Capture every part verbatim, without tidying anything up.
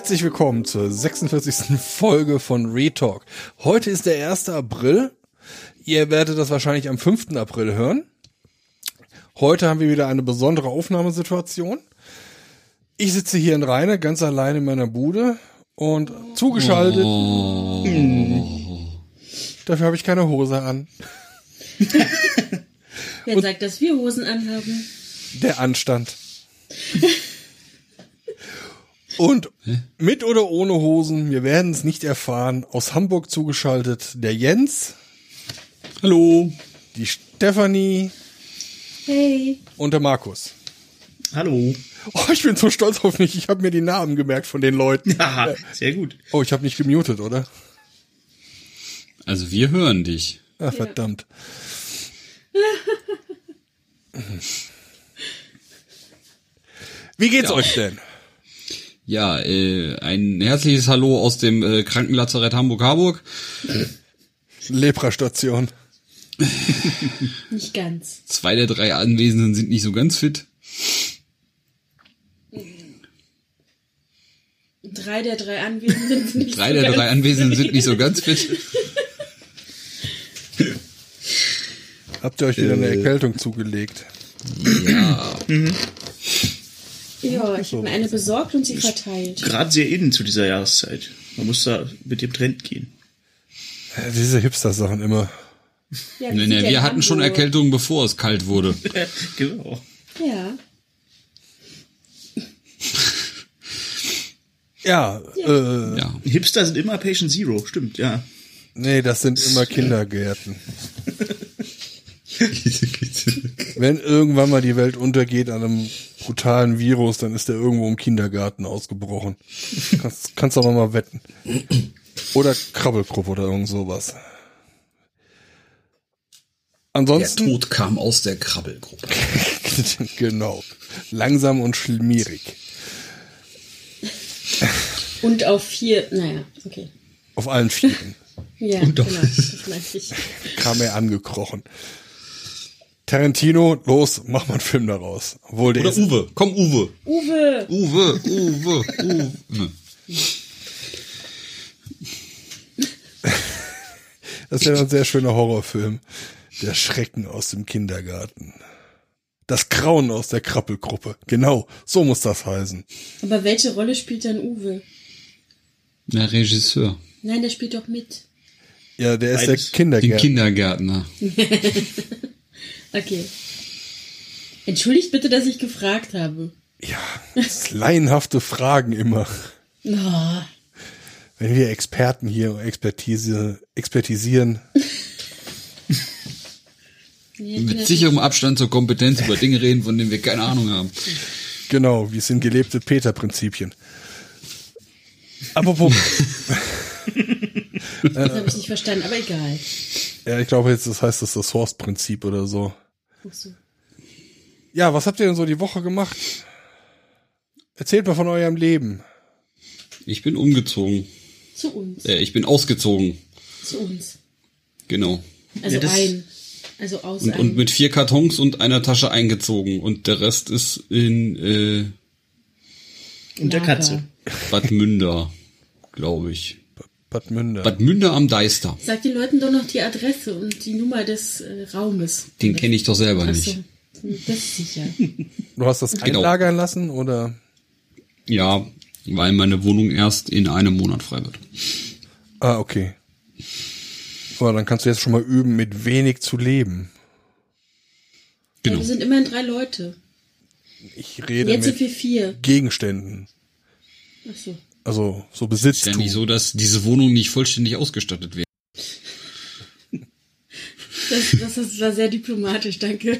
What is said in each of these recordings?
Herzlich willkommen zur sechsundvierzigsten Folge von Retalk. Heute ist der erste April. Ihr werdet das wahrscheinlich am fünften April hören. Heute haben wir wieder eine besondere Aufnahmesituation. Ich sitze hier in Rheine, ganz alleine in meiner Bude und zugeschaltet. Oh. Mh, dafür habe ich keine Hose an. Wer sagt, dass wir Hosen anhaben? Der Anstand. Und mit oder ohne Hosen, wir werden es nicht erfahren, aus Hamburg zugeschaltet der Jens. Hallo. Die Stefanie. Hey. Und der Markus. Hallo. Oh, ich bin so stolz auf mich, ich habe mir die Namen gemerkt von den Leuten. Ja, sehr gut. Oh, ich habe nicht gemutet, oder? Also wir hören dich. Ah, verdammt. Ja. Wie geht's ja. euch denn? Ja, äh, ein herzliches Hallo aus dem äh, Krankenlazarett Hamburg-Harburg. Leprastation. Nicht ganz. Zwei der drei Anwesenden sind nicht so ganz fit. Drei der drei Anwesenden sind nicht drei so der ganz drei Anwesenden sind nicht so ganz fit. Habt ihr euch wieder äh, eine Erkältung zugelegt? Ja. Mhm. Ja, ich habe mir eine besorgt und sie verteilt. Gerade sehr innen zu dieser Jahreszeit. Man muss da mit dem Trend gehen. Ja, diese Hipster-Sachen immer. Ja, nee, nee, wir hatten schon Erkältungen, bevor es kalt wurde. Genau. Ja. Ja, ja. Äh, ja. Hipster sind immer Patient Zero, stimmt, ja. Nee, das sind immer Kindergärten. Wenn irgendwann mal die Welt untergeht an einem brutalen Virus, dann ist der irgendwo im Kindergarten ausgebrochen. Kannst, kannst aber mal wetten. Oder Krabbelgruppe oder irgend sowas. Ansonsten. Der Tod kam aus der Krabbelgruppe. Genau. Langsam und schmierig. Und auf vier, naja, okay. Auf allen Vieren. Ja, und genau, das meinte ich. Kam er angekrochen. Tarantino, los, mach mal einen Film daraus. Obwohl der Oder ist Uwe, komm Uwe. Uwe. Uwe, Uwe, Uwe. Das wäre ein sehr schöner Horrorfilm. Der Schrecken aus dem Kindergarten. Das Grauen aus der Krabbelgruppe. Genau, so muss das heißen. Aber welche Rolle spielt dann Uwe? Der Regisseur. Nein, der spielt doch mit. Ja, der ist Beides. der Kindergärtner. Den Kindergärtner. Okay. Entschuldigt bitte, dass ich gefragt habe. Ja, das laienhafte Fragen immer. Oh. Wenn wir Experten hier Expertise, expertisieren. Mit sicherem Abstand zur Kompetenz über Dinge reden, von denen wir keine Ahnung haben. Genau, wie sind gelebte Peter-Prinzipien. Apropos. Das habe ich nicht verstanden, aber egal. Ja, ich glaube jetzt, das heißt das das Source-Prinzip oder so. Ach so. Ja, was habt ihr denn so die Woche gemacht? Erzählt mal von eurem Leben. Ich bin umgezogen. Zu uns. Äh, ich bin ausgezogen. Zu uns. Genau. Also Ja, ein. Also aus Und, ein. und mit vier Kartons und einer Tasche eingezogen. Und der Rest ist in äh, Und der Lager. Katze. Bad Münder, glaube ich. Bad Münder. Bad Münder am Deister. Sag den Leuten doch noch die Adresse und die Nummer des äh, Raumes. Den kenne ich doch selber Ach nicht. so. Das ist sicher. Du hast das Genau. einlagern lassen, oder? Ja, weil meine Wohnung erst in einem Monat frei wird. Ah, okay. Aber dann kannst du jetzt schon mal üben, mit wenig zu leben. Genau. Ja, wir sind immerhin drei Leute. Ich rede Jetzt sind mit wir vier. Gegenständen. Ach so. Also so Ist Besitztum. ja nicht so, dass diese Wohnung nicht vollständig ausgestattet wäre. Das, das, das war sehr diplomatisch, danke.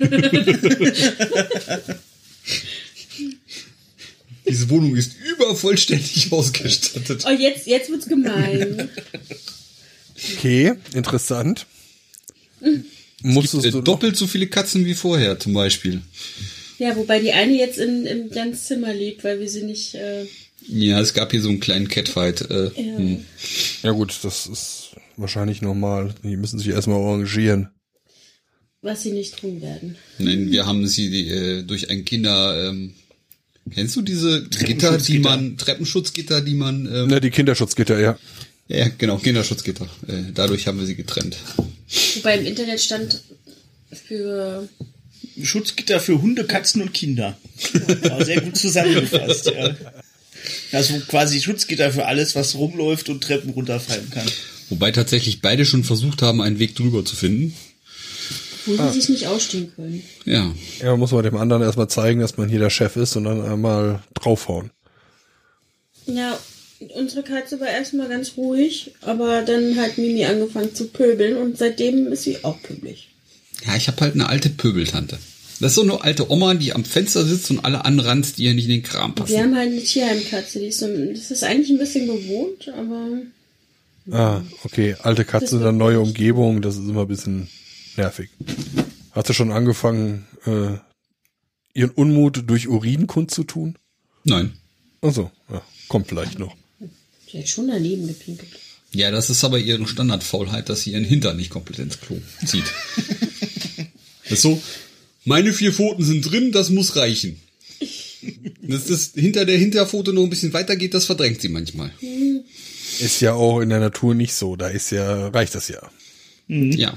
Diese Wohnung ist übervollständig ausgestattet. Oh, jetzt, jetzt wird's gemein. Okay, interessant. Musstest Äh, du doppelt so viele Katzen wie vorher zum Beispiel. Ja, wobei die eine jetzt in, im ganz Zimmer lebt, weil wir sie nicht... Äh, Ja, es gab hier so einen kleinen Catfight. Äh, ja. hm. Ja gut, das ist wahrscheinlich normal. Die müssen sich erstmal arrangieren. Was sie nicht tun werden. Nein, wir haben sie äh, durch ein Kinder ähm, Kennst du diese Gitter, die man, Treppenschutzgitter, die man... Ähm, Ne, die Kinderschutzgitter, ja. ja, genau, Kinderschutzgitter. Äh, dadurch haben wir sie getrennt. Wobei im Internet stand für... Schutzgitter für Hunde, Katzen und Kinder. War sehr gut zusammengefasst, ja. Also quasi Schutzgitter für alles, was rumläuft und Treppen runterfallen kann. Wobei tatsächlich beide schon versucht haben, einen Weg drüber zu finden. Wo sie sich nicht ausstehen können. Ja. Ja, man muss man dem anderen erstmal zeigen, dass man hier der Chef ist und dann einmal draufhauen. Ja, unsere Katze war erstmal ganz ruhig, aber dann hat Mimi angefangen zu pöbeln und seitdem ist sie auch pöbelig. Ja, ich habe halt eine alte Pöbeltante. Das ist so eine alte Oma, die am Fenster sitzt und alle anranzt, die ja nicht in den Kram passen. Wir haben halt eine Tierheimkatze, die ist so, das ist eigentlich ein bisschen gewohnt, aber... Ah, okay. Alte Katze, dann neue Umgebung, das ist immer ein bisschen nervig. Hast du schon angefangen, äh, ihren Unmut durch Urin kundzutun? Nein. Ach so, ja, kommt vielleicht noch. Sie hat schon daneben gepinkelt. Ja, das ist aber ihre Standardfaulheit, dass sie ihren Hintern nicht komplett ins Klo zieht. Das ist so, meine vier Pfoten sind drin, das muss reichen. Dass das hinter der Hinterpfote noch ein bisschen weiter geht, das verdrängt sie manchmal. Ist ja auch in der Natur nicht so, da ist ja, reicht das ja. Mhm. Ja.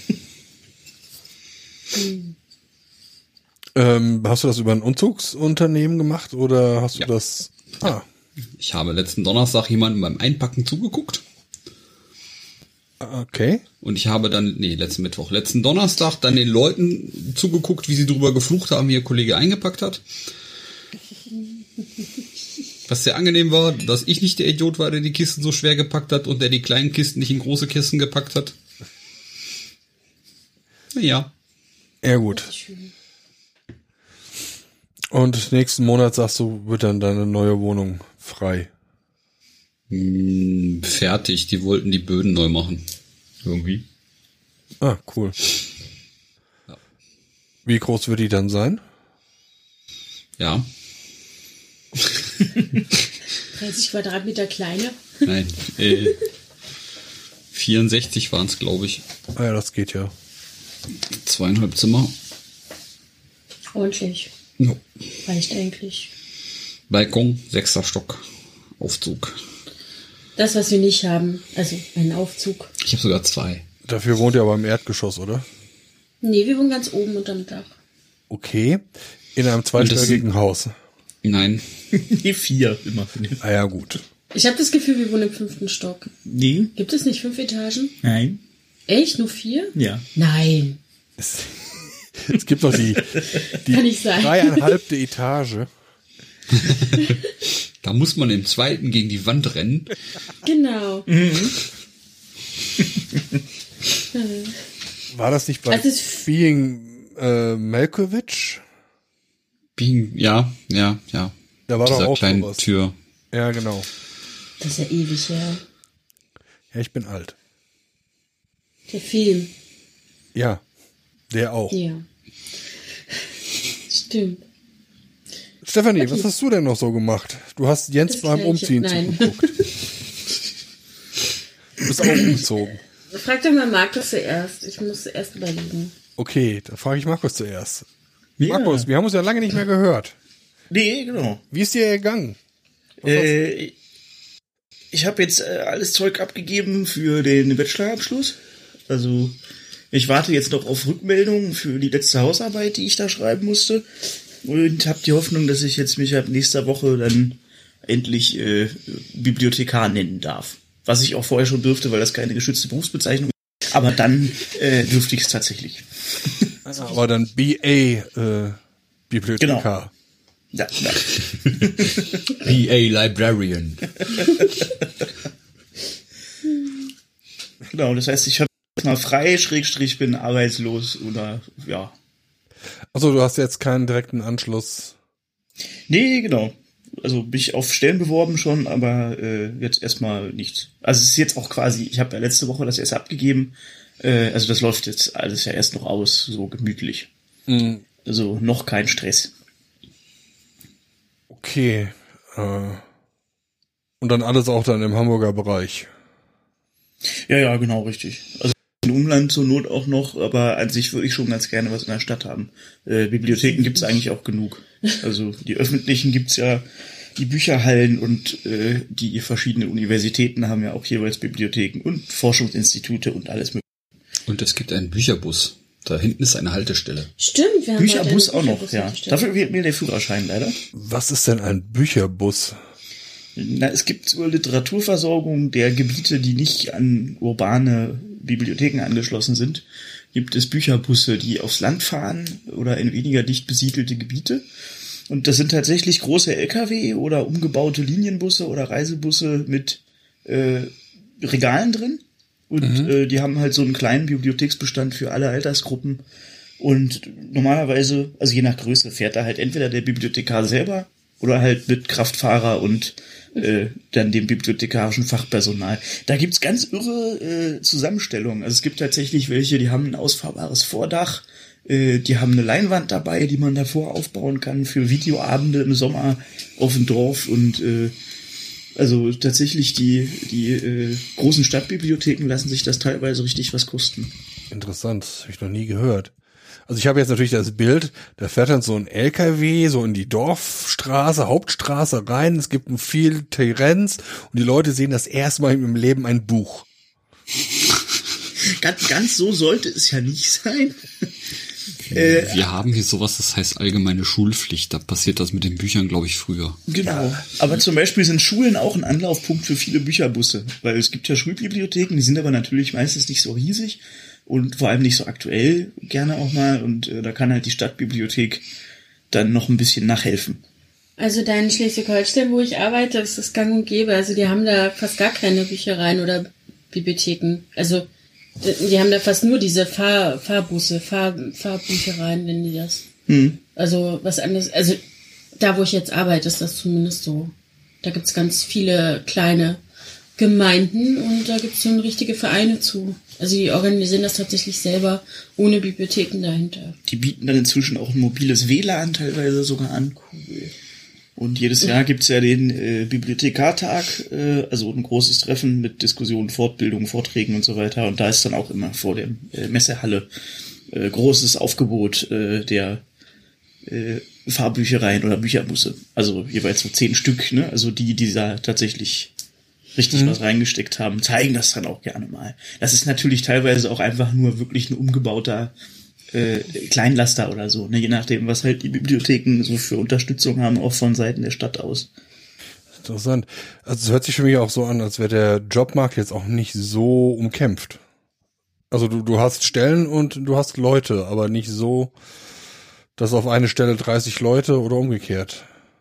Ähm, hast du das über ein Umzugsunternehmen gemacht oder hast du Ja. das? Ah, Ich habe letzten Donnerstag jemandem beim Einpacken zugeguckt. okay. Und ich habe dann, nee, letzten Mittwoch, letzten Donnerstag dann den Leuten zugeguckt, wie sie drüber geflucht haben, wie ihr Kollege eingepackt hat. Was sehr angenehm war, dass ich nicht der Idiot war, der die Kisten so schwer gepackt hat und der die kleinen Kisten nicht in große Kisten gepackt hat. Naja. Ja, gut. Und nächsten Monat, sagst du, wird dann deine neue Wohnung frei. Hm, fertig, die wollten die Böden neu machen. Irgendwie. Ah, cool. Ja. Wie groß wird die dann sein? Ja. dreißig Quadratmeter kleiner. Nein. Äh, vierundsechzig waren es, glaube ich. Ah ja, das geht ja. Zweieinhalb Zimmer. Ordentlich. No. Reicht eigentlich. Balkon, sechster Stock. Aufzug. Das, was wir nicht haben. Also einen Aufzug. Ich habe sogar zwei. Dafür wohnt ihr aber im Erdgeschoss, oder? Nee, wir wohnen ganz oben unterm Dach. Okay. In einem zweistöckigen Haus. Nein. Nee, vier immer. Ah ja, gut. Ich habe das Gefühl, wir wohnen im fünften Stock. Nee, Gibt es nicht fünf Etagen? nein, Echt? Nur vier? ja. Nein. Es, es gibt doch die, die Kann nicht sein. dreieinhalbte Etage. Da muss man im zweiten gegen die Wand rennen. Genau. War das nicht bei Also es- Being äh, Malkovich? Biegen, ja, ja, ja. Da war doch Dieser auch kleinen sowas. Tür. Ja, genau. Das ist ja ewig her. Ja, ich bin alt. Der Film. Ja, der auch. Ja. Stimmt. Stefanie, Okay. was hast du denn noch so gemacht? Du hast Jens Das beim Gleiche. Umziehen Nein. zugeguckt. Du bist auch umgezogen. Frag doch mal Markus zuerst. Ich muss zuerst überlegen. Okay, dann frage ich Markus zuerst. Ja. Markus, wir haben uns ja lange nicht mehr gehört. Nee, genau. Wie ist dir gegangen? Äh, ich habe jetzt äh, alles Zeug abgegeben für den Bachelorabschluss. Also ich warte jetzt noch auf Rückmeldungen für die letzte Hausarbeit, die ich da schreiben musste. Und habe die Hoffnung, dass ich jetzt mich ab nächster Woche dann endlich äh, Bibliothekar nennen darf. Was ich auch vorher schon dürfte, weil das keine geschützte Berufsbezeichnung ist. Aber dann äh, dürfte ich es tatsächlich. Aber dann B A äh, Bibliothekar. Ja, ja. B A Librarian. Genau, das heißt, ich habe mal frei, Schrägstrich, bin arbeitslos oder ja. Also du hast jetzt keinen direkten Anschluss. Nee, genau. Also mich auf Stellen beworben schon, aber äh, jetzt erstmal nichts. Also es ist jetzt auch quasi, ich habe ja letzte Woche das erst abgegeben, äh, also das läuft jetzt alles ja erst noch aus, so gemütlich. Mhm. Also noch kein Stress. Okay. Äh, und dann alles auch dann im Hamburger Bereich. Ja, ja, genau, richtig. Also im Umland zur Not auch noch, aber an sich würde ich schon ganz gerne was in der Stadt haben. Äh, Bibliotheken gibt's eigentlich auch genug. Also die öffentlichen gibt's ja, die Bücherhallen und äh, die verschiedenen Universitäten haben ja auch jeweils Bibliotheken und Forschungsinstitute und alles mögliche. Und es gibt einen Bücherbus. Da hinten ist eine Haltestelle. Stimmt, wir haben Bücherbus heute auch einen noch, ja. Dafür fehlt mir der Führerschein leider. Was ist denn ein Bücherbus? Na, es gibt zur Literaturversorgung der Gebiete, die nicht an urbane Bibliotheken angeschlossen sind, gibt es Bücherbusse, die aufs Land fahren oder in weniger dicht besiedelte Gebiete. Und das sind tatsächlich große L K W oder umgebaute Linienbusse oder Reisebusse mit äh, Regalen drin. Und mhm. äh, die haben halt so einen kleinen Bibliotheksbestand für alle Altersgruppen. Und normalerweise, also je nach Größe, fährt da halt entweder der Bibliothekar selber oder halt mit Kraftfahrer und äh, dann dem bibliothekarischen Fachpersonal. Da gibt's ganz irre äh, Zusammenstellungen. Also es gibt tatsächlich welche, die haben ein ausfahrbares Vordach, äh, die haben eine Leinwand dabei, die man davor aufbauen kann für Videoabende im Sommer auf dem Dorf und äh, also tatsächlich die die äh, großen Stadtbibliotheken lassen sich das teilweise richtig was kosten. Interessant, das habe ich noch nie gehört. Also ich habe jetzt natürlich das Bild, da fährt dann so ein L K W so in die Dorfstraße, Hauptstraße rein, es gibt viel Terenz und die Leute sehen das erste Mal im Leben ein Buch. Ganz, ganz so sollte es ja nicht sein. Wir äh, haben hier sowas, das heißt allgemeine Schulpflicht. Da passiert das mit den Büchern, glaube ich, früher. Genau. Ja. Aber zum Beispiel sind Schulen auch ein Anlaufpunkt für viele Bücherbusse. Weil es gibt ja Schulbibliotheken, die sind aber natürlich meistens nicht so riesig und vor allem nicht so aktuell gerne auch mal. Und äh, da kann halt die Stadtbibliothek dann noch ein bisschen nachhelfen. Also da in Schleswig-Holstein, wo ich arbeite, ist das gang und gäbe. Also die haben da fast gar keine Büchereien oder Bibliotheken. Also die haben da fast nur diese Fahr, Fahrbusse, Fahr, Fahrbüchereien, nennen die das. Hm. Also was anderes, also da, wo ich jetzt arbeite, ist das zumindest so. Da gibt's ganz viele kleine Gemeinden und da gibt's dann richtige Vereine zu. Also die organisieren das tatsächlich selber, ohne Bibliotheken dahinter. Die bieten dann inzwischen auch ein mobiles W L A N teilweise sogar an. Cool. Und jedes Jahr gibt's ja den äh, Bibliothekartag, äh, also ein großes Treffen mit Diskussionen, Fortbildungen, Vorträgen und so weiter. Und da ist dann auch immer vor der äh, Messehalle äh, großes Aufgebot äh, der äh, Fahrbüchereien oder Bücherbusse. Also jeweils so zehn Stück, ne? Also die, die da tatsächlich richtig mhm. was reingesteckt haben, zeigen das dann auch gerne mal. Das ist natürlich teilweise auch einfach nur wirklich ein umgebauter Äh, Kleinlaster oder so, ne? Je nachdem, was halt die Bibliotheken so für Unterstützung haben, auch von Seiten der Stadt aus. Interessant. Also es hört sich für mich auch so an, als wäre der Jobmarkt jetzt auch nicht so umkämpft. Also du, du hast Stellen und du hast Leute, aber nicht so, dass auf eine Stelle dreißig Leute oder umgekehrt.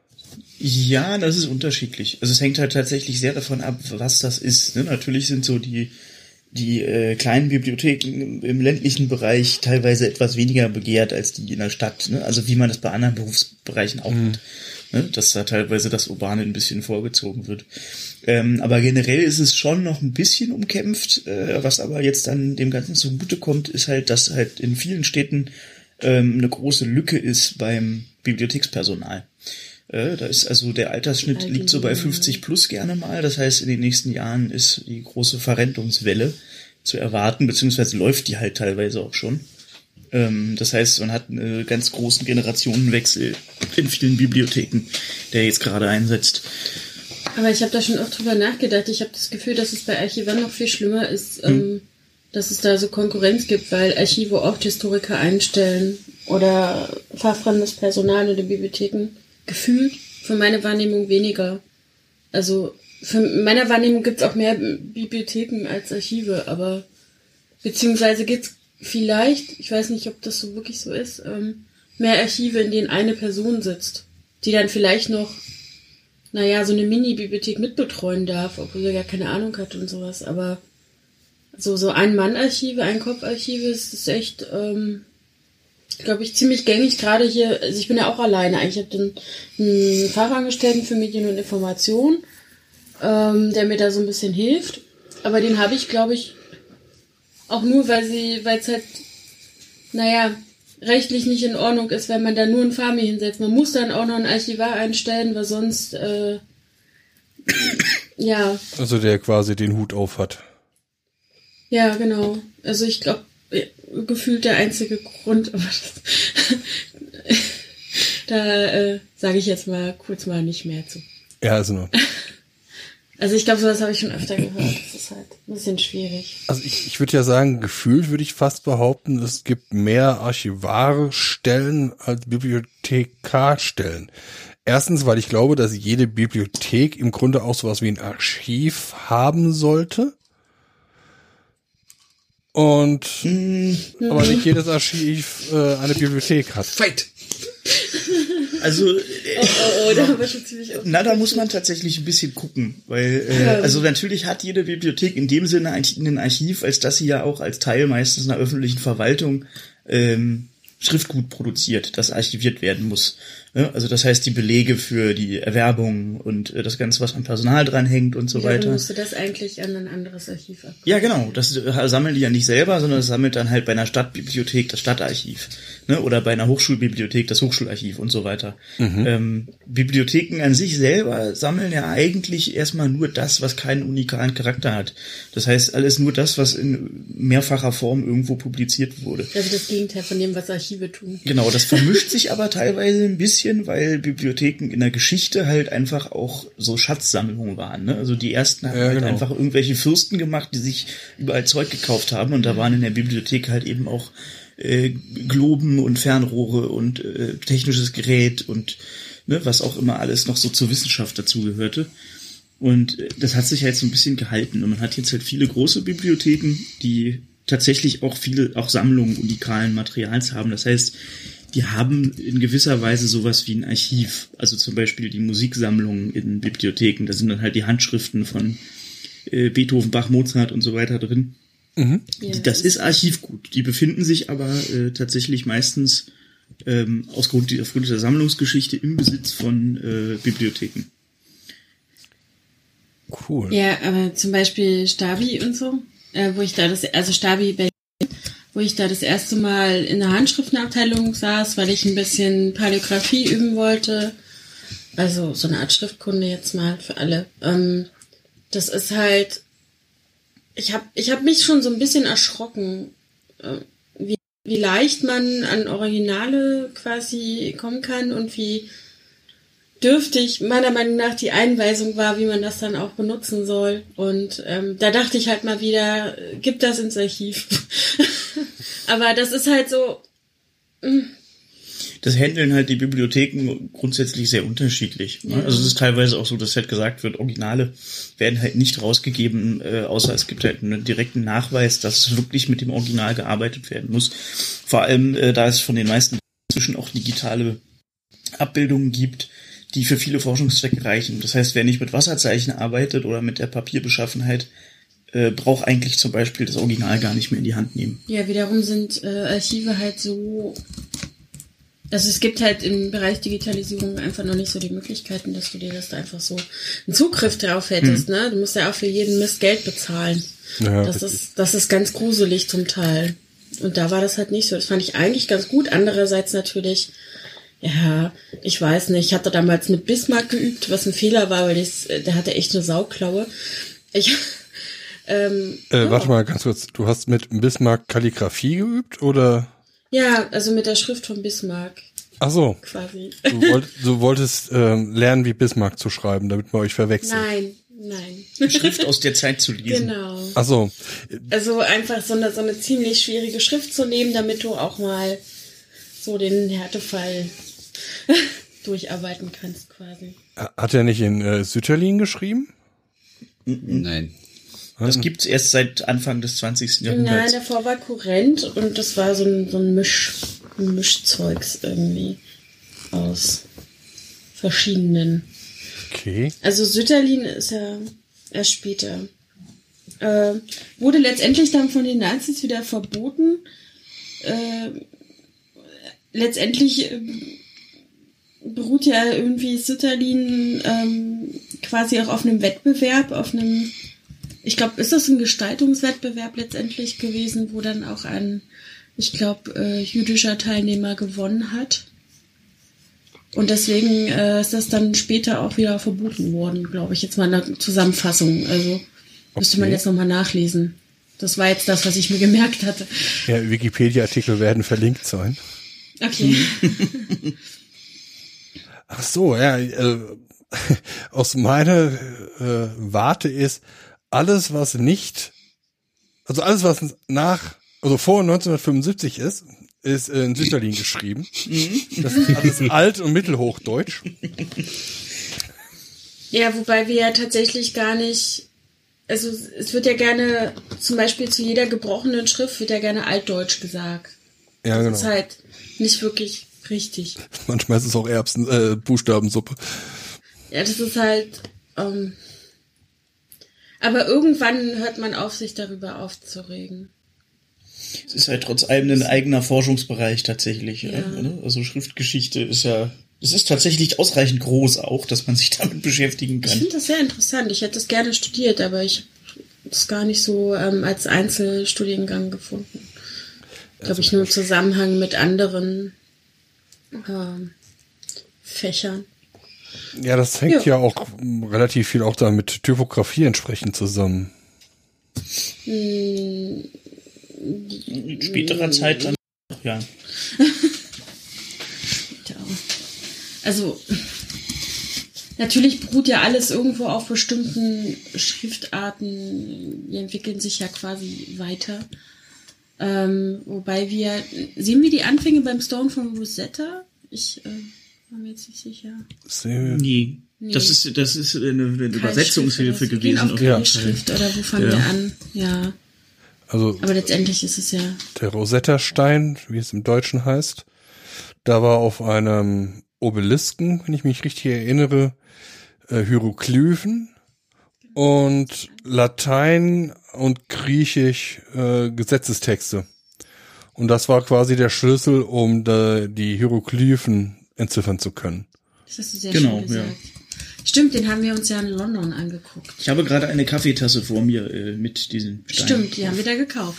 Ja, das ist unterschiedlich. Also es hängt halt tatsächlich sehr davon ab, was das ist. Ne? Natürlich sind so die die äh, kleinen Bibliotheken im ländlichen Bereich teilweise etwas weniger begehrt als die in der Stadt. Ne? Also wie man das bei anderen Berufsbereichen auch mhm. hat. Ne? Dass da teilweise das Urbane ein bisschen vorgezogen wird. Ähm, aber generell ist es schon noch ein bisschen umkämpft. Äh, was aber jetzt dann dem Ganzen zugute kommt, ist halt, dass halt in vielen Städten ähm, eine große Lücke ist beim Bibliothekspersonal. Äh, da ist also der Altersschnitt Allgemein. liegt so bei fünfzig plus gerne mal. Das heißt, in den nächsten Jahren ist die große Verrentungswelle zu erwarten, beziehungsweise läuft die halt teilweise auch schon. Ähm, das heißt, man hat einen ganz großen Generationenwechsel in vielen Bibliotheken, der jetzt gerade einsetzt. Aber ich habe da schon oft drüber nachgedacht. Ich habe das Gefühl, dass es bei Archivern noch viel schlimmer ist, hm. ähm, dass es da so Konkurrenz gibt, weil Archive oft Historiker einstellen oder fachfremdes Personal in den Bibliotheken. Gefühlt, für meine Wahrnehmung weniger. Also, für meiner Wahrnehmung gibt's auch mehr Bibliotheken als Archive, aber beziehungsweise gibt's vielleicht, ich weiß nicht, ob das so wirklich so ist, ähm, mehr Archive, in denen eine Person sitzt, die dann vielleicht noch, naja, so eine Mini-Bibliothek mitbetreuen darf, obwohl sie gar keine Ahnung hat und sowas, aber so, so Ein-Mann-Archive, Ein-Kopf-Archive, ist das echt, ähm, glaube ich, ziemlich gängig, gerade hier, also ich bin ja auch alleine, eigentlich habe ich einen Fachangestellten für Medien und Information, ähm, der mir da so ein bisschen hilft, aber den habe ich, glaube ich, auch nur, weil sie, weil es halt, naja, rechtlich nicht in Ordnung ist, wenn man da nur ein Fami hinsetzt. Man muss dann auch noch einen Archivar einstellen, weil sonst, äh, ja. Also der quasi den Hut auf hat. Ja, genau. Also ich glaube, gefühlt der einzige Grund, aber das, da äh, sage ich jetzt mal kurz mal nicht mehr zu. Ja, also nur. Also ich glaube, sowas habe ich schon öfter gehört. Das ist halt ein bisschen schwierig. Also ich, ich würde ja sagen, gefühlt würde ich fast behaupten, es gibt mehr Archivarstellen als Bibliothekarstellen. Erstens, weil ich glaube, dass jede Bibliothek im Grunde auch sowas wie ein Archiv haben sollte. Und Hm. aber nicht jedes Archiv äh, eine Bibliothek hat. Fight! Also, äh, Oh, oh, oh, da haben wir schon ziemlich oft. na, da muss man tatsächlich ein bisschen gucken, weil, äh, also natürlich hat jede Bibliothek in dem Sinne ein, ein Archiv, als dass sie ja auch als Teil meistens einer öffentlichen Verwaltung ähm, Schriftgut produziert, das archiviert werden muss. Ja, also das heißt, die Belege für die Erwerbung und äh, das Ganze, was an Personal dranhängt und so Ja, dann weiter. musst du das eigentlich an ein anderes Archiv ab. Ja, genau. Das äh, sammeln die ja nicht selber, sondern das sammelt dann halt bei einer Stadtbibliothek das Stadtarchiv, ne? Oder bei einer Hochschulbibliothek das Hochschularchiv und so weiter. Mhm. Ähm, Bibliotheken an sich selber sammeln ja eigentlich erstmal nur das, was keinen unikalen Charakter hat. Das heißt, alles nur das, was in mehrfacher Form irgendwo publiziert wurde. Also das Gegenteil von dem, was Archive tun. Genau, das vermischt sich aber teilweise ein bisschen, weil Bibliotheken in der Geschichte halt einfach auch so Schatzsammlungen waren. Ne? Also die ersten haben ja, halt genau. einfach irgendwelche Fürsten gemacht, die sich überall Zeug gekauft haben, und da waren in der Bibliothek halt eben auch äh, Globen und Fernrohre und äh, technisches Gerät und ne, was auch immer alles noch so zur Wissenschaft dazugehörte. Und äh, das hat sich halt so ein bisschen gehalten, und man hat jetzt halt viele große Bibliotheken, die tatsächlich auch viele auch Sammlungen unikalen Materials haben. Das heißt, die haben in gewisser Weise sowas wie ein Archiv. Also zum Beispiel die Musiksammlungen in Bibliotheken. Da sind dann halt die Handschriften von äh, Beethoven, Bach, Mozart und so weiter drin. Mhm. Ja, Die, das ist Archivgut. Die befinden sich aber äh, tatsächlich meistens ähm, aus Grund, aufgrund der Sammlungsgeschichte im Besitz von äh, Bibliotheken. Cool. Ja, aber zum Beispiel Stabi und so, äh, wo ich da das, also Stabi Berlin, wo ich da das erste Mal in der Handschriftenabteilung saß, weil ich ein bisschen Paläographie üben wollte. Also so eine Art Schriftkunde jetzt mal für alle. Ähm, das ist halt, ich habe ich hab mich schon so ein bisschen erschrocken, äh, wie, wie leicht man an Originale quasi kommen kann und wie dürftig meiner Meinung nach die Einweisung war, wie man das dann auch benutzen soll. Und ähm, da dachte ich halt mal wieder, gib das ins Archiv. Aber das ist halt so... Mh. Das handeln halt die Bibliotheken grundsätzlich sehr unterschiedlich. Ne? Ja. Also es ist teilweise auch so, dass halt gesagt wird, Originale werden halt nicht rausgegeben, äh, außer es gibt halt einen direkten Nachweis, dass wirklich mit dem Original gearbeitet werden muss. Vor allem, äh, da es von den meisten inzwischen auch digitale Abbildungen gibt, die für viele Forschungszwecke reichen. Das heißt, wer nicht mit Wasserzeichen arbeitet oder mit der Papierbeschaffenheit, äh, braucht eigentlich zum Beispiel das Original gar nicht mehr in die Hand nehmen. Ja, wiederum sind äh, Archive halt so... Also es gibt halt im Bereich Digitalisierung einfach noch nicht so die Möglichkeiten, dass du dir das da einfach so einen Zugriff drauf hättest, hm. ne? Du musst ja auch für jeden Mist Geld bezahlen. Ja, das ist, das ist ganz gruselig zum Teil. Und da war das halt nicht so. Das fand ich eigentlich ganz gut. Andererseits natürlich, ja, ich weiß nicht, ich hatte damals mit Bismarck geübt, was ein Fehler war, weil ich, der hatte echt eine Sauklaue. Ich, ähm, äh, ja. Warte mal ganz kurz, du hast mit Bismarck Kalligraphie geübt, oder? Ja, also mit der Schrift von Bismarck. Ach so. Quasi. Du, wollt, du wolltest ähm, lernen, wie Bismarck zu schreiben, damit man euch verwechselt. Nein, nein. Schrift aus der Zeit zu lesen. Genau. Ach so. Also einfach so eine, so eine ziemlich schwierige Schrift zu nehmen, damit du auch mal so den Härtefall durcharbeiten kannst quasi. Hat er nicht in äh, Sütterlin geschrieben? Nein. Das gibt's erst seit Anfang des zwanzigsten Jahrhunderts. Nein, davor war Kurrent und das war so ein, so ein Misch, ein Mischzeugs irgendwie aus verschiedenen. Okay. Also Sütterlin ist ja erst später. Äh, wurde letztendlich dann von den Nazis wieder verboten. Äh, letztendlich äh, beruht ja irgendwie Sütterlin ähm, quasi auch auf einem Wettbewerb, auf einem, ich glaube, ist das ein Gestaltungswettbewerb letztendlich gewesen, wo dann auch ein, ich glaube, äh, jüdischer Teilnehmer gewonnen hat. Und deswegen äh, ist das dann später auch wieder verboten worden, glaube ich. Jetzt mal eine Zusammenfassung. Also müsste Okay. man jetzt nochmal nachlesen. Das war jetzt das, was ich mir gemerkt hatte. Ja, Wikipedia-Artikel werden verlinkt sein. Okay. Ach so, ja, äh, aus meiner äh, Warte ist alles, was nicht, also alles, was nach, also vor neunzehnhundertfünfundsiebzig ist, ist in Sütterlin geschrieben. Das ist alles Alt- und Mittelhochdeutsch. Ja, wobei wir ja tatsächlich gar nicht, also es wird ja gerne, zum Beispiel zu jeder gebrochenen Schrift wird ja gerne Altdeutsch gesagt. Ja, genau. Das ist halt nicht wirklich richtig. Manchmal ist es auch Erbsen, äh, Buchstabensuppe. Ja, das ist halt, ähm, aber irgendwann hört man auf, sich darüber aufzuregen. Es ist halt trotz allem ein eigener Forschungsbereich tatsächlich. Ja. Ja. Also Schriftgeschichte ist ja, es ist tatsächlich ausreichend groß auch, dass man sich damit beschäftigen Ich kann. finde das sehr interessant. Ich hätte es gerne studiert, aber ich habe es gar nicht so ähm, als Einzelstudiengang gefunden. Glaube ich, nur im Zusammenhang mit anderen ähm, Fächern. Ja, das hängt Ja. ja auch m, relativ viel auch da mit Typografie entsprechend zusammen. Hm, In späterer Zeit dann, ja. Also, natürlich beruht ja alles irgendwo auf bestimmten Schriftarten. Die entwickeln sich ja quasi weiter. Ähm, wobei wir, sehen wir die Anfänge beim Stone von Rosetta? Ich äh, war mir jetzt nicht sicher. Sehr- Nee. Nee. Das ist, das ist eine, eine Keilschrift Übersetzungshilfe oder so. Wir gehen gewesen. auf Ja. Keilschrift oder wo fangen Ja. wir an? Ja, Also aber letztendlich ist es ja, der Rosetta-Stein, wie es im Deutschen heißt, da war auf einem Obelisken, wenn ich mich richtig erinnere, äh, Hieroglyphen und Latein und Griechisch äh, Gesetzestexte. Und das war quasi der Schlüssel, um da, die Hieroglyphen entziffern zu können. das hast du sehr Genau, schön gesagt. ja. Stimmt, den haben wir uns ja in London angeguckt. Ich habe gerade eine Kaffeetasse vor mir äh, mit diesen Steinen. Stimmt, die haben wir da gekauft.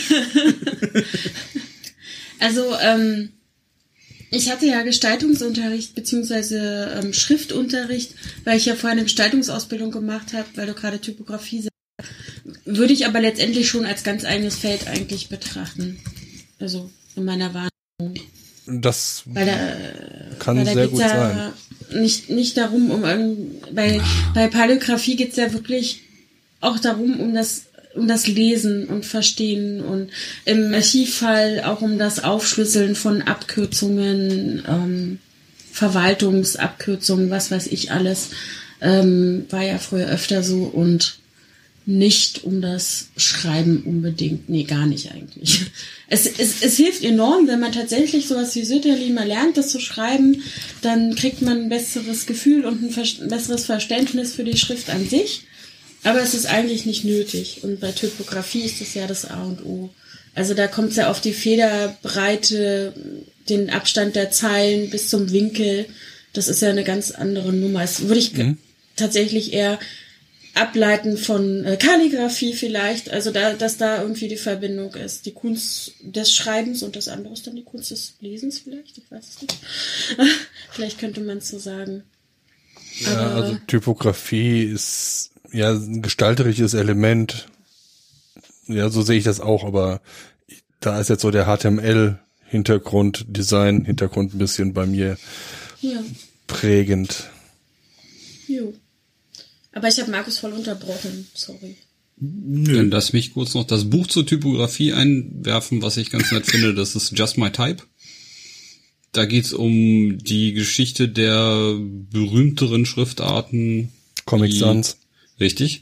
Also, ähm, ich hatte ja Gestaltungsunterricht beziehungsweise ähm, Schriftunterricht, weil ich ja vorher eine Gestaltungsausbildung gemacht habe, weil du gerade Typografie sagst. Würde ich aber letztendlich schon als ganz eigenes Feld eigentlich betrachten. Also in meiner Wahrnehmung. Das Weil da, kann weil da sehr geht's gut ja sein. Nicht, nicht darum, um irgend- bei, bei Paläographie geht's ja wirklich auch darum, um das, um das Lesen und Verstehen und im Archivfall auch um das Aufschlüsseln von Abkürzungen, ähm, Verwaltungsabkürzungen, was weiß ich alles, ähm, war ja früher öfter so und nicht um das Schreiben unbedingt. Nee, gar nicht eigentlich. Es, es, es hilft enorm, wenn man tatsächlich sowas wie Sütterlin mal lernt, das zu schreiben, dann kriegt man ein besseres Gefühl und ein, Ver- ein besseres Verständnis für die Schrift an sich. Aber es ist eigentlich nicht nötig. Und bei Typografie ist das ja das A und O. Also da kommt es ja auf die Federbreite, den Abstand der Zeilen bis zum Winkel. Das ist ja eine ganz andere Nummer. Das würde ich Mhm. tatsächlich eher ableiten von äh, Kalligrafie vielleicht, also da, dass da irgendwie die Verbindung ist, die Kunst des Schreibens und das andere ist dann die Kunst des Lesens vielleicht, ich weiß es nicht. Vielleicht könnte man es so sagen. Ja, Aber- also Typografie ist ja ein gestalterisches Element. Ja, so sehe ich das auch, aber da ist jetzt so der H T M L-Hintergrund, Design-Hintergrund ein bisschen bei mir Ja, prägend. jo. Aber ich habe Markus voll unterbrochen, sorry. Dann lass mich kurz noch das Buch zur Typografie einwerfen, was ich ganz nett finde. Das ist Just My Type. Da geht's um die Geschichte der berühmteren Schriftarten. Comic die- Sans. Richtig.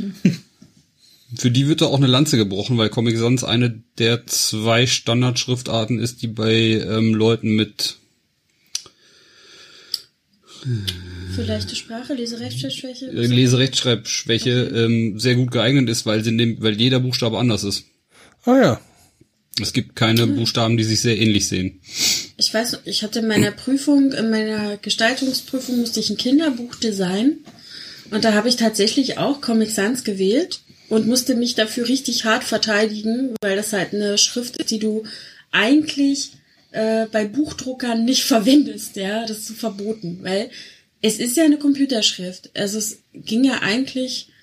Für die wird da auch eine Lanze gebrochen, weil Comic Sans eine der zwei Standardschriftarten ist, die bei ähm, Leuten mit Für leichte Sprache, Leserechtschreibschwäche. äh, Leserechtschreibschwäche ähm, sehr gut geeignet ist, weil sie nehm, weil jeder Buchstabe anders ist. Ah ja. Es gibt keine Buchstaben, die sich sehr ähnlich sehen. Ich weiß, noch, ich hatte in meiner Prüfung, in meiner Gestaltungsprüfung musste ich ein Kinderbuch designen und da habe ich tatsächlich auch Comic Sans gewählt und musste mich dafür richtig hart verteidigen, weil das halt eine Schrift ist, die du eigentlich äh, bei Buchdruckern nicht verwendest, ja, das ist verboten, weil es ist ja eine Computerschrift, also es ging ja eigentlich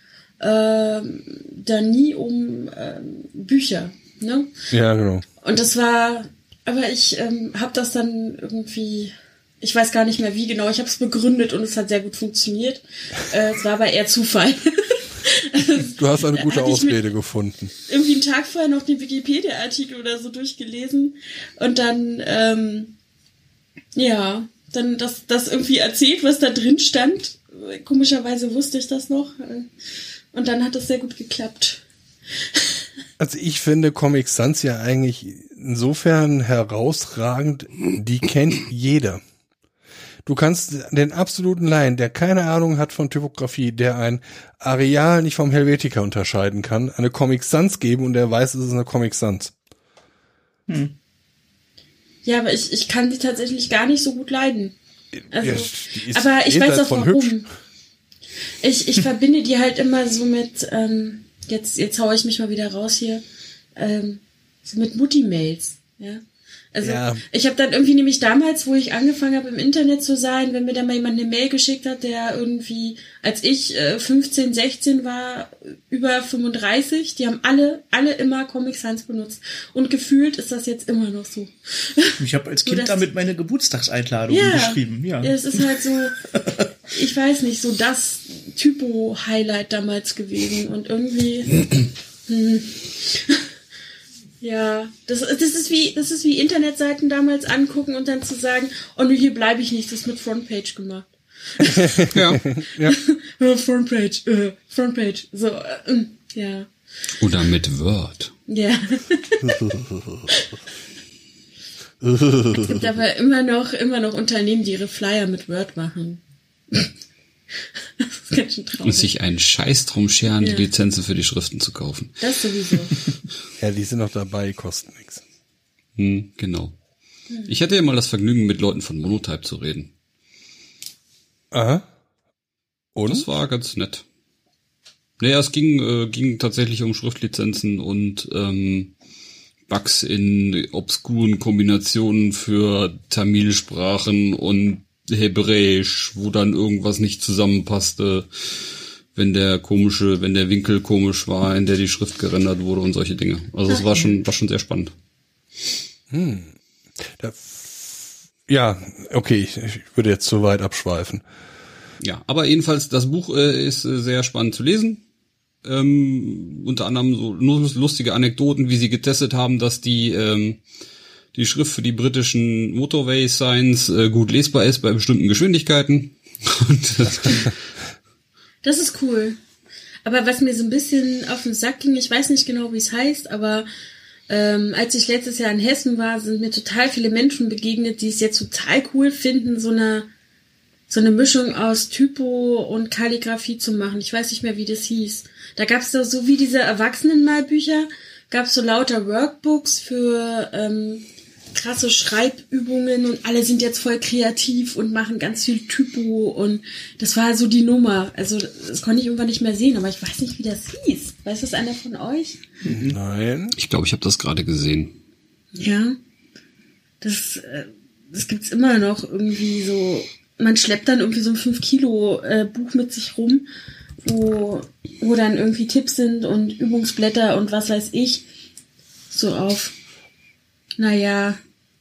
ähm, da nie um ähm, Bücher, ne? Ja, genau. Und das war, aber ich ähm, habe das dann irgendwie, ich weiß gar nicht mehr wie genau, ich habe es begründet und es hat sehr gut funktioniert. Äh, es war aber eher Zufall. Du hast eine gute Hatte ich Ausrede mit- gefunden. irgendwie einen Tag vorher noch den Wikipedia-Artikel oder so durchgelesen und dann, ähm, ja, dann das, das irgendwie erzählt, was da drin stand. Komischerweise wusste ich das noch. Und dann hat das sehr gut geklappt. Also ich finde Comic Sans ja eigentlich insofern herausragend, die kennt jeder. Du kannst den absoluten Laien, der keine Ahnung hat von Typografie, der ein Areal nicht vom Helvetica unterscheiden kann, eine Comic Sans geben und der weiß, es ist eine Comic Sans. Hm. Ja, aber ich, ich kann die tatsächlich gar nicht so gut leiden. Also, Ja, die ist aber ich weiß jenseits auch von warum. hübsch. Ich, ich verbinde die halt immer so mit, ähm, jetzt, jetzt hau ich mich mal wieder raus hier, ähm, so mit Mutti-Mails, ja. Also Ja. ich habe dann irgendwie nämlich damals, wo ich angefangen habe im Internet zu sein, wenn mir dann mal jemand eine Mail geschickt hat, der irgendwie, als ich äh, fünfzehn, sechzehn war, über fünfunddreißig, die haben alle, alle immer Comic Sans benutzt. Und gefühlt ist das jetzt immer noch so. Ich habe als So, Kind das- damit meine Geburtstagseinladung geschrieben. Ja. Es ist halt so, ich weiß nicht, so das Typo-Highlight damals gewesen. Und irgendwie, hm, ja, das, das ist wie, das ist wie Internetseiten damals angucken und dann zu sagen, oh nee, hier bleibe ich nicht, das ist mit Frontpage gemacht. Ja. Äh, Frontpage, äh, Frontpage, so, äh, ja, Oder mit Word. ja. Es gibt aber immer noch, immer noch Unternehmen, die ihre Flyer mit Word machen. Das ist ganz schön Und traurig. sich einen Scheiß drum scheren, Ja. die Lizenzen für die Schriften zu kaufen. Das sowieso. Ja, die sind noch dabei, die kosten nichts. Hm, genau. Ich hatte ja mal das Vergnügen, mit Leuten von Monotype zu reden. Aha. Und? Das war ganz nett. Naja, es ging, äh, ging tatsächlich um Schriftlizenzen und ähm, Bugs in obskuren Kombinationen für Tamilsprachen und Hebräisch, wo dann irgendwas nicht zusammenpasste, wenn der komische, wenn der Winkel komisch war, in der die Schrift gerendert wurde und solche Dinge. Also es war schon, war schon sehr spannend. Da, ja, okay, ich, ich würde jetzt zu weit abschweifen. Ja, aber jedenfalls, das Buch äh, ist äh, sehr spannend zu lesen. Ähm, unter anderem so nur lustige Anekdoten, wie sie getestet haben, dass die ähm, die Schrift für die britischen Motorway Signs äh, gut lesbar ist bei bestimmten Geschwindigkeiten. Und, äh, Das ist cool. Aber was mir so ein bisschen auf den Sack ging, ich weiß nicht genau, wie es heißt, aber ähm, als ich letztes Jahr in Hessen war, sind mir total viele Menschen begegnet, die es jetzt total cool finden, so eine so eine Mischung aus Typo und Kalligrafie zu machen. Ich weiß nicht mehr, wie das hieß. Da gab es da so wie diese Erwachsenenmalbücher, gab es so lauter Workbooks für ähm, krasse Schreibübungen und alle sind jetzt voll kreativ und machen ganz viel Typo und das war so die Nummer. Also das konnte ich irgendwann nicht mehr sehen, aber ich weiß nicht, wie das hieß. Weiß das einer von euch? Nein. ich glaube, ich habe das gerade gesehen. Ja. Das, äh, das gibt's immer noch irgendwie so. Man schleppt dann irgendwie so ein fünf Kilo äh, Buch mit sich rum, wo, wo dann irgendwie Tipps sind und Übungsblätter und was weiß ich. So auf, naja,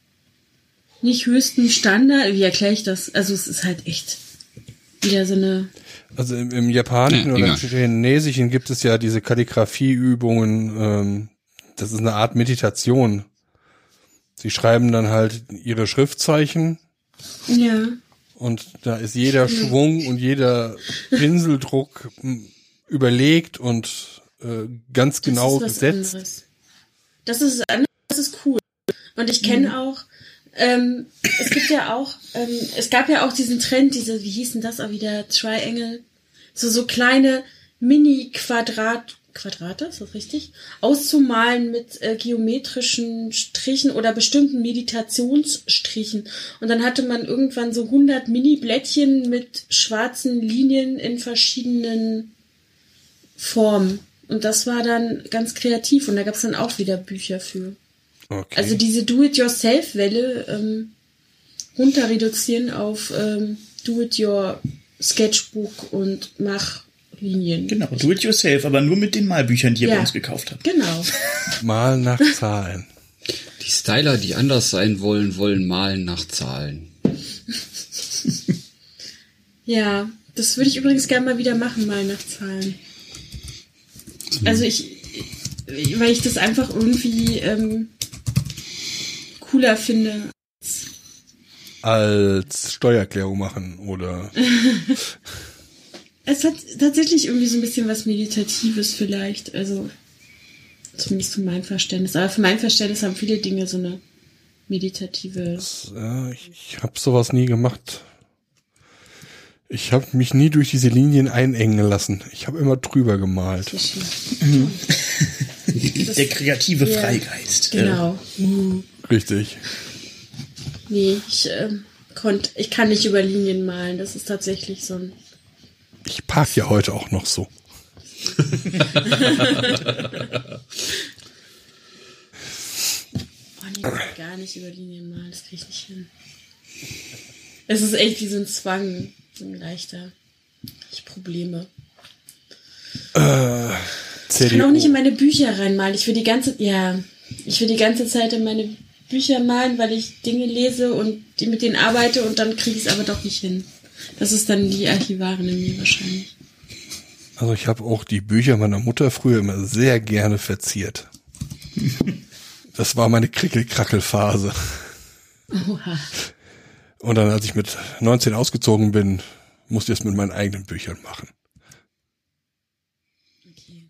nicht höchsten Standard. Wie erkläre ich das? Also es ist halt echt wieder so eine... Also im, im Japanischen Ja, oder im egal. Chinesischen gibt es ja diese Kalligrafieübungen, ähm, das ist eine Art Meditation. Sie schreiben dann halt ihre Schriftzeichen Ja. und da ist jeder Schwung und jeder Pinseldruck m, überlegt und äh, ganz genau das ist was gesetzt. anderes. Das ist anders, das ist cool. Und ich kenne auch, ähm, es gibt ja auch, ähm, es gab ja auch diesen Trend, diese, wie hießen das auch wieder, Triangle, so so kleine Mini-Quadrat, Quadrate, ist das richtig? Auszumalen mit äh, geometrischen Strichen oder bestimmten Meditationsstrichen. Und dann hatte man irgendwann so hundert Mini-Blättchen mit schwarzen Linien in verschiedenen Formen. Und das war dann ganz kreativ und da gab es dann auch wieder Bücher für. Okay. Also diese Do-it-yourself-Welle ähm, runter reduzieren auf ähm, Do-it-your-Sketchbook und mach Linien. Genau, do it yourself, aber nur mit den Malbüchern, die ihr Ja. bei uns gekauft habt. Genau. Mal nach Zahlen. Die Styler, die anders sein wollen, wollen malen nach Zahlen. Ja, das würde ich übrigens gerne mal wieder machen, mal nach Zahlen. Also ich, weil ich das einfach irgendwie ähm, cooler finde. Als Steuererklärung machen oder Es hat tatsächlich irgendwie so ein bisschen was Meditatives vielleicht, also zumindest für mein Verständnis. Aber für mein Verständnis haben viele Dinge so eine meditative... ja, ich, ich habe sowas nie gemacht. Ich habe mich nie durch diese Linien einengen lassen. Ich habe immer drüber gemalt. Der kreative Ja. Freigeist. Genau. Richtig. Nee, ich, ähm, konnt, ich kann nicht über Linien malen. Das ist tatsächlich so ein... Ich park ja heute auch noch so. Boah, nee, ich kann gar nicht über Linien malen. Das krieg ich nicht hin. Es ist echt wie so ein Zwang. So ein leichter... Ich Probleme. Äh, Ich C D U. kann auch nicht in meine Bücher reinmalen. Ich will die ganze, ja, ich will die ganze Zeit in meine Bücher malen, weil ich Dinge lese und die mit denen arbeite und dann kriege ich es aber doch nicht hin. Das ist dann die Archivarin in mir wahrscheinlich. Also ich habe auch die Bücher meiner Mutter früher immer sehr gerne verziert. Das war meine Krickel-Krackel-Phase. Oha. Und dann, als ich mit neunzehn ausgezogen bin, musste ich es mit meinen eigenen Büchern machen. Okay.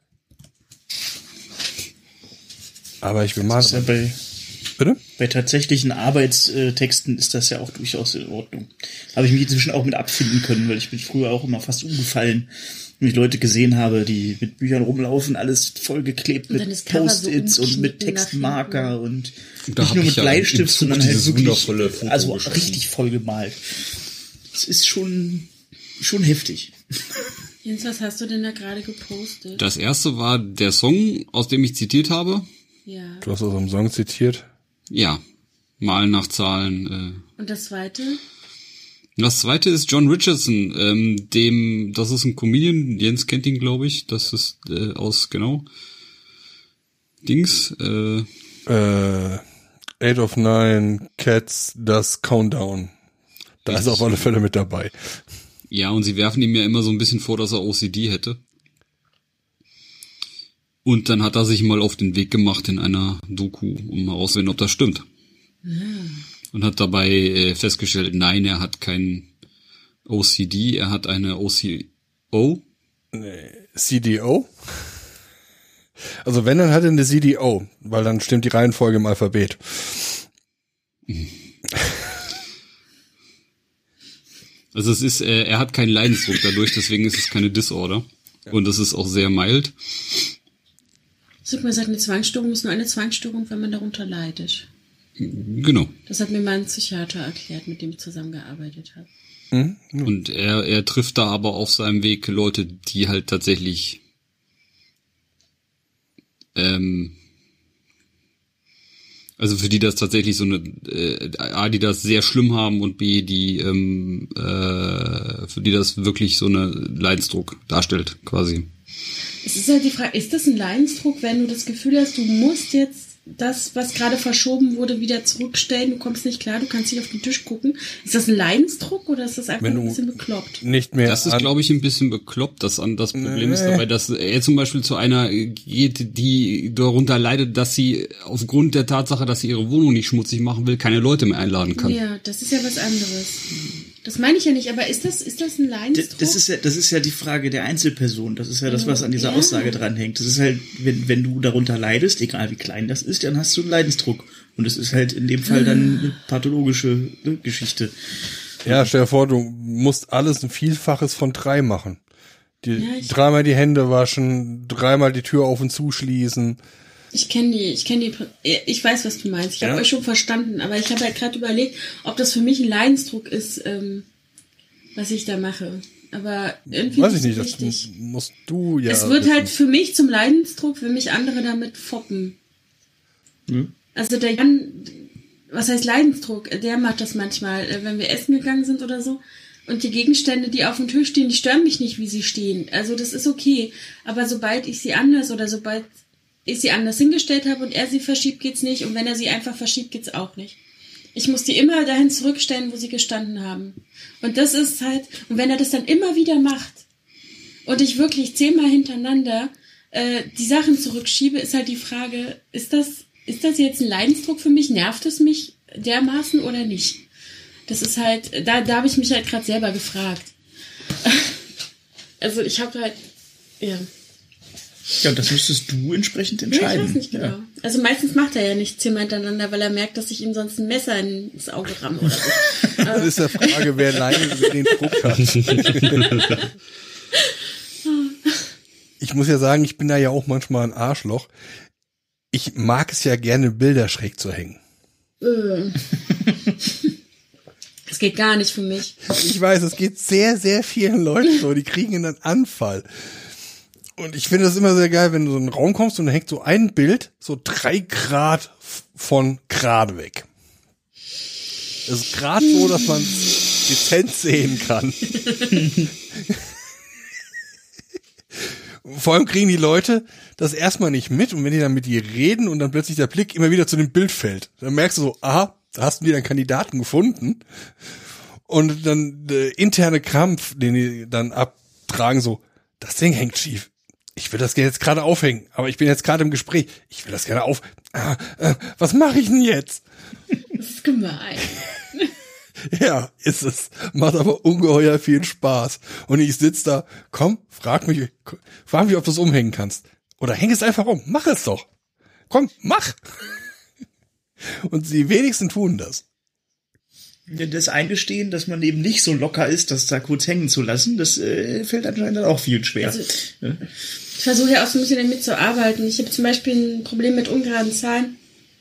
Aber ich Das ist ja bemale. bei, Bitte? bei tatsächlichen Arbeitstexten ist das ja auch durchaus in Ordnung. Habe ich mich inzwischen auch mit abfinden können, weil ich bin früher auch immer fast umgefallen, wenn ich Leute gesehen habe, die mit Büchern rumlaufen, alles vollgeklebt Und dann mit das Cover so Post-its und mit umknicken nach Textmarker und Da nicht hab nur ich mit ja im Bleistift, Zug sondern halt dieses wirklich wundervolle Foto also geschossen. richtig voll gemalt. Das ist schon, schon heftig. Jens, was hast du denn da gerade gepostet? Das erste war der Song, aus dem ich zitiert habe. Ja. Du hast aus einem Song zitiert. Ja, malen nach Zahlen. Äh. Und das zweite? Das zweite ist John Richardson, ähm, dem, das ist ein Comedian, Jens kennt ihn, glaube ich. Das ist äh, aus, genau, Dings, äh, Äh, Eight of Nine Cats, das Countdown. Da ist er auf alle Fälle mit dabei. ja, und sie werfen ihm ja immer so ein bisschen vor, dass er O C D hätte. Und dann hat er sich mal auf den Weg gemacht in einer Doku, um mal rauszufinden, ob das stimmt. Und hat dabei äh, festgestellt, nein, er hat kein O C D, er hat eine O C O. C D O? Also wenn, dann hat er eine C D O, weil dann stimmt die Reihenfolge im Alphabet. Also es ist, äh, er hat keinen Leidensdruck dadurch, deswegen ist es keine Disorder. Und es ist auch sehr mild. Sag mal, sagt eine Zwangsstörung ist nur eine Zwangsstörung, wenn man darunter leidet. Genau. Das hat mir mal ein Psychiater erklärt, mit dem ich zusammengearbeitet habe. Hm? Und er, er trifft da aber auf seinem Weg Leute, die halt tatsächlich ähm, also für die das tatsächlich so eine äh, A, die das sehr schlimm haben und B, die ähm, äh, für die das wirklich so eine Leidensdruck darstellt, quasi. Es ist halt die Frage, ist das ein Leidensdruck, wenn du das Gefühl hast, du musst jetzt das, was gerade verschoben wurde, wieder zurückstellen, du kommst nicht klar, du kannst nicht auf den Tisch gucken. Ist das ein Leidensdruck oder ist das einfach Wenn ein du bisschen bekloppt? Nicht mehr Das ist, an- glaube ich, ein bisschen bekloppt. Das, an, das Problem Nee. ist dabei, dass er zum Beispiel zu einer geht, die darunter leidet, dass sie aufgrund der Tatsache, dass sie ihre Wohnung nicht schmutzig machen will, keine Leute mehr einladen kann. Ja, das ist ja was anderes. Das meine ich ja nicht, aber ist das, ist das ein Das, Leidensdruck? das ist ja, das ist ja die Frage der Einzelperson. Das ist ja das, was an dieser Ja. Aussage dranhängt. Das ist halt, wenn, wenn du darunter leidest, egal wie klein das ist, dann hast du einen Leidensdruck. Und es ist halt in dem Fall dann eine pathologische ne, Geschichte. Ja, stell dir vor, du musst alles ein Vielfaches von drei machen. Die, Ja, ich- dreimal die Hände waschen, dreimal die Tür auf und zuschließen. Ich kenne die, ich kenne die, ich weiß, was du meinst. Ich habe Ja. euch schon verstanden, aber ich habe halt gerade überlegt, ob das für mich ein Leidensdruck ist, ähm, was ich da mache. Aber irgendwie Weiß ich ist nicht, es das wichtig. musst du ja. Es wird wissen. halt für mich zum Leidensdruck, wenn mich andere damit foppen. Hm? Also der Jan, was heißt Leidensdruck? Der macht das manchmal, äh, wenn wir essen gegangen sind oder so. Und die Gegenstände, die auf dem Tisch stehen, die stören mich nicht, wie sie stehen. Also das ist okay. Aber sobald ich sie anders oder sobald ich sie anders hingestellt habe und er sie verschiebt, geht's nicht. Und wenn er sie einfach verschiebt, geht's auch nicht. Ich muss die immer dahin zurückstellen, wo sie gestanden haben. Und das ist halt, und wenn er das dann immer wieder macht und ich wirklich zehnmal hintereinander äh, die Sachen zurückschiebe, ist halt die Frage, ist das, ist das jetzt ein Leidensdruck für mich? Nervt es mich dermaßen oder nicht? Das ist halt, da, da habe ich mich halt gerade selber gefragt. Also ich habe halt, ja. Ja, und das müsstest du entsprechend Ja, entscheiden. ich weiß nicht genau. Ja. Also meistens macht er ja nicht zehnmal hintereinander, weil er merkt, dass ich ihm sonst ein Messer ins Auge ramme oder so. Das ist ja Frage, wer alleine den Druck hat. Ich muss ja sagen, ich bin da ja auch manchmal ein Arschloch. Ich mag es ja gerne, Bilder schräg zu hängen. Das geht gar nicht für mich. Ich weiß, es geht sehr, sehr vielen Leuten so, die kriegen einen Anfall. Und ich finde das immer sehr geil, wenn du so in einen Raum kommst und da hängt so ein Bild so drei Grad von gerade weg. Das ist gerade so, dass man es dezent sehen kann. Vor allem kriegen die Leute das erstmal nicht mit und wenn die dann mit dir reden und dann plötzlich der Blick immer wieder zu dem Bild fällt, dann merkst du so, aha, da hast du wieder einen Kandidaten gefunden und dann der interne Krampf, den die dann abtragen, so, das Ding hängt schief. Ich will das jetzt gerade aufhängen, aber ich bin jetzt gerade im Gespräch. Ich will das gerne auf... Ah, äh, was mache ich denn jetzt? Das ist gemein. Ja, ist es. Macht aber ungeheuer viel Spaß. Und ich sitz da, komm, frag mich, frag mich, ob du es umhängen kannst. Oder häng es einfach um, mach es doch. Komm, mach. Und die wenigsten tun das. Das Eingestehen, dass man eben nicht so locker ist, das da kurz hängen zu lassen, das äh, fällt anscheinend dann auch vielen schwer. Also, ja. Ich versuche ja auch so ein bisschen damit zu arbeiten. Ich habe zum Beispiel ein Problem mit ungeraden Zahlen.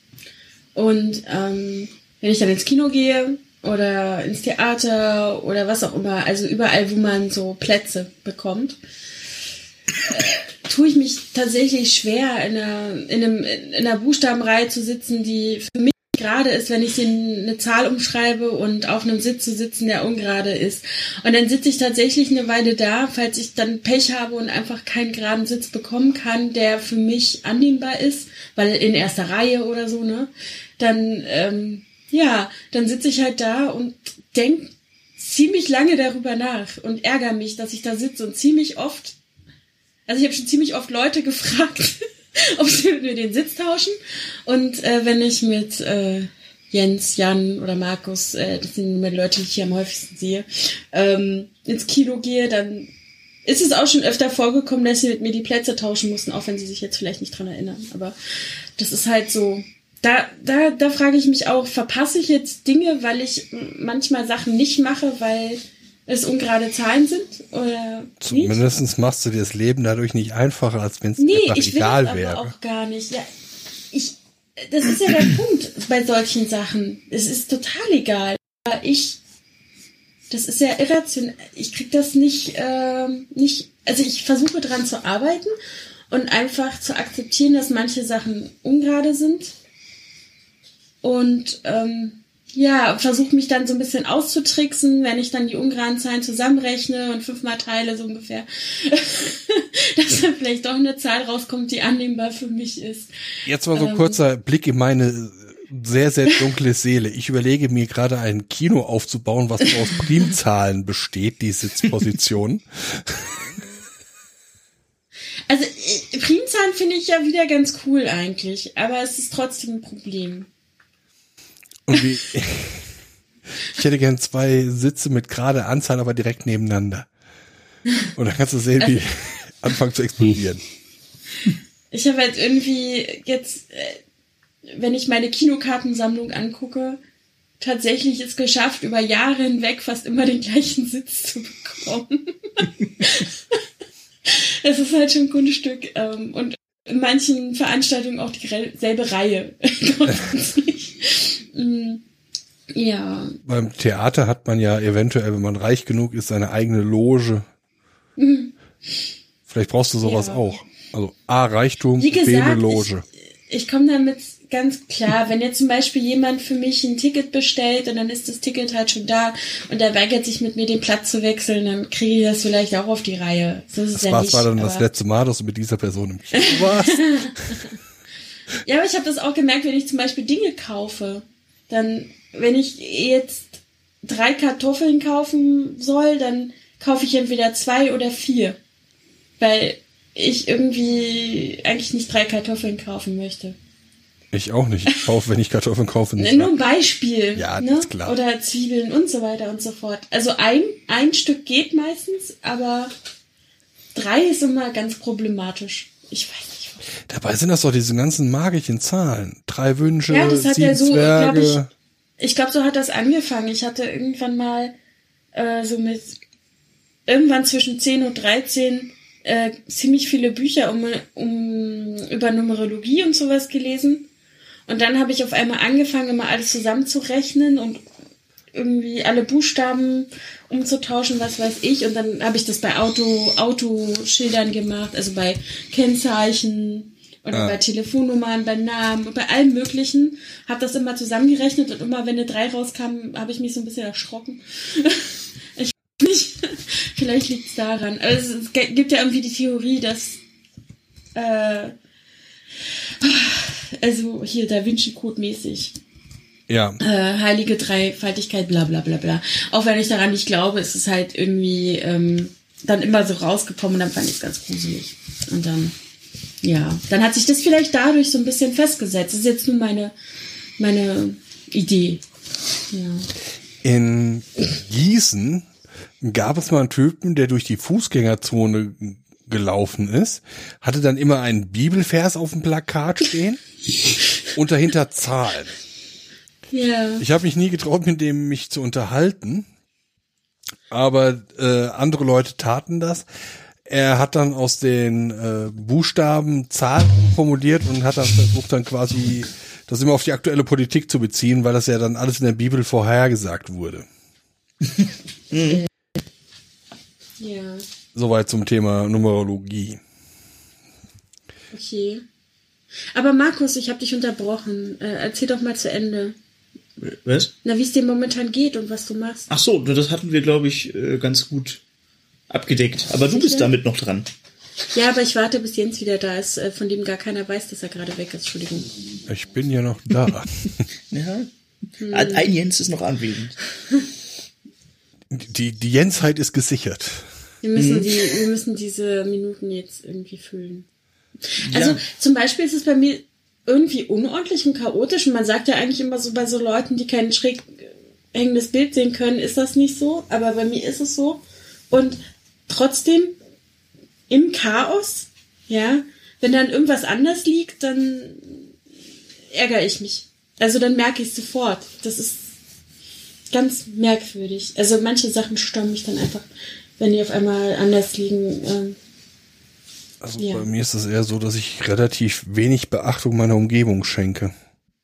Und ähm, wenn ich dann ins Kino gehe oder ins Theater oder was auch immer, also überall, wo man so Plätze bekommt, äh, tue ich mich tatsächlich schwer, in einer, in, einem, in einer Buchstabenreihe zu sitzen, die für mich gerade ist, wenn ich eine Zahl umschreibe und auf einem Sitz zu sitzen, der ungerade ist. Und dann sitze ich tatsächlich eine Weile da, falls ich dann Pech habe und einfach keinen geraden Sitz bekommen kann, der für mich annehmbar ist, weil in erster Reihe oder so, ne? Dann, ähm, ja, dann sitze ich halt da und denke ziemlich lange darüber nach und ärgere mich, dass ich da sitze und ziemlich oft, also ich habe schon ziemlich oft Leute gefragt, ob sie mit mir den Sitz tauschen. Und äh, wenn ich mit äh, Jens, Jan oder Markus, äh, das sind mir Leute, die ich hier am häufigsten sehe, ähm, ins Kino gehe, dann ist es auch schon öfter vorgekommen, dass sie mit mir die Plätze tauschen mussten, auch wenn sie sich jetzt vielleicht nicht dran erinnern. Aber das ist halt so, da, da, da frage ich mich auch, verpasse ich jetzt Dinge, weil ich manchmal Sachen nicht mache, weil es ungerade Zahlen sind? Oder zumindest nicht? Machst du dir das Leben dadurch nicht einfacher, als wenn es nee, einfach ich will egal das wäre. aber auch gar nicht. Ja, ich, das ist ja der Punkt bei solchen Sachen. Es ist total egal. Aber ich, das ist ja irrational. Ich krieg das nicht, ähm, nicht, also ich versuche dran zu arbeiten und einfach zu akzeptieren, dass manche Sachen ungerade sind. Und, ähm, ja, versuche mich dann so ein bisschen auszutricksen, wenn ich dann die ungeraden Zahlen zusammenrechne und fünfmal teile, so ungefähr, dass dann vielleicht doch eine Zahl rauskommt, die annehmbar für mich ist. Jetzt mal so ein ähm, kurzer Blick in meine sehr, sehr dunkle Seele. Ich überlege mir gerade ein Kino aufzubauen, was aus Primzahlen besteht, die Sitzpositionen. Also äh, Primzahlen finde ich ja wieder ganz cool eigentlich, aber es ist trotzdem ein Problem. Und wie, ich hätte gern zwei Sitze mit gerade Anzahl, aber direkt nebeneinander. Und dann kannst du sehen, wie anfangen zu explodieren. Ich habe halt irgendwie jetzt, äh, wenn ich meine Kinokartensammlung angucke, tatsächlich es geschafft, über Jahre hinweg fast immer den gleichen Sitz zu bekommen. Es ist halt schon ein Kunststück. Ähm, und in manchen Veranstaltungen auch dieselbe Reihe. Ja. Beim Theater hat man ja eventuell, wenn man reich genug ist, seine eigene Loge. Mhm. Vielleicht brauchst du sowas ja. auch. Also A, Reichtum, Wie gesagt, B, eine Loge. ich komme damit ganz klar. Wenn jetzt zum Beispiel jemand für mich ein Ticket bestellt und dann ist das Ticket halt schon da und er weigert sich mit mir den Platz zu wechseln, dann kriege ich das vielleicht auch auf die Reihe. So ist es Das ja war, nicht, war dann aber das letzte Mal, dass du mit dieser Person im Kino warst. Ja, aber ich habe das auch gemerkt, wenn ich zum Beispiel Dinge kaufe. Dann, wenn ich jetzt drei Kartoffeln kaufen soll, dann kaufe ich entweder zwei oder vier. Weil ich irgendwie eigentlich nicht drei Kartoffeln kaufen möchte. Ich auch nicht. Ich kaufe, wenn ich Kartoffeln kaufe, nicht. Nur ein Beispiel. Ja, ne? ist klar. Oder Zwiebeln und so weiter und so fort. Also ein, ein Stück geht meistens, aber drei ist immer ganz problematisch. Ich weiß nicht, warum. Dabei sind das doch diese ganzen magischen Zahlen. Drei Wünsche, Ja, das hat sieben ja so, Zwerge. glaube ich, ich glaube, so hat das angefangen. Ich hatte irgendwann mal äh, so mit irgendwann zwischen zehn und dreizehn äh, ziemlich viele Bücher um, um über Numerologie und sowas gelesen. Und dann habe ich auf einmal angefangen, immer alles zusammenzurechnen und irgendwie alle Buchstaben umzutauschen, was weiß ich. Und dann habe ich das bei Auto, Autoschildern gemacht, also bei Kennzeichen oder Ah. bei Telefonnummern, bei Namen und bei allem Möglichen. Habe das immer zusammengerechnet und immer, wenn eine drei rauskam, habe ich mich so ein bisschen erschrocken. ich weiß nicht, vielleicht liegt es daran. Also es gibt ja irgendwie die Theorie, dass äh, also hier Da Vinci Code mäßig Ja. äh, heilige Dreifaltigkeit, bla bla bla bla. Auch wenn ich daran nicht glaube, ist es halt irgendwie ähm, dann immer so rausgekommen und dann fand ich es ganz gruselig. Und dann, ja, dann hat sich das vielleicht dadurch so ein bisschen festgesetzt. Das ist jetzt nur meine, meine Idee. Ja. In Gießen gab es mal einen Typen, der durch die Fußgängerzone gelaufen ist, hatte dann immer einen Bibelvers auf dem Plakat stehen und dahinter Zahlen. Ja. Ich habe mich nie getraut, mit dem mich zu unterhalten, aber äh, andere Leute taten das. Er hat dann aus den äh, Buchstaben Zahlen formuliert und hat dann versucht, dann quasi das immer auf die aktuelle Politik zu beziehen, weil das ja dann alles in der Bibel vorhergesagt wurde. Ja. Soweit zum Thema Numerologie. Okay. Aber Markus, ich habe dich unterbrochen. Äh, erzähl doch mal zu Ende. Was? Na, wie es dir momentan geht und was du machst. Ach so, das hatten wir, glaube ich, äh, ganz gut abgedeckt. Aber du bist Sicher? damit noch dran. Ja, aber ich warte, bis Jens wieder da ist, äh, von dem gar keiner weiß, dass er gerade weg ist. Entschuldigung. Ich bin ja noch da. Ja. Ein Jens ist noch anwesend. Die, die Jensheit ist gesichert. Wir müssen, Mhm. die, wir müssen diese Minuten jetzt irgendwie füllen. Also Ja. zum Beispiel ist es bei mir irgendwie unordentlich und chaotisch. Und man sagt ja eigentlich immer so bei so Leuten, die kein schräg hängendes Bild sehen können, ist das nicht so. Aber bei mir ist es so. Und trotzdem im Chaos, ja, wenn dann irgendwas anders liegt, dann ärgere ich mich. Also dann merke ich sofort. Das ist ganz merkwürdig. Also manche Sachen stören mich dann einfach, wenn die auf einmal anders liegen. Ähm, Also Ja. bei mir ist es eher so, dass ich relativ wenig Beachtung meiner Umgebung schenke.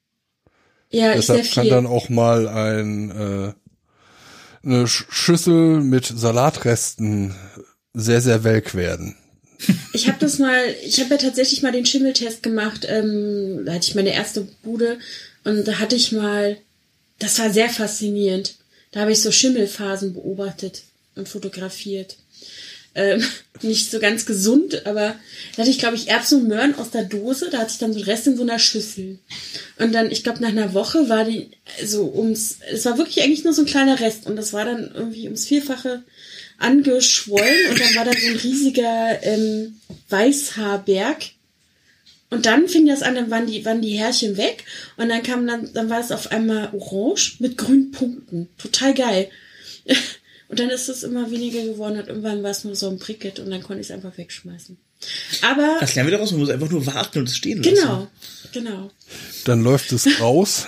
ja, ich sehr Deshalb kann viel. dann auch mal ein äh, eine Sch- Schüssel mit Salatresten sehr, sehr welk werden. Ich habe das mal, ich habe ja tatsächlich mal den Schimmeltest gemacht. Ähm, da hatte ich meine erste Bude und da hatte ich mal, das war sehr faszinierend. Da habe ich so Schimmelphasen beobachtet und fotografiert. Ähm, nicht so ganz gesund, aber da hatte ich, glaube ich, Erbsen und Möhren aus der Dose. Da hatte ich dann so einen Rest in so einer Schüssel. Und dann, ich glaube, nach einer Woche war die so ums, es war wirklich eigentlich nur so ein kleiner Rest. Und das war dann irgendwie ums Vierfache angeschwollen. Und dann war da so ein riesiger ähm, Weißhaarberg. Und dann fing das an, dann waren die, waren die Härchen weg. Und dann kam dann, dann war es auf einmal orange mit grünen Punkten. Total geil. Und dann ist es immer weniger geworden und irgendwann war es nur so ein Bricket und dann konnte ich es einfach wegschmeißen. Aber, Das lernen wir daraus, man muss einfach nur warten und es stehen lassen. genau, genau. Dann läuft es raus.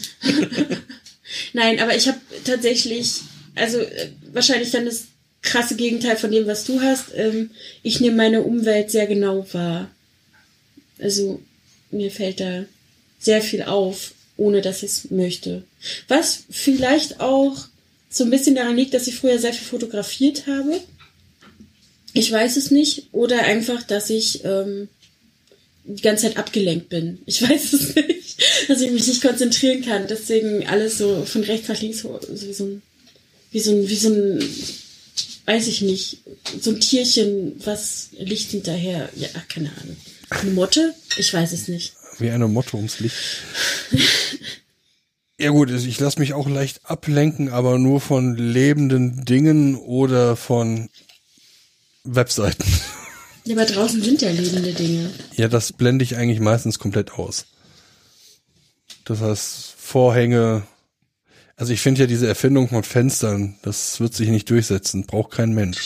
Nein, aber ich habe tatsächlich, also äh, wahrscheinlich dann das krasse Gegenteil von dem, was du hast. Ähm, ich nehme meine Umwelt sehr genau wahr. Also mir fällt da sehr viel auf, ohne dass ich es möchte. Was vielleicht auch so ein bisschen daran liegt, dass ich früher sehr viel fotografiert habe. Ich weiß es nicht. Oder einfach, dass ich ähm, die ganze Zeit abgelenkt bin. Ich weiß es nicht, dass ich mich nicht konzentrieren kann. Deswegen alles so von rechts nach links, so wie so ein, wie so ein, wie so ein, weiß ich nicht, so ein Tierchen, was Licht hinterher, ja, keine Ahnung. Eine Motte? Ich weiß es nicht. Wie eine Motte ums Licht. Ja gut, ich lasse mich auch leicht ablenken, aber nur von lebenden Dingen oder von Webseiten. Ja, aber draußen sind ja lebende Dinge. Ja, das blende ich eigentlich meistens komplett aus. Das heißt, Vorhänge, also ich finde ja diese Erfindung von Fenstern, das wird sich nicht durchsetzen, braucht kein Mensch.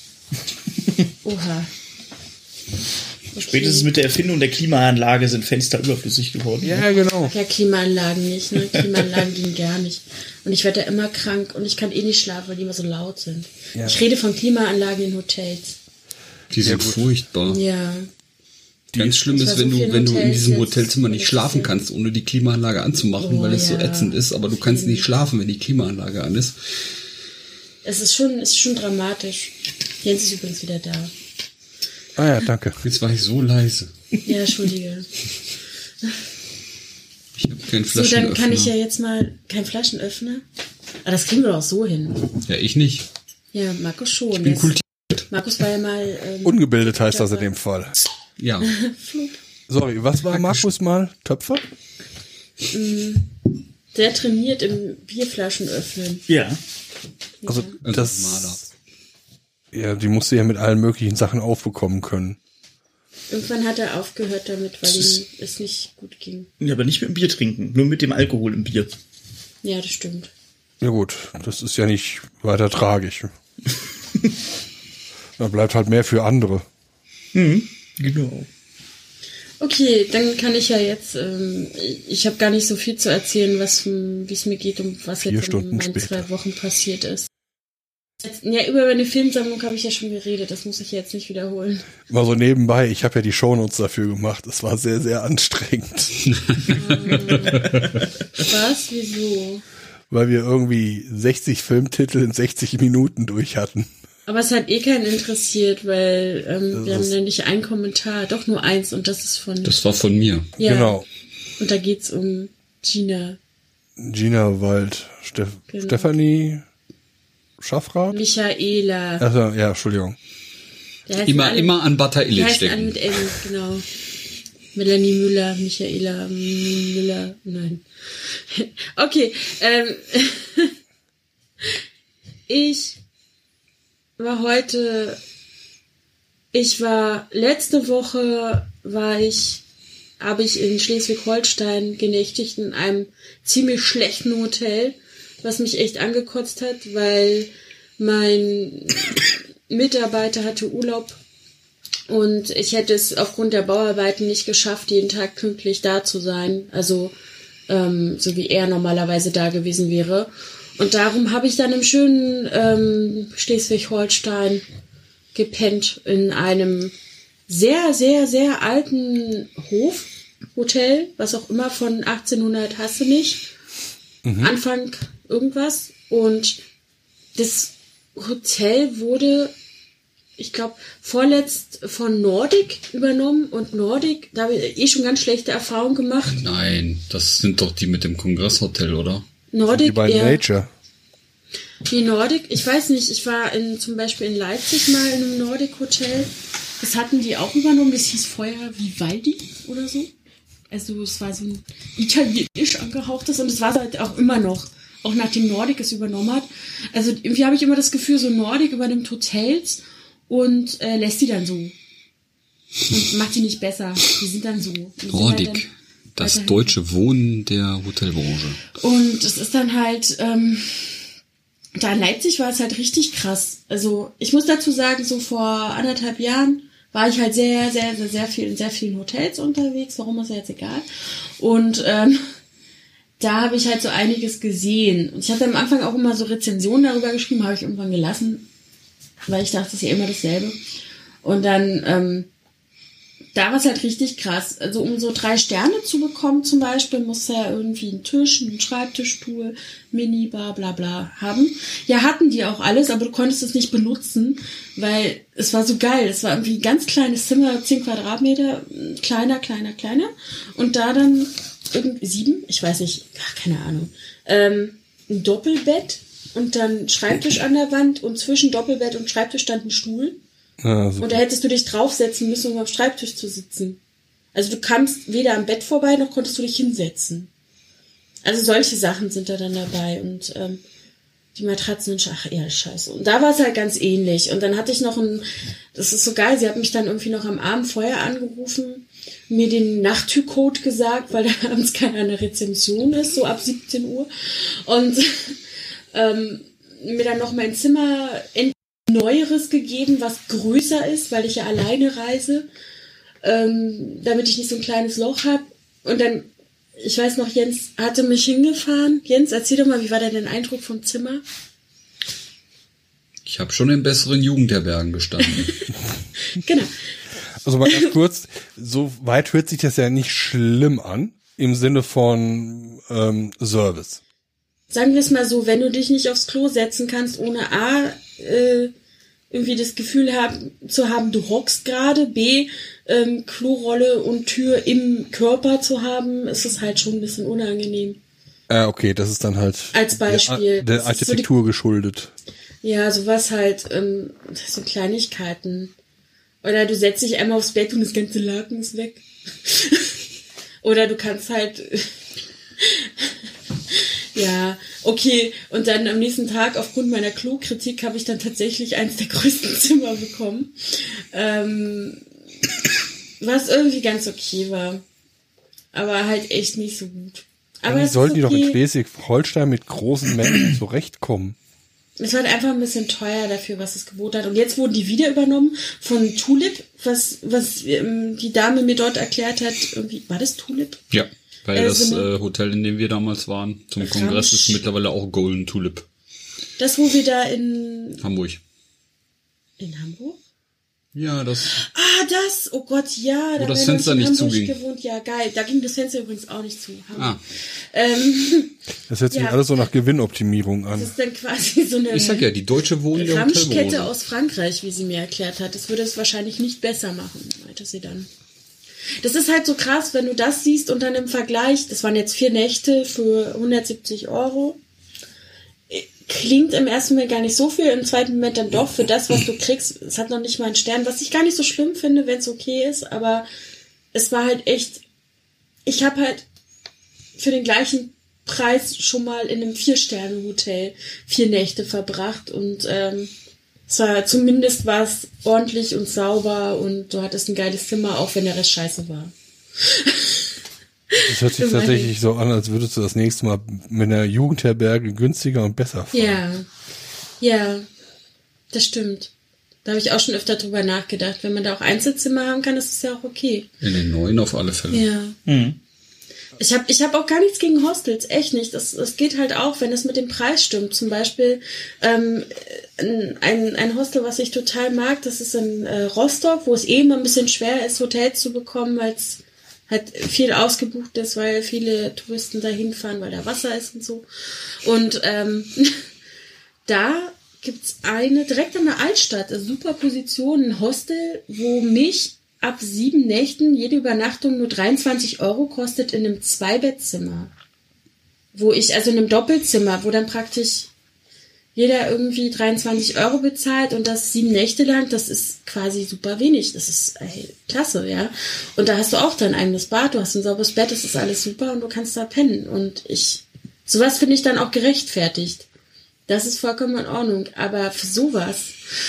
Oha. Okay. Spätestens mit der Erfindung der Klimaanlage sind Fenster überflüssig geworden. Ja, genau. Ja, Klimaanlagen nicht, ne? Klimaanlagen gehen gar nicht. Und ich werde ja immer krank und ich kann eh nicht schlafen, weil die immer so laut sind. Ja. Ich rede von Klimaanlagen in Hotels. Die sind Ja, furchtbar. Ja. Ganz schlimm Ich war ist, so wenn du, viel in wenn du in Hotels diesem jetzt, Hotelzimmer nicht das schlafen ist- kannst, ohne die Klimaanlage anzumachen, Oh, weil es so ja. ätzend ist, aber du kannst nicht schlafen, wenn die Klimaanlage an ist. Es ist schon, es ist schon dramatisch. Jens ist übrigens wieder da. Ah ja, danke. Jetzt war ich so leise. Ja, entschuldige. Ich habe keinen So, Flaschenöffner. dann kann ich ja jetzt mal kein Flaschenöffner. Aber das kriegen wir doch so hin. Ja, ich nicht. Ja, Markus schon. Ich bin Der kultiviert. ist- Markus war ja mal... Ähm, Ungebildet heißt das in dem Fall. Ja. Sorry, was war Markus mal? Töpfer? sehr trainiert im Bierflaschen öffnen. Ja. Also Maler. das... Ja, die musste ja mit allen möglichen Sachen aufbekommen können. Irgendwann hat er aufgehört damit, weil ihm es nicht gut ging. Ja, aber nicht mit dem Bier trinken, nur mit dem Alkohol im Bier. Ja, das stimmt. Ja gut, das ist ja nicht weiter tragisch. Da bleibt halt mehr für andere. Mhm, genau. Okay, dann kann ich ja jetzt, ähm, ich habe gar nicht so viel zu erzählen, was, wie es mir geht und was Vier jetzt Stunden in meinen später. zwei Wochen passiert ist. Jetzt, ja, über meine Filmsammlung habe ich ja schon geredet, das muss ich jetzt nicht wiederholen. Mal so nebenbei, ich habe ja die Shownotes dafür gemacht. Es war sehr, sehr anstrengend. Was? Wieso? Weil wir irgendwie sechzig Filmtitel in sechzig Minuten durch hatten. Aber es hat eh keinen interessiert, weil ähm, wir Das haben ist- nämlich ein Kommentar, doch nur eins und das ist von... Das war von mir. ja, Genau. Und da geht's um Gina. Gina Wald, Steff Genau. Stefanie Schaffrath? Michaela. Also, ja, Entschuldigung. Der heißt Immer, alle, immer an Butter die Illich heißen alle stecken. mit M, genau. Melanie Müller, Michaela Müller, nein. Okay, ähm, ich war heute, ich war, letzte Woche war ich, habe ich in Schleswig-Holstein genächtigt in einem ziemlich schlechten Hotel, was mich echt angekotzt hat, weil mein Mitarbeiter hatte Urlaub und ich hätte es aufgrund der Bauarbeiten nicht geschafft, jeden Tag pünktlich da zu sein, also ähm, so wie er normalerweise da gewesen wäre. Und darum habe ich dann im schönen ähm, Schleswig-Holstein gepennt in einem sehr, sehr, sehr alten Hof, Hotel, was auch immer, von achtzehnhundert hast du nicht, Anfang irgendwas. Und das Hotel wurde, ich glaube, vorletzt von Nordic übernommen. Und Nordic, da habe ich eh schon ganz schlechte Erfahrungen gemacht. Nein, das sind doch die mit dem Kongresshotel, oder? Die Nordic, beiden eher, Nature. die Nordic, ich weiß nicht, ich war in, zum Beispiel in Leipzig mal in einem Nordic Hotel. Das hatten die auch übernommen, das hieß vorher Vivaldi oder so. Also es war so ein italienisch angehauchtes und es war halt auch immer noch, auch nachdem Nordic es übernommen hat. Also irgendwie habe ich immer das Gefühl, so Nordic übernimmt Hotels und äh, lässt die dann so. Und macht die nicht besser. Die sind dann so. Die sind halt Nordic. dann Das weiterhin- deutsche Wohnen der Hotelbranche. Und es ist dann halt, ähm, da in Leipzig war es halt richtig krass. Also ich muss dazu sagen, so vor anderthalb Jahren war ich halt sehr, sehr, sehr, sehr viel in sehr vielen Hotels unterwegs. Warum ist ja jetzt egal. Und ähm, da habe ich halt so einiges gesehen. Und ich hatte am Anfang auch immer so Rezensionen darüber geschrieben, habe ich irgendwann gelassen, weil ich dachte, das ist ja immer dasselbe. Und dann ähm, da war es halt richtig krass. Also um so drei Sterne zu bekommen zum Beispiel, muss er irgendwie einen Tisch, einen Schreibtischstuhl, Minibar, bla bla haben. Ja, hatten die auch alles, aber du konntest es nicht benutzen, weil es war so geil. Es war irgendwie ein ganz kleines Zimmer, zehn Quadratmeter, kleiner, kleiner, kleiner. Und da dann irgendwie sieben, ich weiß nicht, ach, keine Ahnung, ähm, ein Doppelbett und dann Schreibtisch an der Wand und zwischen Doppelbett und Schreibtisch stand ein Stuhl. Ah, und da hättest du dich draufsetzen müssen, um am Schreibtisch zu sitzen. Also du kamst weder am Bett vorbei, noch konntest du dich hinsetzen. Also solche Sachen sind da dann dabei. Und ähm, die Matratzen, ach eher scheiße. Und da war es halt ganz ähnlich. Und dann hatte ich noch ein, das ist so geil, sie hat mich dann irgendwie noch am Abend vorher angerufen, mir den Nachttürcode gesagt, weil da abends keiner an der Rezeption ist, so ab siebzehn Uhr. Und ähm, mir dann noch mein Zimmer ent Neueres gegeben, was größer ist, weil ich ja alleine reise, ähm, damit ich nicht so ein kleines Loch habe. Und dann, ich weiß noch, Jens hatte mich hingefahren. Jens, erzähl doch mal, wie war denn dein Eindruck vom Zimmer? Ich habe schon in besseren Jugendherbergen gestanden. Genau. Also mal ganz kurz, so weit hört sich das ja nicht schlimm an, im Sinne von ähm, Service. Sagen wir es mal so, wenn du dich nicht aufs Klo setzen kannst, ohne A, äh, irgendwie das Gefühl haben, zu haben, du hockst gerade, B, ähm, Klorolle und Tür im Körper zu haben, ist es halt schon ein bisschen unangenehm. Äh, okay, das ist dann halt als Beispiel der, der Architektur so die, geschuldet. Ja, sowas halt, ähm, das sind Kleinigkeiten. Oder du setzt dich einmal aufs Bett und das ganze Laken ist weg. Oder du kannst halt... Ja, okay. Und dann am nächsten Tag, aufgrund meiner Klokritik, habe ich dann tatsächlich eins der größten Zimmer bekommen. Ähm, was irgendwie ganz okay war. Aber halt echt nicht so gut. Aber Wie sollten die okay. doch in Schleswig-Holstein mit großen Menschen zurechtkommen? Es war einfach ein bisschen teuer dafür, was es geboten hat. Und jetzt wurden die wieder übernommen von Tulip, was, was ähm, die Dame mir dort erklärt hat. Irgendwie, war das Tulip? Ja. Weil äh, das so äh, Hotel, in dem wir damals waren, zum Ramsch. Kongress, ist mittlerweile auch Golden Tulip. Das, wo wir da in... Hamburg. In Hamburg? Ja, das... Ah, das! Oh Gott, ja. Wo Da das haben wir Fenster in nicht Hamburg zuging. gewohnt. Ja, geil. Da ging das Fenster übrigens auch nicht zu. Hamburg. Ah. Ähm, Das hört sich Ja. alles so nach Gewinnoptimierung an. das ist dann quasi so eine Ich sag ja, die Deutsche Wohnen der Ramschkette Hotelbranche. aus Frankreich, wie sie mir erklärt hat. Das würde es wahrscheinlich nicht besser machen, meinte sie dann. Das ist halt so krass, wenn du das siehst und dann im Vergleich, das waren jetzt vier Nächte für hundertsiebzig Euro, klingt im ersten Moment gar nicht so viel, im zweiten Moment dann doch für das, was du kriegst. Es hat noch nicht mal einen Stern, was ich gar nicht so schlimm finde, wenn es okay ist, aber es war halt echt, ich habe halt für den gleichen Preis schon mal in einem Vier-Sterne-Hotel vier Nächte verbracht und ähm, es war, zumindest war es ordentlich und sauber und du hattest ein geiles Zimmer, auch wenn der Rest scheiße war. Das hört sich tatsächlich so an, als würdest du das nächste Mal mit einer Jugendherberge günstiger und besser fahren. Ja, ja, das stimmt. Da habe ich auch schon öfter drüber nachgedacht. Wenn man da auch Einzelzimmer haben kann, ist es ja auch okay. In den neuen auf alle Fälle. Ja. Mhm. Ich habe ich hab auch gar nichts gegen Hostels, echt nicht. Das, das geht halt auch, wenn es mit dem Preis stimmt. Zum Beispiel ähm, ein, ein Hostel, was ich total mag, das ist in äh, Rostock, wo es eh immer ein bisschen schwer ist, Hotels zu bekommen, weil es halt viel ausgebucht ist, weil viele Touristen da hinfahren, weil da Wasser ist und so. Und ähm, da gibt's eine, direkt an der Altstadt, eine super Position, ein Hostel, wo mich ab sieben Nächten jede Übernachtung nur dreiundzwanzig Euro kostet in einem Zweibettzimmer. Wo ich, also in einem Doppelzimmer, wo dann praktisch jeder irgendwie dreiundzwanzig Euro bezahlt und das sieben Nächte lang, das ist quasi super wenig. Das ist ey, klasse, ja. Und da hast du auch dein eigenes Bad, du hast ein sauberes Bett, das ist alles super und du kannst da pennen. Und ich, sowas finde ich dann auch gerechtfertigt. Das ist vollkommen in Ordnung. Aber für sowas,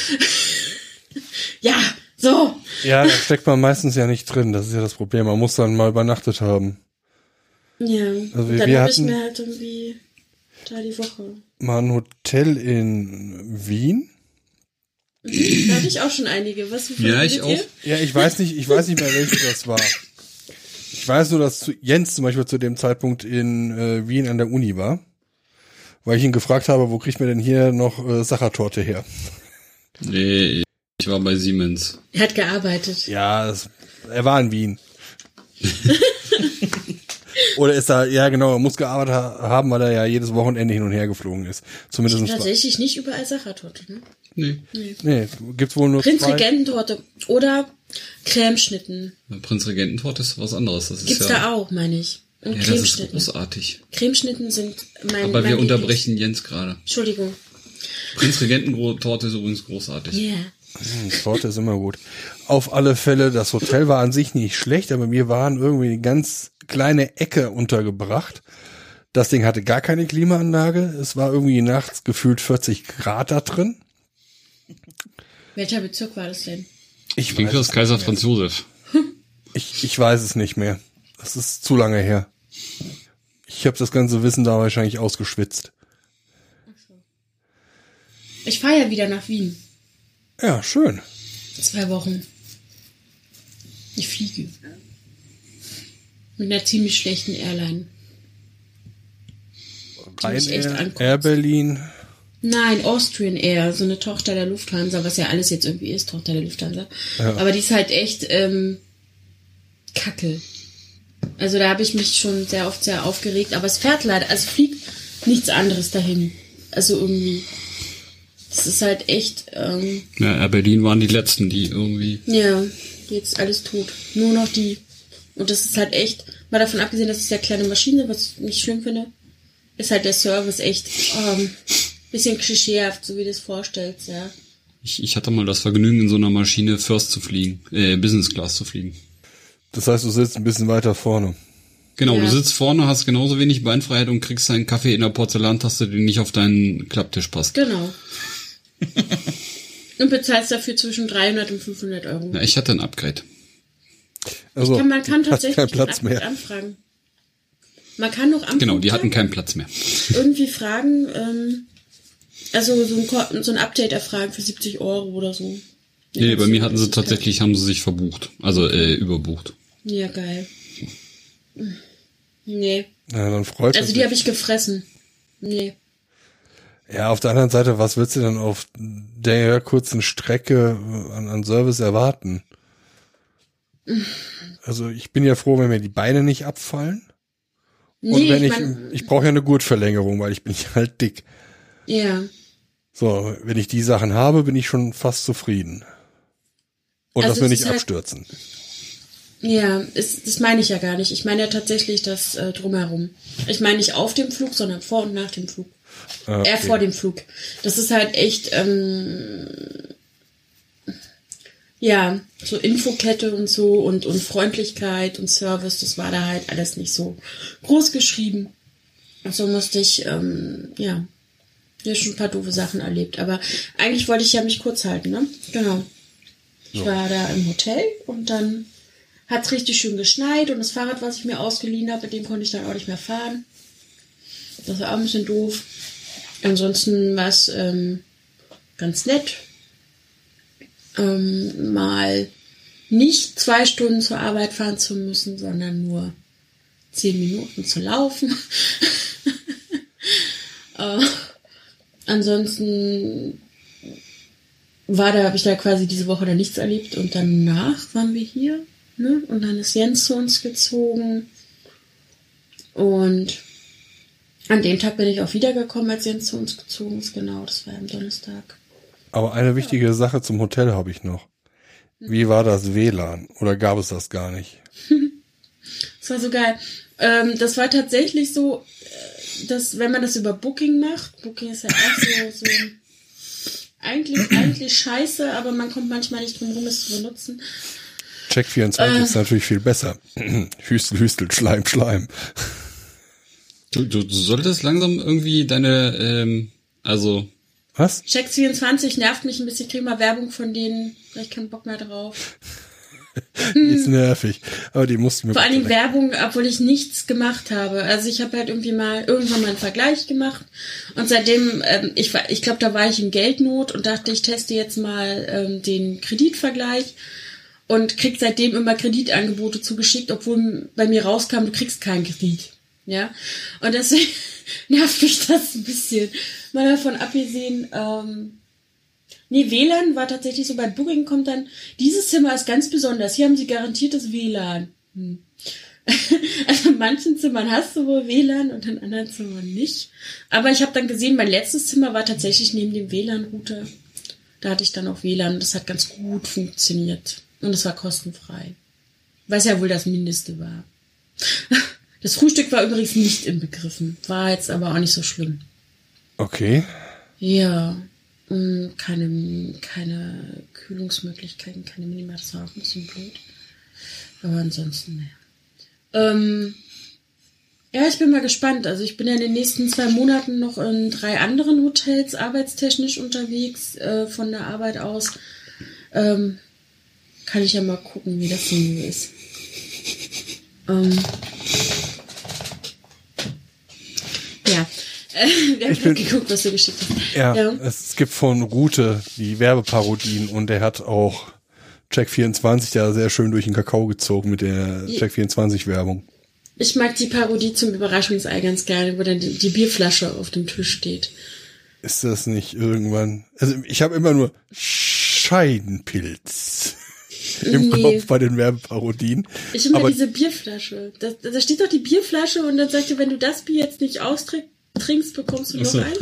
ja, so. Ja, da steckt man meistens ja nicht drin. Das ist ja das Problem. Man muss dann mal übernachtet haben. Ja, Also und dann wir habe ich hatten- mir halt irgendwie da die Woche. Mal ein Hotel in Wien. Mhm, da hatte ich auch schon einige. Was wovon Ja, ich redet auch. ihr? Ja, ich weiß nicht, ich weiß nicht mehr, welches das war. Ich weiß nur, dass zu- Jens zum Beispiel zu dem Zeitpunkt in äh, Wien an der Uni war. Weil ich ihn gefragt habe, wo kriegt man denn hier noch äh, Sachertorte her? Nee, ich war bei Siemens. Er hat gearbeitet. Ja, das Er war in Wien. Oder ist er, ja genau, er muss gearbeitet haben, weil er ja jedes Wochenende hin und her geflogen ist. Zumindest tatsächlich nicht überall Sachertorte, ne? Nee. Nee. Nee, gibt's wohl nur Prinzregententorte oder Cremeschnitten. Prinzregententorte ist was anderes. Das ist Gibt's ja, da auch, meine ich. Und ja, das ist Cremeschnitten. großartig. Cremeschnitten sind mein Aber mein wir Lieblings- unterbrechen Jens gerade. Entschuldigung. Prinzregententorte ist übrigens großartig. Ja. Yeah. Hm, Torte ist immer gut. Auf alle Fälle, das Hotel war an sich nicht schlecht, aber mir waren irgendwie eine ganz kleine Ecke untergebracht. Das Ding hatte gar keine Klimaanlage. Es war irgendwie nachts gefühlt vierzig Grad da drin. Welcher Bezirk war das denn? Ich Klingt das Kaiser Franz Josef. Ich, ich weiß es nicht mehr. Das ist zu lange her. Ich habe das ganze Wissen da wahrscheinlich ausgeschwitzt. Ich fahre ja wieder nach Wien. Ja, schön. Zwei Wochen. Ich fliege. Mit einer ziemlich schlechten Airline. Die mich echt Ryanair, ankotzt. Air Berlin. Nein, Austrian Air, so eine Tochter der Lufthansa, was ja alles jetzt irgendwie ist, Tochter der Lufthansa. Ja. Aber die ist halt echt ähm, kacke. Also da habe ich mich schon sehr oft sehr aufgeregt, aber es fährt leider, also fliegt nichts anderes dahin. Also irgendwie. Das ist halt echt, ähm, Ja, Air Berlin waren die letzten, die irgendwie. ja, jetzt alles tot. Nur noch die. Und das ist halt echt, mal davon abgesehen, dass es ja kleine Maschinen sind, was ich nicht schlimm finde, ist halt der Service echt ähm, bisschen klischeehaft, so wie du es vorstellst, ja. Ich, ich hatte mal das Vergnügen, in so einer Maschine First zu fliegen, äh, Business Class zu fliegen. Das heißt, du sitzt ein bisschen weiter vorne. Genau, Ja. du sitzt vorne, hast genauso wenig Beinfreiheit und kriegst deinen Kaffee in der Porzellantasse, die nicht auf deinen Klapptisch passt. Genau. Und bezahlst dafür zwischen dreihundert und fünfhundert Euro. Ja, ich hatte ein Upgrade. Also, Kann, man kann hast tatsächlich keinen Platz ein Upgrade mehr. anfragen. Man kann noch am Genau, die Flugtag hatten keinen Platz mehr. irgendwie fragen, ähm, also so ein, Ko- so ein Update erfragen für siebzig Euro oder so. Ja, Nee, bei das mir ist- hatten das sie ist tatsächlich, haben sie sich verbucht. Also äh, überbucht. geil. Ja, geil. Nee. Ja, dann freut Also es die mich. habe ich gefressen. Nee. Ja, auf der anderen Seite, was willst du denn auf der kurzen Strecke an, an Service erwarten? Also ich bin ja froh, wenn mir die Beine nicht abfallen. Und Nee, wenn ich ich, mein- ich brauche ja eine Gurtverlängerung, weil ich bin halt dick. Ja. So, wenn ich die Sachen habe, bin ich schon fast zufrieden. Und Also dass wir es nicht ist halt- abstürzen. Ja, ist, das meine ich ja gar nicht. Ich meine ja tatsächlich das äh, Drumherum. Ich meine nicht auf dem Flug, sondern vor und nach dem Flug. Ah, Eher okay. vor dem Flug. Das ist halt echt, ähm, ja, so Infokette und so und, und Freundlichkeit und Service, das war da halt alles nicht so groß geschrieben. Und so musste ich, ähm, ja, ja, schon ein paar doofe Sachen erlebt. Aber eigentlich wollte ich ja mich kurz halten, ne? Genau. Ich war da im Hotel und dann hat's richtig schön geschneit und das Fahrrad, was ich mir ausgeliehen habe, mit dem konnte ich dann auch nicht mehr fahren. Das war auch ein bisschen doof. Ansonsten war es ähm, ganz nett, ähm, mal nicht zwei Stunden zur Arbeit fahren zu müssen, sondern nur zehn Minuten zu laufen. äh, ansonsten war da, habe ich da quasi diese Woche da nichts erlebt und danach waren wir hier, ne? Und dann ist Jens zu uns gezogen und an dem Tag bin ich auch wiedergekommen, als Jens zu uns gezogen ist. Genau, das war am Donnerstag. Aber eine wichtige Sache zum Hotel habe ich noch. Wie war das W L A N? Oder gab es das gar nicht? Das war so geil. Ähm, das war tatsächlich so, äh, dass wenn man das über Booking macht, Booking ist ja auch so, so eigentlich, eigentlich scheiße, aber man kommt manchmal nicht drum rum, es zu benutzen. Check vierundzwanzig Äh. ist natürlich viel besser. Hüstel, Hüstel, Schleim, Schleim. Du, du, du solltest langsam irgendwie deine, ähm, also Was? Check vierundzwanzig nervt mich ein bisschen, ich krieg mal Werbung von denen, vielleicht keinen Bock mehr drauf. Die ist nervig. Aber die mussten mir Vor allen Dingen Werbung, obwohl ich nichts gemacht habe. Also ich habe halt irgendwie mal irgendwann mal einen Vergleich gemacht und seitdem, ähm, ich war, ich glaube, da war ich in Geldnot und dachte, ich teste jetzt mal ähm, den Kreditvergleich und krieg seitdem immer Kreditangebote zugeschickt, obwohl bei mir rauskam, du kriegst keinen Kredit. Ja, und deswegen nervt mich das ein bisschen. Mal davon abgesehen, ähm, Nee, W L A N war tatsächlich so, bei Booking kommt dann, dieses Zimmer ist ganz besonders, hier haben sie garantiertes W L A N. Hm. Also in manchen Zimmern hast du wohl W L A N und in anderen Zimmern nicht. Aber ich habe dann gesehen, mein letztes Zimmer war tatsächlich neben dem W L A N-Router. Da hatte ich dann auch W L A N und das hat ganz gut funktioniert. Und es war kostenfrei. Was ja wohl das Mindeste war. Das Frühstück war übrigens nicht inbegriffen. War jetzt aber auch nicht so schlimm. Okay. Ja. Keine, keine Kühlungsmöglichkeiten, keine Minima. Das war auch ein bisschen blöd. Aber ansonsten, naja. Ähm, ja, ich bin mal gespannt. Also ich bin ja in den nächsten zwei Monaten noch in drei anderen Hotels arbeitstechnisch unterwegs, äh, von der Arbeit aus. Ähm, kann ich ja mal gucken, wie das so ist. Ähm, ja. Äh, wir haben Ich bin- geguckt, was du geschickt hast. Ja, Ja. es gibt von Rute die Werbeparodien und der hat auch Check vierundzwanzig da sehr schön durch den Kakao gezogen mit der Ja. Check vierundzwanzig Werbung. Ich mag die Parodie zum Überraschungsei ganz gerne, wo dann die, die Bierflasche auf dem Tisch steht. Ist das nicht irgendwann, also ich habe immer nur Scheidenpilz im Nee. Kopf bei den Werbeparodien. Ich immer Aber diese Bierflasche. Da, da steht doch die Bierflasche und dann sagt er, wenn du das Bier jetzt nicht austrinkst, trinkst, bekommst du noch Ach so. eins.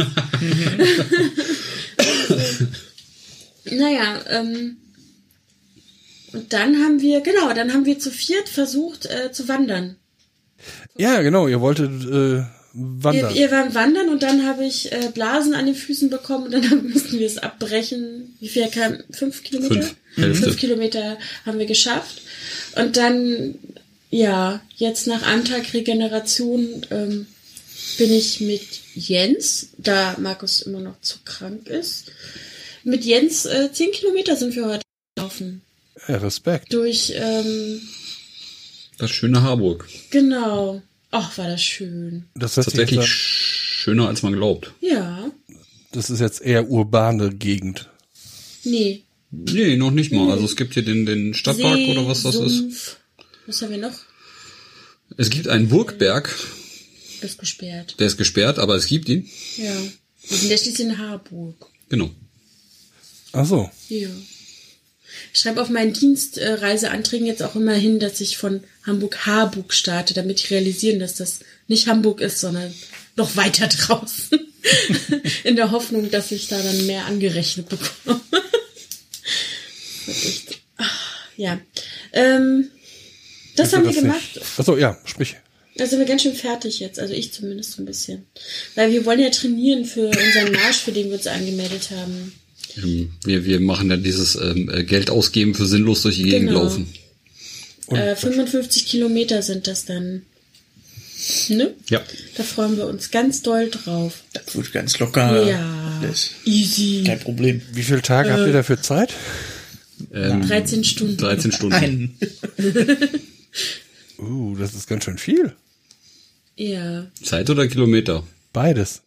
Also, naja, ähm, und dann haben wir, genau, dann haben wir zu viert versucht äh, zu wandern. ja, genau, ihr wolltet äh, wandern. Wir, wir waren wandern und dann habe ich äh, Blasen an den Füßen bekommen und dann haben- mussten wir es abbrechen. Wie viel kam? Fünf Kilometer? Fünf. Hälfte. Fünf Kilometer haben wir geschafft. Und dann, ja, jetzt nach einem Tag Regeneration ähm, bin ich mit Jens, da Markus immer noch zu krank ist, mit Jens äh, zehn Kilometer sind wir heute gelaufen. Ja, Respekt. Durch, ähm, Das schöne Harburg. genau. Ach, war das schön. Das, hört sich Tatsächlich jetzt, schöner, als man glaubt. Ja. das ist jetzt eher urbane Gegend. Nee. Nee, noch nicht mal. Also es gibt hier den, den Stadtpark See, oder was das ist. Sumpf. Was haben wir noch? Es gibt einen Burgberg, Das ist gesperrt. der ist gesperrt, aber es gibt ihn. Ja. Wir sind ja schließlich in Harburg. Genau. Ach so. Ja. Ich schreibe auf meinen Dienstreiseanträgen jetzt auch immer hin, dass ich von Hamburg-Harburg starte, damit ich realisieren, dass das nicht Hamburg ist, sondern noch weiter draußen. In der Hoffnung, dass ich da dann mehr angerechnet bekomme. Das ist echt, ach, ja. Ähm, das Ich haben will wir das gemacht. nicht. Ach so, ja, sprich. Da sind wir ganz schön fertig jetzt, also ich zumindest so ein bisschen. Weil wir wollen ja trainieren für unseren Marsch, für den wir uns angemeldet haben. Ähm, Wir, wir machen ja dieses ähm, äh, Geld ausgeben für sinnlos durch die Gegend Genau. laufen. Und Äh, fünfundfünfzig Kilometer sind das dann. Ne? Ja. Da freuen wir uns ganz doll drauf. Das wird ganz locker. Ja. Alles. Easy. Kein Problem. wie viele Tage habt ihr dafür Zeit? Ähm, dreizehn Stunden. dreizehn Stunden. Nein. Uh, das ist ganz schön viel. Ja. Zeit oder Kilometer? Beides.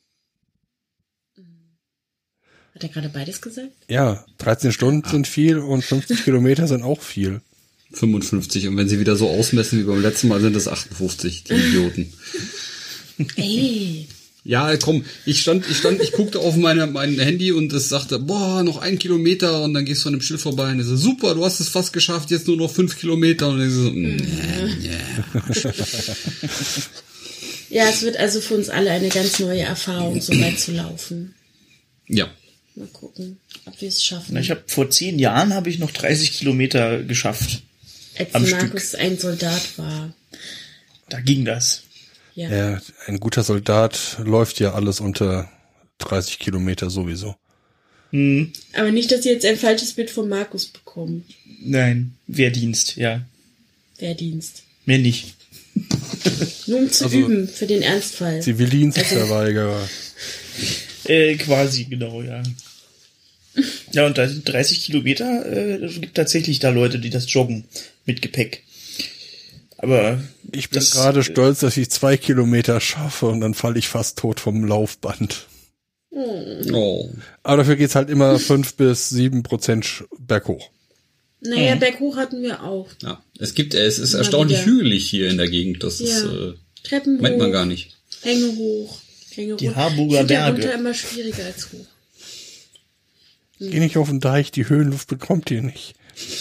Hat er gerade beides gesagt? Ja, dreizehn Stunden sind viel und fünfzig Kilometer sind auch viel. fünfundfünfzig. Und wenn sie wieder so ausmessen wie beim letzten Mal, sind es achtundfünfzig, die Idioten. Ey. Ja, komm, ich stand, ich stand, ich guckte auf meine, mein Handy und es sagte, boah, noch ein Kilometer und dann gehst du an dem Schild vorbei und ich so, super, du hast es fast geschafft, jetzt nur noch fünf Kilometer und ich so, mm, yeah. Ja, es wird also für uns alle eine ganz neue Erfahrung, so weit zu laufen. Ja. Mal gucken, ob wir es schaffen. Na, ich habe vor zehn Jahren habe ich noch dreißig Kilometer geschafft. Als am Markus ein Soldat war. Da ging das. Ja. Ja, ein guter Soldat läuft ja alles unter dreißig Kilometer sowieso. Hm, Aber nicht, dass ihr jetzt ein falsches Bild von Markus bekommt. nein, Wehrdienst, ja. Wehrdienst. Mehr nicht. Nur um zu Also- üben, für den Ernstfall. Zivildienstverweigerer. Äh, quasi, genau, ja. Ja, und da sind dreißig Kilometer, äh, es gibt tatsächlich da Leute, die das joggen mit Gepäck. Aber Ich bin das, gerade äh, stolz, dass ich zwei Kilometer schaffe und dann falle ich fast tot vom Laufband. Oh. Aber dafür geht's halt immer fünf bis sieben Prozent sch- berghoch. Naja, berghoch hatten wir auch. Ja. Es gibt, es ist Immer erstaunlich wieder. hügelig hier in der Gegend. Das ist, Ja. äh, Treppen hoch. meint man gar nicht. Hänge hoch. Hänge Die hoch. Harburger Ich finde ja Berge. runter immer schwieriger als hoch. Geh nicht auf den Deich, die Höhenluft bekommt ihr nicht.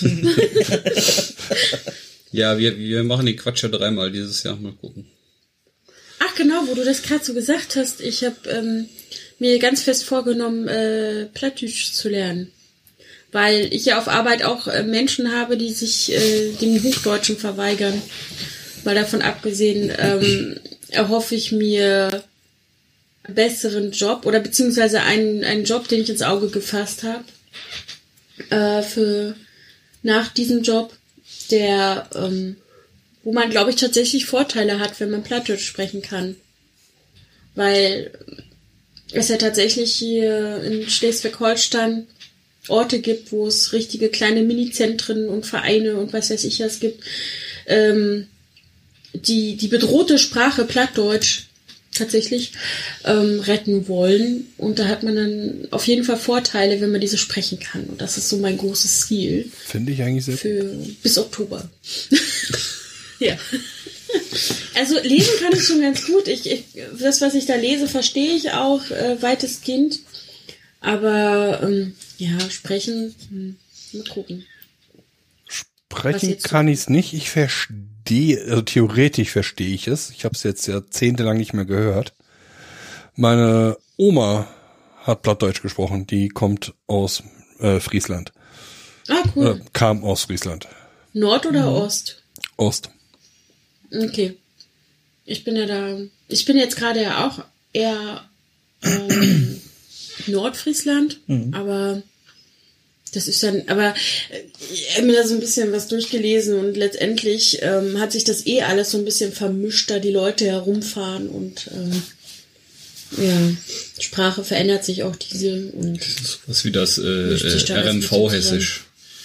Ja, wir, wir machen den Quatsch ja dreimal dieses Jahr. Mal gucken. Ach genau, wo du das gerade so gesagt hast, ich habe ähm, mir ganz fest vorgenommen, äh, Plattdeutsch zu lernen. Weil ich ja auf Arbeit auch äh, Menschen habe, die sich äh, dem Hochdeutschen verweigern. Weil davon abgesehen ähm, erhoffe ich mir einen besseren Job oder beziehungsweise einen, einen Job, den ich ins Auge gefasst habe. Äh, für nach diesem Job, der ähm, wo man, glaube ich, tatsächlich Vorteile hat, wenn man Plattdeutsch sprechen kann. Weil es ja tatsächlich hier in Schleswig-Holstein Orte gibt, wo es richtige kleine Minizentren und Vereine und was weiß ich was gibt, ähm, die die bedrohte Sprache Plattdeutsch tatsächlich ähm, retten wollen. Und da hat man dann auf jeden Fall Vorteile, wenn man diese sprechen kann. Und das ist so mein großes Ziel. Finde ich eigentlich sehr für bis Oktober. Ja. Also lesen kann ich schon ganz gut. Ich, ich, das, was ich da lese, verstehe ich auch äh, weitestgehend. Aber ähm, ja, sprechen, hm, mal gucken. Sprechen kann ich es nicht. Ich verstehe, also theoretisch verstehe ich es. Ich habe es jetzt jahrzehntelang nicht mehr gehört. Meine Oma hat Plattdeutsch gesprochen. Die kommt aus äh, Friesland. Ah, cool. Oder kam aus Friesland. Nord oder mhm. Ost? Ost. Okay. Ich bin ja da, ich bin jetzt gerade ja auch eher ähm, Nordfriesland, mhm. aber das ist dann, aber ich habe mir da so ein bisschen was durchgelesen und letztendlich ähm, hat sich das eh alles so ein bisschen vermischt, da die Leute herumfahren und ähm, ja, Sprache verändert sich auch diese und das ist was wie das äh, äh, R M V hessisch.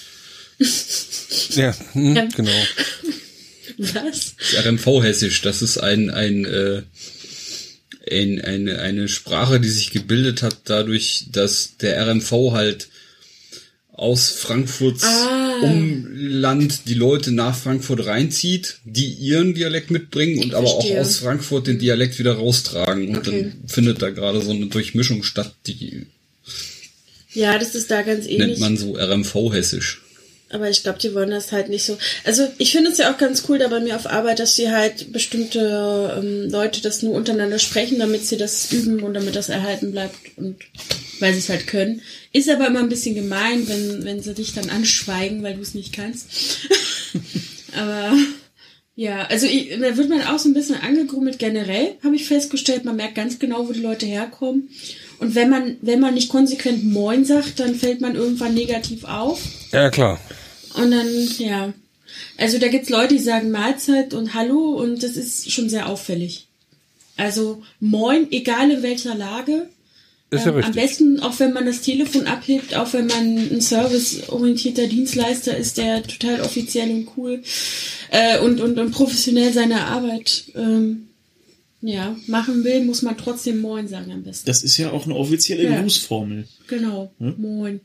Ja, hm, ja, genau. Was? Das R M V hessisch, das ist ein ein äh, ein, eine, eine Sprache, die sich gebildet hat dadurch, dass der R M V halt aus Frankfurts ah. Umland die Leute nach Frankfurt reinzieht, die ihren Dialekt mitbringen und aber auch aus Frankfurt den Dialekt wieder raustragen. Und okay. Dann findet da gerade so eine Durchmischung statt, die ja, das ist da ganz ähnlich. Nennt man so R M V-hessisch. Aber ich glaube, die wollen das halt nicht so. Also ich finde es ja auch ganz cool da bei mir auf Arbeit, dass sie halt bestimmte ähm, Leute das nur untereinander sprechen, damit sie das üben und damit das erhalten bleibt und weil sie es halt können. Ist aber immer ein bisschen gemein, wenn wenn sie dich dann anschweigen, weil du es nicht kannst. Aber ja, also ich, da wird man auch so ein bisschen angegrummelt generell, habe ich festgestellt. Man merkt ganz genau, wo die Leute herkommen. Und wenn man wenn man nicht konsequent Moin sagt, dann fällt man irgendwann negativ auf. Ja, klar. Und dann, ja. Also da gibt's Leute, die sagen Mahlzeit und Hallo und das ist schon sehr auffällig. Also Moin, egal in welcher Lage. Ist ja ähm, richtig. Am besten, auch wenn man das Telefon abhebt, auch wenn man ein serviceorientierter Dienstleister ist, der total offiziell und cool äh, und, und, und professionell seine Arbeit ähm, ja, machen will, muss man trotzdem Moin sagen am besten. Das ist ja auch eine offizielle ja. Grußformel. Genau, hm? Moin.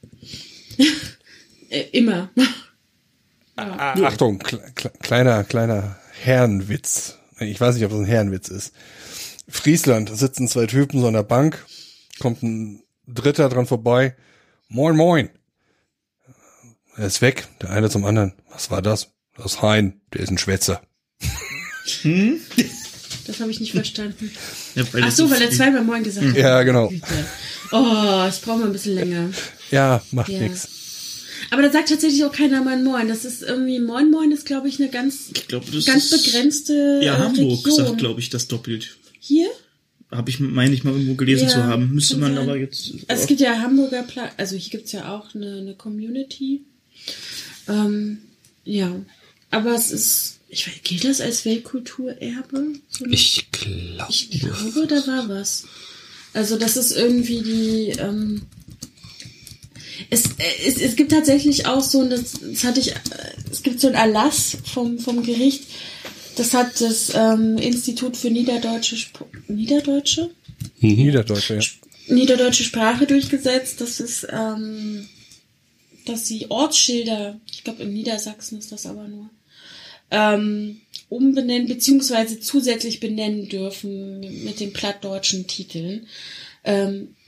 äh, immer. Ja. Achtung, kle- kleiner, kleiner Herrenwitz. Ich weiß nicht, ob das ein Herrenwitz ist. Friesland, da sitzen zwei Typen so an der Bank, kommt ein Dritter dran vorbei. Moin, moin. Er ist weg, der eine zum anderen. Was war das? Das ist Hein, der ist ein Schwätzer. Hm? Das habe ich nicht verstanden. Ja, ach so, weil er zweimal Moin gesagt hat. Ja, genau. Oh, ich brauche mal ein bisschen länger. Ja, macht ja. nichts. Aber da sagt tatsächlich auch keiner mal Moin. Das ist irgendwie, Moin Moin ist, glaube ich, eine ganz, ich glaub, das ganz ist, begrenzte Ja, Hamburg Region. sagt, glaube ich, das doppelt. Hier? Habe ich, meine ich mal irgendwo gelesen ja, zu haben. Müsste man sein. aber jetzt... Also es gibt ja Hamburger, Pla- also hier gibt's ja auch eine, eine Community. Ähm, ja, aber es ist, ich weiß, gilt das als Weltkulturerbe? So ich glaube. Ich glaube, da war was. Also das ist irgendwie die... Ähm, Es, es, es gibt tatsächlich auch so, das, das hatte ich, es gibt so einen Erlass vom, vom Gericht, das hat das ähm, Institut für Niederdeutsche, Sp- Niederdeutsche? Mhm. Niederdeutsche, ja. Niederdeutsche Sprache durchgesetzt, das ist, ähm, dass sie Ortsschilder, ich glaube in Niedersachsen ist das aber nur, ähm, umbenennen, beziehungsweise zusätzlich benennen dürfen mit den plattdeutschen Titeln. Ähm,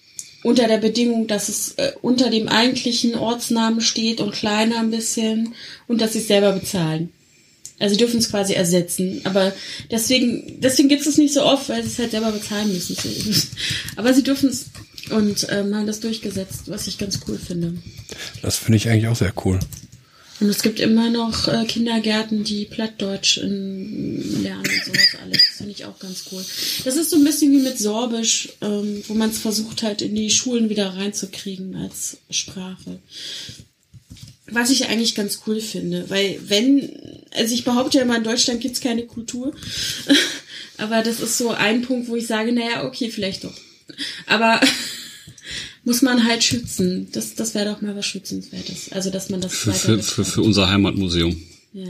unter der Bedingung, dass es äh, unter dem eigentlichen Ortsnamen steht und kleiner ein bisschen und dass sie es selber bezahlen. Also sie dürfen es quasi ersetzen. Aber deswegen, deswegen gibt es es nicht so oft, weil sie es halt selber bezahlen müssen. Aber sie dürfen es und ähm, haben das durchgesetzt, was ich ganz cool finde. Das finde ich eigentlich auch sehr cool. Und es gibt immer noch äh, Kindergärten, die Plattdeutsch in, lernen und sowas alles. Das finde ich auch ganz cool. Das ist so ein bisschen wie mit Sorbisch, ähm, wo man es versucht halt in die Schulen wieder reinzukriegen als Sprache. Was ich eigentlich ganz cool finde, weil wenn, also ich behaupte ja immer, in Deutschland gibt's keine Kultur, aber das ist so ein Punkt, wo ich sage, naja, okay, vielleicht doch. Aber muss man halt schützen. Das, das wäre doch mal was Schützenswertes. Also, dass man das Für, weiter für, für, für unser Heimatmuseum. Ja.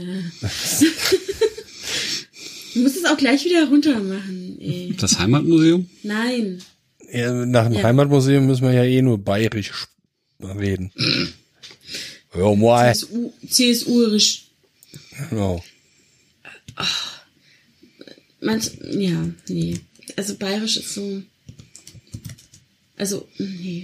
Du musst es auch gleich wieder runter machen. Ey. Das Heimatmuseum? Nein. Ja, nach dem Ja. Heimatmuseum müssen wir ja eh nur bayerisch reden. Ja, moi. C S U, C S U-erisch. Genau. Manch, ja, nee. Also bayerisch ist so. Also, nee.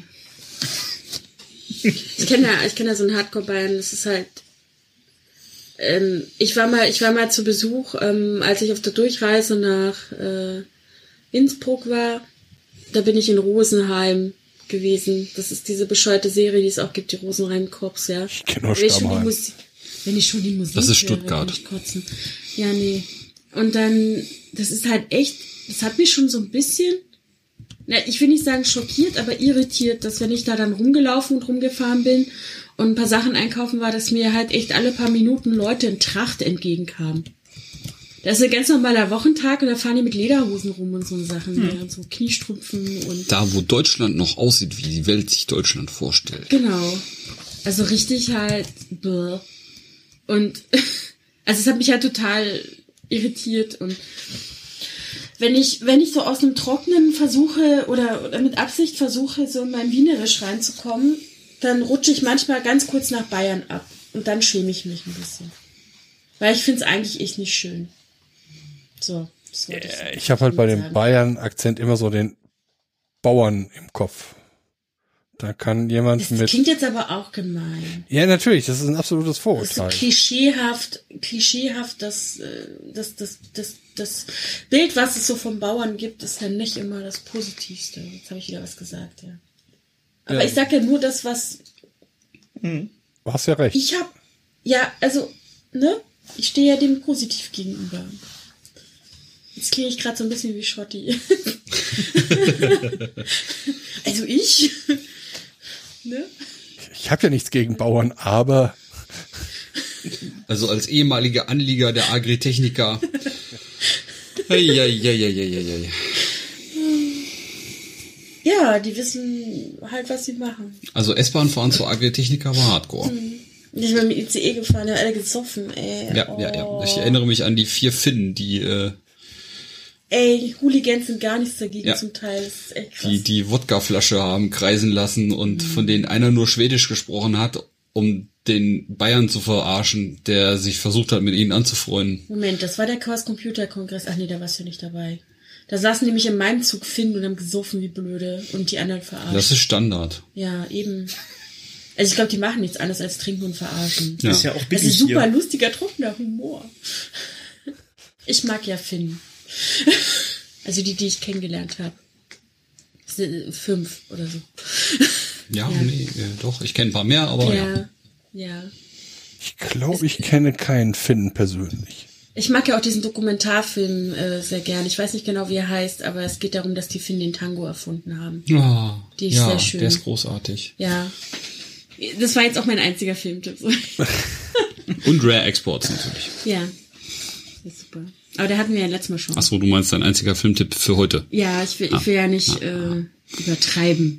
Ich kenne ja, ich kenne ja so einen Hardcore-Bayern, das ist halt. Ähm, ich war mal, ich war mal zu Besuch, ähm, als ich auf der Durchreise nach äh, Innsbruck war. Da bin ich in Rosenheim gewesen. Das ist diese bescheuerte Serie, die es auch gibt, die Rosenheim-Cops, ja. Ich kenne nur Wenn ich schon die Stammheim. Musik, wenn ich schon die Musik Das ist höre, Stuttgart. kann ich kotzen. Ja, nee. Und dann, das ist halt echt, das hat mich schon so ein bisschen, na, ich will nicht sagen schockiert, aber irritiert, dass wenn ich da dann rumgelaufen und rumgefahren bin und ein paar Sachen einkaufen war, dass mir halt echt alle paar Minuten Leute in Tracht entgegenkamen. Das ist ein ganz normaler Wochentag und da fahren die mit Lederhosen rum und so Sachen, hm. ja, und so Kniestrümpfen und... Da, wo Deutschland noch aussieht, wie die Welt sich Deutschland vorstellt. Genau. Also richtig halt... Bäh. Und also es hat mich halt total irritiert und wenn ich, wenn ich so aus dem Trockenen versuche oder, oder mit Absicht versuche, so in mein Wienerisch reinzukommen, dann rutsche ich manchmal ganz kurz nach Bayern ab. Und dann schäme ich mich ein bisschen. Weil ich finde es eigentlich echt nicht schön. So. Das wollte Ich, ich habe halt bei dem sagen. Bayern-Akzent immer so den Bauern im Kopf. Da kann jemand Das mit... klingt jetzt aber auch gemein. Ja, natürlich, das ist ein absolutes Das ist so Vorurteil. klischeehaft, klischeehaft, das, äh, das, das, das, das Bild, was es so vom Bauern gibt, ist ja nicht immer das Positivste. Jetzt habe ich wieder was gesagt, ja. Aber Ja. ich sage ja nur das, was Du hast ja recht. ich habe. Ja, also, ne? Ich stehe ja dem positiv gegenüber. Jetzt klinge ich gerade so ein bisschen wie Schotti. Also ich. Ne? Ich habe ja nichts gegen Bauern, aber Also als ehemaliger Anlieger der Agritechnica. Eieieiei. Ja, die wissen halt, was sie machen. Also S-Bahn fahren zur Agritechnica war Hardcore. Ich bin mit I C E gefahren, haben alle gesoffen, ey. Ja, oh. ja, ja. Ich erinnere mich an die vier Finnen, die äh, Ey, die Hooligans sind gar nichts dagegen Ja. zum Teil. Das ist echt krass. die die Wodkaflasche haben kreisen lassen und von denen einer nur Schwedisch gesprochen hat, um den Bayern zu verarschen, der sich versucht hat, mit ihnen anzufreunden. Moment, das war der Chaos Computer Kongress. Ach nee, da warst du nicht dabei. Da saßen nämlich in meinem Zug Finn und haben gesoffen wie blöde und die anderen verarscht. Das ist Standard. Ja, eben. Also ich glaube, die machen nichts anderes als trinken und verarschen. Ja. Ist ja auch Das billig ist super hier. lustiger, trockener Humor. Ich mag ja Finn. Also die, die ich kennengelernt habe. Fünf oder so. Ja, Ja. nee, äh, doch, ich kenne ein paar mehr, aber ja. Ja, ja. ich glaube, ich kenne keinen Finnen persönlich. Ich mag ja auch diesen Dokumentarfilm äh, sehr gern. Ich weiß nicht genau, wie er heißt, aber es geht darum, dass die Finn den Tango erfunden haben. Oh, Die ist ja, sehr schön. der ist großartig. Ja. Das war jetzt auch mein einziger Filmtipp. Und Rare Exports natürlich. Ja. Das ist super. Aber der hatten wir ja letztes Mal schon. Achso, du meinst dein einziger Filmtipp für heute. Ja, ich will, ich will ja nicht äh, übertreiben.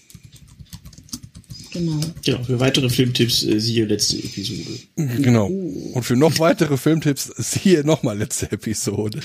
Genau. Genau, für weitere Filmtipps äh, siehe letzte Episode. Genau. Und für noch weitere Filmtipps siehe nochmal letzte Episode.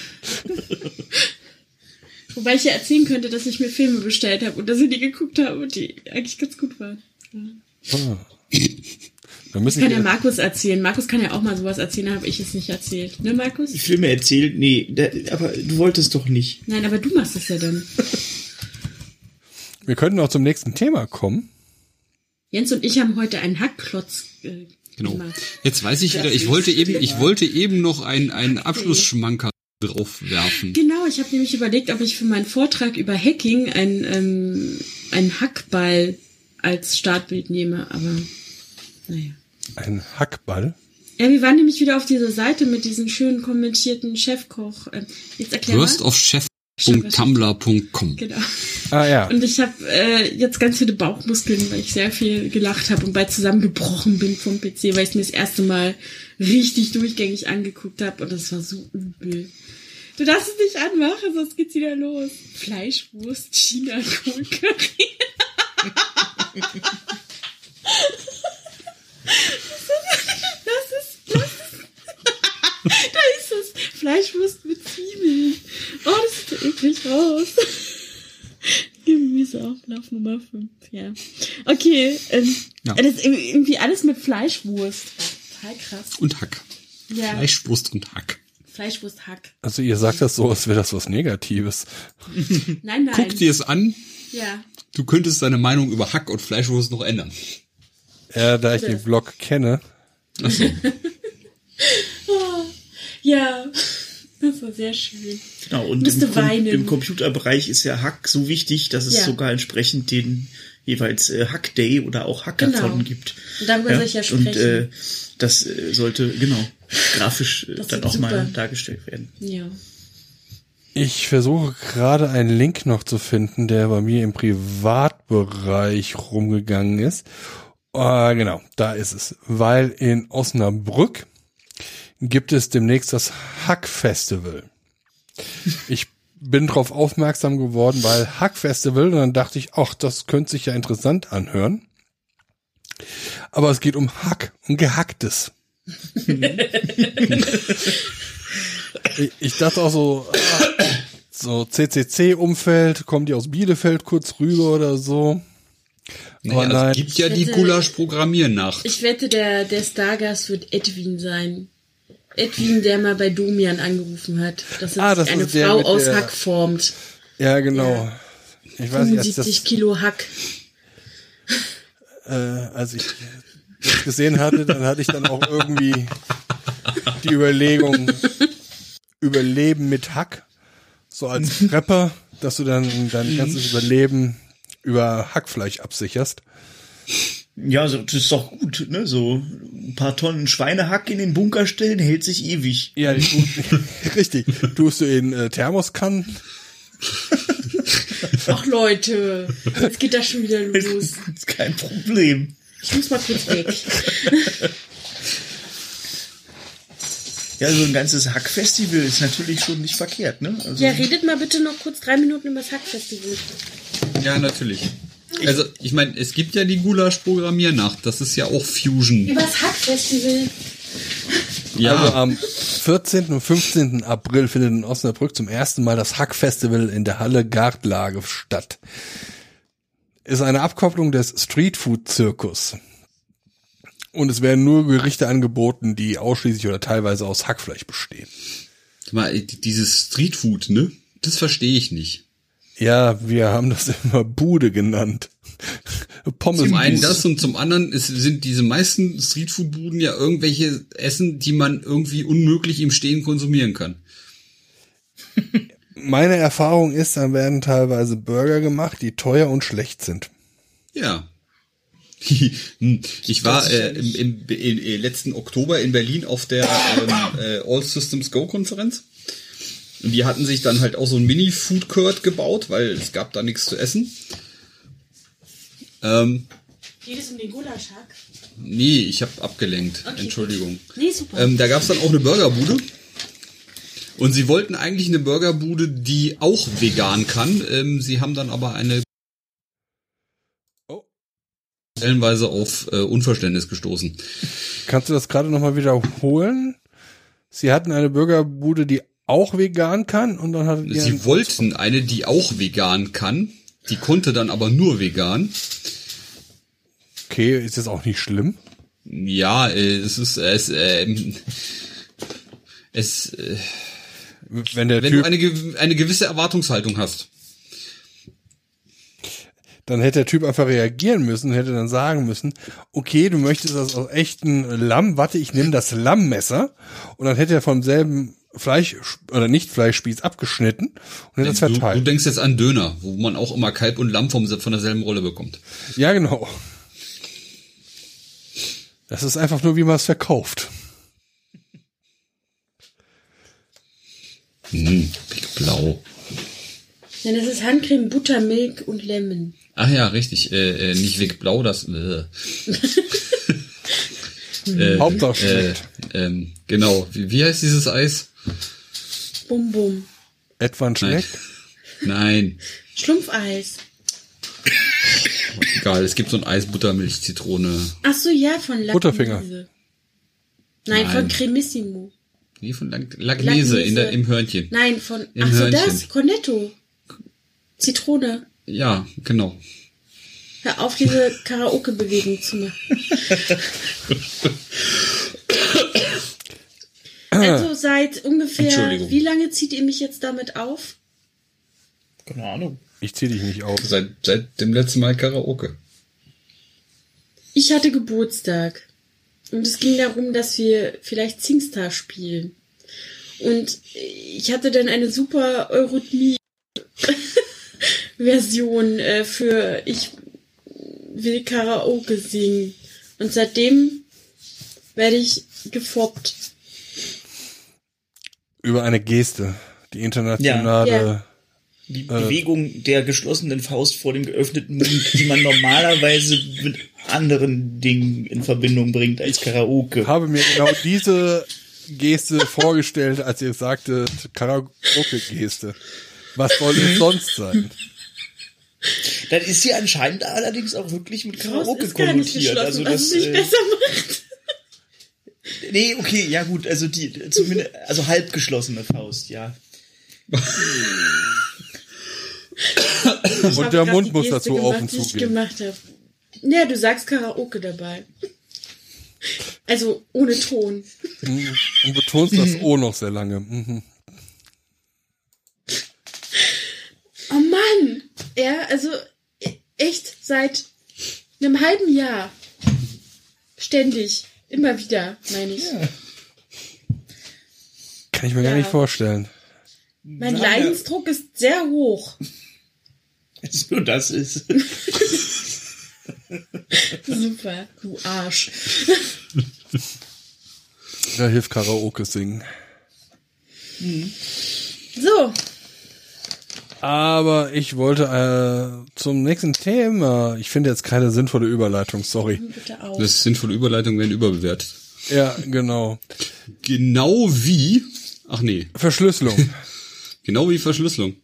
Wobei ich ja erzählen könnte, dass ich mir Filme bestellt habe und dass ich die geguckt habe und die eigentlich ganz gut waren. Ja. Ah. Dann müssen Kann ja wir, Markus erzählen. Markus kann ja auch mal sowas erzählen, da habe ich es nicht erzählt. Ne, Markus? Filme erzählt? Nee, da, aber du wolltest doch nicht. Nein, aber du machst es ja dann. Wir könnten auch zum nächsten Thema kommen. Jens und ich haben heute einen Hackklotz äh, Genau. gemacht. Jetzt weiß ich wieder, ich wollte eben, ich wollte eben noch einen, einen Abschlussschmanker draufwerfen. Genau, ich habe nämlich überlegt, ob ich für meinen Vortrag über Hacking ein, ähm, einen Hackball als Startbild nehme, aber naja. Ein Hackball? Ja, wir waren nämlich wieder auf dieser Seite mit diesen schönen kommentierten Chefkoch. Äh, jetzt erklär Worst mal. of Chef punkt tumblr punkt com. Genau. Ah ja. Und ich habe äh, jetzt ganz viele Bauchmuskeln, weil ich sehr viel gelacht habe und bald zusammengebrochen bin vom P C, weil ich es mir das erste Mal richtig durchgängig angeguckt habe und das war so übel. Du darfst es nicht anmachen, sonst geht's wieder los. Fleischwurst, China, Kohlcurry. Das ist, das ist, da ist es. Fleischwurst mit Zwiebeln. Oh, das sieht so eklig aus. Gemüseauflauf Nummer fünf, ja. Okay, ähm, Ja. das ist irgendwie alles mit Fleischwurst. Total krass. Und Hack. Ja. Fleischwurst und Hack. Fleischwurst-Hack. Also ihr sagt das so, als wäre das was Negatives. Nein, nein. Guck dir es an. Ja. Du könntest deine Meinung über Hack und Fleischwurst noch ändern. Ja, da ich den Blog kenne. Achso. Oh, ja. Das war sehr schön. Genau, und Müsste im, Com weinen. im Computerbereich ist ja Hack so wichtig, dass es Ja. sogar entsprechend den jeweils äh, Hack Day oder auch Hackathon Genau. gibt. Und darüber soll ich ja sprechen. Und äh, das äh, sollte, genau, grafisch äh, Das dann wird auch mal super. dargestellt werden. Ja. Ich versuche gerade einen Link noch zu finden, der bei mir im Privatbereich rumgegangen ist. Äh, genau, da ist es. Weil in Osnabrück gibt es demnächst das Hack-Festival. Ich bin darauf aufmerksam geworden, weil Hack-Festival, und dann dachte ich, ach, das könnte sich ja interessant anhören. Aber es geht um Hack, um Gehacktes. ich, ich dachte auch so, ah, so C C C-Umfeld, kommen die aus Bielefeld kurz rüber oder so. Aber Naja, nein. es gibt ja Ich die hätte- Gulasch-Programmiernacht. Ich wette, der, der Stargast wird Edwin sein. Edwin, der mal bei Domian angerufen hat, dass er Ah, sich das eine ist der Frau mit aus der- Hack formt. Ja, genau. Ja. Ich weiß nicht, als ich fünfundsiebzig das, Kilo Hack. äh, als ich das gesehen hatte, dann hatte ich dann auch irgendwie die Überlegung, Überleben mit Hack, so als Prepper, dass du dann dein ganzes Überleben über Hackfleisch absicherst. Ja, so, das ist doch gut, ne? So ein paar Tonnen Schweinehack in den Bunker stellen, hält sich ewig. Ja, du, richtig. Tust du in äh, Thermoskannen. Ach Leute, jetzt geht das schon wieder Das los. ist kein Problem. Ich muss mal kurz weg. Ja, so ein ganzes Hackfestival ist natürlich schon nicht verkehrt, ne? Also, Ja, redet mal bitte noch kurz drei Minuten über das Hackfestival. Ja, natürlich. Also, ich meine, es gibt ja die Gulasch-Programmiernacht. Das ist ja auch Fusion. Über das Hackfestival. Ja, Also am vierzehnten und fünfzehnten April findet in Osnabrück zum ersten Mal das Hackfestival in der Halle Gartlage statt. Ist eine Abkopplung des Streetfood-Zirkus. Und es werden nur Gerichte angeboten, die ausschließlich oder teilweise aus Hackfleisch bestehen. mal, dieses Streetfood, ne? Das verstehe ich nicht. Ja, wir haben das immer Bude genannt. Pommes. Zum einen das und zum anderen ist, sind diese meisten Streetfood-Buden ja irgendwelche Essen, die man irgendwie unmöglich im Stehen konsumieren kann. Meine Erfahrung ist, dann werden teilweise Burger gemacht, die teuer und schlecht sind. Ja. Ich war äh, im, im, im, im letzten Oktober in Berlin auf der ähm, äh, All Systems Go Konferenz. Und die hatten sich dann halt auch so ein Mini-Food Court gebaut, weil es gab da nichts zu essen. Ähm, Geht es um den Gulaschhack? nee, ich habe abgelenkt. Okay. Entschuldigung. Nee, super. Ähm, da gab es dann auch eine Burgerbude. Und sie wollten eigentlich eine Burgerbude, die auch vegan kann. Ähm, sie haben dann aber eine Oh. stellenweise auf äh, Unverständnis gestoßen. Kannst du das gerade nochmal wiederholen? Sie hatten eine Burgerbude, die auch vegan kann, und dann hattet ihr Sie einen- wollten eine, die auch vegan kann. Die konnte dann aber nur vegan. Okay, ist jetzt auch nicht schlimm. Ja, äh, es ist es äh, es äh, Wenn der wenn Typ, du eine ge- eine gewisse Erwartungshaltung hast. dann hätte der Typ einfach reagieren müssen, hätte dann sagen müssen, okay, du möchtest das aus echten Lamm, warte, ich nehme das Lammmesser und dann hätte er vom selben Fleisch oder nicht Fleischspieß abgeschnitten und hätte das Du, verteilt. du denkst jetzt an Döner, wo man auch immer Kalb und Lamm vom, von derselben Rolle bekommt. Ja, genau. Das ist einfach nur, wie man es verkauft. Hm, Big Blau. Ja, das ist Handcreme, Buttermilch und Lemon. Ach ja, richtig. Äh, äh, nicht Big Blau, das... Äh. äh, Hauptsache schmeckt. Äh, ähm, genau. Wie, wie heißt dieses Eis? Bum bum. Etwa ein Schleck? Nein. Schlumpfeis. Egal, es gibt so ein Eis, Buttermilch, Zitrone. Ach so, ja, von Lagnese. Butterfinger. Nein, Nein. von Cremissimo. Wie von Lag- Lagnese in der, im Hörnchen. Nein, von, Im ach so, Hörnchen. das, Cornetto. Zitrone. Ja, genau. Hör auf, diese Karaoke-Bewegung zu machen. Also seit ungefähr, Entschuldigung. wie lange zieht ihr mich jetzt damit auf? Keine Ahnung. Ich zieh dich nicht auf. Seit, seit dem letzten Mal Karaoke. Ich hatte Geburtstag. Und es ging darum, dass wir vielleicht Singstar spielen. Und ich hatte dann eine super Eurythmie-Version äh, für Ich will Karaoke singen. Und seitdem werde ich gefoppt. Über eine Geste. Die internationale... Ja. Ja. Die Äh. Bewegung der geschlossenen Faust vor dem geöffneten Mund, die man normalerweise mit anderen Dingen in Verbindung bringt als Karaoke. habe mir genau diese Geste vorgestellt, als ihr sagte, Karaoke-Geste. Was soll es sonst sein? Das ist hier anscheinend allerdings auch wirklich mit Karaoke ist gar nicht konnotiert. geschlossen, Also was das, es nicht äh, besser macht. nee, okay, ja gut, also die zumindest also halb geschlossene Faust, ja. Ich Und hab der grad Mund die muss Geste dazu gemacht, auf und die zu ich gehen. gemacht habe. Ja, du sagst Karaoke dabei. Also ohne Ton. Und betonst das O noch sehr lange. Mhm. Oh Mann! Ja, also e- echt seit einem halben Jahr. Ständig. Immer wieder, meine ich. Ja. Kann ich mir gar Ja. nicht vorstellen. Mein Wir haben ja- Leidensdruck ist sehr hoch. Jetzt nur das ist. Super, du Arsch. Da hilft Karaoke singen. So, Aber ich wollte äh, zum nächsten Thema. Ich finde jetzt keine sinnvolle Überleitung, sorry. bitte auf. Das ist sinnvolle Überleitung, werden überbewertet. Ja, genau. Genau wie... Ach nee, Verschlüsselung. genau wie Verschlüsselung.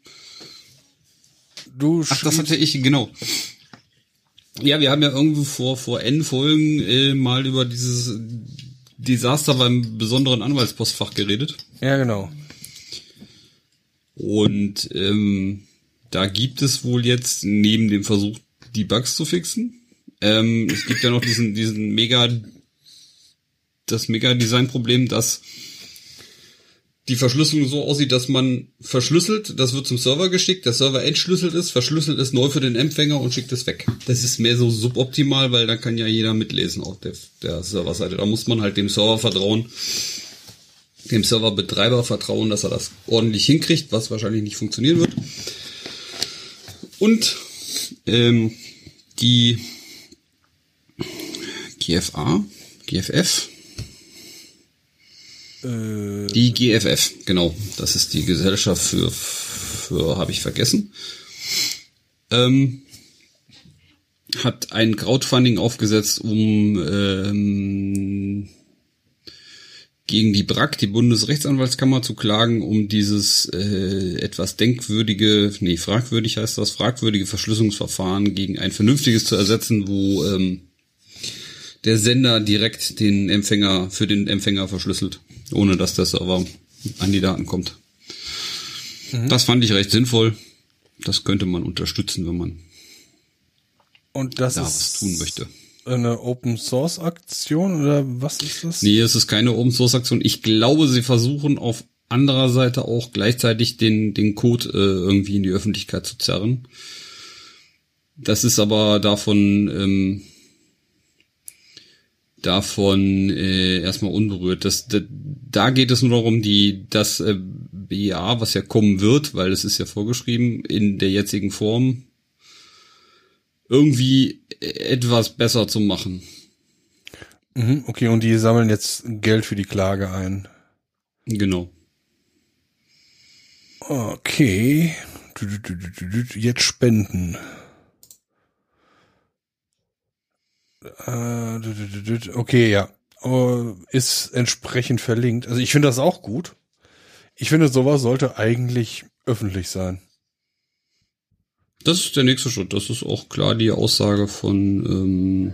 Du Ach, das schriebst- hatte ich, genau. Ja, wir haben ja irgendwo vor, vor N Folgen äh, mal über dieses Desaster beim besonderen Anwaltspostfach geredet. Ja, genau. Und ähm, da gibt es wohl jetzt neben dem Versuch, die Bugs zu fixen, ähm, es gibt ja noch diesen, diesen mega, das Mega-Design-Problem, dass die Verschlüsselung so aussieht, dass man verschlüsselt, das wird zum Server geschickt, der Server entschlüsselt ist, verschlüsselt ist neu für den Empfänger und schickt es weg. Das ist mehr so suboptimal, weil da kann ja jeder mitlesen auf der, der Serverseite. Da muss man halt dem Server vertrauen, dem Serverbetreiber vertrauen, dass er das ordentlich hinkriegt, was wahrscheinlich nicht funktionieren wird. Und ähm, die G F A, G F F, Äh, die G F F, genau, das ist die Gesellschaft für, für habe ich vergessen, ähm, hat ein Crowdfunding aufgesetzt, um ähm, gegen die B R A K, die Bundesrechtsanwaltskammer, zu klagen, um dieses äh, etwas denkwürdige, nee, fragwürdig heißt das, fragwürdige Verschlüsselungsverfahren gegen ein vernünftiges zu ersetzen, wo ähm, der Sender direkt den Empfänger für den Empfänger verschlüsselt, ohne dass der Server an die Daten kommt. Mhm. Das fand ich recht sinnvoll. Das könnte man unterstützen, wenn man und das da ist was tun möchte. eine Open-Source-Aktion oder was ist das? Nee, es ist keine Open-Source-Aktion. Ich glaube, sie versuchen auf anderer Seite auch gleichzeitig den den Code äh, irgendwie in die Öffentlichkeit zu zerren. das ist aber davon ähm, davon äh, erstmal unberührt. Das, da, da geht es nur darum, die das äh, B A, was ja kommen wird, weil es ist ja vorgeschrieben, in der jetzigen Form irgendwie etwas besser zu machen. Mhm, okay, und die sammeln jetzt Geld für die Klage ein. Genau. Okay. Jetzt spenden. Okay, ja. Ist entsprechend verlinkt. Also ich finde das auch gut. Ich finde, sowas sollte eigentlich öffentlich sein. Das ist der nächste Schritt. Das ist auch klar die Aussage von ähm,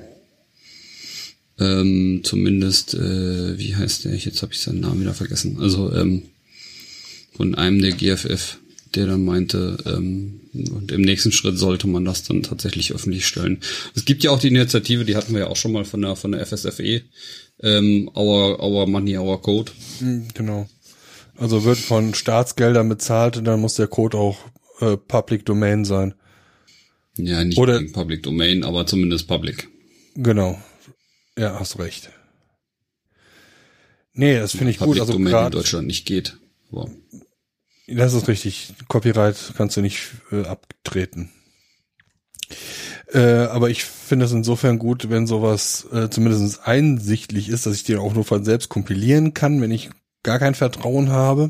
ähm, zumindest, äh, wie heißt der? Jetzt habe ich seinen Namen wieder vergessen. Also ähm, von einem der G F F, der dann meinte, ähm, und im nächsten Schritt sollte man das dann tatsächlich öffentlich stellen. Es gibt ja auch die Initiative, die hatten wir ja auch schon mal von der von der F S F E, ähm, Our, Our Money, Our Code. Genau. Also wird von Staatsgeldern bezahlt und dann muss der Code auch äh, Public Domain sein. Ja, nicht Oder Public Domain, aber zumindest Public. Genau. Ja, hast recht. Nee, das finde ich Public gut. Also Domain grad, in Deutschland nicht geht. Wow. Das ist richtig. Copyright kannst du nicht äh, abtreten. Äh, aber ich finde es insofern gut, wenn sowas äh, zumindest einsichtlich ist, dass ich den auch nur von selbst kompilieren kann, wenn ich gar kein Vertrauen habe.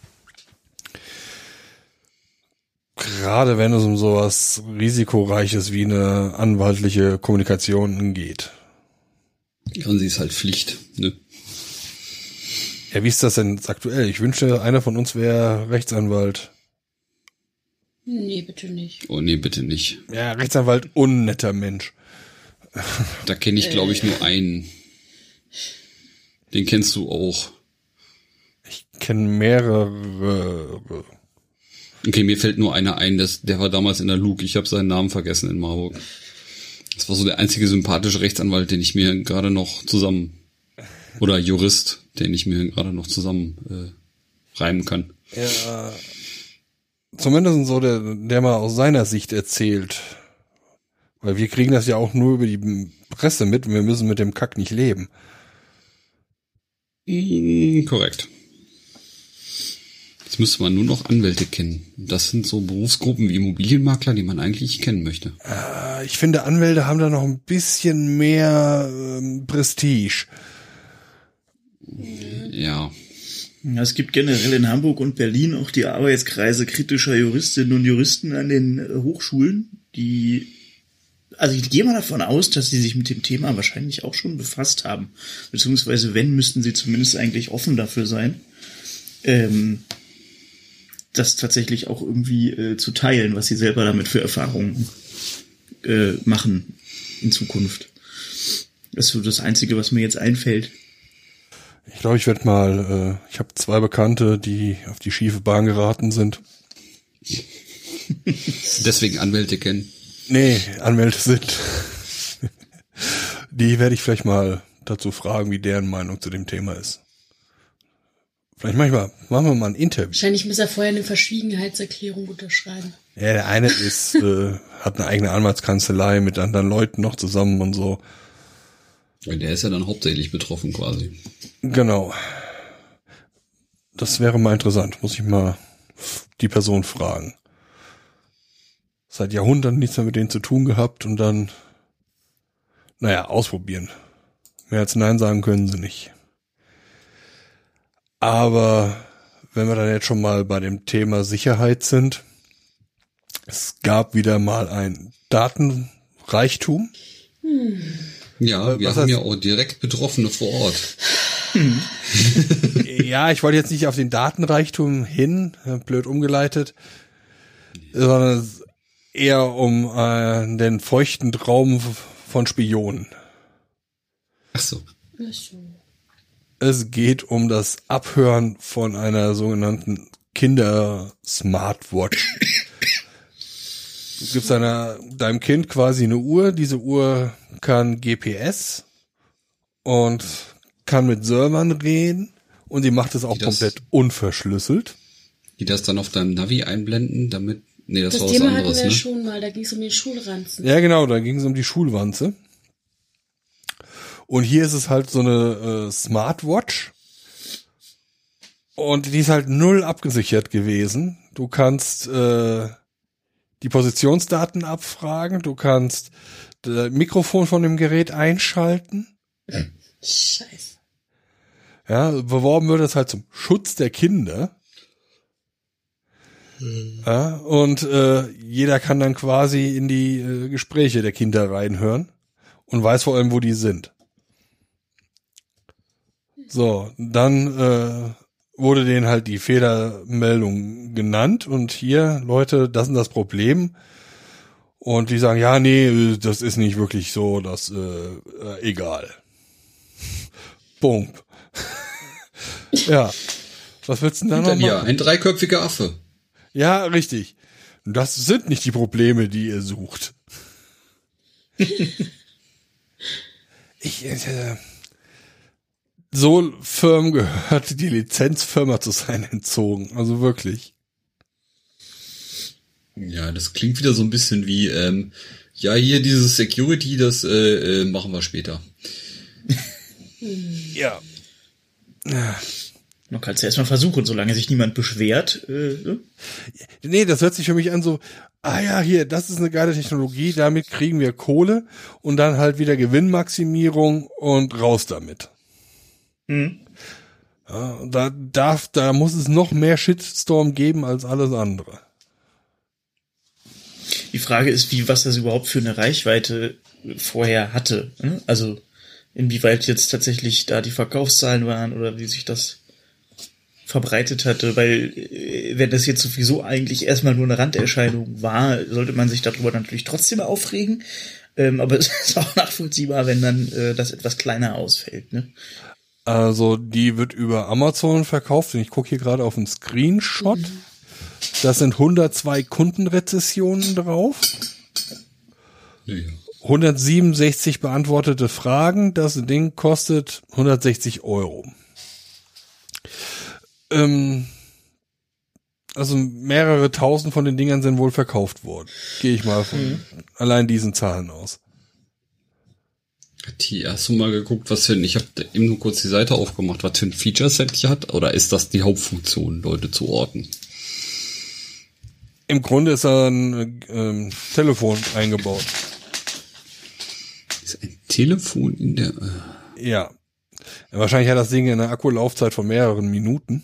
Gerade wenn es um sowas Risikoreiches wie eine anwaltliche Kommunikation geht. Ja, und sie ist halt Pflicht, ne? Ja, wie ist das denn jetzt aktuell? Ich wünschte, einer von uns wäre Rechtsanwalt. Nee, bitte nicht. Oh nee, bitte nicht. Ja, Rechtsanwalt, unnetter Mensch. Da kenne ich, glaube ich, nur einen. Den kennst du auch. Ich kenne mehrere. Okay, mir fällt nur einer ein, das, der war damals in der Luke. Ich habe seinen Namen vergessen in Marburg. Das war so der einzige sympathische Rechtsanwalt, den ich mir gerade noch zusammen, oder Jurist, den ich mir gerade noch zusammen äh, reimen kann. Ja, zumindest so der, der mal aus seiner Sicht erzählt. Weil wir kriegen das ja auch nur über die Presse mit und wir müssen mit dem Kack nicht leben. Mm, korrekt. Jetzt müsste man nur noch Anwälte kennen. Das sind so Berufsgruppen wie Immobilienmakler, die man eigentlich kennen möchte. Äh, ich finde, Anwälte haben da noch ein bisschen mehr ähm, Prestige. Ja. Ja, es gibt generell in Hamburg und Berlin auch die Arbeitskreise kritischer Juristinnen und Juristen an den äh, Hochschulen, die, also ich gehe mal davon aus, dass sie sich mit dem Thema wahrscheinlich auch schon befasst haben. Beziehungsweise wenn, müssten sie zumindest eigentlich offen dafür sein, ähm, das tatsächlich auch irgendwie äh, zu teilen, was sie selber damit für Erfahrungen äh, machen in Zukunft. Das ist so das Einzige, was mir jetzt einfällt. Ich glaube, ich werde mal, äh, ich habe zwei Bekannte, die auf die schiefe Bahn geraten sind. Deswegen Anwälte kennen. Nee, Anwälte sind. Die werde ich vielleicht mal dazu fragen, wie deren Meinung zu dem Thema ist. Vielleicht manchmal machen wir mal ein Interview. Wahrscheinlich muss er vorher eine Verschwiegenheitserklärung unterschreiben. Ja, der eine ist, äh, hat eine eigene Anwaltskanzlei mit anderen Leuten noch zusammen und so. Der ist ja dann hauptsächlich betroffen quasi. Genau. Das wäre mal interessant. Muss ich mal die Person fragen. Seit Jahrhunderten nichts mehr mit denen zu tun gehabt und dann, naja, ausprobieren. Mehr als Nein sagen können sie nicht. Aber wenn wir dann jetzt schon mal bei dem Thema Sicherheit sind, es gab wieder mal ein Datenreichtum. Hm. Ja, wir Was haben heißt, ja auch direkt Betroffene vor Ort. Ja, ich wollte jetzt nicht auf den Datenreichtum hin, blöd umgeleitet, sondern eher um äh, den feuchten Traum von Spionen. Ach so. Ach so. Es geht um das Abhören von einer sogenannten Kinder-Smartwatch. Du gibst deiner, deinem Kind quasi eine Uhr. Diese Uhr kann G P S und kann mit Servern reden und die macht es auch Die das- komplett unverschlüsselt. Die das dann auf deinem Navi einblenden, damit Nee, das, Das war was Thema hatten anderes, wir ne? schon mal, da ging es um den Schulranzen. Ja, genau, da ging es um die Schulwanze. Und hier ist es halt so eine äh, Smartwatch. Und die ist halt null abgesichert gewesen. Du kannst äh, die Positionsdaten abfragen, du kannst das Mikrofon von dem Gerät einschalten. Scheiße. Ja, beworben wird es halt zum Schutz der Kinder. Mhm. Ja, und äh, jeder kann dann quasi in die äh, Gespräche der Kinder reinhören und weiß vor allem, wo die sind. So, dann äh, wurde denen halt die Fehlermeldung genannt und hier, Leute, das ist das Problem. Und die sagen, ja, nee, das ist nicht wirklich so, das äh, äh, egal. Bump. Ja. Was willst du denn da noch Ja, machen? ein dreiköpfiger Affe. Ja, richtig. Das sind nicht die Probleme, die ihr sucht. ich, äh, so Firmen gehört die Lizenzfirma zu sein entzogen. Also wirklich. Ja, das klingt wieder so ein bisschen wie, ähm, ja, hier dieses Security, das äh, äh, machen wir später. Ja. Man kann es ja erstmal versuchen, solange sich niemand beschwert. Äh, ne? Nee, das hört sich für mich an so, ah ja, hier, das ist eine geile Technologie, damit kriegen wir Kohle und dann halt wieder Gewinnmaximierung und raus damit. Mhm. Ja, da darf, da muss es noch mehr Shitstorm geben als alles andere. Die Frage ist, wie, was das überhaupt für eine Reichweite vorher hatte. Ne? Also, inwieweit jetzt tatsächlich da die Verkaufszahlen waren oder wie sich das verbreitet hatte, weil äh, wenn das jetzt sowieso eigentlich erstmal nur eine Randerscheinung war, sollte man sich darüber natürlich trotzdem aufregen, ähm, aber es ist auch nachvollziehbar, wenn dann äh, das etwas kleiner ausfällt. Ne? Also die wird über Amazon verkauft und ich gucke hier gerade auf einen Screenshot. Mhm. Das sind hundertzwei Kundenrezessionen drauf. Ja. hundertsiebenundsechzig beantwortete Fragen. Das Ding kostet hundertsechzig Euro. Ähm, also mehrere tausend von den Dingern sind wohl verkauft worden. Gehe ich mal von mhm. allein diesen Zahlen aus. Die, hast du mal geguckt, was für ein, ich habe eben nur kurz die Seite aufgemacht, was für ein Feature-Set die hat? Oder ist das die Hauptfunktion, Leute zu orten? Im Grunde ist da ein ähm, Telefon eingebaut. Ist ein Telefon in der... Äh ja. ja. Wahrscheinlich hat das Ding eine Akkulaufzeit von mehreren Minuten.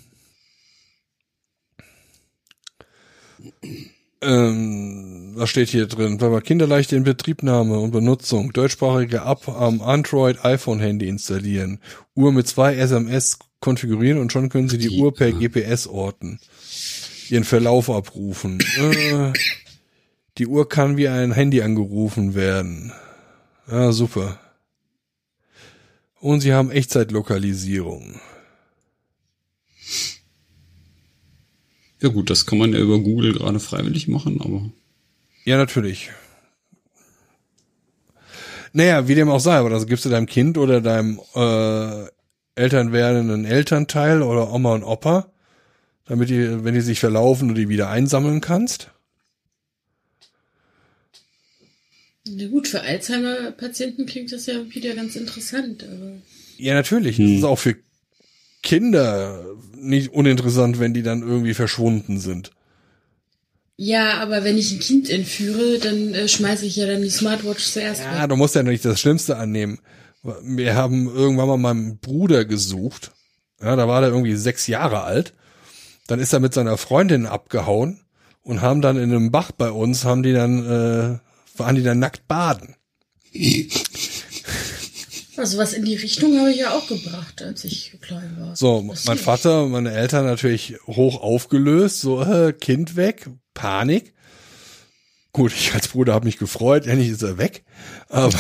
Ähm, was steht hier drin? Kinderleichte Inbetriebnahme und Benutzung. Deutschsprachige App am Android-iPhone-Handy installieren. Uhr mit zwei S M S konfigurieren und schon können Sie die, die Uhr per G P S orten. Ihren Verlauf abrufen. äh, die Uhr kann wie ein Handy angerufen werden. Ja, super. Und Sie haben Echtzeitlokalisierung. Ja gut, das kann man ja über Google gerade freiwillig machen, aber... Ja, natürlich. Naja, wie dem auch sei, aber das gibst du deinem Kind oder deinem äh, Eltern werdenden Elternteil oder Oma und Opa, damit die, wenn die sich verlaufen, du die wieder einsammeln kannst. Na gut, für Alzheimer-Patienten klingt das ja wieder ganz interessant. Aber ja, natürlich. Hm. Das ist auch für Kinder nicht uninteressant, wenn die dann irgendwie verschwunden sind. Ja, aber wenn ich ein Kind entführe, dann äh, schmeiße ich ja dann die Smartwatch zuerst Ja, weg. du musst ja nicht das Schlimmste annehmen. Wir haben irgendwann mal meinen Bruder gesucht. Ja, da war der irgendwie sechs Jahre alt. Dann ist er mit seiner Freundin abgehauen und haben dann in einem Bach bei uns, haben die dann, äh, waren die dann nackt baden. Also was in die Richtung habe ich ja auch gebracht, als ich klein war. So, das mein Vater und meine Eltern natürlich hoch aufgelöst, so, äh, Kind weg, Panik. Gut, ich als Bruder habe mich gefreut, endlich ist er weg. Aber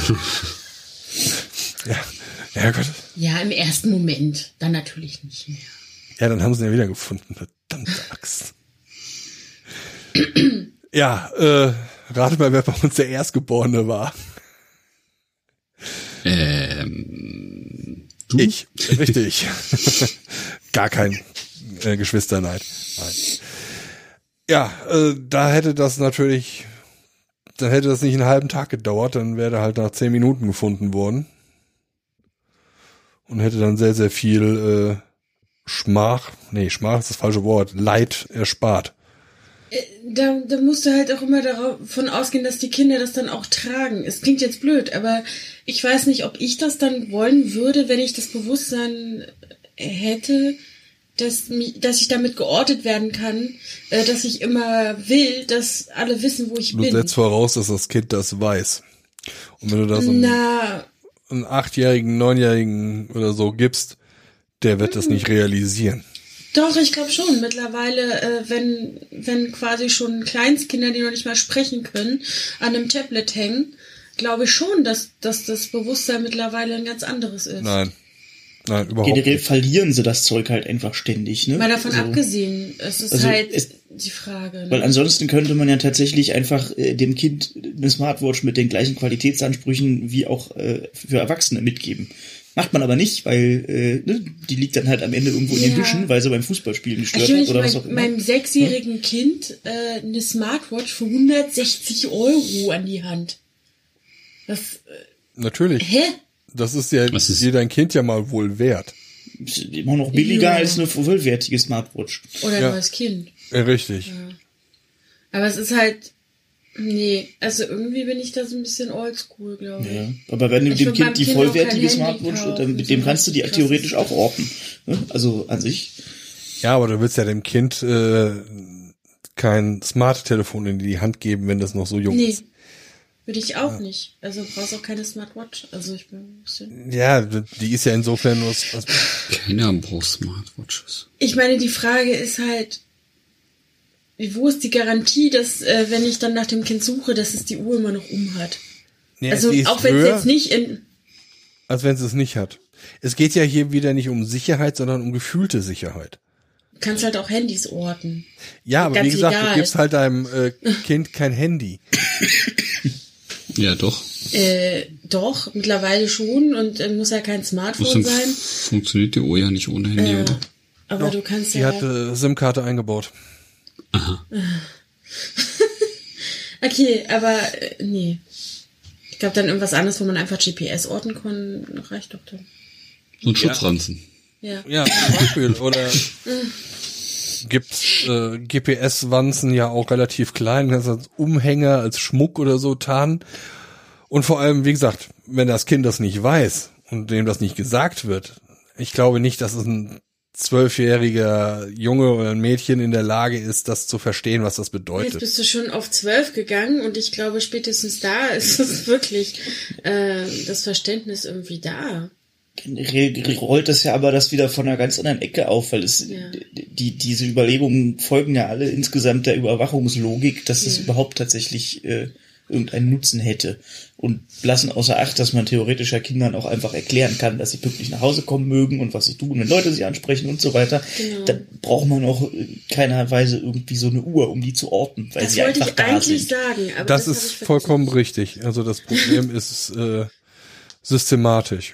ja, ja Gott. Ja, im ersten Moment, dann natürlich nicht mehr. Ja, dann haben sie ihn ja wieder gefunden, verdammte Axt. Ja, äh, rate mal, wer bei uns der Erstgeborene war. Ähm, du? Ich, richtig. Gar kein äh, Geschwisterneid. Nein. Ja, äh, da hätte das natürlich, da hätte das nicht einen halben Tag gedauert, dann wäre er halt nach zehn Minuten gefunden worden. Und hätte dann sehr, sehr viel äh, Schmach, nee, Schmach ist das falsche Wort, Leid erspart. Da, da musst du halt auch immer davon ausgehen, dass die Kinder das dann auch tragen. Es klingt jetzt blöd, aber ich weiß nicht, ob ich das dann wollen würde, wenn ich das Bewusstsein hätte, dass, mich, dass ich damit geortet werden kann, äh, dass ich immer will, dass alle wissen, wo ich Du bin. Du setzt voraus, dass das Kind das weiß. Und wenn du das einem, einen achtjährigen, neunjährigen oder so gibst, der wird mhm. das nicht realisieren. Doch, ich glaube schon. Mittlerweile, äh, wenn wenn quasi schon Kleinstkinder, die noch nicht mal sprechen können, an einem Tablet hängen, glaube ich schon, dass, dass das Bewusstsein mittlerweile ein ganz anderes ist. Nein. Nein, überhaupt Generell nicht. verlieren sie das Zeug halt einfach ständig. Ne? Mal davon also, abgesehen, es ist also halt es, die Frage. Ne? Weil ansonsten könnte man ja tatsächlich einfach äh, dem Kind eine Smartwatch mit den gleichen Qualitätsansprüchen wie auch äh, für Erwachsene mitgeben. Macht man aber nicht, weil äh, ne, die liegt dann halt am Ende irgendwo in den Ja. Büschen, weil sie beim Fußballspielen gestört ich will hat oder mein, was auch immer. meinem sechsjährigen hm? Kind äh, eine Smartwatch für hundertsechzig Euro an die Hand. Das, äh, Natürlich. hä? Das ist ja Was ist- dir dein Kind ja mal wohl wert. Ist immer noch billiger Ja. als eine vollwertige Smartwatch. Oder ein Ja. neues Kind. Ja, richtig. Aber es ist halt, nee, also irgendwie bin ich da so ein bisschen oldschool, glaube ich. Ja. Aber wenn du Ich dem würd meinem Kind die Kind auch kein vollwertige Handy Smartwatch, kaufen, dann mit so dem kannst du die was theoretisch Krasses. auch orten. Ne? Also an sich. Ja, aber du willst ja dem Kind äh, kein Smart-Telefon in die Hand geben, wenn das noch so jung Nee, ist. würde ich auch nicht. Also brauchst auch keine Smartwatch. Also ich bin ein bisschen... Ja, die ist ja insofern nur... Was, Keiner braucht Smartwatches. Ich meine, die Frage ist halt, wo ist die Garantie, dass, äh, wenn ich dann nach dem Kind suche, dass es die Uhr immer noch um hat? ja, Also die ist auch wenn es höher, jetzt nicht in... als wenn es es nicht hat. Es geht ja hier wieder nicht um Sicherheit, sondern um gefühlte Sicherheit. Du kannst halt auch Handys orten. Ja, aber Ganz wie gesagt, egal. du gibst halt deinem äh, Kind kein Handy. Ja, doch. Äh, doch, mittlerweile schon und äh, muss ja kein Smartphone Außerdem sein. funktioniert die Uhr ja nicht ohne Handy, Äh, oder? aber Doch, du kannst die ja... hat äh, SIM-Karte eingebaut. Okay, aber äh, nee. Ich glaube dann irgendwas anderes, wo man einfach G P S orten kann, reicht doch dann. So ein Schutzranzen. Ja. Ja, zum Beispiel. Oder gibt's äh, G P S-Wanzen ja auch relativ klein, kannst als Umhänger, als Schmuck oder so tarnen. Und vor allem, wie gesagt, wenn das Kind das nicht weiß und dem das nicht gesagt wird, ich glaube nicht, dass es ein zwölfjähriger Junge oder ein Mädchen in der Lage ist, das zu verstehen, was das Jetzt bedeutet. bist du schon auf zwölf gegangen und ich glaube, spätestens da ist es wirklich äh, das Verständnis irgendwie da. Generell rollt das ja aber das wieder von einer ganz anderen Ecke auf, weil es Ja. die diese Überlegungen folgen ja alle insgesamt der Überwachungslogik, dass es Ja. überhaupt tatsächlich äh, irgendeinen Nutzen hätte und lassen außer Acht, dass man theoretisch ja Kindern auch einfach erklären kann, dass sie pünktlich nach Hause kommen mögen und was sie tun, wenn Leute sie ansprechen und so weiter. Genau. Dann braucht man auch in keiner Weise irgendwie so eine Uhr, um die zu orten, weil Das sie wollte einfach ich da eigentlich sind. sagen. Aber Das das ist hab ich vollkommen vergessen. richtig. Also das Problem ist äh, systematisch.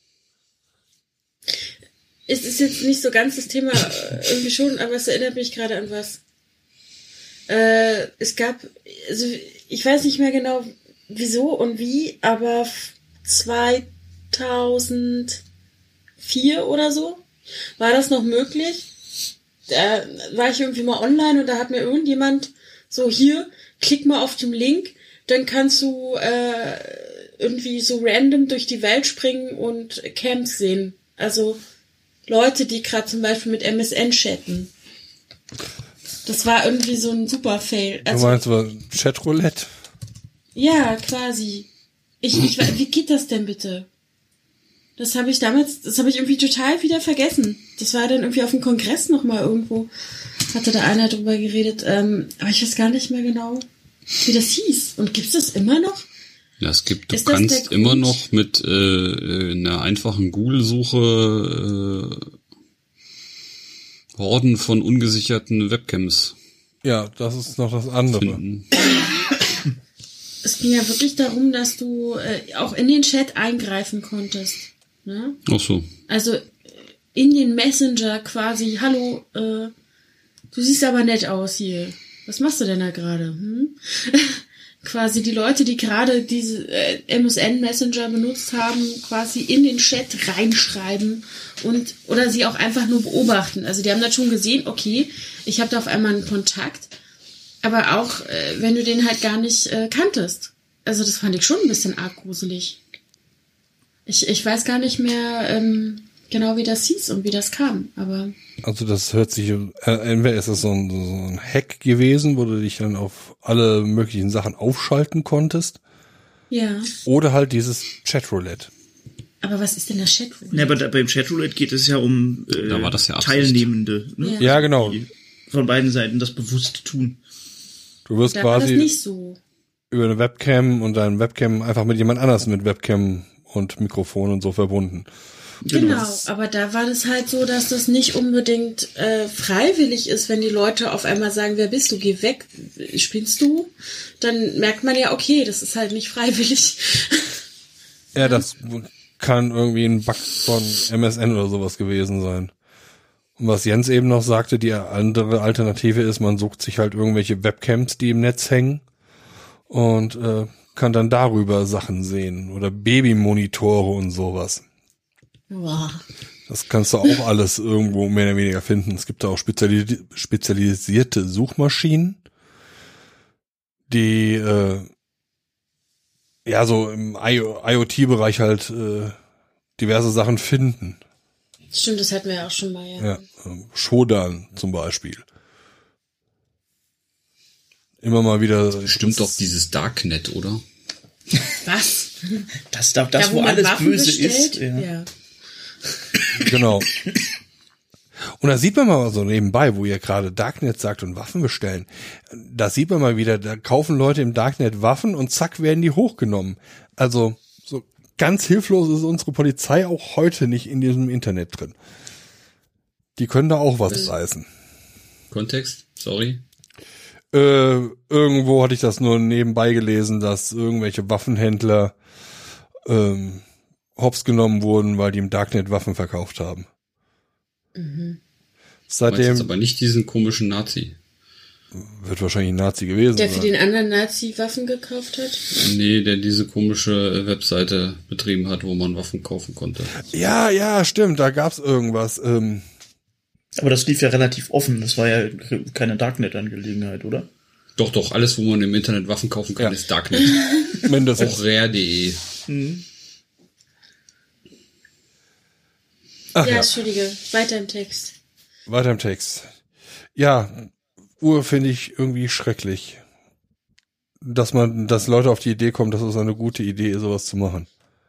Es ist jetzt nicht so ganz das Thema, äh, irgendwie schon, aber es erinnert mich gerade an was. Äh, es gab, also ich weiß nicht mehr genau wieso und wie, aber zweitausendvier oder so war das noch möglich. Da war ich irgendwie mal online und da hat mir irgendjemand so, hier, klick mal auf den Link, dann kannst du äh, irgendwie so random durch die Welt springen und Camps sehen. Also Leute, die gerade zum Beispiel mit M S N chatten. Das war irgendwie so ein super Fail. Du Also, meinst aber Chatroulette? ja, quasi. Ich, ich, we- wie geht das denn bitte? Das habe ich damals, das habe ich irgendwie total wieder vergessen. Das war dann irgendwie auf dem Kongress nochmal irgendwo. Hatte da einer drüber geredet. Ähm, aber ich weiß gar nicht mehr genau, wie das hieß. Und gibt's das immer noch? Ja, es gibt, du Ist das der kannst Grund? immer noch mit äh, einer einfachen Google-Suche äh, Horden von ungesicherten Webcams Ja, das ist noch das andere. finden. Es ging ja wirklich darum, dass du äh, auch in den Chat eingreifen konntest. Ne? Ach so. Also äh, in den Messenger quasi, hallo, äh, du siehst aber nett aus hier. was machst du denn da gerade? Hm? Quasi die Leute, die gerade diese äh, M S N Messenger benutzt haben, quasi in den Chat reinschreiben und oder sie auch einfach nur beobachten. Also die haben dann schon gesehen, okay, ich habe da auf einmal einen Kontakt, aber auch äh, wenn du den halt gar nicht äh, kanntest. Also das fand ich schon ein bisschen arg gruselig. Ich, ich weiß gar nicht mehr ähm, genau, wie das hieß und wie das kam, aber... Also das hört sich, äh, entweder ist das so ein, so ein Hack gewesen, wo du dich dann auf alle möglichen Sachen aufschalten konntest. Ja. Oder halt dieses Chatroulette. Aber was ist denn das Chatroulette? Ja, aber da, beim Chatroulette geht es ja um äh, Da war das ja Absicht. Teilnehmende, ne? Ja. Ja, genau. Die von beiden Seiten das bewusst tun. Du wirst Da war das quasi nicht so. über eine Webcam und dein Webcam einfach mit jemand anders mit Webcam und Mikrofon und so verbunden. Genau, aber da war das halt so, dass das nicht unbedingt äh, freiwillig ist, wenn die Leute auf einmal sagen, wer bist du, geh weg, spinnst du? Dann merkt man ja, okay, das ist halt nicht freiwillig. Ja, das kann irgendwie ein Bug von M S N oder sowas gewesen sein. Und was Jens eben noch sagte, die andere Alternative ist, man sucht sich halt irgendwelche Webcams, die im Netz hängen und äh, kann dann darüber Sachen sehen oder Babymonitore und sowas. Boah. Das kannst du auch alles irgendwo mehr oder weniger finden. Es gibt da auch speziali- spezialisierte Suchmaschinen, die äh, ja so im I O T-Bereich halt äh, diverse Sachen finden. Stimmt, das hatten wir ja auch schon mal, ja. Ja, ähm, Shodan zum Beispiel. Immer mal wieder. Stimmt doch dieses Darknet, oder? Was? Das, das, das Da, wo, wo man alles Waffen böse bestellt? ist. Ja. Ja. Genau. Und da sieht man mal so nebenbei, wo ihr gerade Darknet sagt und Waffen bestellen. Da sieht man mal wieder, da kaufen Leute im Darknet Waffen und zack werden die hochgenommen. Also so ganz hilflos ist unsere Polizei auch heute nicht in diesem Internet drin. Die können da auch was reißen. Kontext? Sorry. Äh, irgendwo hatte ich das nur nebenbei gelesen, dass irgendwelche Waffenhändler ähm, hops genommen wurden, weil die im Darknet Waffen verkauft haben. Mhm. Seitdem Jetzt aber nicht diesen komischen Nazi. wird wahrscheinlich ein Nazi gewesen Der für sein. den anderen Nazi Waffen gekauft hat? Nee, der diese komische Webseite betrieben hat, wo man Waffen kaufen konnte. Ja, ja, stimmt, da gab's irgendwas. Ähm, Aber das lief ja relativ offen. Das war ja keine Darknet-Angelegenheit, oder? Doch, doch, alles, wo man im Internet Waffen kaufen kann, Ja. ist Darknet. mindestens. Auch rare punkt de. Mhm. Ach ja, ja, Entschuldige, weiter im Text. weiter im Text. Ja, Uhr finde ich irgendwie schrecklich. Dass man, dass Leute auf die Idee kommen, dass es eine gute Idee ist, sowas zu machen.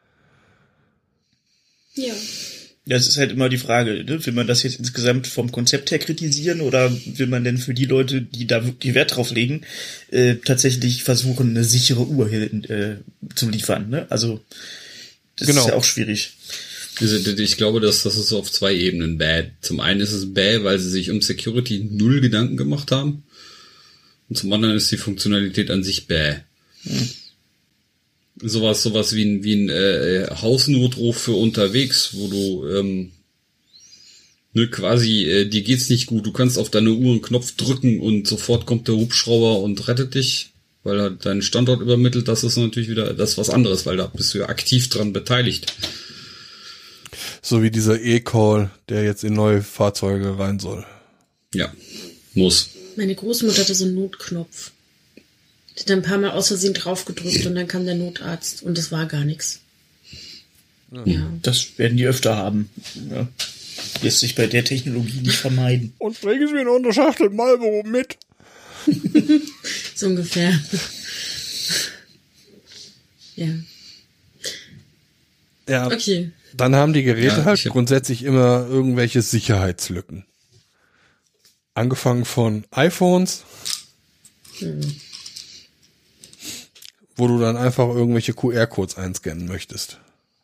Ja. Ja, es ist halt immer die Frage, ne? Will man das jetzt insgesamt vom Konzept her kritisieren oder will man denn für die Leute, die da wirklich Wert drauf legen, äh, tatsächlich versuchen, eine sichere Uhr hier, äh, zu liefern, ne? Also, das Genau. ist ja auch schwierig. Ich glaube, dass das ist auf zwei Ebenen bad. Zum einen ist es bad, weil sie sich um Security null Gedanken gemacht haben. Und zum anderen ist die Funktionalität an sich bad. Hm. Sowas, sowas wie ein, wie ein äh, Hausnotruf für unterwegs, wo du ähm, ne, quasi, äh, dir geht's nicht gut, du kannst auf deine Uhr einen Knopf drücken und sofort kommt der Hubschrauber und rettet dich, weil er deinen Standort übermittelt. Das ist natürlich wieder das ist was anderes, weil da bist du ja aktiv dran beteiligt. So wie dieser E-Call, der jetzt in neue Fahrzeuge rein soll. Ja, muss. Meine Großmutter hatte so einen Notknopf. Die hat ein paar Mal aus Versehen draufgedrückt und dann kam der Notarzt und es war gar nichts. Ja. Das werden die öfter haben. Ja. Lässt sich bei der Technologie nicht vermeiden. Und bringen Sie mir noch eine Schachtel Marlboro mit. So ungefähr. Ja. Ja, Okay. dann haben die Geräte Ja, halt ich hab- grundsätzlich immer irgendwelche Sicherheitslücken. Angefangen von iPhones, Hm. wo du dann einfach irgendwelche Q R-Codes einscannen möchtest.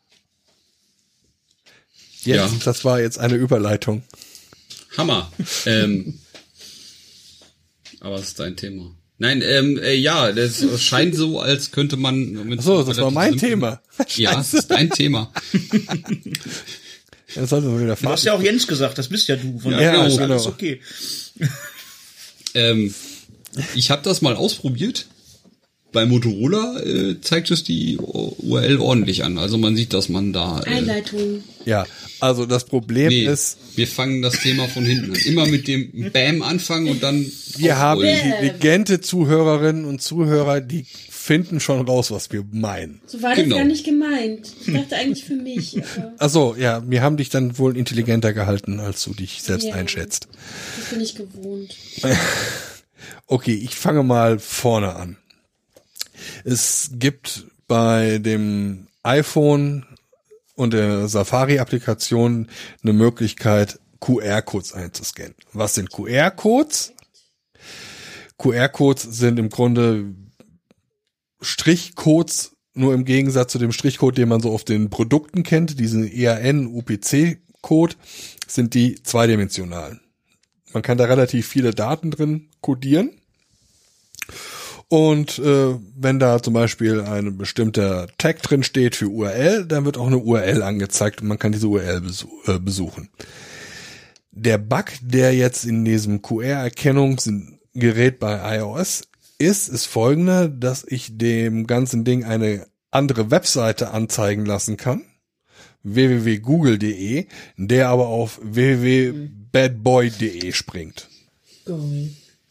Jetzt, Ja. das war jetzt eine Überleitung. Hammer. ähm, aber es ist dein Thema. Nein, ähm, äh, ja, das scheint so, als könnte man... Ach so, das war mein relativ Thema. simpel- Ja, es ist dein Thema. Jetzt sollten wir wieder Du hast ja auch Jens gesagt, das bist ja du. Von Ja, daher genau, ist alles genau. okay. ähm, Ich habe das mal ausprobiert. Bei Motorola äh, zeigt es die U R L ordentlich an. Also man sieht, dass man da... Äh, Einleitung. Ja, also das Problem nee, ist, wir fangen das Thema von hinten an. Immer mit dem Bam anfangen und dann... wir haben aufrollen. intelligente Zuhörerinnen und Zuhörer, die finden schon raus, was wir meinen. So war das Genau. gar nicht gemeint. Ich dachte eigentlich für mich. Aber Ach so, ja, wir haben dich dann wohl intelligenter gehalten, als du dich selbst Ja. einschätzt. das bin ich gewohnt. Okay, ich fange mal vorne an. Es gibt bei dem iPhone und der Safari-Applikation eine Möglichkeit, Q R-Codes einzuscannen. Was sind Q R-Codes? Q R-Codes sind im Grunde Strichcodes, nur im Gegensatz zu dem Strichcode, den man so auf den Produkten kennt, diesen E A N-U P C-Code, sind die zweidimensionalen. Man kann da relativ viele Daten drin codieren. Und äh, wenn da zum Beispiel ein bestimmter Tag drin steht für U R L, dann wird auch eine U R L angezeigt und man kann diese U R L besuch, äh, besuchen. Der Bug, der jetzt in diesem Q R-Erkennungsgerät bei iOS ist, ist folgender, dass ich dem ganzen Ding eine andere Webseite anzeigen lassen kann, w w w punkt google punkt de, der aber auf w w w punkt badboy punkt de springt. Goal.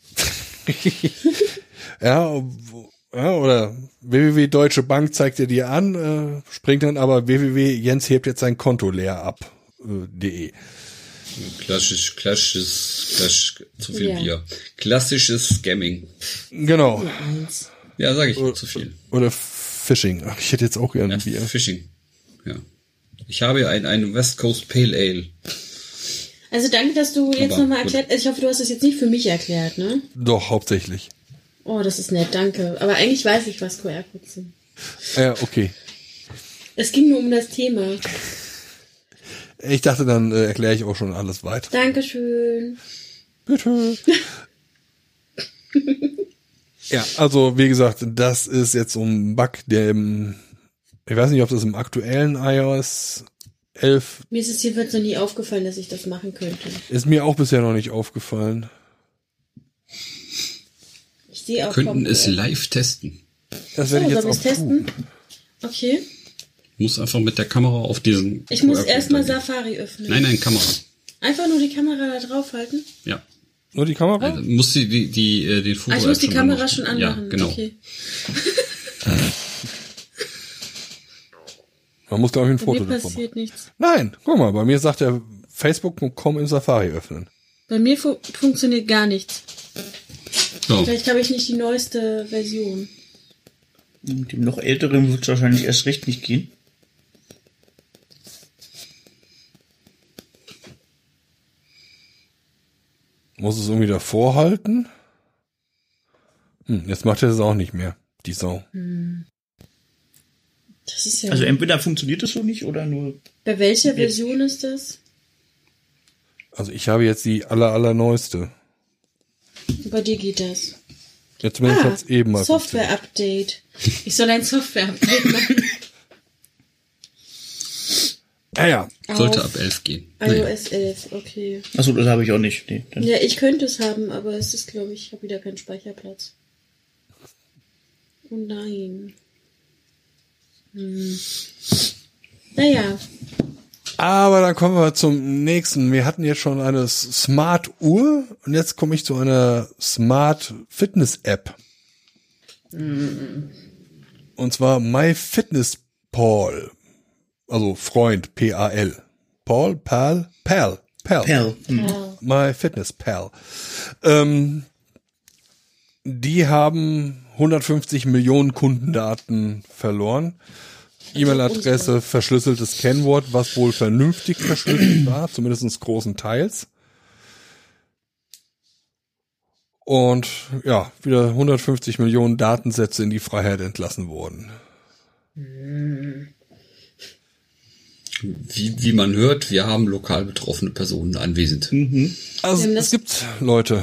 Ja, wo- ja, oder w w w punkt Deutsche Bank zeigt er dir an, äh, springt dann aber w w w punkt Jens hebt jetzt sein Konto leer ab, äh, de. Klassisch, klassisches, klassisch, zu viel Ja. Bier. Klassisches Scamming. Genau. Eins. Ja, sage ich, zu viel. Oder Phishing. Ach, ich hätte jetzt auch gerne Ja, ein Bier. Phishing. Ja. Ich habe ein, ein West Coast Pale Ale. Also danke, dass du jetzt Aber nochmal gut. erklärt. Also ich hoffe, du hast es jetzt nicht für mich erklärt, ne? Doch, hauptsächlich. Oh, das ist nett, danke. Aber eigentlich weiß ich, was Q R-Codes sind. Ja, okay. Es ging nur um das Thema. Ich dachte, dann äh, erkläre ich auch schon alles weiter. Dankeschön. Bitte. Ja, also wie gesagt, das ist jetzt so ein Bug, der im, ich weiß nicht, ob das im aktuellen iOS elf Mir ist es jedenfalls noch nie aufgefallen, dass ich das machen könnte. ist mir auch bisher noch nicht aufgefallen. Ich sehe auch Könnten vom es Q R. live testen. Das So, werde ich jetzt soll auch ich testen? tun. Okay. Muss einfach mit der Kamera auf diesen... Ich muss Q R-Code erstmal eingehen. Safari öffnen. Nein, nein, Kamera. Einfach nur die Kamera da drauf halten. Ja. Nur die Kamera? Also muss die, die, die, äh, den Foto Ah, ich muss die schon Kamera anmachen. schon anmachen. Ja, genau. Okay. Man muss, glaube ich, ein Bei Foto mir davon machen. passiert nichts. Nein, guck mal, bei mir sagt er facebook punkt com im Safari öffnen. Bei mir fu funktioniert gar nichts. So. Vielleicht habe ich nicht die neueste Version. Mit dem noch älteren wird es wahrscheinlich erst recht nicht gehen. Muss es irgendwie davor halten? Hm, jetzt macht er das auch nicht mehr, die Sau. Das ist ja. Also entweder funktioniert es so nicht oder nur... Bei welcher Version ist das? Also ich habe jetzt die aller, allerneueste. Bei dir geht das. Ja, zumindest Ah, hat's eben mal funktioniert. Software-Update. Ich soll ein Software-Update machen. Ah ja, Sollte Auf ab elf gehen. Naja. iOS elf, okay. Achso, das habe ich auch nicht. Nee, dann Ja, ich könnte es haben, aber es ist, glaube ich, ich habe wieder keinen Speicherplatz. Oh nein. Hm. Naja, aber dann kommen wir zum nächsten. Wir hatten jetzt schon eine Smart Uhr und jetzt komme ich zu einer Smart Fitness App. Und zwar MyFitnessPal. Also Freund, P A L. Paul, Pal, Pal, Pal. Perl. Hm. ja. MyFitnessPal. Ähm, die haben hundertfünfzig Millionen Kundendaten verloren. E-Mail-Adresse, verschlüsseltes Kennwort, was wohl vernünftig verschlüsselt war, zumindest großen Und ja, wieder hundertfünfzig Millionen Datensätze in die Freiheit entlassen wurden. Wie, wie man hört, wir haben lokal betroffene Personen anwesend. Also Wir haben es das- gibt Leute.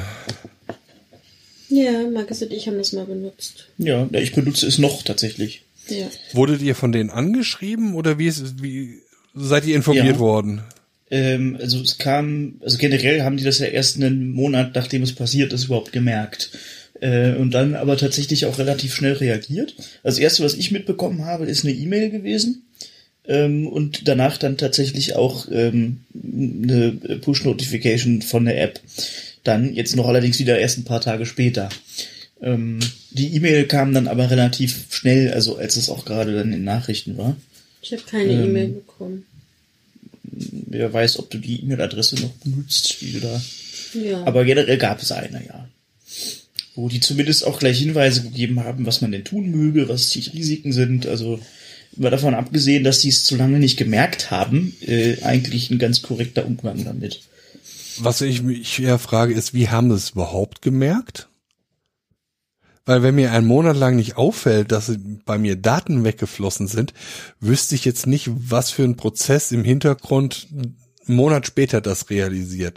Ja, Marcus und ich haben das mal benutzt. Ja, ich benutze es noch tatsächlich. Ja. Wurdet ihr von denen angeschrieben oder wie, ist, wie seid ihr informiert Ja. worden? Ähm, also es kam, also generell haben die das ja erst einen Monat, nachdem es passiert ist, überhaupt gemerkt. Äh, und dann aber tatsächlich auch relativ schnell reagiert. Also das Erste, was ich mitbekommen habe, ist eine E-Mail gewesen. Ähm, und danach dann tatsächlich auch ähm, eine Push-Notification von der App. Dann jetzt noch allerdings wieder erst ein paar Tage später. Ähm, die E-Mail kam dann aber relativ schnell, also als es auch gerade dann in Nachrichten war. Ich habe keine ähm, E-Mail bekommen. Wer weiß, ob du die E-Mail-Adresse noch benutzt, die du da. Ja. Aber generell gab es eine, ja. Wo die zumindest auch gleich Hinweise gegeben haben, was man denn tun möge, was die Risiken sind. Also mal davon abgesehen, dass sie es zu lange nicht gemerkt haben, äh, eigentlich ein ganz korrekter Umgang damit. Was ich mich eher frage, ist, wie haben sie es überhaupt gemerkt? Weil wenn mir ein Monat lang nicht auffällt, dass bei mir Daten weggeflossen sind, wüsste ich jetzt nicht, was für ein Prozess im Hintergrund einen Monat später das realisiert.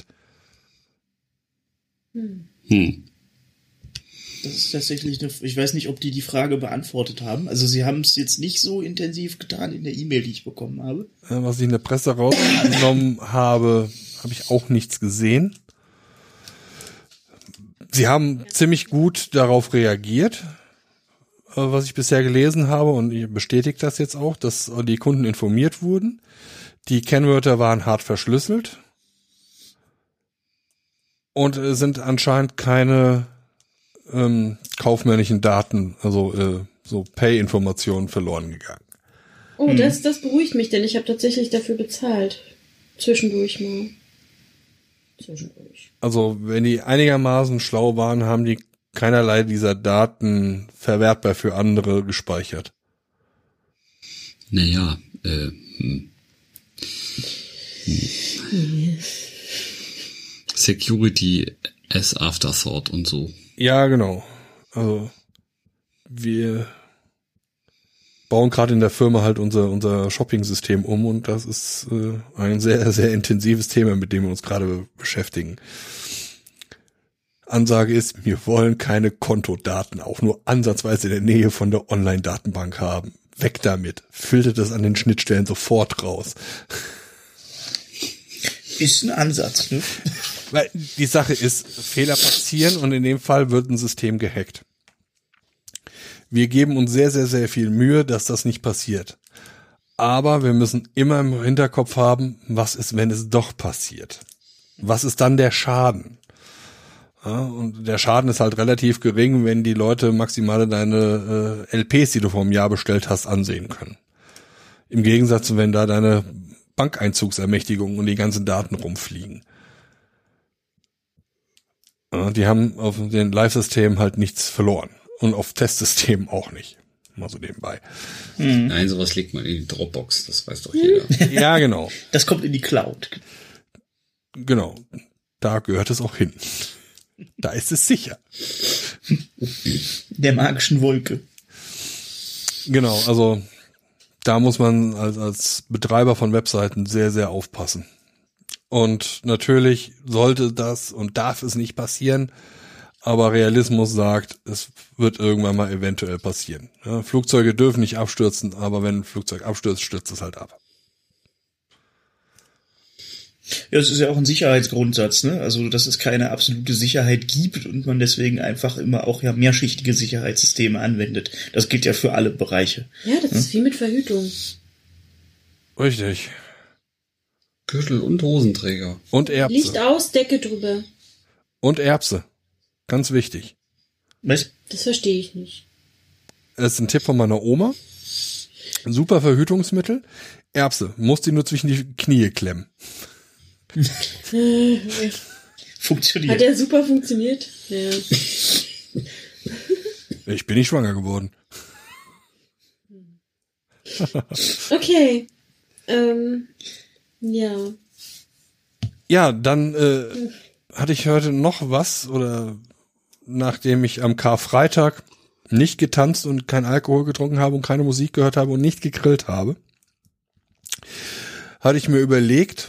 Hm. Hm. Das ist tatsächlich eine, ich weiß nicht, ob die die Frage beantwortet haben. Also sie haben es jetzt nicht so intensiv getan in der E-Mail, die ich bekommen habe. Was ich in der Presse rausgenommen habe, habe ich auch nichts gesehen. Sie haben ziemlich gut darauf reagiert, was ich bisher gelesen habe, und ich bestätige das jetzt auch, dass die Kunden informiert wurden. Die Kennwörter waren hart verschlüsselt und es sind anscheinend keine ähm, kaufmännischen Daten, also äh, so Pay-Informationen verloren gegangen. Oh, hm. das, das beruhigt mich, denn ich habe tatsächlich dafür bezahlt. Zwischendurch mal. Zwischendurch. Also wenn die einigermaßen schlau waren, haben die keinerlei dieser Daten verwertbar für andere gespeichert. Naja, äh, hm. Hm. Security as Afterthought und so. Ja, genau. Also wir bauen gerade in der Firma halt unser unser Shopping-System um und das ist äh, ein sehr, sehr intensives Thema, mit dem wir uns gerade beschäftigen. Ansage ist, wir wollen keine Kontodaten auch nur ansatzweise in der Nähe von der Online-Datenbank haben. Weg damit. Filtert das an den Schnittstellen sofort raus. Ist ein Ansatz, ne? Weil die Sache ist, Fehler passieren und in dem Fall wird ein System gehackt. Wir geben uns sehr, sehr, sehr viel Mühe, dass das nicht passiert. Aber wir müssen immer im Hinterkopf haben, was ist, wenn es doch passiert? Was ist dann der Schaden? Ja, und der Schaden ist halt relativ gering, wenn die Leute maximal deine äh, L Ps, die du vor einem Jahr bestellt hast, ansehen können. Im Gegensatz zu, wenn da deine Bankeinzugsermächtigungen und die ganzen Daten rumfliegen. Ja, die haben auf den Live-Systemen halt nichts verloren. Und auf Testsystemen auch nicht. Mal so nebenbei. Hm. Nein, sowas legt man in die Dropbox, das weiß doch jeder. Ja, genau. Das kommt in die Cloud. Genau. Da gehört es auch hin. Da ist es sicher. Der magischen Wolke. Genau, also da muss man als, als Betreiber von Webseiten sehr, sehr aufpassen. Und natürlich sollte das und darf es nicht passieren, aber Realismus sagt, es wird irgendwann mal eventuell passieren. Ja, Flugzeuge dürfen nicht abstürzen, aber wenn ein Flugzeug abstürzt, stürzt es halt ab. Ja, das ist ja auch ein Sicherheitsgrundsatz, ne? Also, dass es keine absolute Sicherheit gibt und man deswegen einfach immer auch ja mehrschichtige Sicherheitssysteme anwendet. Das gilt ja für alle Bereiche. Ja, das hm? ist wie mit Verhütung. Richtig. Gürtel und Hosenträger. Und Erbse. Licht aus, Decke drüber. Und Erbse. Ganz wichtig. Was? Das verstehe ich nicht. Das ist ein Tipp von meiner Oma. Super Verhütungsmittel. Erbse. Muss die nur zwischen die Knie klemmen. Funktioniert. Hat der super funktioniert? Ja. Ich bin nicht schwanger geworden. Okay. Ähm, ja. Ja, dann äh, hatte ich heute noch was, oder nachdem ich am Karfreitag nicht getanzt und kein Alkohol getrunken habe und keine Musik gehört habe und nicht gegrillt habe, hatte ich mir überlegt,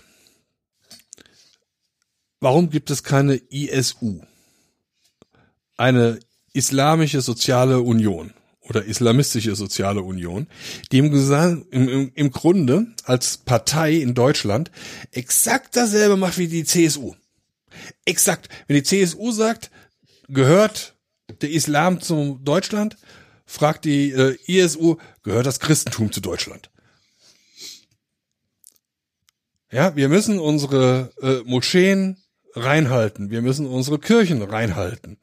warum gibt es keine I S U? Eine Islamische Soziale Union oder Islamistische Soziale Union, die im, im, im Grunde als Partei in Deutschland exakt dasselbe macht wie die C S U. Exakt. Wenn die C S U sagt, gehört der Islam zu Deutschland? Fragt die äh, I S U, gehört das Christentum zu Deutschland? Ja, wir müssen unsere äh, Moscheen reinhalten. Wir müssen unsere Kirchen reinhalten.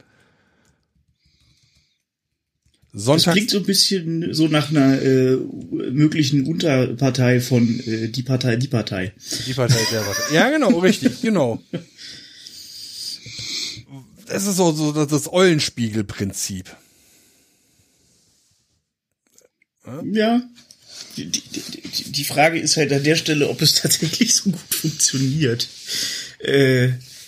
Sonntag. Das klingt so ein bisschen so nach einer äh, möglichen Unterpartei von äh, die Partei, die Partei. Die Partei, der Partei. Ja, genau, richtig, genau. Das ist so, so das Eulenspiegel-Prinzip. Ja. ja. Die, die, die, die Frage ist halt an der Stelle, ob es tatsächlich so gut funktioniert. Äh,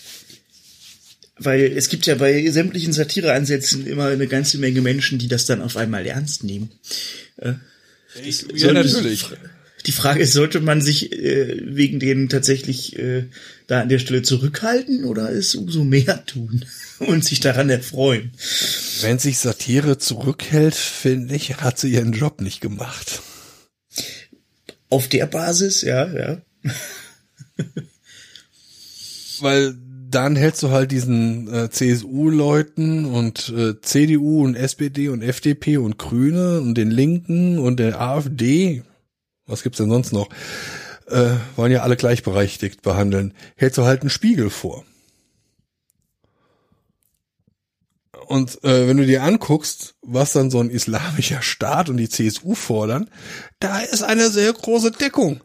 weil es gibt ja bei sämtlichen Satireansätzen immer eine ganze Menge Menschen, die das dann auf einmal ernst nehmen. Äh, das, ja, natürlich. Die Frage ist, sollte man sich äh, wegen denen tatsächlich äh, da an der Stelle zurückhalten oder es umso mehr tun und sich daran erfreuen? Wenn sich Satire zurückhält, finde ich, hat sie ihren Job nicht gemacht. Auf der Basis, ja, ja. Weil dann hältst du halt diesen äh, C S U-Leuten und äh, C D U und S P D und F D P und Grüne und den Linken und der AfD, was gibt's denn sonst noch, äh, wollen ja alle gleichberechtigt behandeln, hältst du halt einen Spiegel vor. Und äh, wenn du dir anguckst, was dann so ein islamischer Staat und die C S U fordern, da ist eine sehr große Deckung.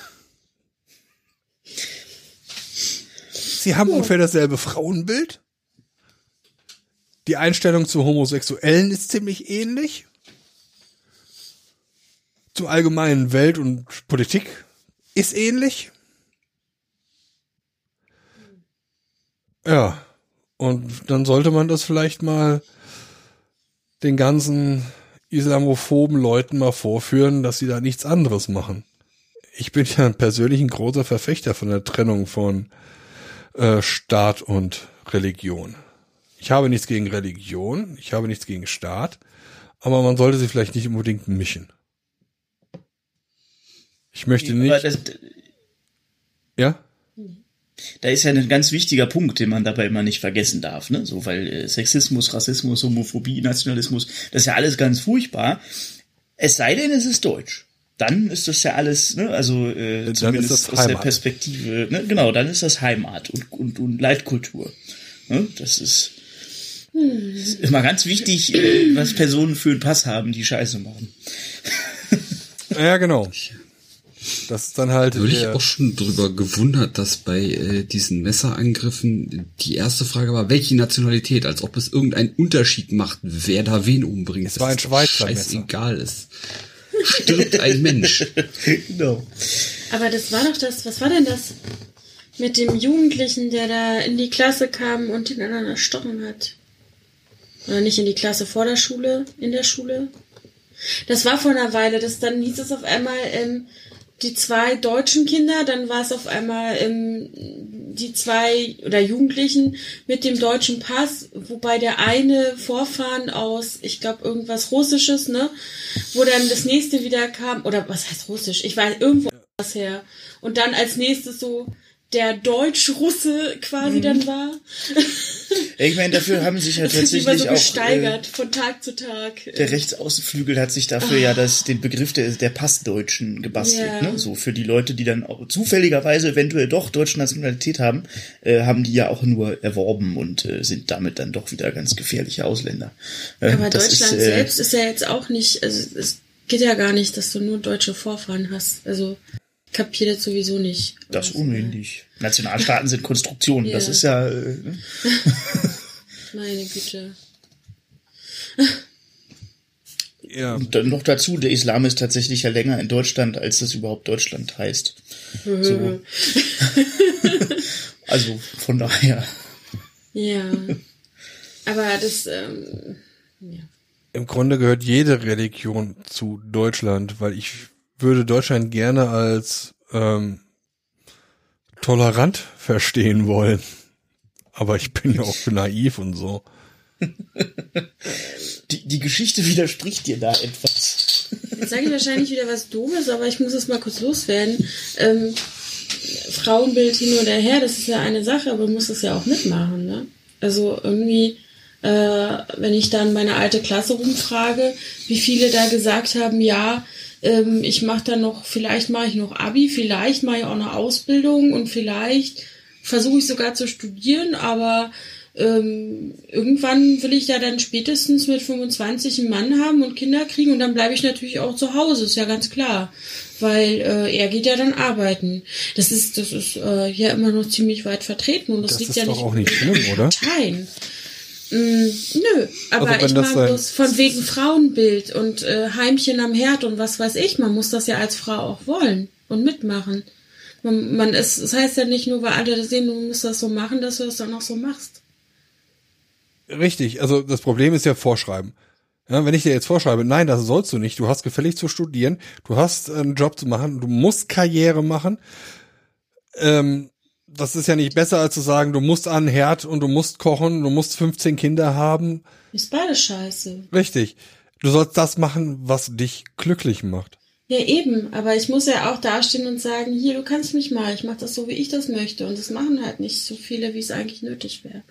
Sie haben ungefähr dasselbe Frauenbild. Die Einstellung zu Homosexuellen ist ziemlich ähnlich. Zur allgemeinen Welt und Politik ist ähnlich. Ja. Und dann sollte man das vielleicht mal den ganzen islamophoben Leuten mal vorführen, dass sie da nichts anderes machen. Ich bin ja persönlich ein großer Verfechter von der Trennung von äh, Staat und Religion. Ich habe nichts gegen Religion, ich habe nichts gegen Staat, aber man sollte sie vielleicht nicht unbedingt mischen. Ich möchte nicht... Das, ja? Da ist ja ein ganz wichtiger Punkt, den man dabei immer nicht vergessen darf, ne? So, weil äh, Sexismus, Rassismus, Homophobie, Nationalismus, das ist ja alles ganz furchtbar. Es sei denn, es ist deutsch. Dann ist das ja alles, ne, also äh, dann zumindest ist das aus Heimat. der Perspektive, ne, genau, dann ist das Heimat und und, und Leitkultur. Ne? Das ist, hm. ist immer ganz wichtig, äh, was Personen für einen Pass haben, die Scheiße machen. Ja, genau. Das ist dann halt. Würde ich auch schon drüber gewundert, dass bei äh, diesen Messerangriffen die erste Frage war, welche Nationalität, als ob es irgendeinen Unterschied macht, wer da wen umbringt. Es war ein Schweizer Messer. Scheißegal ist. Stirbt ein Mensch. Genau. Aber das war doch das, was war denn das mit dem Jugendlichen, der da in die Klasse kam und den anderen erstochen hat? Oder nicht in die Klasse vor der Schule, in der Schule? Das war vor einer Weile, das dann hieß es auf einmal, ähm, die zwei deutschen Kinder, dann war es auf einmal ähm, die zwei oder Jugendlichen mit dem deutschen Pass, wobei der eine Vorfahren aus, ich glaube, irgendwas Russisches, ne, wo dann das nächste wieder kam, oder was heißt Russisch? Ich weiß, irgendwo was her. Und dann als nächstes so der Deutsch-Russe quasi mhm. dann war. Ich meine, dafür haben sich ja das tatsächlich immer so auch gesteigert, äh, von Tag zu Tag. Der Rechtsaußenflügel hat sich dafür oh. ja das, den Begriff der, der Passdeutschen gebastelt, yeah. ne? So für die Leute, die dann auch zufälligerweise eventuell doch deutsche Nationalität haben, äh, haben die ja auch nur erworben und äh, sind damit dann doch wieder ganz gefährliche Ausländer. Äh, Aber Deutschland ist, äh, selbst ist ja jetzt auch nicht, also es geht ja gar nicht, dass du nur deutsche Vorfahren hast. Also kapiert das sowieso nicht. Das ist unmöglich. Nationalstaaten sind Konstruktionen. Yeah. Das ist ja... Äh, Meine Güte. Ja. Und dann noch dazu, der Islam ist tatsächlich ja länger in Deutschland, als das überhaupt Deutschland heißt. So. Also von daher. Ja. Aber das... Ähm, ja. Im Grunde gehört jede Religion zu Deutschland, weil ich würde Deutschland gerne als ähm, tolerant verstehen wollen. Aber ich bin ja auch naiv und so. Die, die Geschichte widerspricht dir da etwas. Jetzt sage ich wahrscheinlich wieder was Doofes, aber ich muss es mal kurz loswerden. Ähm, Frauenbild hin oder her, das ist ja eine Sache, aber man muss es ja auch mitmachen, ne? Also irgendwie äh, wenn ich dann meine alte Klasse rumfrage, wie viele da gesagt haben, ja, ähm, ich mache dann noch, vielleicht mache ich noch Abi, vielleicht mache ich auch eine Ausbildung und vielleicht versuche ich sogar zu studieren, aber ähm, irgendwann will ich ja dann spätestens mit fünfundzwanzig einen Mann haben und Kinder kriegen und dann bleibe ich natürlich auch zu Hause, ist ja ganz klar, weil äh, er geht ja dann arbeiten. Das ist das ist äh, ja immer noch ziemlich weit vertreten und das, das liegt ja nicht auch nicht schlimm, oder? Parteien. Mm, nö, aber also ich das mag bloß von wegen Frauenbild und äh, Heimchen am Herd und was weiß ich, man muss das ja als Frau auch wollen und mitmachen. Man, man ist, das heißt ja nicht nur, weil alle das sehen, du musst das so machen, dass du das dann auch so machst. Richtig, also das Problem ist ja Vorschreiben. Ja, wenn ich dir jetzt vorschreibe, nein, das sollst du nicht, du hast gefällig zu studieren, du hast einen Job zu machen, du musst Karriere machen, ähm, das ist ja nicht besser, als zu sagen, du musst an den Herd und du musst kochen, du musst fünfzehn Kinder haben. Ist beides scheiße. Richtig. Du sollst das machen, was dich glücklich macht. Ja, eben. Aber ich muss ja auch dastehen und sagen, hier, du kannst mich mal, ich mache das so, wie ich das möchte. Und das machen halt nicht so viele, wie es eigentlich nötig wäre.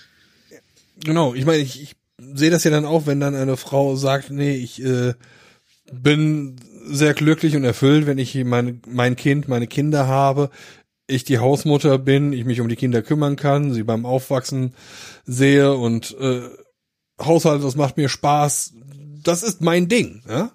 Genau. Ich meine, ich, ich sehe das ja dann auch, wenn dann eine Frau sagt, nee, ich äh, bin sehr glücklich und erfüllt, wenn ich mein, mein Kind, meine Kinder habe, ich die Hausmutter bin, ich mich um die Kinder kümmern kann, sie beim Aufwachsen sehe und äh, Haushalt, das macht mir Spaß. Das ist mein Ding, ja?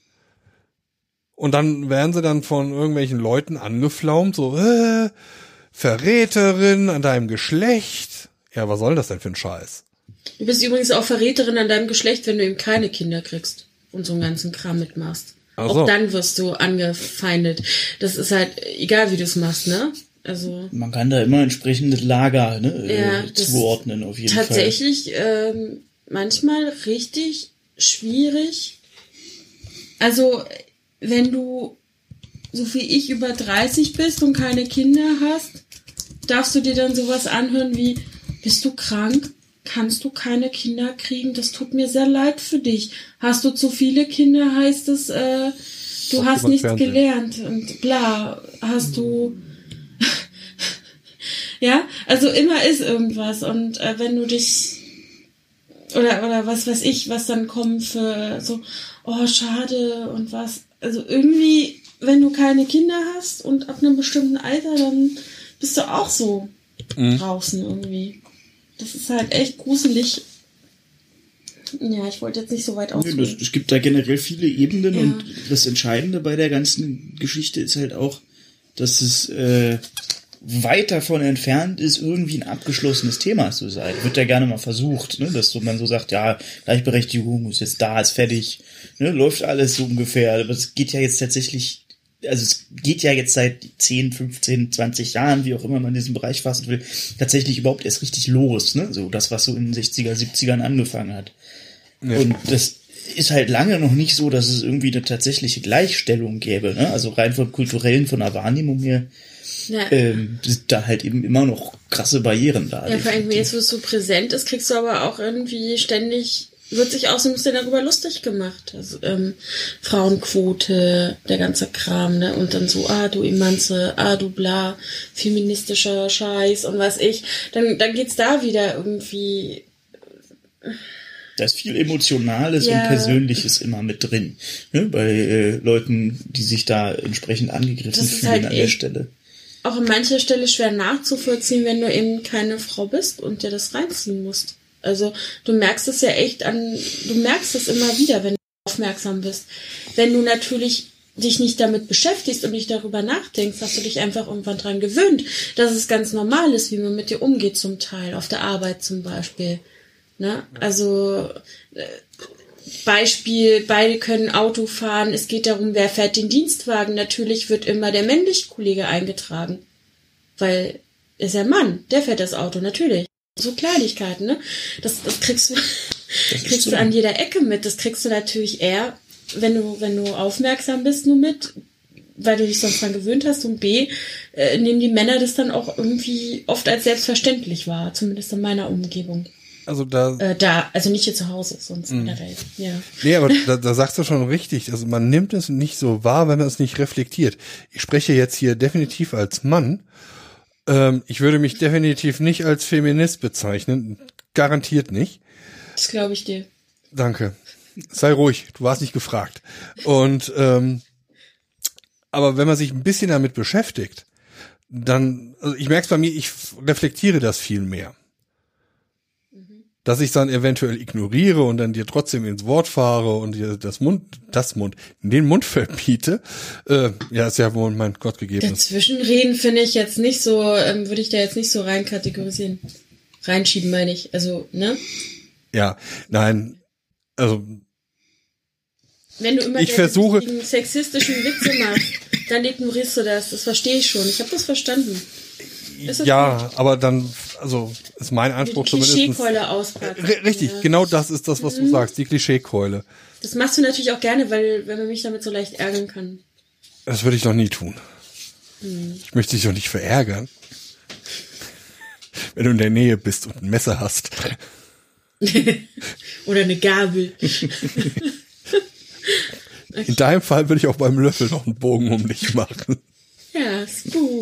Und dann werden sie dann von irgendwelchen Leuten angeflaumt, so, äh, Verräterin an deinem Geschlecht. Ja, was soll das denn für ein Scheiß? Du bist übrigens auch Verräterin an deinem Geschlecht, wenn du eben keine Kinder kriegst und so einen ganzen Kram mitmachst. Ach so. Auch dann wirst du angefeindet. Das ist halt egal, wie du es machst, ne? Also man kann da immer entsprechendes Lager ne, ja, äh, zuordnen auf jeden tatsächlich, Fall. Tatsächlich ähm, manchmal richtig schwierig. Also wenn du so wie ich über dreißig bist und keine Kinder hast, darfst du dir dann sowas anhören wie, bist du krank? Kannst du keine Kinder kriegen? Das tut mir sehr leid für dich. Hast du zu viele Kinder, heißt es, äh, du Auf hast nichts Fernsehen. gelernt und bla. Hast du... ja, also immer ist irgendwas. Und äh, wenn du dich... Oder, oder was weiß ich, was dann kommt für so, oh, schade und was. Also irgendwie, wenn du keine Kinder hast und ab einem bestimmten Alter, dann bist du auch so mhm. draußen irgendwie. Das ist halt echt gruselig. Ja, ich wollte jetzt nicht so weit ausholen. Nee, es gibt da generell viele Ebenen ja. und das Entscheidende bei der ganzen Geschichte ist halt auch, dass es äh, weit davon entfernt ist, irgendwie ein abgeschlossenes Thema zu sein. Wird ja gerne mal versucht, ne? Dass so, man so sagt, ja, Gleichberechtigung ist jetzt da, ist fertig, ne? Läuft alles so ungefähr. Aber es geht ja jetzt tatsächlich, also es geht ja jetzt seit zehn, fünfzehn, zwanzig Jahren, wie auch immer man diesen Bereich fassen will, tatsächlich überhaupt erst richtig los, ne? So das, was so in den sechziger, siebzigern angefangen hat. Ja. Und das ist halt lange noch nicht so, dass es irgendwie eine tatsächliche Gleichstellung gäbe, ne? Also rein vom kulturellen, von der Wahrnehmung her, ja. ähm, sind da halt eben immer noch krasse Barrieren da. Ja, vor allem jetzt, wo es so präsent ist, kriegst du aber auch irgendwie ständig, wird sich auch so ein bisschen darüber lustig gemacht. Also, ähm, Frauenquote, der ganze Kram, ne? Und dann so, ah, du Emanze, ah, du bla, feministischer Scheiß und was ich. Dann, dann geht's da wieder irgendwie. Da ist viel Emotionales ja. und Persönliches immer mit drin, ne? Bei äh, Leuten, die sich da entsprechend angegriffen fühlen halt an der Stelle. Auch an mancher Stelle schwer nachzuvollziehen, wenn du eben keine Frau bist und dir das reinziehen musst. Also du merkst es ja echt an, du merkst es immer wieder, wenn du aufmerksam bist. Wenn du natürlich dich nicht damit beschäftigst und nicht darüber nachdenkst, hast du dich einfach irgendwann dran gewöhnt, dass es ganz normal ist, wie man mit dir umgeht zum Teil, auf der Arbeit zum Beispiel. Ne? Also äh, Beispiel, beide können Auto fahren, es geht darum, wer fährt den Dienstwagen. Natürlich wird immer der männliche Kollege eingetragen, weil ist ja Mann, der fährt das Auto, natürlich. So Kleinigkeiten, ne? Das, das kriegst du, das kriegst so. du an jeder Ecke mit. Das kriegst du natürlich eher, wenn du, wenn du aufmerksam bist, nur mit, weil du dich sonst dran gewöhnt hast. Und B, äh, nehmen die Männer das dann auch irgendwie oft als selbstverständlich wahr, zumindest in meiner Umgebung. Also da, äh, da, also nicht hier zu Hause, sonst in der Welt. Ja. Nee, aber da, da sagst du schon richtig. Also man nimmt es nicht so wahr, wenn man es nicht reflektiert. Ich spreche jetzt hier definitiv als Mann. Ähm, ich würde mich definitiv nicht als Feminist bezeichnen. garantiert nicht. Das glaube ich dir. Danke. Sei ruhig, du warst nicht gefragt. Und ähm, aber wenn man sich ein bisschen damit beschäftigt, dann, also ich merke es bei mir, ich reflektiere das viel mehr. Dass ich dann eventuell ignoriere und dann dir trotzdem ins Wort fahre und dir das Mund, das Mund, den Mund verbiete, äh, ja, ist ja wohl mein Gott gegebenes. Dazwischenreden finde ich jetzt nicht so, ähm, würde ich da jetzt nicht so rein kategorisieren. Reinschieben meine ich, also, ne? Ja, nein, also wenn du immer ich versuche sexistischen Witze machst, dann ignorierst du das. Das verstehe ich schon. Ich habe das verstanden. Das ja, gut. aber dann, also ist mein Anspruch die zumindest. Klischeekeule auspacken. Richtig, ja. Genau das ist das, was mhm. du sagst, die Klischeekeule. Das machst du natürlich auch gerne, weil wenn man mich damit so leicht ärgern kann. Das würde ich noch nie tun. Hm. Ich möchte dich doch nicht verärgern. Wenn du in der Nähe bist und ein Messer hast. Oder eine Gabel. Okay. In deinem Fall würde ich auch beim Löffel noch einen Bogen um dich machen. Ja, Spoo.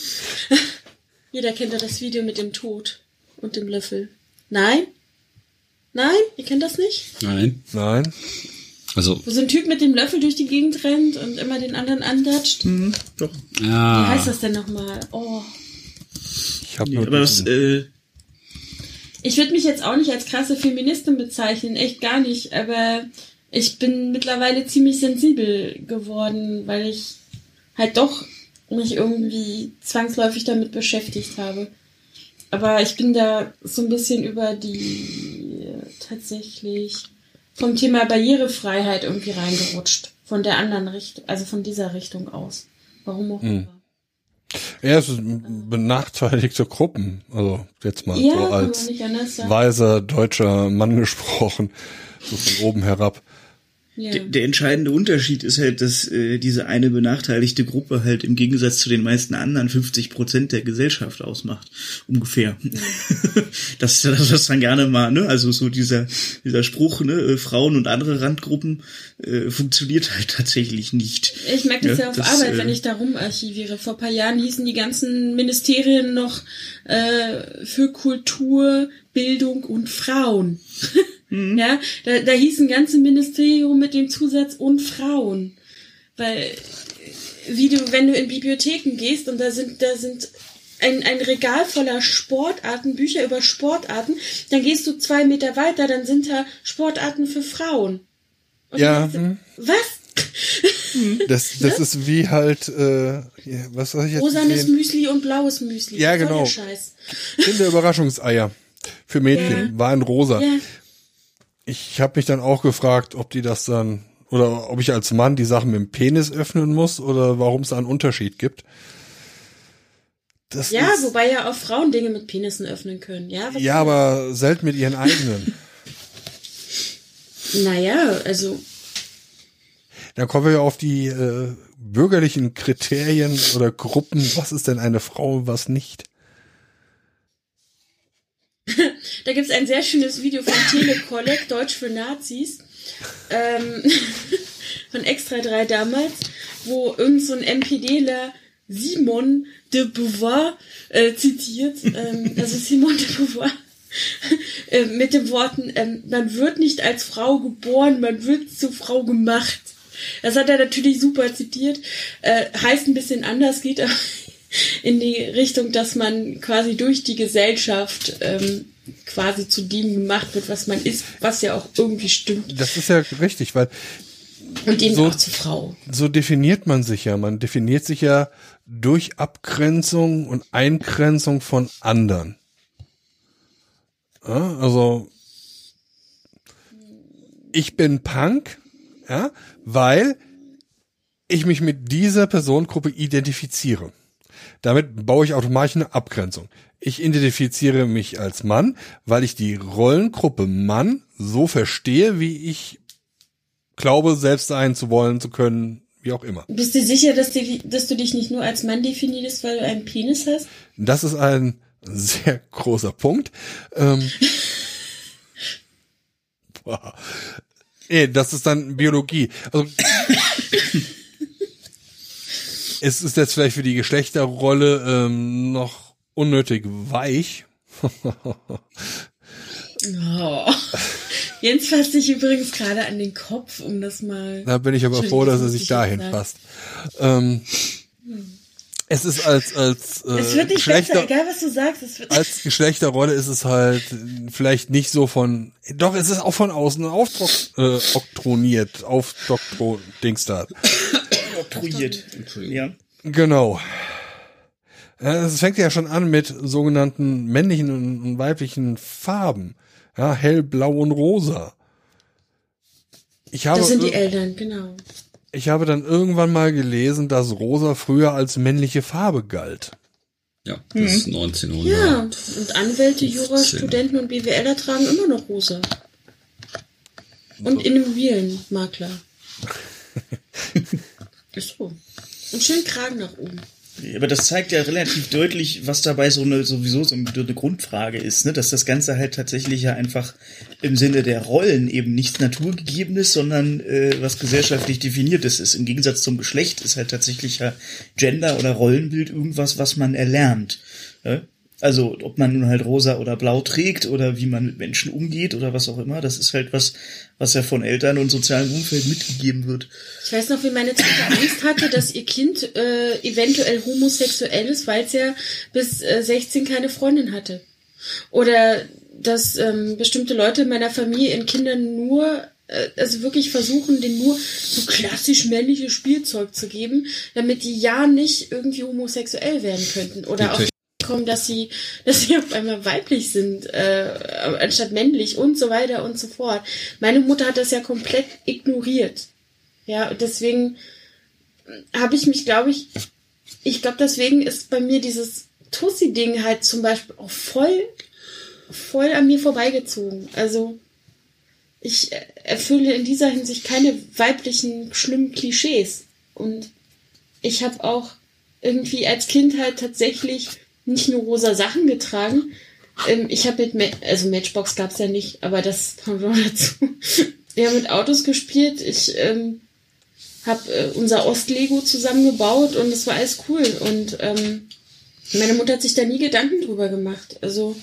Jeder kennt ja das Video mit dem Tod und dem Löffel. Nein? Nein? Ihr kennt das nicht? Nein. Nein. Also. Wo so ein Typ mit dem Löffel durch die Gegend rennt und immer den anderen andatscht. Mhm, doch. Ja. Wie heißt das denn nochmal? Oh. Ich hab Nee, nur aber das, äh, Ich würde mich jetzt auch nicht als krasse Feministin bezeichnen, echt gar nicht, aber ich bin mittlerweile ziemlich sensibel geworden, weil ich halt doch mich irgendwie zwangsläufig damit beschäftigt habe. Aber ich bin da so ein bisschen über die tatsächlich vom Thema Barrierefreiheit irgendwie reingerutscht. Von der anderen Richtung, also von dieser Richtung aus. Warum auch immer. Hm. Ja, es sind benachteiligte Gruppen. Also jetzt mal ja, so kann als man nicht anders sagen. weiser deutscher Mann gesprochen. So von oben herab. Ja. Der, der entscheidende Unterschied ist halt, dass äh, diese eine benachteiligte Gruppe halt im Gegensatz zu den meisten anderen fünfzig Prozent der Gesellschaft ausmacht. Ungefähr. Ja. das, das das dann gerne mal, ne? Also so dieser dieser Spruch, ne? Äh, Frauen und andere Randgruppen äh, funktioniert halt tatsächlich nicht. Ich merke das ja, ja auf das, Arbeit, äh, wenn ich da rumarchiviere. Vor ein paar Jahren hießen die ganzen Ministerien noch äh, für Kultur, Bildung und Frauen. Mhm. Ja, da, da hieß ein ganzes Ministerium mit dem Zusatz und Frauen. Weil, wie du, wenn du in Bibliotheken gehst und da sind, da sind ein, ein Regal voller Sportarten, Bücher über Sportarten, dann gehst du zwei Meter weiter, dann sind da Sportarten für Frauen. Und ja. Du, was? Das, das ja? ist wie halt, äh, was soll ich jetzt rosanes sehen? Müsli und blaues Müsli. Ja, genau. Scheiß. Kinderüberraschungseier für Mädchen ja. war in rosa. Ja. Ich habe mich dann auch gefragt, ob die das dann, oder ob ich als Mann die Sachen mit dem Penis öffnen muss oder warum es da einen Unterschied gibt. Das ja, ist, wobei ja auch Frauen Dinge mit Penissen öffnen können. Ja, ja aber selten mit ihren eigenen. Naja, also Dann kommen wir ja auf die äh, bürgerlichen Kriterien oder Gruppen. Was ist denn eine Frau und was nicht? Da gibt's ein sehr schönes Video von Telekollek, Deutsch für Nazis, ähm, von Extra drei damals, wo irgend so ein NPDler Simone de Beauvoir äh, zitiert, ähm, also Simone de Beauvoir, äh, mit den Worten, ähm, man wird nicht als Frau geboren, man wird zur Frau gemacht. Das hat er natürlich super zitiert, äh, heißt ein bisschen anders, geht aber in die Richtung, dass man quasi durch die Gesellschaft ähm, quasi zu dem gemacht wird, was man ist, was ja auch irgendwie stimmt. Das ist ja richtig, weil und eben so, auch zur Frau. So definiert man sich ja. Man definiert sich ja durch Abgrenzung und Eingrenzung von anderen. Ja, also ich bin Punk, ja, weil ich mich mit dieser Personengruppe identifiziere. Damit baue ich automatisch eine Abgrenzung. Ich identifiziere mich als Mann, weil ich die Rollengruppe Mann so verstehe, wie ich glaube, selbst sein zu wollen, zu können, wie auch immer. Bist du sicher, dass, die, dass du dich nicht nur als Mann definierst, weil du einen Penis hast? Das ist ein sehr großer Punkt. Ähm, boah. Nee, das ist dann Biologie. Also es ist jetzt vielleicht für die Geschlechterrolle ähm, noch unnötig weich. Oh. Jens fasst sich übrigens gerade an den Kopf, um das mal... Da bin ich aber froh, dass er sich dahin fasst. Ähm, es ist als als äh, es wird nicht Geschlechter, besser, egal was du sagst. Es wird als Geschlechterrolle ist es halt vielleicht nicht so von... Doch, es ist auch von außen aufoktroniert, äh, aufdoktro-Dingstart. Oktroyiert. Ja. Genau. Es fängt ja schon an mit sogenannten männlichen und weiblichen Farben. Ja, hell, blau und rosa. Ich habe, das sind die Eltern, genau. Ich habe dann irgendwann mal gelesen, dass rosa früher als männliche Farbe galt. Ja, bis mhm. neunzehnhundert. Ja, und Anwälte, Jurastudenten und B W Ler tragen immer noch rosa. Und Immobilienmakler. Ist so. Und schön Kragen nach oben. Aber das zeigt ja relativ deutlich, was dabei so eine sowieso so eine Grundfrage ist, ne? Dass das Ganze halt tatsächlich ja einfach im Sinne der Rollen eben nichts Naturgegebenes, sondern äh, was gesellschaftlich Definiertes ist. Im Gegensatz zum Geschlecht ist halt tatsächlich ja Gender oder Rollenbild irgendwas, was man erlernt. Ja? Also ob man nun halt rosa oder blau trägt oder wie man mit Menschen umgeht oder was auch immer, das ist halt was, was ja von Eltern und sozialem Umfeld mitgegeben wird. Ich weiß noch, wie meine Tante Angst hatte, dass ihr Kind äh, eventuell homosexuell ist, weil es ja bis äh, sechzehn keine Freundin hatte. Oder dass ähm, bestimmte Leute in meiner Familie ihren Kindern nur, äh, also wirklich versuchen, denen nur so klassisch männliches Spielzeug zu geben, damit die ja nicht irgendwie homosexuell werden könnten. Oder auch kommen, dass sie, dass sie auf einmal weiblich sind, äh, anstatt männlich und so weiter und so fort. Meine Mutter hat das ja komplett ignoriert. Ja, und deswegen habe ich mich, glaube ich, ich glaube, deswegen ist bei mir dieses Tussi-Ding halt zum Beispiel auch voll, voll an mir vorbeigezogen. Also ich erfülle in dieser Hinsicht keine weiblichen, schlimmen Klischees. Und ich habe auch irgendwie als Kind halt tatsächlich nicht nur rosa Sachen getragen. Ähm, ich habe mit, Ma- also Matchbox gab's ja nicht, aber das kommt noch dazu. Wir haben mit Autos gespielt. Ich ähm, habe äh, unser Ost-Lego zusammengebaut und es war alles cool. Und ähm, meine Mutter hat sich da nie Gedanken drüber gemacht. Also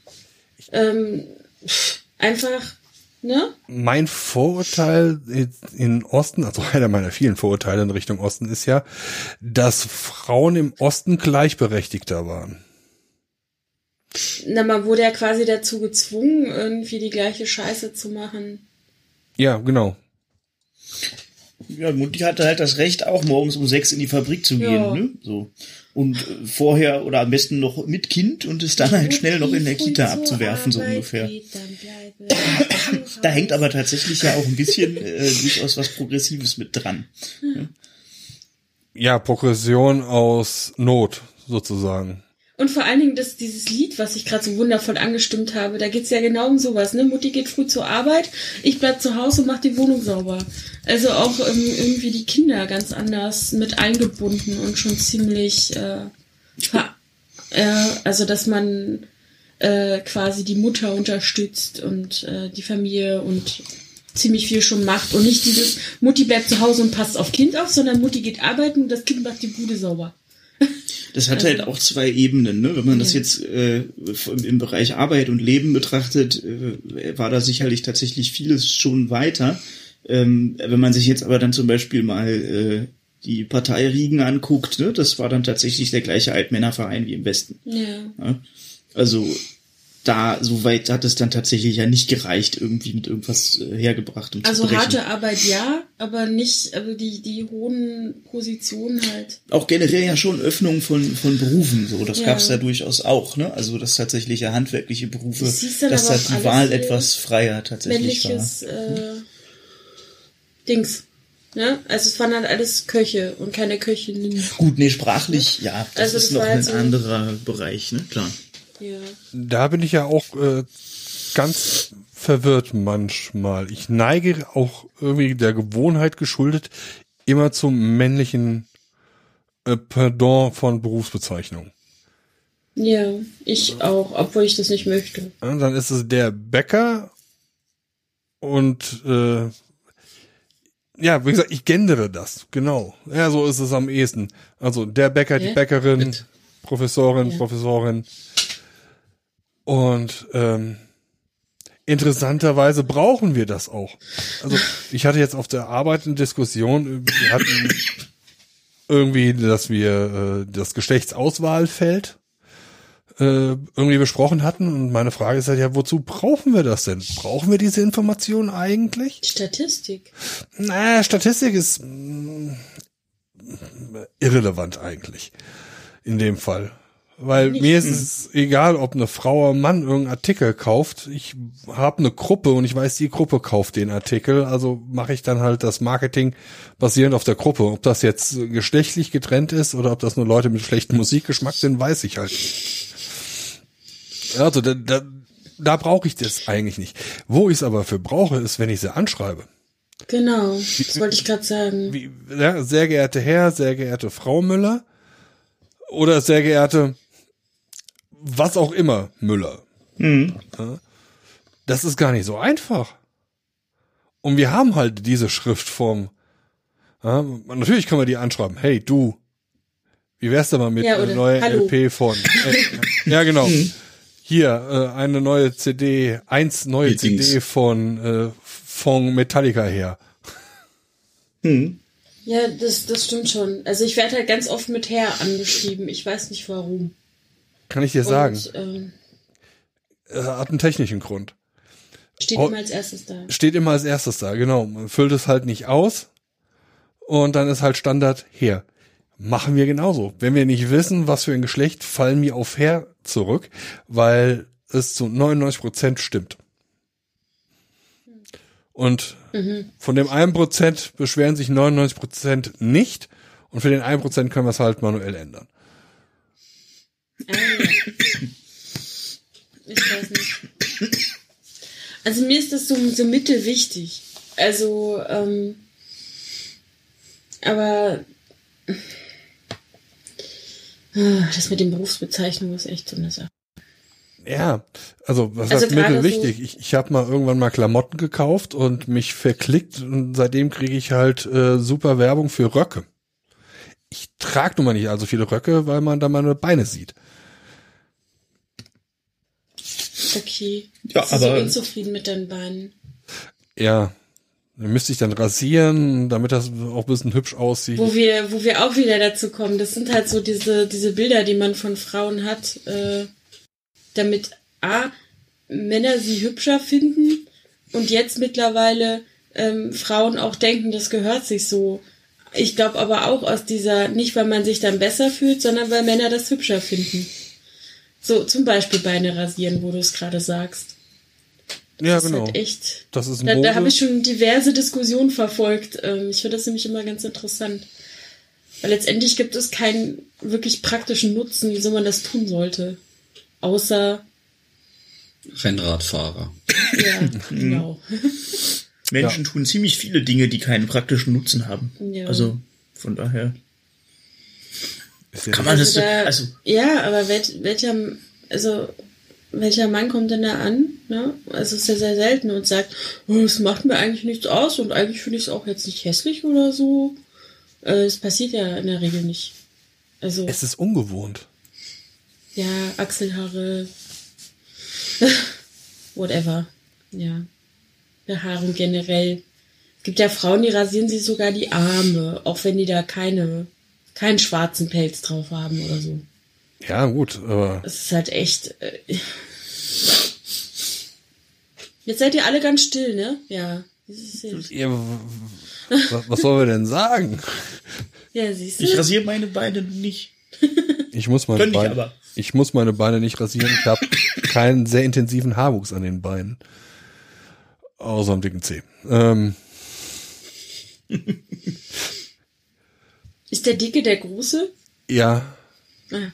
ähm, einfach, ne? Mein Vorurteil in Osten, also einer meiner vielen Vorurteile in Richtung Osten ist ja, dass Frauen im Osten gleichberechtigter waren. Na, man wurde ja quasi dazu gezwungen, irgendwie die gleiche Scheiße zu machen. Ja, genau. Ja, Mutti hatte halt das Recht, auch morgens um sechs in die Fabrik zu gehen, Ja. ne? So. Und äh, vorher oder am besten noch mit Kind und es dann halt schnell noch in der Kita abzuwerfen, so ungefähr. Da hängt aber tatsächlich ja auch ein bisschen äh, durchaus was Progressives mit dran. Ja? Ja, Progression aus Not, sozusagen. Und vor allen Dingen das, dieses Lied, was ich gerade so wundervoll angestimmt habe, da geht's ja genau um sowas, ne? Mutti geht früh zur Arbeit, ich bleib zu Hause und mach die Wohnung sauber. Also auch ähm, irgendwie die Kinder ganz anders mit eingebunden und schon ziemlich, äh, ver- äh, also dass man äh, quasi die Mutter unterstützt und äh, die Familie und ziemlich viel schon macht und nicht dieses Mutti bleibt zu Hause und passt auf Kind auf, sondern Mutti geht arbeiten und das Kind macht die Bude sauber. Das hat halt auch zwei Ebenen, ne? Wenn man das jetzt äh, im Bereich Arbeit und Leben betrachtet, äh, war da sicherlich tatsächlich vieles schon weiter. Ähm, wenn man sich jetzt aber dann zum Beispiel mal äh, die Parteiriegen anguckt, ne? Das war dann tatsächlich der gleiche Altmännerverein wie im Westen. Ja. Ja? Also da, so weit hat es dann tatsächlich ja nicht gereicht, irgendwie mit irgendwas äh, hergebracht um Also zu brechen. harte Arbeit ja, aber nicht, aber die, die hohen Positionen halt. Auch generell ja schon Öffnung von, von Berufen, so. Das Ja. gab's ja durchaus auch, ne? Also, dass tatsächlich ja handwerkliche Berufe, Das hieß dann dass aber da auch die alles Wahl hier etwas freier tatsächlich war. Männliches äh, Dings. Ne? Also es waren halt alles Köche und keine Köchinnen. Gut, nee, sprachlich, ja, das Also ist das noch war ein halt so- anderer Bereich, ne? Klar. Ja. Da bin ich ja auch äh, ganz verwirrt manchmal. Ich neige auch irgendwie der Gewohnheit geschuldet immer zum männlichen äh, Pendant von Berufsbezeichnung. Ja, ich auch, obwohl ich das nicht möchte. Ja, dann ist es der Bäcker und äh, ja, wie gesagt, ich gendere das, genau. Ja, so ist es am ehesten. Also der Bäcker, Ja? die Bäckerin, Mit. Professorin, Ja. Professorin. Und ähm, interessanterweise brauchen wir das auch. Also ich hatte jetzt auf der Arbeit eine Diskussion, wir hatten irgendwie, dass wir äh, das Geschlechtsauswahlfeld äh, irgendwie besprochen hatten und meine Frage ist halt, ja, wozu brauchen wir das denn? Brauchen wir diese Informationen eigentlich? Statistik. Naja, Statistik ist mh, irrelevant eigentlich in dem Fall. Weil Nicht. mir ist es egal, ob eine Frau oder ein Mann irgendeinen Artikel kauft. Ich habe eine Gruppe und ich weiß, die Gruppe kauft den Artikel. Also mache ich dann halt das Marketing basierend auf der Gruppe. Ob das jetzt geschlechtlich getrennt ist oder ob das nur Leute mit schlechtem Musikgeschmack sind, weiß ich halt nicht. Also da, da, da brauche ich das eigentlich nicht. Wo ich es aber für brauche, ist, wenn ich sie anschreibe. Genau, das wollte ich gerade sagen. Wie, ja, sehr geehrte Herr, sehr geehrte Frau Müller oder sehr geehrte was auch immer, Müller. Mhm. Ja, das ist gar nicht so einfach. Und wir haben halt diese Schriftform. Ja, natürlich können wir die anschreiben. Hey, du, wie wär's denn mal mit Ja, einer oder, neuen hallo. L P von... Äh, ja, genau. Mhm. Hier, äh, eine neue C D, eins neue Wie C D Dings. von, äh, von Metallica her. Mhm. Ja, das, das stimmt schon. Also ich werde halt ganz oft mit Herr angeschrieben. Ich weiß nicht warum. Kann ich dir sagen. Und, ähm, Äh, hat einen technischen Grund. steht Oh. immer als erstes da. Steht immer als erstes da, genau. Man füllt es halt nicht aus und dann ist halt Standard her. Machen wir genauso. Wenn wir nicht wissen, was für ein Geschlecht, fallen wir auf her zurück, weil es zu neunundneunzig Prozent stimmt. Und Mhm. von dem einen Prozent beschweren sich neunundneunzig Prozent nicht und für den einen Prozent können wir es halt manuell ändern. Ah, ja. Ich weiß nicht. Also mir ist das so, so mittelwichtig. Also, ähm, aber ah, das mit den Berufsbezeichnungen ist echt so eine Sache. Ja, also was Also heißt gerade mittelwichtig? so- Ich, ich habe mal irgendwann mal Klamotten gekauft und mich verklickt und seitdem kriege ich halt äh, super Werbung für Röcke. Ich trage nun mal nicht allzu viele Röcke, weil man da meine Beine sieht. Okay. Ja, Bist du so aber- unzufrieden mit deinen Beinen? Ja, dann müsste ich dann rasieren, damit das auch ein bisschen hübsch aussieht. Wo wir, wo wir auch wieder dazu kommen, das sind halt so diese, diese Bilder, die man von Frauen hat, äh, damit A, Männer sie hübscher finden und jetzt mittlerweile ähm, Frauen auch denken, das gehört sich so. Ich glaube aber auch aus dieser, nicht weil man sich dann besser fühlt, sondern weil Männer das hübscher finden. So, zum Beispiel Beine rasieren, wo du es gerade sagst. ja, Das ist genau. halt echt. Das ist Da, Mode. da habe ich schon diverse Diskussionen verfolgt. Ähm, Ich finde das nämlich immer ganz interessant. Weil letztendlich gibt es keinen wirklich praktischen Nutzen, wieso man das tun sollte. Außer, Rennradfahrer. ja, genau. Menschen tun ziemlich viele Dinge, die keinen praktischen Nutzen haben. Ja. Also von daher Ist ja kann man das. Also da- Also Ja, aber wel, welcher, also, welcher Mann kommt denn da an, ne? Also, es ist ja sehr selten und sagt, oh, es macht mir eigentlich nichts aus und eigentlich finde ich es auch jetzt nicht hässlich oder so. Äh, Es passiert ja in der Regel nicht. Also, es ist ungewohnt. ja, Achselhaare, whatever, ja. Behaarung generell. Es gibt ja Frauen, die rasieren sich sogar die Arme, auch wenn die da keine, keinen schwarzen Pelz drauf haben oder so. Ja, gut, aber Es ist halt echt. Äh Jetzt seid ihr alle ganz still, ne? Ja. Das ist jetzt- ja, was, was sollen wir denn sagen? Ja, siehst du? ich rasiere meine Beine nicht. Ich muss meine Könnte ich Beine, aber. ich muss meine Beine nicht rasieren. Ich habe keinen sehr intensiven Haarwuchs an den Beinen. Außer am dicken Zeh. Ähm, Ist der Dicke der Große? ja, Ah.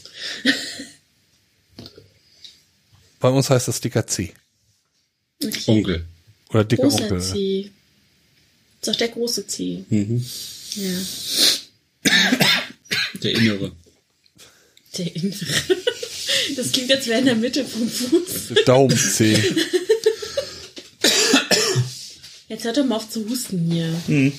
bei uns heißt das dicker C. Okay. Onkel. Oder dicker Großer Onkel. C. Ist doch der große C. Mhm. Ja. Der Innere. Der Innere. Das klingt, als wäre in der Mitte vom Fuß. Daumen C. Jetzt hört doch mal auf zu husten hier. Hm.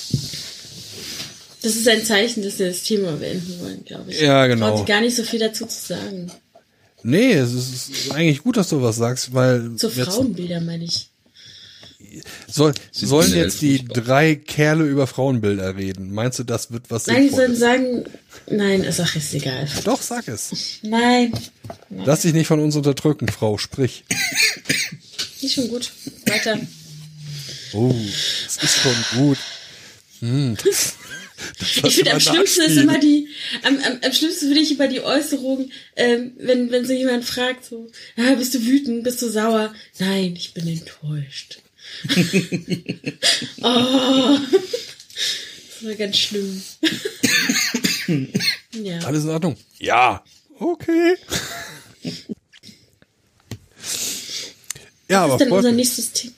Das ist ein Zeichen, dass wir das Thema beenden wollen, glaube ich. Ja, Ich genau. traue gar nicht so viel dazu zu sagen. Nee, es ist eigentlich gut, dass du was sagst, weil So jetzt Frauenbilder meine ich. soll, sollen generell jetzt die furchtbar. drei Kerle über Frauenbilder reden. Meinst du, das wird was Nein, die sollen Sinnvolles? sagen, nein, ist auch ist egal. Doch, sag es. Nein. Lass dich nicht von uns unterdrücken, Frau, sprich. Ist schon gut. Weiter. Oh, es ist schon gut. Hm, das, das Ich finde, am war schlimmsten ist Nachspiel. immer die, am, am, am schlimmsten finde ich immer die Äußerung, ähm, wenn, wenn so jemand fragt, so, ah, bist du wütend, bist du sauer? Nein, ich bin enttäuscht. Oh, das war ganz schlimm. Ja. Alles in Ordnung? Ja. Okay. Ja, Was aber ist denn freut unser mich. nächstes Thema?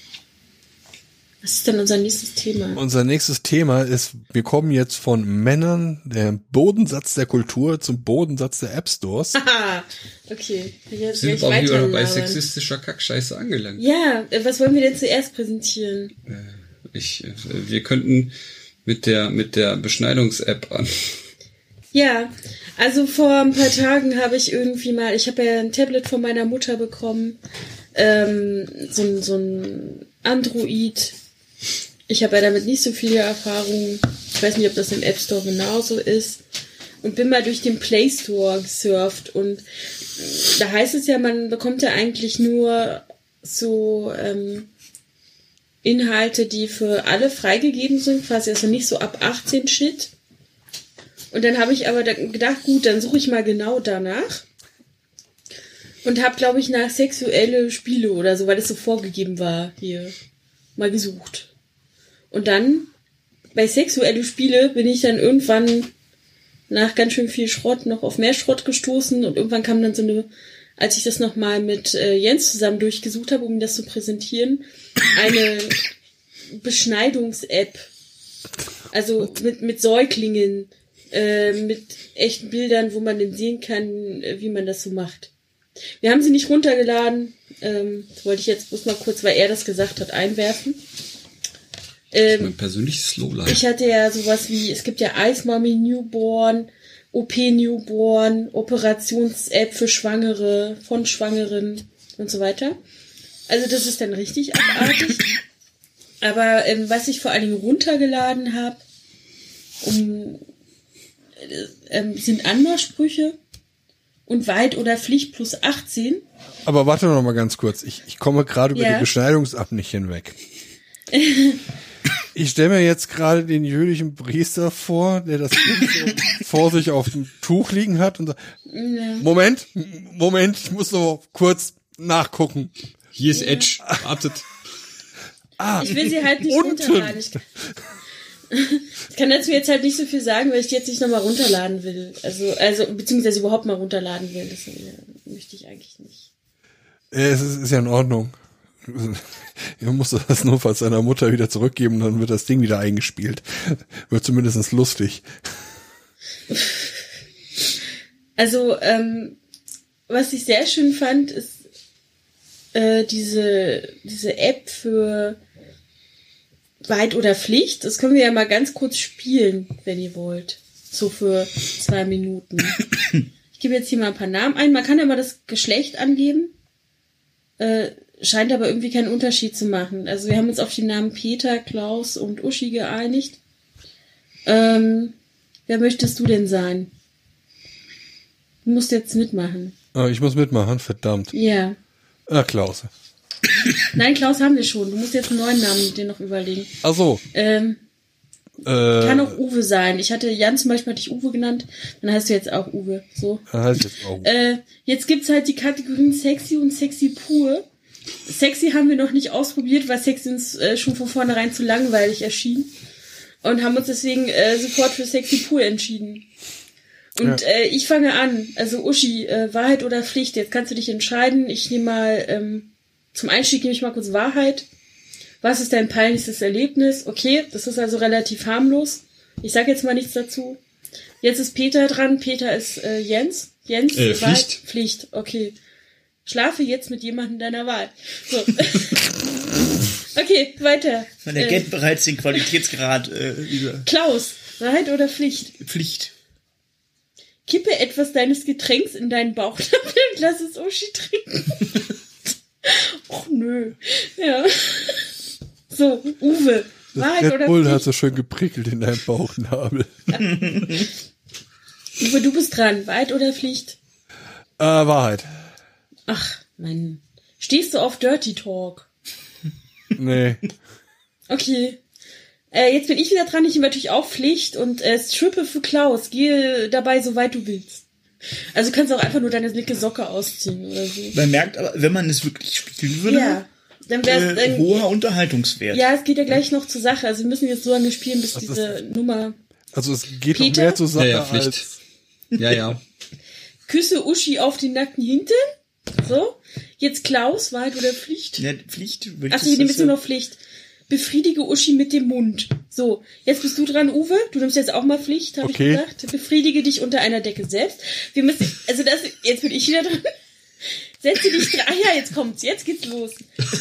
Was ist denn unser nächstes Thema? Unser nächstes Thema ist, wir kommen jetzt von Männern, der Bodensatz der Kultur zum Bodensatz der App Stores. Haha, okay. Jetzt Sind gleich wir auch wieder weiter bei labern. sexistischer Kackscheiße angelangt. Ja, äh, was wollen wir denn zuerst präsentieren? Ich, äh, wir könnten mit der, mit der Beschneidungs-App an. Ja, also vor ein paar Tagen habe ich irgendwie mal, ich habe ja ein Tablet von meiner Mutter bekommen, ähm, so, ein- so ein Android. Ich habe ja damit nicht so viele Erfahrung. Ich weiß nicht, ob das im App Store genauso ist. Und bin mal durch den Play Store gesurft. Und da heißt es ja, man bekommt ja eigentlich nur so ähm, Inhalte, die für alle freigegeben sind, quasi also nicht so ab achtzehn Shit. Und dann habe ich aber dann gedacht, gut, dann suche ich mal genau danach. Und habe, glaube ich, nach sexuelle Spiele oder so, weil es so vorgegeben war, hier mal gesucht. Und dann, bei sexuelle Spiele, bin ich dann irgendwann nach ganz schön viel Schrott noch auf mehr Schrott gestoßen. Und irgendwann kam dann so eine, als ich das nochmal mit äh, Jens zusammen durchgesucht habe, um ihm das zu präsentieren, eine Beschneidungs-App. Also mit, mit Säuglingen, äh, mit echten Bildern, wo man dann sehen kann, äh, wie man das so macht. Wir haben sie nicht runtergeladen. Ähm, das wollte ich jetzt bloß mal kurz, weil er das gesagt hat, einwerfen. Ähm, Mein persönliches Lowlight. ich hatte ja sowas wie, es gibt ja Ice Mommy Newborn, O P Newborn, Operations-App für Schwangere, von Schwangeren und so weiter. Also das ist dann richtig abartig. Aber ähm, was ich vor allen Dingen runtergeladen habe, um, äh, ähm, sind Anmachsprüche und Weit oder Pflicht plus achtzehn. Aber warte noch mal ganz kurz. Ich, ich komme gerade über Ja. die Beschneidungsapp nicht hinweg. Ich stelle mir jetzt gerade den jüdischen Priester vor, der das Kind so vor sich auf dem Tuch liegen hat und sagt, Moment, Moment, ich muss noch kurz nachgucken. Hier ist Edge. Wartet. Ich will sie halt nicht Unten. runterladen. Ich, ich kann dazu jetzt halt nicht so viel sagen, weil ich die jetzt nicht nochmal runterladen will. Also, also, beziehungsweise überhaupt mal runterladen will. Das äh, möchte ich eigentlich nicht. Äh, Es ist, ist ja in Ordnung. Ihr musst das nur fast seiner Mutter wieder zurückgeben, dann wird das Ding wieder eingespielt. Wird zumindest lustig. Also, ähm, was ich sehr schön fand, ist äh, diese, diese App für Weit oder Pflicht. Das können wir ja mal ganz kurz spielen, wenn ihr wollt. So für zwei Minuten. Ich gebe jetzt hier mal ein paar Namen ein. Man kann ja mal das Geschlecht angeben. Äh, scheint aber irgendwie keinen Unterschied zu machen. Also wir haben uns auf die Namen Peter, Klaus und Uschi geeinigt. Ähm, wer möchtest du denn sein? Du musst jetzt mitmachen. Ah, ich muss mitmachen, verdammt. Ja. Ah, Klaus. Nein, Klaus haben wir schon. Du musst jetzt einen neuen Namen dir noch überlegen. Ach so. Ähm, Äh, kann auch Uwe sein. Ich hatte Jan zum Beispiel, hatte ich Uwe genannt. Dann heißt du jetzt auch Uwe. So. das heißt jetzt auch. Äh, jetzt gibt's halt die Kategorien Sexy und Sexy pur. Sexy haben wir noch nicht ausprobiert, weil Sexy uns äh, schon von vornherein zu langweilig erschien. Und haben uns deswegen äh, sofort für Sexy pur entschieden. Und Ja. äh, ich fange an. Also Uschi, äh, Wahrheit oder Pflicht? Jetzt kannst du dich entscheiden. Ich nehme mal, ähm, zum Einstieg nehme ich mal kurz Wahrheit. Was ist dein peinlichstes Erlebnis? Okay, das ist also relativ harmlos. Ich sage jetzt mal nichts dazu. Jetzt ist Peter dran. Peter ist äh, Jens. Jens, Äh, Wahrheit, Pflicht. Pflicht, okay. Schlafe jetzt mit jemandem deiner Wahl. So. Okay, weiter. Man Äh, erkennt bereits den Qualitätsgrad äh, dieser Klaus, Wahrheit oder Pflicht? Pflicht. Kippe etwas deines Getränks in deinen Bauchnabel und lass es Uschi trinken. Och nö. Ja. So, Uwe. Wahrheit Red oder Bull Pflicht? hat so schön geprickelt in deinem Bauchnabel. Uwe, du bist dran. Wahrheit oder Pflicht? Äh, Wahrheit. Ach, mein. Stehst du auf Dirty Talk? Nee. Okay. Äh, jetzt bin ich wieder dran. Ich habe natürlich auch Pflicht und äh, strippe für Klaus. Gehe dabei, soweit du willst. Also du kannst auch einfach nur deine linke Socke ausziehen oder so. Man merkt aber, wenn man es wirklich spielen würde, Ja. Dann wär's, äh, dann, hoher Unterhaltungswert. ja, es geht ja gleich noch zur Sache. Also wir müssen jetzt so lange spielen, bis Was ist diese Nummer... Also es geht noch Peter? mehr zur Sache Ja, ja, Pflicht. als... Ja, ja. Küsse Uschi auf den nackten Hintern. So. Jetzt Klaus, Wahrheit oder Pflicht? Ja, Pflicht. Ach, ich nehme jetzt nur noch Pflicht. Befriedige Uschi mit dem Mund. So, jetzt bist du dran, Uwe. Du nimmst jetzt auch mal Pflicht, habe Okay. ich gesagt. Befriedige dich unter einer Decke selbst. Wir müssen, also das, jetzt bin ich wieder dran. Setze dich dran. Ah ja, jetzt kommt's. Jetzt geht's los.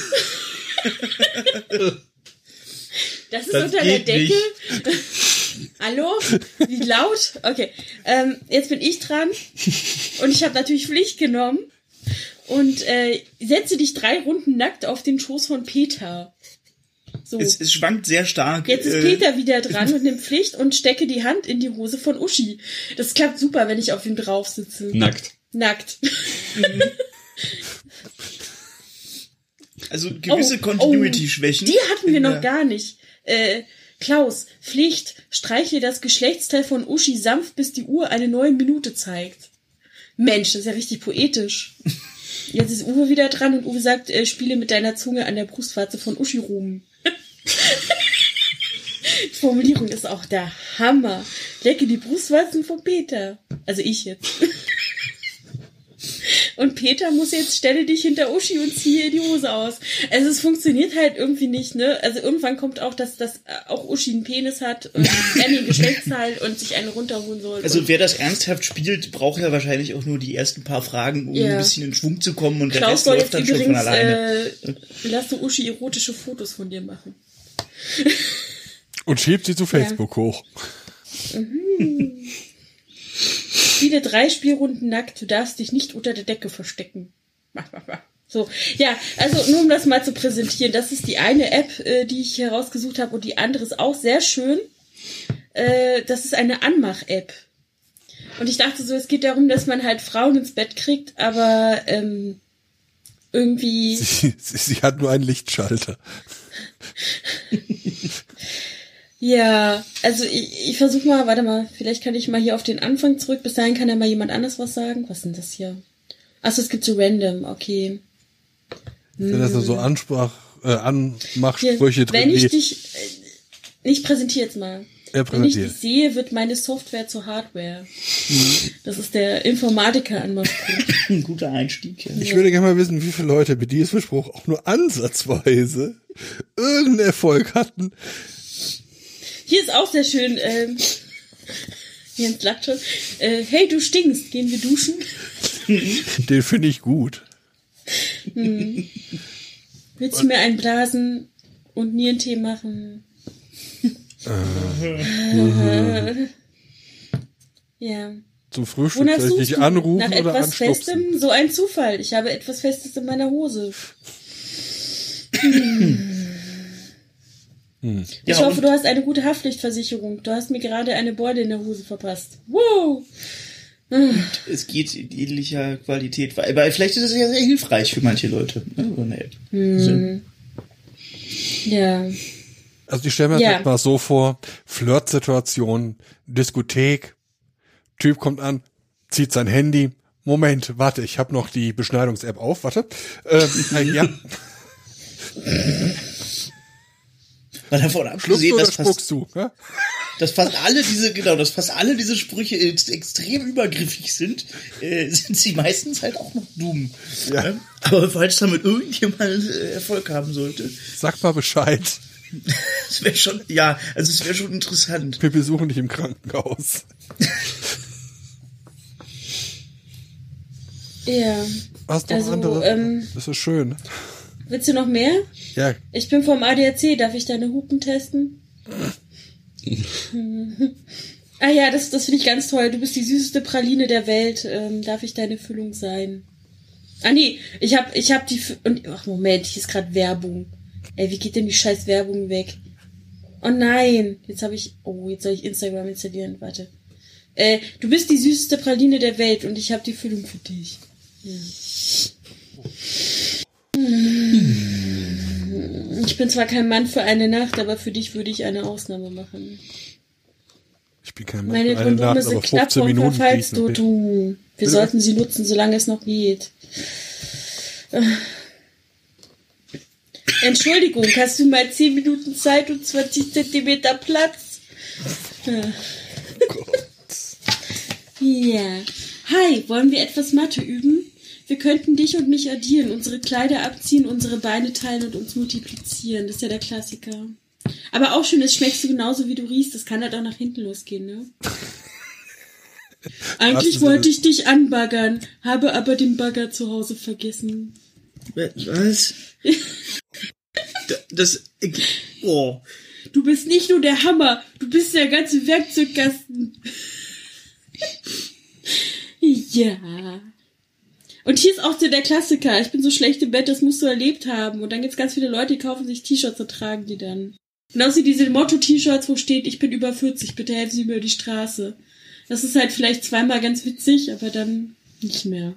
Das ist Das unter der geht Decke. Hallo? Wie laut? Okay. Ähm, jetzt bin ich dran. Und ich habe natürlich Pflicht genommen. Und äh, setze dich drei Runden nackt auf den Schoß von Peter. So. Es, es schwankt sehr stark. Jetzt ist äh, Peter wieder dran und nimmt Pflicht und stecke die Hand in die Hose von Uschi. Das klappt super, wenn ich auf ihm drauf sitze. Nackt. Nackt. Also gewisse Oh, Continuity-Schwächen. Die hatten wir in noch der- gar nicht. Äh, Klaus, Pflicht, streichle das Geschlechtsteil von Uschi sanft, bis die Uhr eine neue Minute zeigt. Mensch, das ist ja richtig poetisch. Jetzt ist Uwe wieder dran und Uwe sagt, äh, spiele mit deiner Zunge an der Brustwarze von Uschi rum. Die Formulierung ist auch der Hammer. Lecke die Brustwarzen von Peter. Also ich jetzt. Und Peter muss jetzt, stelle dich hinter Uschi und ziehe die Hose aus. Also es funktioniert halt irgendwie nicht, ne? Also irgendwann kommt auch, dass, dass auch Uschi einen Penis hat und er einen Geschlechtsteil und sich einen runterholen soll. Also und wer das ernsthaft spielt, braucht ja wahrscheinlich auch nur die ersten paar Fragen, um Ja. ein bisschen in Schwung zu kommen und der Klaus Rest soll läuft jetzt dann schon von übrigens, alleine. äh, lass du Uschi erotische Fotos von dir machen. Und schiebt sie zu Facebook hoch. Spiele drei Spielrunden nackt, du darfst dich nicht unter der Decke verstecken. Mach, mach, mach. So, ja, also nur um das mal zu präsentieren, das ist die eine App, äh, die ich herausgesucht habe und die andere ist auch sehr schön. Äh, das ist eine Anmach-App. Und ich dachte so, es geht darum, dass man halt Frauen ins Bett kriegt, aber ähm, irgendwie... Sie, sie, sie hat nur einen Lichtschalter. Ja, also ich, ich versuche mal, warte mal, vielleicht kann ich mal hier auf den Anfang zurück. Bis dahin kann ja mal jemand anders was sagen. Was ist denn das hier? Achso, es gibt so random, okay. Sind das so Ansprach, äh, Anmachsprüche Hier, drin? wenn ich die- dich, äh, ich präsentiere jetzt mal. Er Wenn ich präsentiert. dich sehe, wird meine Software zur Hardware. Das ist der Informatiker-Anmachspruch. Ein guter Einstieg. Ja. Ich würde gerne mal wissen, wie viele Leute mit diesem Spruch auch nur ansatzweise irgendeinen Erfolg hatten. Hier ist auch sehr schön, ähm, Jens lacht schon. Äh, hey, du stinkst, gehen wir duschen? Den finde ich gut. Willst du mir einen blasen und Nierentee machen? Ja. Zum Frühstück Wonach soll ich suchst dich du? anrufen Nach oder etwas anstupsen? Festem? So ein Zufall. Ich habe etwas Festes in meiner Hose. Ich Ja, hoffe, und- du hast eine gute Haftpflichtversicherung. Du hast mir gerade eine Beule in der Hose verpasst. Wow! Es geht in ähnlicher Qualität, weil, weil vielleicht ist es ja sehr hilfreich für manche Leute. Ne, so eine App. Hm. Ja. Also ich stelle mir Ja. das mal so vor, Flirtsituation, Diskothek, Typ kommt an, zieht sein Handy, Moment, warte, ich habe noch die Beschneidungs-App auf, warte. Ähm, äh, ja, Weil davon schluckst abgesehen, du oder dass fast, spuckst du? Ja? dass fast alle diese, genau, dass fast alle diese Sprüche ex- extrem übergriffig sind, äh, sind sie meistens halt auch noch dumm. Ja. Ne? Aber falls damit irgendjemand äh, Erfolg haben sollte, Sag mal Bescheid. es wäre schon, ja, also es wäre schon interessant. Wir besuchen dich im Krankenhaus. Ja. Hast du noch Also, andere? ähm, Das ist schön. Willst du noch mehr? Ja, Ich bin vom A D A C. Darf ich deine Hupen testen? Ah ja, das, das finde ich ganz toll. Du bist die süßeste Praline der Welt. Ähm, darf ich deine Füllung sein? Ah nee, ich hab, ich hab die... F- und ach Moment, hier ist gerade Werbung. Ey, wie geht denn die scheiß Werbung weg? Oh nein, jetzt habe ich... Oh, jetzt soll ich Instagram installieren. Warte. Äh, du bist die süßeste Praline der Welt und ich habe die Füllung für dich. Ja. Hm. Ich bin zwar kein Mann für eine Nacht, aber für dich würde ich eine Ausnahme machen. Ich bin kein Mann Meine für eine Kondome Nacht, sind aber knapp fünfzehn und Minuten verfallst du. fließen. du. Wir Bitte? sollten sie nutzen, solange es noch geht. Entschuldigung, hast du mal zehn Minuten Zeit und zwanzig Zentimeter Platz? Ja. Hi, wollen wir etwas Mathe üben? Wir könnten dich und mich addieren, unsere Kleider abziehen, unsere Beine teilen und uns multiplizieren. Das ist ja der Klassiker. Aber auch schön, es schmeckst du genauso, wie du riechst. Das kann halt auch nach hinten losgehen, ne? Eigentlich wollte ich dich anbaggern, habe aber den Bagger zu Hause vergessen. Was? Das... Oh. Du bist nicht nur der Hammer, du bist der ganze Werkzeugkasten. Ja. Und hier ist auch so der Klassiker. Ich bin so schlecht im Bett, das musst du erlebt haben. Und dann gibt's ganz viele Leute, die kaufen sich T-Shirts und tragen die dann. Genauso wie diese Motto-T-Shirts, wo steht, ich bin über vierzig, bitte helfen Sie mir über die Straße. Das ist halt vielleicht zweimal ganz witzig, aber dann nicht mehr.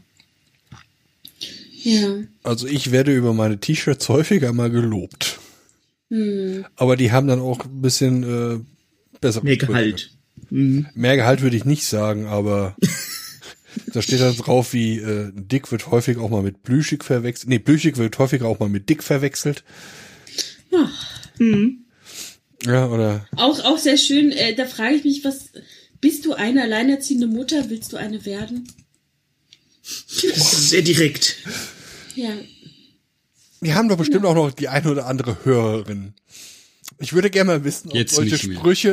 Ja. Also ich werde über meine T-Shirts häufiger mal gelobt. Hm. Aber die haben dann auch ein bisschen äh, besser. Mehr Gehalt. Mhm. Mehr Gehalt würde ich nicht sagen, aber da steht dann drauf, wie äh, dick wird häufig auch mal mit blüschig verwechselt. Nee, blüschig wird häufiger auch mal mit dick verwechselt. Ach. Mhm. Ja, oder? Auch, auch sehr schön, äh, da frage ich mich, was, bist du eine alleinerziehende Mutter? Willst du eine werden? Das ist sehr direkt. Ja. Wir haben doch bestimmt auch noch die eine oder andere Hörerin. Ich würde gerne mal wissen, ob Jetzt solche nicht mehr. Sprüche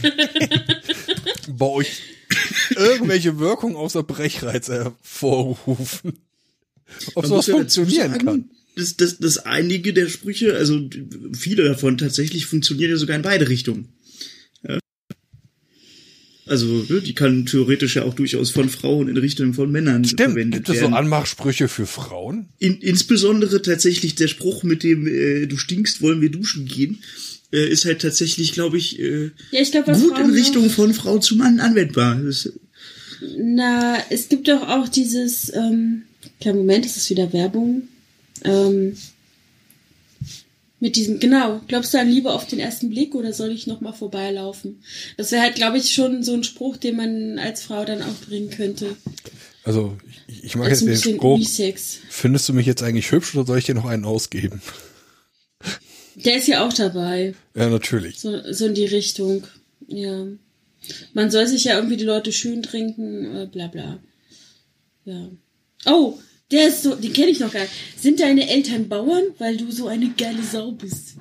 bei euch irgendwelche Wirkung außer Brechreiz hervorrufen. Ob Man sowas muss ja dazu funktionieren sagen, kann. Dass, dass, dass einige der Sprüche, also viele davon tatsächlich funktionieren ja sogar in beide Richtungen. Ja. Also ne, die kann theoretisch ja auch durchaus von Frauen in Richtung von Männern Stimmt, verwendet gibt es so werden. Anmachsprüche für Frauen? In, insbesondere tatsächlich der Spruch mit dem äh, du stinkst, wollen wir duschen gehen, äh, ist halt tatsächlich, glaube ich, äh, Ja, ich glaube, was gut Frauen in Richtung noch- von Frau zu Mann anwendbar. Das, Na, es gibt doch auch dieses, ähm, kleinen Moment, das ist wieder Werbung, ähm, mit diesem, genau, glaubst du an Liebe auf den ersten Blick oder soll ich nochmal vorbeilaufen? Das wäre halt, glaube ich, schon so ein Spruch, den man als Frau dann auch bringen könnte. Also, ich, ich mag Das ist jetzt ein den bisschen Spruch, Unisex. findest du mich jetzt eigentlich hübsch oder soll ich dir noch einen ausgeben? Der ist ja auch dabei. Ja, natürlich. So, so in die Richtung. Ja. Man soll sich ja irgendwie die Leute schön trinken, äh, bla bla. Ja. Oh, der ist so, den kenne ich noch gar nicht. Sind deine Eltern Bauern, weil du so eine geile Sau bist?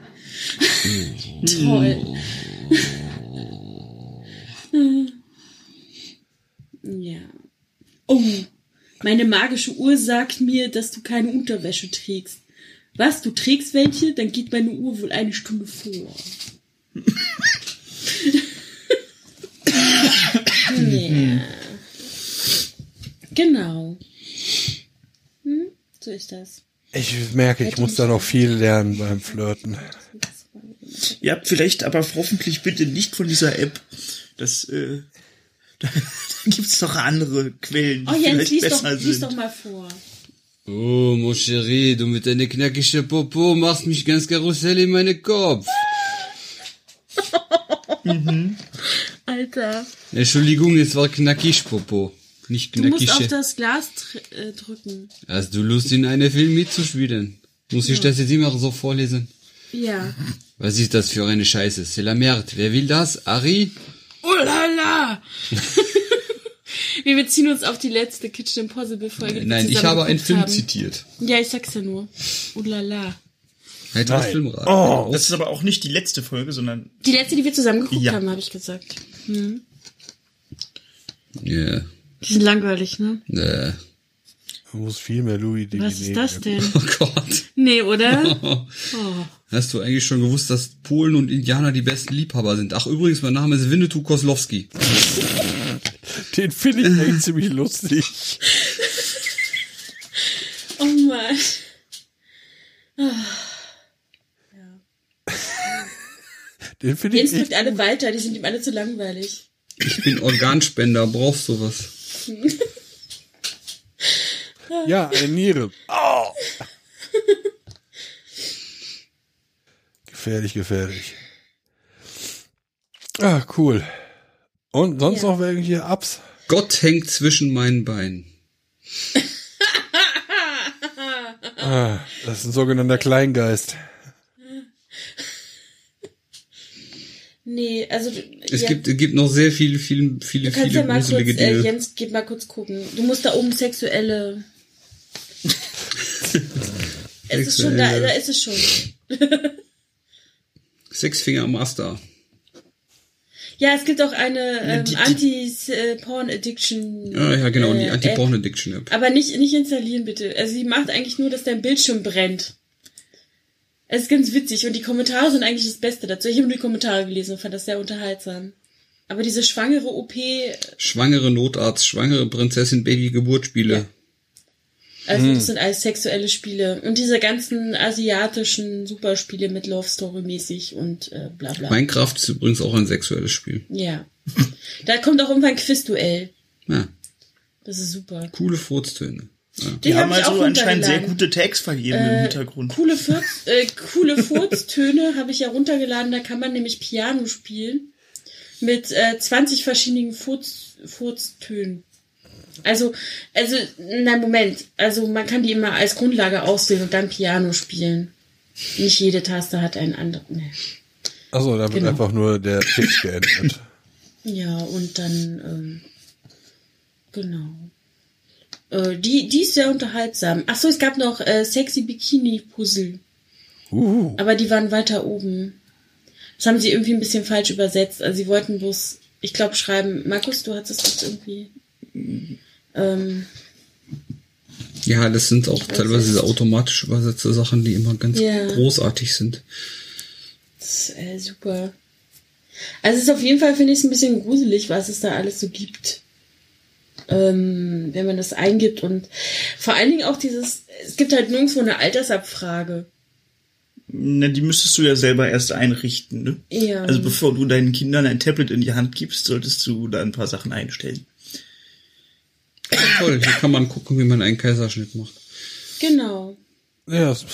Toll. Ja. Oh, meine magische Uhr sagt mir, dass du keine Unterwäsche trägst. Was, du trägst welche? Dann geht meine Uhr wohl eine Stunde vor. Ja. Genau. Hm? So ist das. Ich merke, ich muss da noch viel lernen beim Flirten. ja, vielleicht aber hoffentlich bitte nicht von dieser App. Das, äh, da, da gibt's doch andere Quellen, die Oh Jens, vielleicht lies besser doch, lies sind. doch mal vor. Oh, mon chéri, du mit deiner knackige Popo machst mich ganz Karussell in meinen Kopf. Alter. Entschuldigung, es war knackig Popo, nicht Du musst auf knackige. das Glas tr- äh, drücken. Hast du Lust, in einem Film mitzuspielen? Muss ich das jetzt immer so vorlesen? Ja. Was ist das für eine Scheiße? C'est la merde. Wer will das? Ari? Oh la la! Wir beziehen uns auf die letzte Kitchen Impossible Folge. die wir Nein, ich zusammen habe einen geguckt Film haben. zitiert. Ja, ich sag's ja nur. Oh la la. Halt das Nein. Filmrad. Oh, Das ist aber auch nicht die letzte Folge, sondern Die letzte, die wir zusammen geguckt Ja. haben, habe ich gesagt. Hm. Ja, Die sind langweilig, ne? yeah. Man muss viel mehr Louis Duvivier. Was ist das denn? Oh Gott. Nee, oder? Oh. Hast du eigentlich schon gewusst, dass Polen und Indianer die besten Liebhaber sind? Ach, übrigens, mein Name ist Winnetou Kozlowski. Den finde ich echt ziemlich lustig. Oh Mann. Oh. Den finde ich Jens echt drückt alle weiter, die sind ihm alle zu langweilig. Ich bin Organspender, brauchst du was? Ja, eine Niere. Oh. Gefährlich, gefährlich. Ah, cool. Und sonst Ja. noch welche Ups? Gott hängt zwischen meinen Beinen. Ah, das ist ein sogenannter Kleingeist. Nee, also Es ja, gibt, es gibt noch sehr viele, viele, viele, du kannst viele ja mal kurz, gruselige äh, Dinge. Jens, gib mal kurz gucken. Du musst da oben sexuelle. Es ist schon, da, da ist es schon. Sexfinger Master. Ja, es gibt auch eine ähm, die- die- Anti-Porn-Addiction. Ja, ja, genau, die äh, App. Anti-Porn-Addiction-App. Aber nicht, nicht installieren, bitte. Also sie macht eigentlich nur, dass dein Bildschirm brennt. Es ist ganz witzig und die Kommentare sind eigentlich das Beste dazu. Ich habe nur die Kommentare gelesen und fand das sehr unterhaltsam. Aber diese schwangere O P, Schwangere Notarzt, schwangere Prinzessin, Baby-Geburtsspiele. Ja. also das sind alles sexuelle Spiele. Und diese ganzen asiatischen Superspiele mit Love Story mäßig und äh, bla bla. Minecraft ist übrigens auch ein sexuelles Spiel. Ja. Da kommt auch irgendwann ein Quizduell. Ja, Das ist super. coole Furztöne. Ja. Den Die haben hab ich also auch anscheinend sehr runtergeladen. gute Tags vergeben im Hintergrund. Coole, Furz, äh, coole Furztöne habe ich ja runtergeladen. Da kann man nämlich Piano spielen mit äh, zwanzig verschiedenen Furz, Furztönen. Also, also, nein, Moment. Also man kann die immer als Grundlage auswählen und dann Piano spielen. Nicht jede Taste hat einen anderen. Nee. Achso, da wird Genau. einfach nur der Pitch geändert. Ja, und dann, ähm, genau. Äh, die, die ist sehr unterhaltsam. Ach so, es gab noch äh, Sexy Bikini Puzzle. Uh, Aber die waren weiter oben. Das haben sie irgendwie ein bisschen falsch übersetzt. Also sie wollten bloß, ich glaube, schreiben, Markus, du hattest das irgendwie. Ähm, Ja, das sind auch teilweise diese automatisch übersetzte Sachen, die immer ganz Ja. großartig sind. das ist äh, super. Also es ist auf jeden Fall, finde ich es ein bisschen gruselig, was es da alles so gibt. Ähm, wenn man das eingibt und vor allen Dingen auch dieses, es gibt halt nirgendwo eine Altersabfrage. Na, die müsstest du ja selber erst einrichten, ne? Ja. Also bevor du deinen Kindern ein Tablet in die Hand gibst, solltest du da ein paar Sachen einstellen. Toll, hier kann man gucken, wie man einen Kaiserschnitt macht. Genau. ja, es-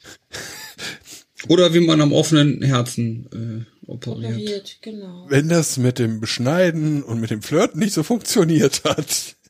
Oder wie man am offenen Herzen äh, operiert. Operiert, genau. wenn das mit dem Beschneiden und mit dem Flirten nicht so funktioniert hat.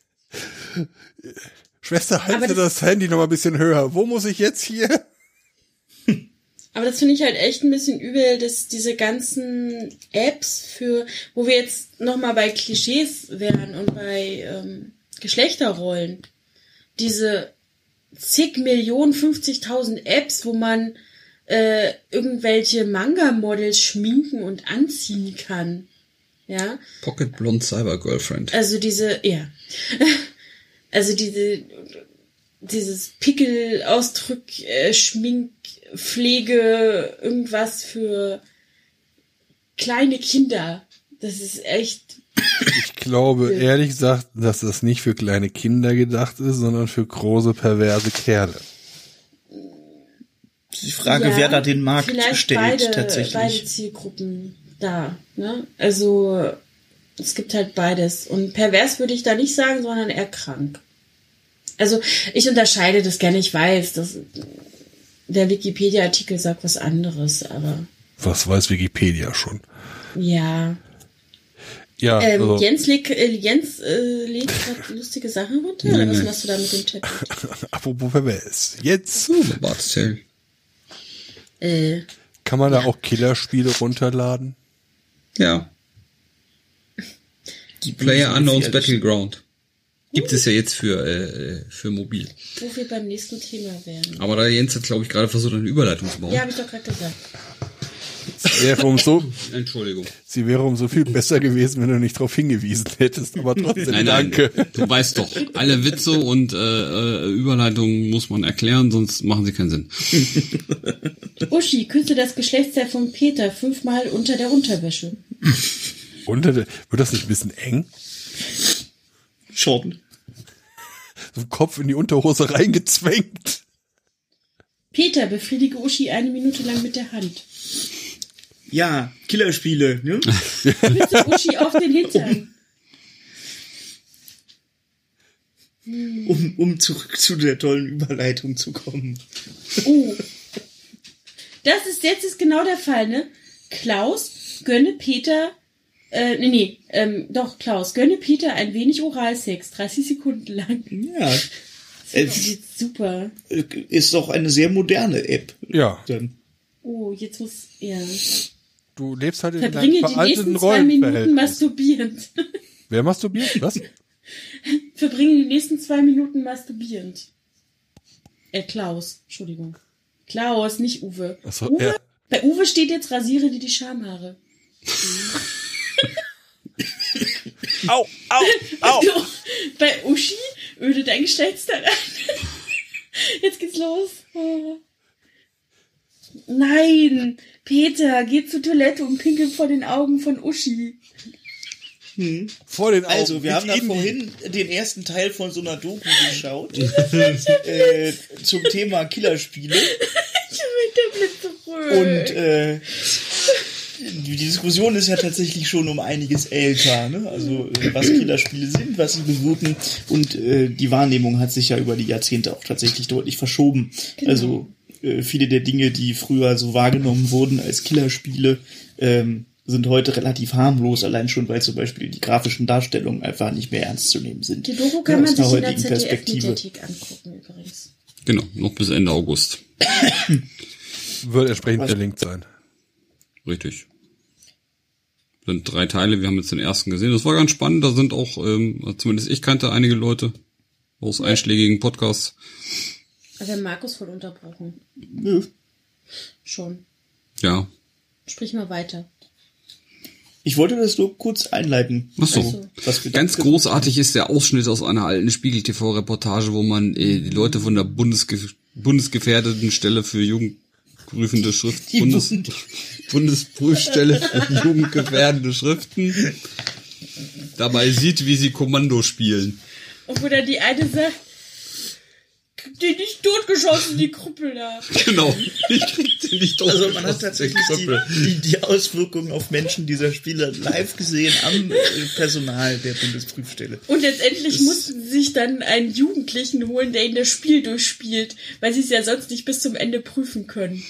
Schwester, Aber halte das- das Handy noch mal ein bisschen höher. Wo muss ich jetzt hier? Aber das finde ich halt echt ein bisschen übel, dass diese ganzen Apps für, wo wir jetzt nochmal bei Klischees wären und bei ähm, Geschlechterrollen, diese zig Millionen, fünfzigtausend Apps, wo man äh, irgendwelche Manga-Models schminken und anziehen kann. Ja, Pocket Blonde Cyber Girlfriend. also diese, ja, also diese, dieses Pickelausdruck, äh, Schminkpflege, irgendwas für kleine Kinder. Das ist echt, Ich glaube, ehrlich gesagt, dass das nicht für kleine Kinder gedacht ist, sondern für große, perverse Kerle. Die Frage, ja, wer da den Markt vielleicht stellt, beide, tatsächlich. beide Zielgruppen da, ne? Also, es gibt halt beides. Und pervers würde ich da nicht sagen, sondern eher krank. Also, ich unterscheide das gerne, ich weiß, dass der Wikipedia-Artikel sagt was anderes, aber Was weiß Wikipedia schon? ja. Ja, Ähm, also, Jens, leg, äh, Jens äh, legt gerade lustige Sachen runter, oder was machst du da mit dem Tablet? apropos pervers. Jetzt So, Bart's Tale. Äh, kann man da auch Killerspiele runterladen. Ja. Die Player bösen Unknowns gefährlichen. Battleground. Gibt es ja jetzt für, äh, für mobil. wo wir beim nächsten Thema werden. Aber da Jens hat, glaube ich, gerade versucht, eine Überleitung zu bauen. Ja, habe ich doch gerade gesagt. wäre umso, Entschuldigung. sie wäre umso viel besser gewesen, wenn du nicht darauf hingewiesen hättest. Aber trotzdem Nein, nein, danke. du weißt doch, alle Witze und äh, Überleitungen muss man erklären, sonst machen sie keinen Sinn. Uschi, küsse das Geschlechtsteil von Peter fünfmal unter der Unterwäsche. Unter der, wird das nicht ein bisschen eng? Schon. So Kopf in die Unterhose reingezwängt. Peter, befriedige Uschi eine Minute lang mit der Hand. Ja, Killerspiele, ne? Küsse Uschi auf den Hintern. Um, um zurück zu der tollen Überleitung zu kommen. Oh. Das ist, jetzt ist genau der Fall, ne? Klaus, gönne Peter, äh, nee, nee, ähm, doch, Klaus, gönne Peter ein wenig Oralsex, dreißig Sekunden lang. Ja. Das ist super. Ist doch eine sehr moderne App. Ja. Dann. Oh, jetzt muss, ja. Du lebst halt in Verbringe einem die veralteten nächsten zwei Minuten Rollenverhältnis. masturbierend. Wer masturbiert? Was? Verbringe die nächsten zwei Minuten masturbierend. Äh, Klaus, Entschuldigung. Klaus, nicht Uwe. Ach so, Uwe? ja. Bei Uwe steht jetzt, rasiere dir die Schamhaare. Au, au, au. Du, bei Uschi öde dein Geschlechtsteil ein. Jetzt geht's los. Oh. Nein, Peter, geh zur Toilette und pinkel vor den Augen von Uschi. Hm. Vor den Augen. Also, wir haben da in die- vorhin den ersten Teil von so einer Doku geschaut. äh, zum Thema Killerspiele. Ich bin der Blitzeröl. Und äh, die Diskussion ist ja tatsächlich schon um einiges älter, ne? Also äh, was Killerspiele sind, was sie bewirken, und äh, die Wahrnehmung hat sich ja über die Jahrzehnte auch tatsächlich deutlich verschoben. Genau. Also äh, viele der Dinge, die früher so wahrgenommen wurden als Killerspiele, ähm, sind heute relativ harmlos, allein schon, weil zum Beispiel die grafischen Darstellungen einfach nicht mehr ernst zu nehmen sind. Die Doku kann Ja, man aus sich einer in der heutigen Z D F-Mediathek angucken, übrigens. Genau, noch bis Ende August. Wird entsprechend verlinkt sein. Richtig. Sind drei Teile, wir haben jetzt den ersten gesehen. Das war ganz spannend, da sind auch, ähm, zumindest ich kannte einige Leute aus einschlägigen Podcasts. Aber wir haben Markus voll unterbrochen. Nö. Schon. Ja. Sprich mal weiter. Ich wollte das nur kurz einleiten. Ach so. Also, was wir Ganz großartig ist der Ausschnitt aus einer alten Spiegel-T V-Reportage, wo man äh, die Leute von der Bundesge bundesgefährdeten Stelle für jugendprüfende Schriften, Die Bundes Bund- Bundesprüfstelle für jugendgefährdende Schriften dabei sieht, wie sie Kommando spielen. Und wo dann die eine sagt, krieg die nicht totgeschossen, die Krüppel da. Genau. Ich krieg sie nicht Also man hat tatsächlich die, die, die Auswirkungen auf Menschen dieser Spiele live gesehen am äh, Personal der Bundesprüfstelle. Und letztendlich mussten sie sich dann einen Jugendlichen holen, der ihnen das Spiel durchspielt, weil sie es ja sonst nicht bis zum Ende prüfen können.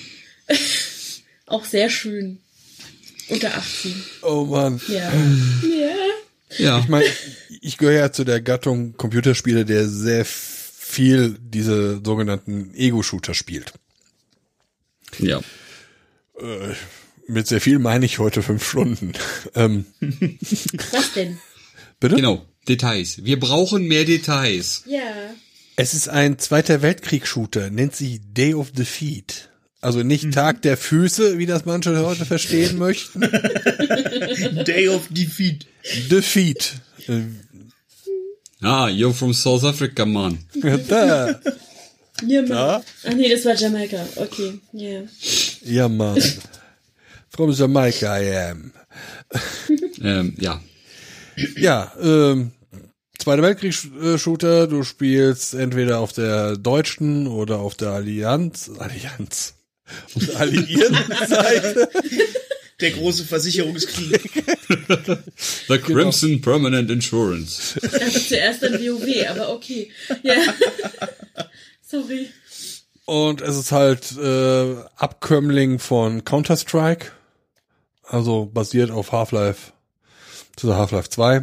Auch sehr schön. Unter achtzehn. Oh Mann. Ja. Ja. Ja. Ich meine, ich gehöre ja zu der Gattung Computerspiele, der sehr viel diese sogenannten Ego-Shooter spielt. Ja. Äh, mit sehr viel meine ich heute fünf Stunden. Ähm, Was denn? bitte? Genau. Details. Wir brauchen mehr Details. Ja. Es ist ein Zweiter Weltkrieg-Shooter, nennt sich Day of Defeat. Also nicht Tag der Füße, wie das manche heute verstehen möchten. Day of Defeat. Defeat. Äh, Ah, you're from South Africa, man. da. Ja, Mann. Ja? Ach nee, das war Jamaika. Okay, ja. Ja, Mann. From Jamaica I am. ähm, ja. Ja, ähm, Zweiter Weltkrieg-Shooter, du spielst entweder auf der deutschen oder auf der Allianz, Allianz, auf der alliierten Seite. Der große Versicherungskrieg. The Crimson Permanent Insurance. Ich dachte zuerst an WoW, aber okay. Ja. Sorry. Und es ist halt äh, Abkömmling von Counter-Strike, also basiert auf Half-Life, zu Half-Life zwei.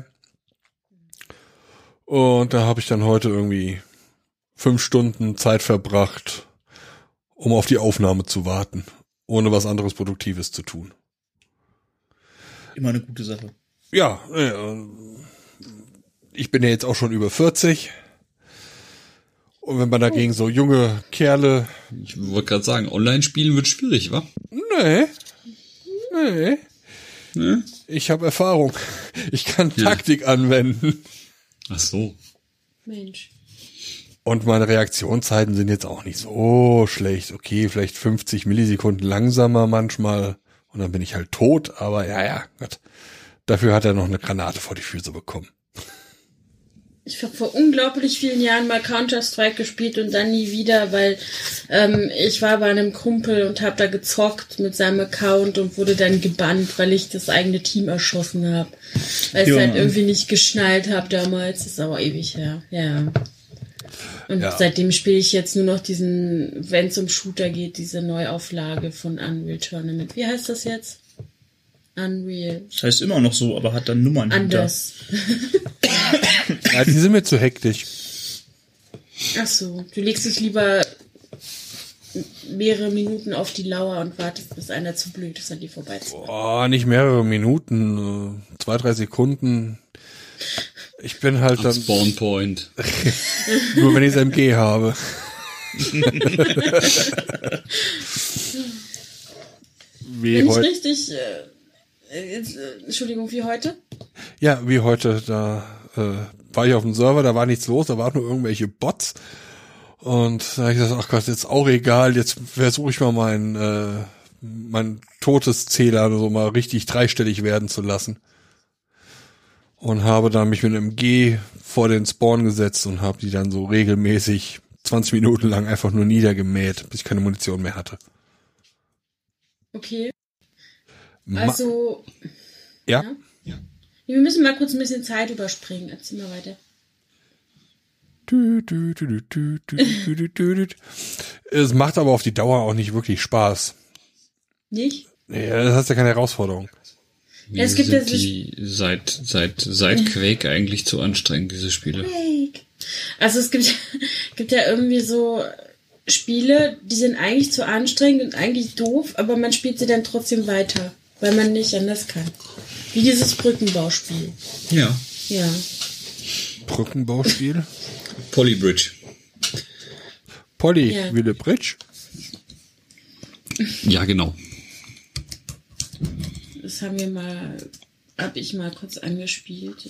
Und da habe ich dann heute irgendwie fünf Stunden Zeit verbracht, um auf die Aufnahme zu warten, ohne was anderes Produktives zu tun. Immer eine gute Sache. Ja, äh, ich bin ja jetzt auch schon über vierzig. Und wenn man dagegen so junge Kerle... Ich wollte gerade sagen, online spielen wird schwierig, wa? Nee, Nee. Ne? Ich habe Erfahrung. Ich kann Ja. Taktik anwenden. Ach so. Mensch. Und meine Reaktionszeiten sind jetzt auch nicht so schlecht. Okay, vielleicht fünfzig Millisekunden langsamer manchmal. Und dann bin ich halt tot. Aber ja, ja, Gott. Dafür hat er noch eine Granate vor die Füße bekommen. Ich habe vor unglaublich vielen Jahren mal Counter-Strike gespielt und dann nie wieder, weil ähm, ich war bei einem Kumpel und habe da gezockt mit seinem Account und wurde dann gebannt, weil ich das eigene Team erschossen habe. Weil ich es Ja. halt irgendwie nicht geschnallt habe damals. Das ist aber ewig her. Ja. Und Ja. seitdem spiele ich jetzt nur noch diesen, wenn es um Shooter geht, diese Neuauflage von Unreal Tournament. Wie heißt das jetzt? Unreal. Das heißt immer noch so, aber hat dann Nummern Anders. Ja, die sind mir zu hektisch. Ach so, du legst dich lieber mehrere Minuten auf die Lauer und wartest, bis einer zu blöd ist, an die vorbeizukommen. Oh, nicht mehrere Minuten, äh, zwei, drei Sekunden. Ich bin halt Am dann Spawn Point. nur, wenn ich das M G habe. Wie Wenn ich heute. richtig, äh, jetzt, äh, Entschuldigung, wie heute? Ja, wie heute, da äh, war ich auf dem Server, da war nichts los, da waren nur irgendwelche Bots. Und da habe ich gesagt, ach Gott, jetzt auch egal, jetzt versuche ich mal mein, äh, mein Todeszähler so mal richtig dreistellig werden zu lassen. Und habe dann mich mit einem M G vor den Spawn gesetzt und habe die dann so regelmäßig zwanzig Minuten lang einfach nur niedergemäht, bis ich keine Munition mehr hatte. Okay, Ma- also, ja? ja. Wir müssen mal kurz ein bisschen Zeit überspringen. Erzähl mal weiter. Dü, dü, dü, dü, dü, dü, dü, dü, dü. Es macht aber auf die Dauer auch nicht wirklich Spaß. Nicht? Nee, das heißt ja keine Herausforderung. Mir Ja, es gibt sind ja so- die seit, seit, seit Quake eigentlich zu anstrengend, diese Spiele. Fake. Also es gibt, gibt ja irgendwie so Spiele, die sind eigentlich zu anstrengend und eigentlich doof, aber man spielt sie dann trotzdem weiter, weil man nicht anders kann. Wie dieses Brückenbauspiel. Ja. Ja. Brückenbauspiel. Polybridge. Polly, Ja. Wille Bridge. Ja, genau. Das haben wir mal, hab ich mal kurz angespielt.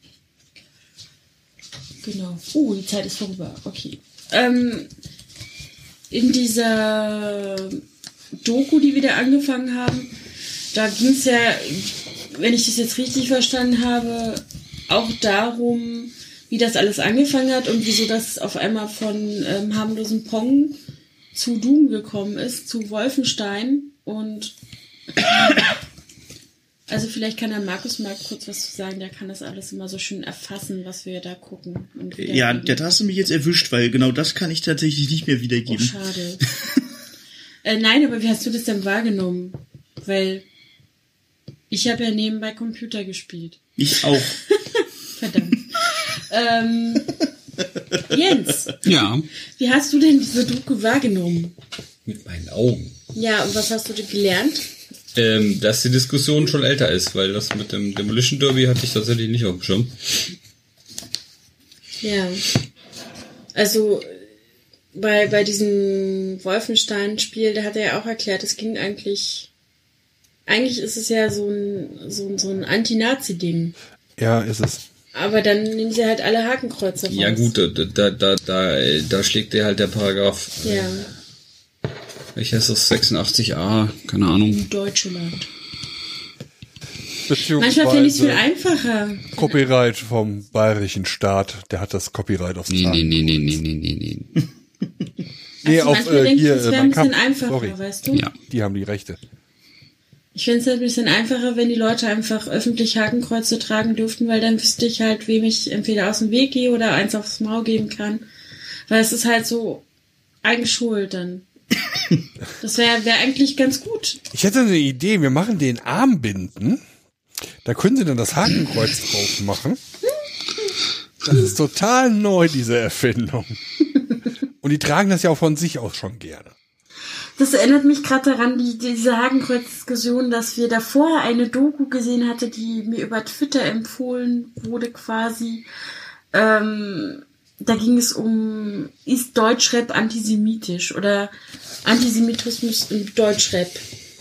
Genau. Uh, die Zeit ist vorüber. Okay. Ähm, in dieser Doku, die wir da angefangen haben, da ging es ja, wenn ich das jetzt richtig verstanden habe, auch darum, wie das alles angefangen hat und wieso das auf einmal von ähm, harmlosen Pong zu Doom gekommen ist, zu Wolfenstein. Und also vielleicht kann der Markus mal kurz was zu sagen, der kann das alles immer so schön erfassen, was wir da gucken. Und Ja, wiedergeben. da hast du mich jetzt erwischt, weil genau das kann ich tatsächlich nicht mehr Oh, wiedergeben. schade. äh, nein, aber wie hast du das denn wahrgenommen? Weil ich habe ja nebenbei Computer gespielt. Ich auch. Verdammt. ähm, Jens, Ja. wie hast du denn diese Doku wahrgenommen? Mit meinen Augen. Ja, und was hast du denn gelernt? Ähm, dass die Diskussion schon älter ist, weil das mit dem Demolition Derby hatte ich tatsächlich nicht auf dem Schirm. Ja. Also bei, bei diesem Wolfenstein-Spiel, da hat er ja auch erklärt, es ging eigentlich. Eigentlich ist es ja so ein, so ein, so ein Anti-Nazi-Ding. Ja, ist es. Aber dann nehmen sie halt alle Hakenkreuze raus. Ja gut, da, da, da, da, da schlägt dir halt der Paragraph, Ja, welcher ist das, sechsundachtzig a, keine Ahnung. im Deutschland. Beziehungsweise Manchmal finde ich es viel einfacher. Copyright vom bayerischen Staat, der hat das Copyright aufs Nee, Zahn. nee, nee, nee, nee, nee, nee, nee. Nee, Also auf manchmal äh, denke ich, hier, es äh, wäre ein mein bisschen Kampf. einfacher, Sorry, weißt du? Ja. die haben die Rechte. Ich finde es halt ein bisschen einfacher, wenn die Leute einfach öffentlich Hakenkreuze tragen dürften, weil dann wüsste ich halt, wem ich entweder aus dem Weg gehe oder eins aufs Maul geben kann. Weil es ist halt so eigenschuld dann. Das wäre wär eigentlich ganz gut. Ich hätte eine Idee, wir machen den Armbinden, da können sie dann das Hakenkreuz drauf machen. Das ist total neu, diese Erfindung. Und die tragen das ja auch von sich aus schon gerne. Das erinnert mich gerade daran, die, diese Hakenkreuz-Diskussion, dass wir davor eine Doku gesehen hatte, die mir über Twitter empfohlen wurde quasi. Ähm, da ging es um, ist Deutschrap antisemitisch oder Antisemitismus im Deutschrap.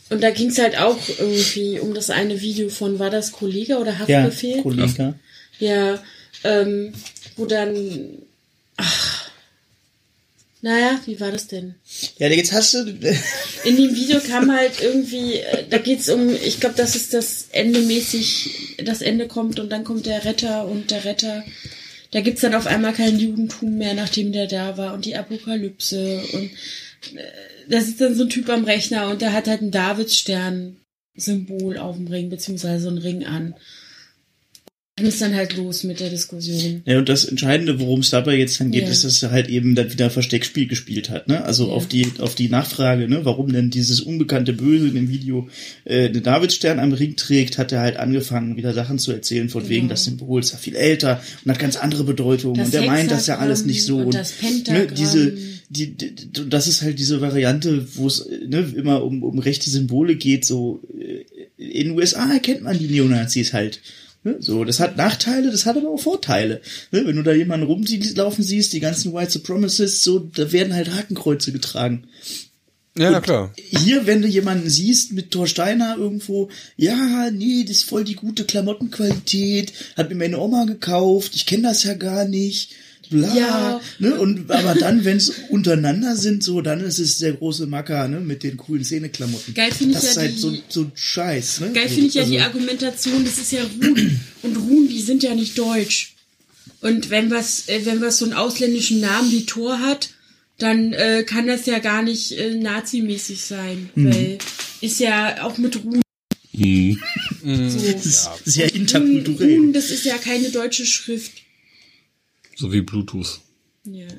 Und da ging es halt auch irgendwie um das eine Video von, war das Kollege oder Haftbefehl? Ja, Kollege. Ja, ähm, wo dann, ach, naja, wie war das denn? Ja, jetzt hast du... In dem Video kam halt irgendwie, äh, da geht's um, ich glaube, das ist das Ende mäßig, das Ende kommt und dann kommt der Retter und der Retter, da gibt's dann auf einmal kein Judentum mehr, nachdem der da war und die Apokalypse und äh, da sitzt dann so ein Typ am Rechner und der hat halt ein Davidstern-Symbol auf dem Ring, beziehungsweise so einen Ring an. Dann ist dann halt los mit der Diskussion. Ja, und das Entscheidende, worum es dabei jetzt dann geht, Ja. ist, dass er halt eben dann wieder Versteckspiel gespielt hat, ne? Also Ja. auf die, auf die Nachfrage, ne, warum denn dieses unbekannte Böse in dem Video äh, den Davidstern am Ring trägt, hat er halt angefangen, wieder Sachen zu erzählen, von Genau. wegen, das Symbol ist ja viel älter und hat ganz andere Bedeutungen. Das Und er meint das ja Hexagramm alles nicht so. und das Pentagramm. diese, die, die, das ist halt diese Variante, wo es ne, immer um, um rechte Symbole geht, so äh, in den U S A erkennt man die Neonazis halt. So, das hat Nachteile, das hat aber auch Vorteile. Wenn du da jemanden rumlaufen siehst, die ganzen White Supremacists, so, da werden halt Hakenkreuze getragen. Ja, na Und klar. Hier, wenn du jemanden siehst mit Thor Steiner irgendwo, ja, nee, das ist voll die gute Klamottenqualität, hat mir meine Oma gekauft, ich kenne das ja gar nicht. Bla, Ja. ne, und, aber dann, wenn es untereinander sind, so, dann ist es der große Macker, ne, mit den coolen Szeneklamotten. Geil finde ich das ja ist halt die- so, so ein Scheiß, ne. Geil so, finde ich ja also- die Argumentation, das ist ja Runen. Und Runen, die sind ja nicht deutsch. Und wenn was, äh, wenn was so einen ausländischen Namen wie Thor hat, dann äh, kann das ja gar nicht äh, nazimäßig sein. Mhm. Weil ist ja auch mit Runen Mhm. so. Das ist sehr Runen, interkulturell. Runen, das ist ja keine deutsche Schrift. So wie Bluetooth. Ja.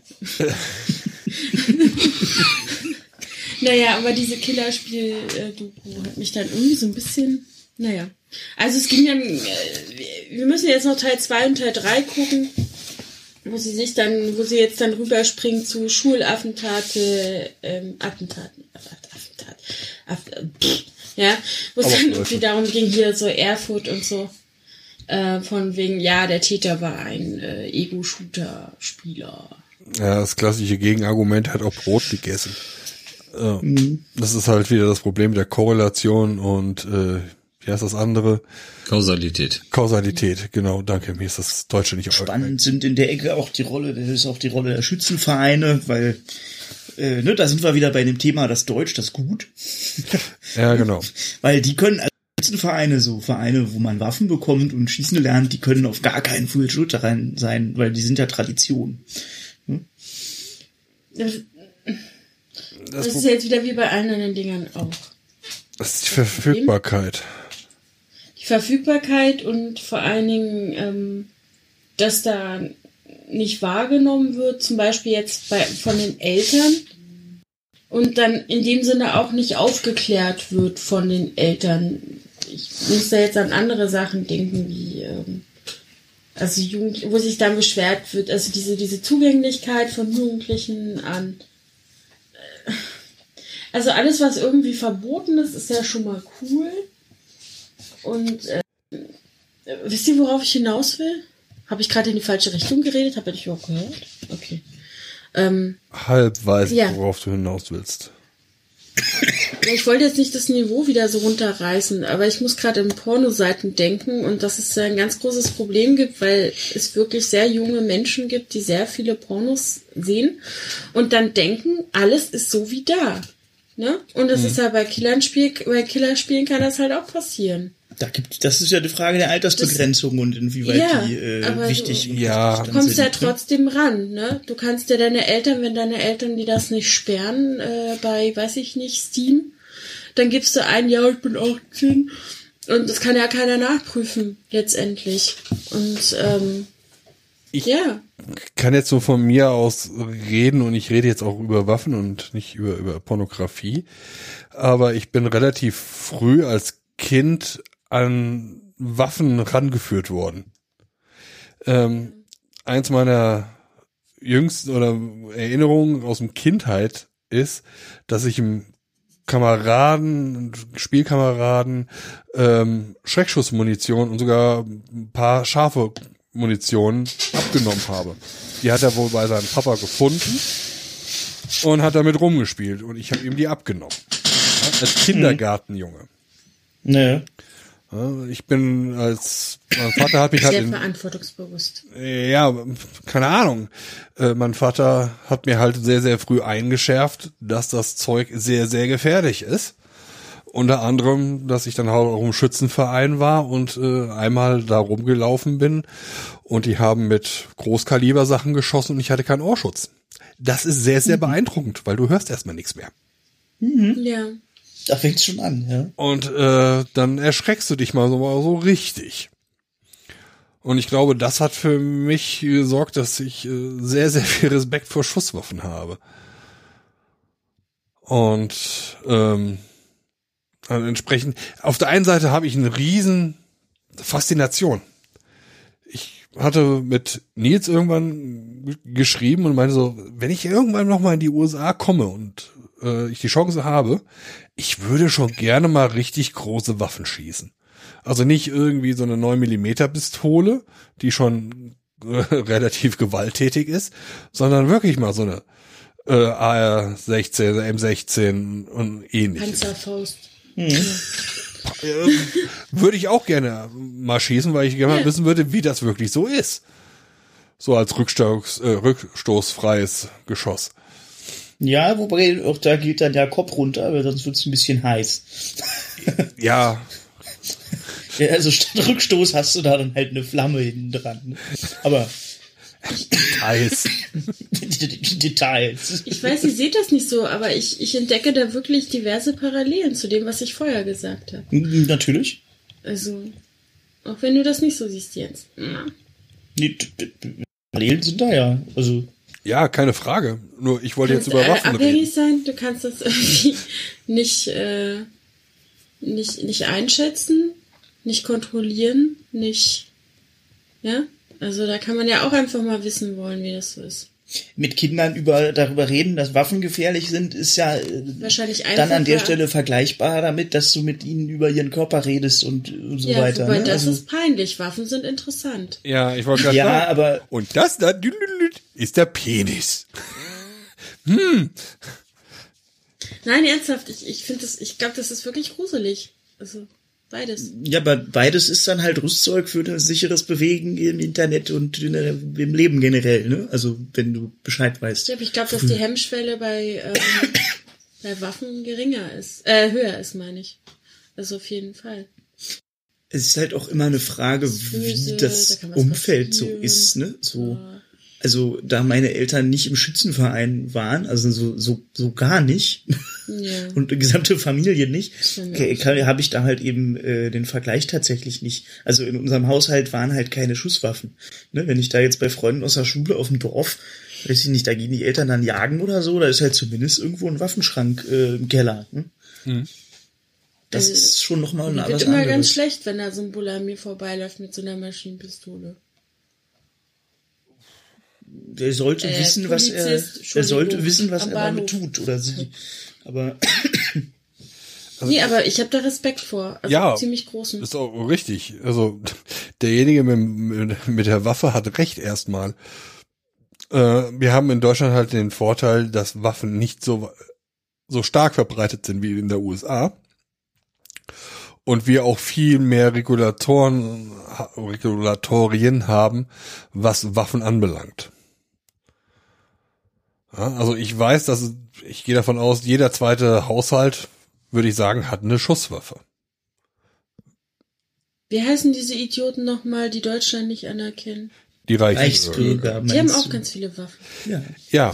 Naja, aber diese Killerspiel-Doku hat mich dann irgendwie so ein bisschen, naja. Also es ging dann, äh, wir müssen jetzt noch Teil zwei und Teil drei gucken, wo sie sich dann, wo sie jetzt dann rüberspringen zu Schulattentate, ähm, Attentaten, Attentat, Aff, äh, pff, ja, wo es Aber dann Leute. irgendwie darum ging, hier so Erfurt und so, äh, von wegen, ja, der Täter war ein äh, Ego-Shooter-Spieler. Ja, das klassische Gegenargument hat auch Brot gegessen. Äh, Das ist halt wieder das Problem der Korrelation und äh, wie heißt das andere? Kausalität. Kausalität, genau, danke. Mir ist das Deutsche nicht Spannend sind in der Ecke auch die Rolle, das ist auch die Rolle der Schützenvereine, weil äh, ne, da sind wir wieder bei dem Thema das Deutsch, das Gut. Ja, genau. Weil die können als Schützenvereine, so Vereine, wo man Waffen bekommt und schießen lernt, die können auf gar keinen Fall Shooter rein sein, weil die sind ja Tradition. Das, Das, das ist jetzt wieder wie bei allen anderen Dingern auch. das ist die Verfügbarkeit. Die Verfügbarkeit und vor allen Dingen, ähm, dass da nicht wahrgenommen wird, zum Beispiel jetzt bei, von den Eltern und dann in dem Sinne auch nicht aufgeklärt wird von den Eltern. Ich muss da jetzt an andere Sachen denken, wie ähm, also Jugend, wo sich dann beschwert wird, also diese, diese Zugänglichkeit von Jugendlichen an äh, also alles, was irgendwie verboten ist, ist ja schon mal cool. Und äh, wisst ihr, worauf ich hinaus will? Habe ich gerade in die falsche Richtung geredet? Habt ihr dich überhaupt gehört? Okay. Ähm, Halb weiß ich, Ja. worauf du hinaus willst. ich wollte jetzt nicht das Niveau wieder so runterreißen, aber ich muss gerade an Pornoseiten denken und dass es da ein ganz großes Problem gibt, weil es wirklich sehr junge Menschen gibt, die sehr viele Pornos sehen und dann denken, alles ist so wie da. Ne? Und das ist ja bei Killerspiel, bei Killerspielen kann das halt auch passieren. Da gibt, das ist ja die Frage der Altersbegrenzung und inwieweit Ja, die äh, aber wichtig du- und Ja. wichtig Du dann kommst sind, ja ne? trotzdem ran, ne? Du kannst ja deine Eltern, wenn deine Eltern, die das nicht sperren, äh, bei, weiß ich nicht, Steam, dann gibst du ein, ja, ich bin achtzehn und das kann ja keiner nachprüfen, letztendlich. Und, ähm, Ich- ja. Kann jetzt so von mir aus reden und ich rede jetzt auch über Waffen und nicht über, über Pornografie. Aber ich bin relativ früh als Kind an Waffen rangeführt worden. Ähm, eins meiner jüngsten oder Erinnerungen aus dem Kindheit ist, dass ich im Kameraden, Spielkameraden, ähm, Schreckschussmunition und sogar ein paar scharfe Munition abgenommen habe. Die hat er wohl bei seinem Papa gefunden und hat damit rumgespielt und ich habe ihm die abgenommen. als Kindergartenjunge. Naja. Ja, ich bin als, mein Vater hat mich halt Sehr in, verantwortungsbewusst. ja, keine Ahnung. Äh, mein Vater hat mir halt sehr, sehr früh eingeschärft, dass das Zeug sehr, sehr gefährlich ist. Unter anderem, dass ich dann halt auch im Schützenverein war und äh, einmal da rumgelaufen bin und die haben mit Großkaliber-Sachen geschossen und ich hatte keinen Ohrschutz. Das ist sehr, sehr mhm. beeindruckend, weil du hörst erstmal nichts mehr. Mhm. Ja. Da fängt's schon an, ja. Und äh, dann erschreckst du dich mal so, mal so richtig. Und ich glaube, das hat für mich gesorgt, dass ich äh, sehr, sehr viel Respekt vor Schusswaffen habe. Und ähm, dann entsprechend, auf der einen Seite habe ich eine riesen Faszination. Ich hatte mit Nils irgendwann geschrieben und meinte so, wenn ich irgendwann noch mal in die U S A komme und äh, ich die Chance habe, ich würde schon gerne mal richtig große Waffen schießen. Also nicht irgendwie so eine neun Millimeter Pistole, die schon äh, relativ gewalttätig ist, sondern wirklich mal so eine äh, A R sechzehn, M sechzehn und ähnliches. Panzerfaust. Mhm. Äh, würde ich auch gerne mal schießen, weil ich gerne mal wissen würde, wie das wirklich so ist. So als Rückstoß, äh, rückstoßfreies Geschoss. Ja, wobei auch da geht dann der Kopf runter, weil sonst wird's ein bisschen heiß. Ja. Ja, also statt Rückstoß hast du da dann halt eine Flamme hinten dran. Ne? Aber Details. Details. Ich weiß, ihr seht das nicht so, aber ich, ich entdecke da wirklich diverse Parallelen zu dem, was ich vorher gesagt habe. Natürlich. Also, auch wenn du das nicht so siehst, Jens. Ja. Die Parallelen sind da ja. Also Ja, keine Frage. Nur ich wollte Du jetzt kannst über Waffen abhängig reden. sein, du kannst das irgendwie nicht, äh, nicht, nicht einschätzen, nicht kontrollieren, nicht, ja? Also da kann man ja auch einfach mal wissen wollen, wie das so ist. mit Kindern über darüber reden, dass Waffen gefährlich sind, ist ja äh, Wahrscheinlich dann an der einfacher. Stelle vergleichbar damit, dass du mit ihnen über ihren Körper redest und, und so Ja, weiter. wobei Ne? das Also, ist peinlich. Waffen sind interessant. Ja, ich wollte gerade ja, sagen. aber Und das da ist der Penis. Hm. Nein, ernsthaft, ich, ich finde das, ich glaube, das ist wirklich gruselig. Also, beides. ja, aber beides ist dann halt Rüstzeug für ein sicheres Bewegen im Internet und in, äh, im Leben generell, ne? Also, wenn du Bescheid weißt. Ja, aber ich glaube, dass die Hemmschwelle bei, ähm, bei Waffen geringer ist. Äh, höher ist, meine ich. Also auf jeden Fall. Es ist halt auch immer eine Frage, Böse, wie da das kann was Umfeld so passieren. ist, ne? So. Ja. Also, da meine Eltern nicht im Schützenverein waren, also so, so, so gar nicht, Ja. und die gesamte Familie nicht, Stimmt. okay, kann- habe ich da halt eben äh, den Vergleich tatsächlich nicht. Also in unserem Haushalt waren halt keine Schusswaffen. Ne? Wenn ich da jetzt bei Freunden aus der Schule auf dem Dorf, weiß ich nicht, da gehen die Eltern dann jagen oder so, da ist halt zumindest irgendwo ein Waffenschrank äh, im Keller. Ne? Mhm. Das Also, ist schon nochmal Mir was wird immer anderes. ganz schlecht, wenn da so ein Bulle an mir vorbeiläuft mit so einer Maschinenpistole. Der sollte Äh, wissen, was er, Polizist, der sollte Entschuldigung, wissen, was am er damit Bahnhof. tut oder sie. Aber Nee, aber ich habe da Respekt vor. Also Ja. ziemlich großen. Ist auch richtig. Also derjenige mit, mit, mit der Waffe hat recht erstmal. Äh, wir haben in Deutschland halt den Vorteil, dass Waffen nicht so so stark verbreitet sind wie in der U S A. Und wir auch viel mehr Regulatoren, Regulatorien haben, was Waffen anbelangt. Ja, also ich weiß, dass es, ich gehe davon aus, jeder zweite Haushalt, würde ich sagen, hat eine Schusswaffe. Wie heißen diese Idioten nochmal, die Deutschland nicht anerkennen? Die Reichsbürger. Reichsbürger, Die haben meinst auch du? ganz viele Waffen. Ja. Ja.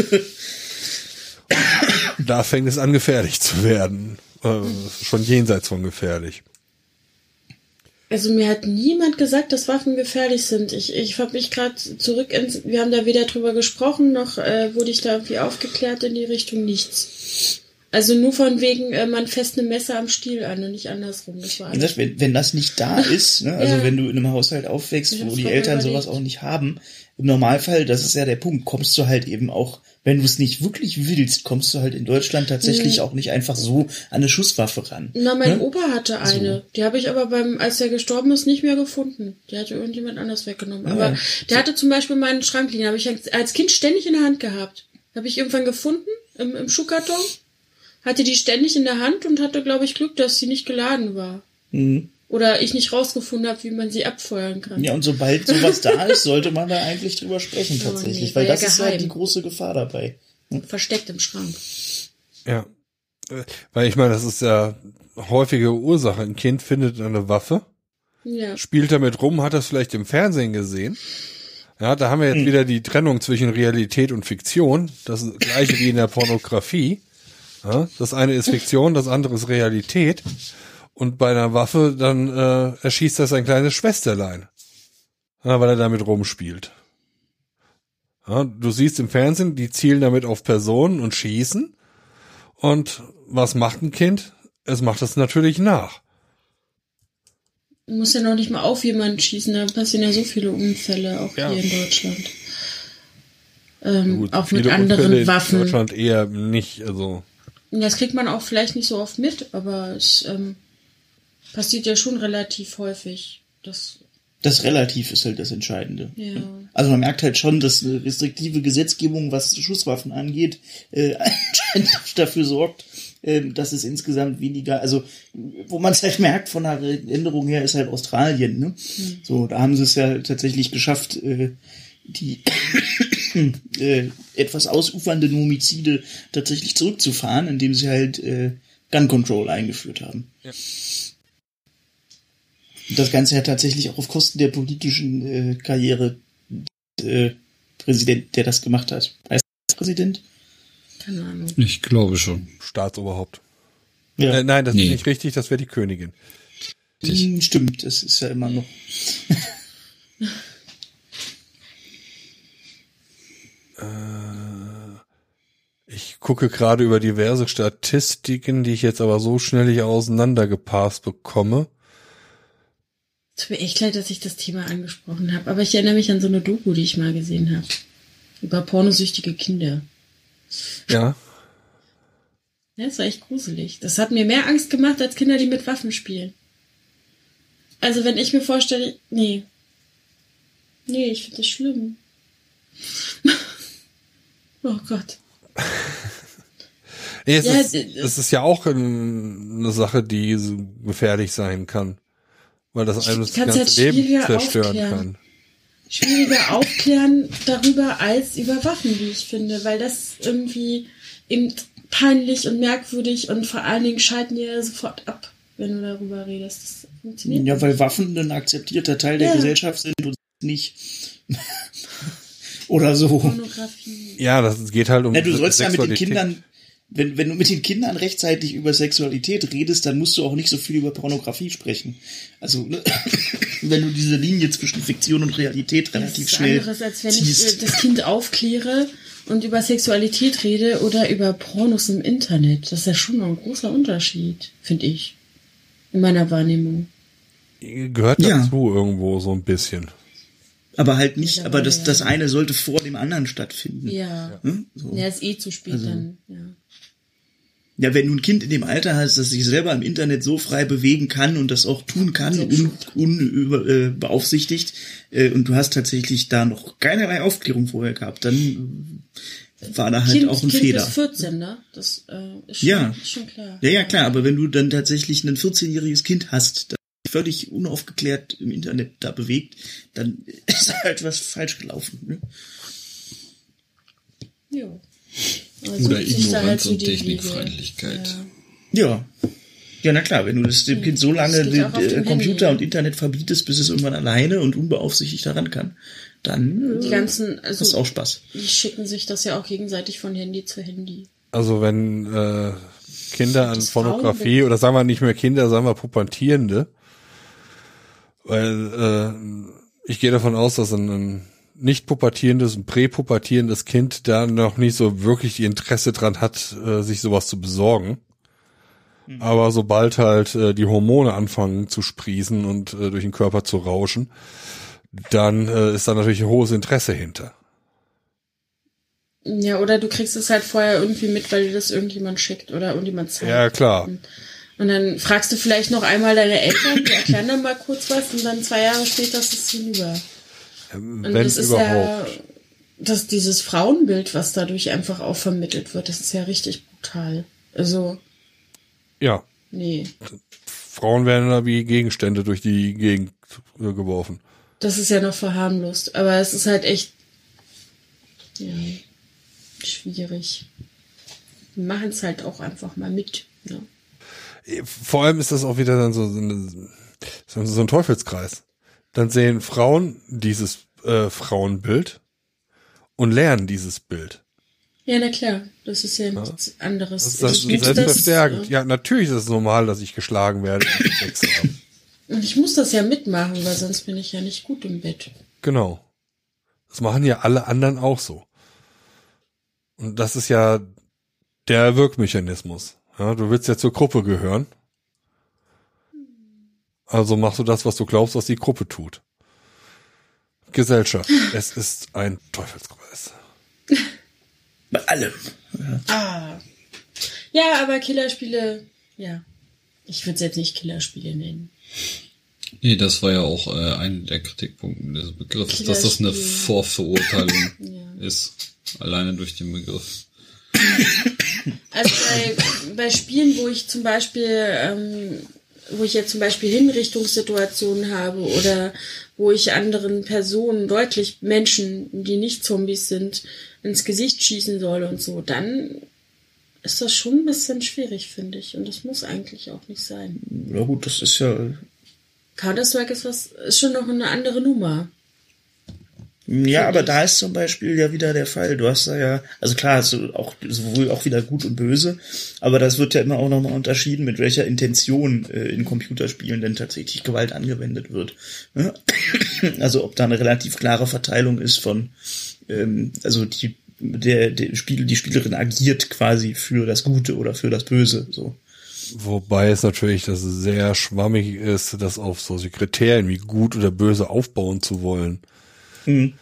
Da fängt es an, gefährlich zu werden. Äh, schon jenseits von gefährlich. Also mir hat niemand gesagt, dass Waffen gefährlich sind. Ich, ich habe mich gerade zurück ins... Wir haben da weder drüber gesprochen, noch äh, wurde ich da irgendwie aufgeklärt in die Richtung. Nichts. Also nur von wegen, äh, man fässt eine Messer am Stiel an und nicht andersrum. Das war Wie gesagt, wenn, wenn das nicht da ist, ne, also Ja. wenn du in einem Haushalt aufwächst, Ich wo hab's die grad Eltern überlegt. sowas auch nicht haben, im Normalfall, das ist ja der Punkt, kommst du halt eben auch, wenn du es nicht wirklich willst, kommst du halt in Deutschland tatsächlich Mhm. auch nicht einfach so an eine Schusswaffe ran. Na, mein Ne? Opa hatte eine. Die habe ich aber beim, als er gestorben ist, nicht mehr gefunden. Die hatte irgendjemand anders weggenommen. Ja, aber ja. der hatte zum Beispiel meinen Schrank liegen. Habe ich als Kind ständig in der Hand gehabt. Habe ich irgendwann gefunden im, im Schuhkarton. hatte die ständig in der Hand und hatte, glaube ich, Glück, dass sie nicht geladen war. Mhm. Oder ich nicht rausgefunden habe, wie man sie abfeuern kann. Ja, und sobald sowas da ist, sollte man da eigentlich drüber sprechen Oh, tatsächlich, nee, weil war das ja ist halt geheim. die große Gefahr dabei. Versteckt im Schrank. Ja. Äh, Weil ich meine, das ist ja häufige Ursache. Ein Kind findet eine Waffe, Ja. spielt damit rum, hat das vielleicht im Fernsehen gesehen. Ja, da haben wir jetzt Hm. wieder die Trennung zwischen Realität und Fiktion. Das ist das gleiche wie in der Pornografie. Ja, das eine ist Fiktion, das andere ist Realität. Und bei einer Waffe, dann äh, erschießt das sein kleines Schwesterlein. Ja, weil er damit rumspielt. Ja, du siehst im Fernsehen, die zielen damit auf Personen und schießen. Und was macht ein Kind? Es macht es natürlich nach. Du musst ja noch nicht mal auf jemanden schießen, da passieren ja so viele Unfälle, auch Ja. hier in Deutschland. Ähm, Gut, auch mit viele anderen Unfälle in Waffen. Deutschland eher nicht, also. Das kriegt man auch vielleicht nicht so oft mit, aber es ähm, passiert ja schon relativ häufig. Das, Das Relativ ist halt das Entscheidende. ja. Also man merkt halt schon, dass eine restriktive Gesetzgebung, was Schusswaffen angeht, äh, anscheinend dafür sorgt, äh, dass es insgesamt weniger, also wo man es halt merkt von der Änderung her, ist halt Australien. Ne? Hm. So, da haben sie es ja tatsächlich geschafft, äh, die äh, etwas ausufernden Homizide tatsächlich zurückzufahren, indem sie halt äh, Gun Control eingeführt haben. Ja. Das Ganze ja tatsächlich auch auf Kosten der politischen äh, Karriere äh, Präsident, der das gemacht hat. Heißt das Präsident? Keine Ahnung. Ich glaube schon. Staatsoberhaupt. Ja, Äh, nein, das Nee. ist nicht richtig, das wäre die Königin. Hm, stimmt, das ist ja immer noch. Ich gucke gerade über diverse Statistiken, die ich jetzt aber so schnell nicht auseinandergepasst bekomme. Tut mir echt leid, dass ich das Thema angesprochen habe, aber ich erinnere mich an so eine Doku, die ich mal gesehen habe. Über pornosüchtige Kinder. Ja. Ja, das war echt gruselig. Das hat mir mehr Angst gemacht, als Kinder, die mit Waffen spielen. Also wenn ich mir vorstelle, nee. Nee, ich finde das schlimm. Oh Gott. Nee, es Ja, ist, d- es ist ja auch ein- eine Sache, die so gefährlich sein kann. Weil das einem das kann's ganze halt Leben schwieriger zerstören aufklären. kann. Schwieriger aufklären darüber als über Waffen, wie ich finde, weil das irgendwie eben peinlich und merkwürdig und vor allen Dingen schalten die ja sofort ab, wenn du darüber redest. Das funktioniert Ja, nicht. weil Waffen ein akzeptierter Teil der Ja. Gesellschaft sind und nicht. Oder so. Pornografie. Ja, das geht halt um Ja, du sollst ja mit den Sexualität. Kindern, wenn, wenn du mit den Kindern rechtzeitig über Sexualität redest, dann musst du auch nicht so viel über Pornografie sprechen. Also, ne, wenn du diese Linie zwischen Fiktion und Realität Das relativ ist schnell anderes, als wenn ich äh, ziehst. das Kind aufkläre und über Sexualität rede oder über Pornos im Internet. Das ist ja schon noch ein großer Unterschied, finde ich. In meiner Wahrnehmung. Gehört Ja. dazu irgendwo so ein bisschen. Aber halt nicht, Ja, aber das, ja. das eine sollte vor dem anderen stattfinden. Ja. Hm? So. Ja, ist eh zu spät Also- dann. Ja. Ja, wenn du ein Kind in dem Alter hast, das sich selber im Internet so frei bewegen kann und das auch tun kann, unbeaufsichtigt, un, über- äh, beaufsichtigt, äh, und du hast tatsächlich da noch keinerlei Aufklärung vorher gehabt, dann äh, war da halt Kind, auch ein kind Fehler. bis vierzehn, ne? Das äh, ist, schon, Ja. ist schon klar. Ja, ja, klar, aber wenn du dann tatsächlich ein vierzehnjähriges Kind hast, das sich völlig unaufgeklärt im Internet da bewegt, dann ist halt was falsch gelaufen. Ne? Jo. Aber Oder sucht sich da halt Ignoranz so und die Technikfeindlichkeit. Wege. Ja. Ja. Ja, na klar, wenn du das dem Kind so lange Das geht den, auch auf äh, dem Computer Handy. und Internet verbietest, bis es irgendwann alleine und unbeaufsichtigt daran kann, dann Die äh, ganzen, hast du also auch Spaß. die schicken sich das ja auch gegenseitig von Handy zu Handy. Also wenn äh, Kinder an Das Pornografie oder sagen wir nicht mehr Kinder, sagen wir Pubertierende, weil äh, ich gehe davon aus, dass ein, ein nicht pubertierendes, ein präpubertierendes Kind da noch nicht so wirklich die Interesse dran hat, äh, sich sowas zu besorgen. Aber sobald halt äh, die Hormone anfangen zu sprießen und äh, durch den Körper zu rauschen, dann äh, ist da natürlich ein hohes Interesse hinter. Ja, oder du kriegst es halt vorher irgendwie mit, weil dir das irgendjemand schickt oder irgendjemand zeigt. Ja, klar. Und dann fragst du vielleicht noch einmal deine Eltern, die erklären dann mal kurz was und dann zwei Jahre später ist es hinüber. Und Wenn das ist überhaupt. ja, dass dieses Frauenbild, was dadurch einfach auch vermittelt wird, das ist ja richtig brutal. Also, Ja, nee. Frauen werden da wie Gegenstände durch die Gegend äh, geworfen. Das ist ja noch verharmlost. Aber es ist halt echt, ja, schwierig. Wir machen es halt auch einfach mal mit. Ne? Vor allem ist das auch wieder dann so, so, eine, so ein Teufelskreis. Dann sehen Frauen dieses äh, Frauenbild und lernen dieses Bild. Ja, na klar. Das ist ja nichts anderes. Das ist das Ich muss selbstverstärkend. das, Ja, natürlich ist es normal, dass ich geschlagen werde. wenn ich Sex habe. Und ich muss das ja mitmachen, weil sonst bin ich ja nicht gut im Bett. Genau. Das machen ja alle anderen auch so. Und das ist ja der Wirkmechanismus. Ja, du willst ja zur Gruppe gehören. Also machst du das, was du glaubst, was die Gruppe tut. Gesellschaft. Es ist ein Teufelskreis. Bei allem. Ah. Ja, aber Killerspiele, ja. Ich würde es jetzt nicht Killerspiele nennen. Nee, das war ja auch äh, ein der Kritikpunkte des Begriffs, dass das eine Vorverurteilung Ja. ist. Alleine durch den Begriff. Also bei, bei Spielen, wo ich zum Beispiel, ähm, wo ich jetzt zum Beispiel Hinrichtungssituationen habe oder wo ich anderen Personen, deutlich Menschen, die nicht Zombies sind, ins Gesicht schießen soll und so, dann ist das schon ein bisschen schwierig, finde ich. Und das muss eigentlich auch nicht sein. Ja gut, das ist ja... Counter-Strike ist was, ist schon noch eine andere Nummer. Ja, aber da ist zum Beispiel ja wieder der Fall. Du hast da ja, also klar, hast du auch sowohl auch wieder gut und böse, aber das wird ja immer auch nochmal unterschieden, mit welcher Intention äh, in Computerspielen denn tatsächlich Gewalt angewendet wird. Ja? Also ob da eine relativ klare Verteilung ist von, ähm, also die der, der Spiel, die Spielerin agiert quasi für das Gute oder für das Böse. So. Wobei es natürlich das sehr schwammig ist, das auf solche Kriterien wie gut oder böse aufbauen zu wollen. Hm.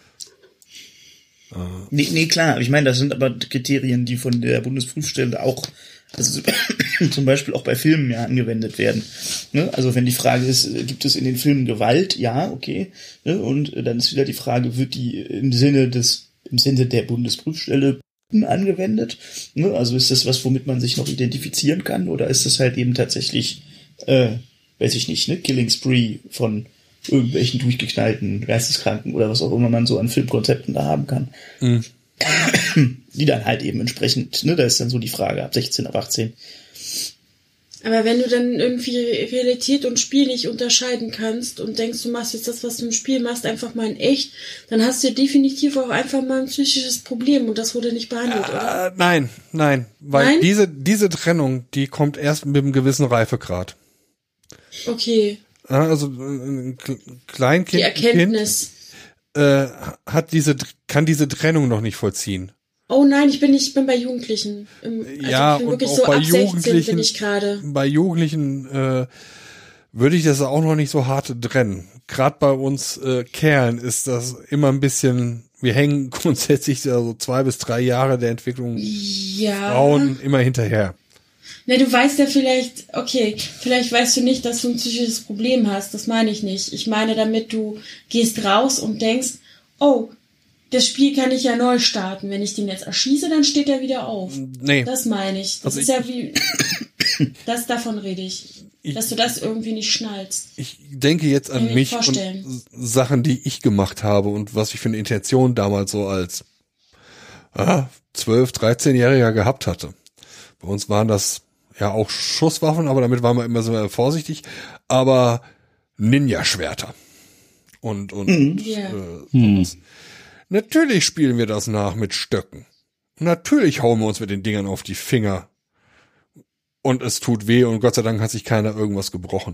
Äh. Nee, nee, klar. Ich meine, das sind aber Kriterien, die von der Bundesprüfstelle auch, also zum Beispiel auch bei Filmen ja angewendet werden. Ne? Also wenn die Frage ist, gibt es in den Filmen Gewalt? Ja, okay. Ne? Und dann ist wieder die Frage, wird die im Sinne des, im Sinne der Bundesprüfstelle angewendet? Ne? Also ist das was, womit man sich noch identifizieren kann? Oder ist das halt eben tatsächlich, äh, weiß ich nicht, ne, Killing Spree von irgendwelchen durchgeknallten Geisteskranken oder was auch immer man so an Filmkonzepten da haben kann. Mhm. Die dann halt eben entsprechend, ne, da ist dann so die Frage, ab sechzehn, ab achtzehn. Aber wenn du dann irgendwie Realität und Spiel nicht unterscheiden kannst und denkst, du machst jetzt das, was du im Spiel machst, einfach mal in echt, dann hast du definitiv auch einfach mal ein psychisches Problem und das wurde nicht behandelt, äh, oder? Nein, nein, weil nein? diese diese Trennung, die kommt erst mit einem gewissen Reifegrad. Okay. Also ein Kleinkind die Erkenntnis. Kind, äh, hat diese kann diese Trennung noch nicht vollziehen. Oh nein, ich bin nicht, ich bin bei Jugendlichen. Im, also ja, ich bin und wirklich auch so bei ab sechzehn Jugendlichen bin ich gerade. Bei Jugendlichen äh, würde ich das auch noch nicht so hart trennen. Gerade bei uns äh, Kerlen ist das immer ein bisschen. Wir hängen grundsätzlich so zwei bis drei Jahre der Entwicklung ja. Frauen immer hinterher. Na, du weißt ja vielleicht, okay, vielleicht weißt du nicht, dass du ein psychisches Problem hast. Das meine ich nicht. Ich meine damit, du gehst raus und denkst, oh, das Spiel kann ich ja neu starten. Wenn ich den jetzt erschieße, dann steht er wieder auf. Nee. Das meine ich. Das also ist ich, ja wie, das davon rede ich. ich. Dass du das irgendwie nicht schnallst. Ich denke jetzt an mich und Sachen, die ich gemacht habe und was ich für eine Intention damals so als ah, zwölf-, dreizehnjähriger gehabt hatte. Bei uns waren das ja auch Schusswaffen, aber damit waren wir immer so vorsichtig. Aber Ninja-Schwerter. Und, und, mhm. yeah. äh, sowas. Hm. Natürlich spielen wir das nach mit Stöcken. Natürlich hauen wir uns mit den Dingern auf die Finger. Und es tut weh und Gott sei Dank hat sich keiner irgendwas gebrochen.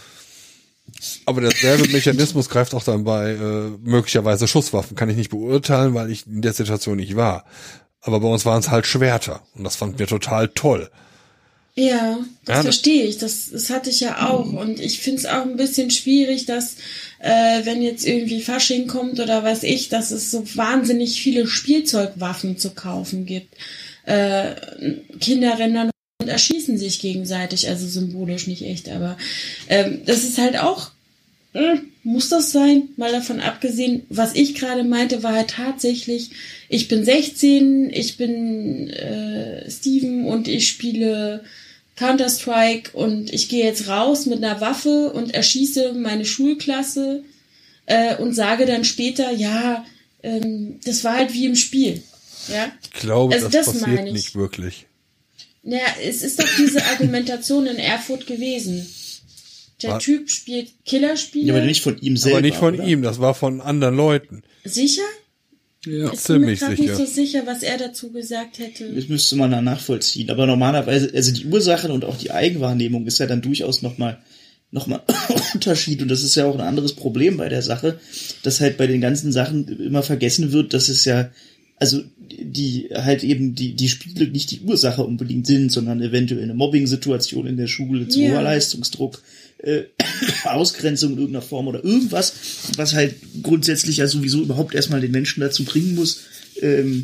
Aber derselbe Mechanismus greift auch dann bei äh, möglicherweise Schusswaffen. Kann ich nicht beurteilen, weil ich in der Situation nicht war. Aber bei uns waren es halt Schwerter. Und das fand mir total toll. Ja, das ja, verstehe ich. Das, das hatte ich ja auch. Und ich finde es auch ein bisschen schwierig, dass, äh, wenn jetzt irgendwie Fasching kommt oder weiß ich, dass es so wahnsinnig viele Spielzeugwaffen zu kaufen gibt. Äh, Kinder rennen dann und erschießen sich gegenseitig, also symbolisch, nicht echt, aber ähm, das ist halt auch muss das sein? Mal davon abgesehen, was ich gerade meinte, war halt tatsächlich, ich bin sechzehn, ich bin äh, Steven und ich spiele Counter-Strike und ich gehe jetzt raus mit einer Waffe und erschieße meine Schulklasse äh, und sage dann später, ja, ähm, das war halt wie im Spiel. Ja? Ich glaube, also, das, das passiert nicht wirklich. Naja, es ist doch diese Argumentation in Erfurt gewesen. Der Was? Typ spielt Killerspiele. Ja, aber nicht von ihm selber. Aber nicht von oder? ihm, das war von anderen Leuten. Sicher? Ja. Ich bin mir Ziemlich grad sicher. nicht so sicher, was er dazu gesagt hätte. Das müsste man dann nachvollziehen. Aber normalerweise, also die Ursachen und auch die Eigenwahrnehmung ist ja dann durchaus nochmal noch mal Unterschied. Und das ist ja auch ein anderes Problem bei der Sache, dass halt bei den ganzen Sachen immer vergessen wird, dass es ja, also die halt eben die die Spiele nicht die Ursache unbedingt sind, sondern eventuell eine Mobbing-Situation in der Schule, zu Ja. hoher Leistungsdruck, äh, Ausgrenzung in irgendeiner Form oder irgendwas, was halt grundsätzlich ja sowieso überhaupt erstmal den Menschen dazu bringen muss, ähm,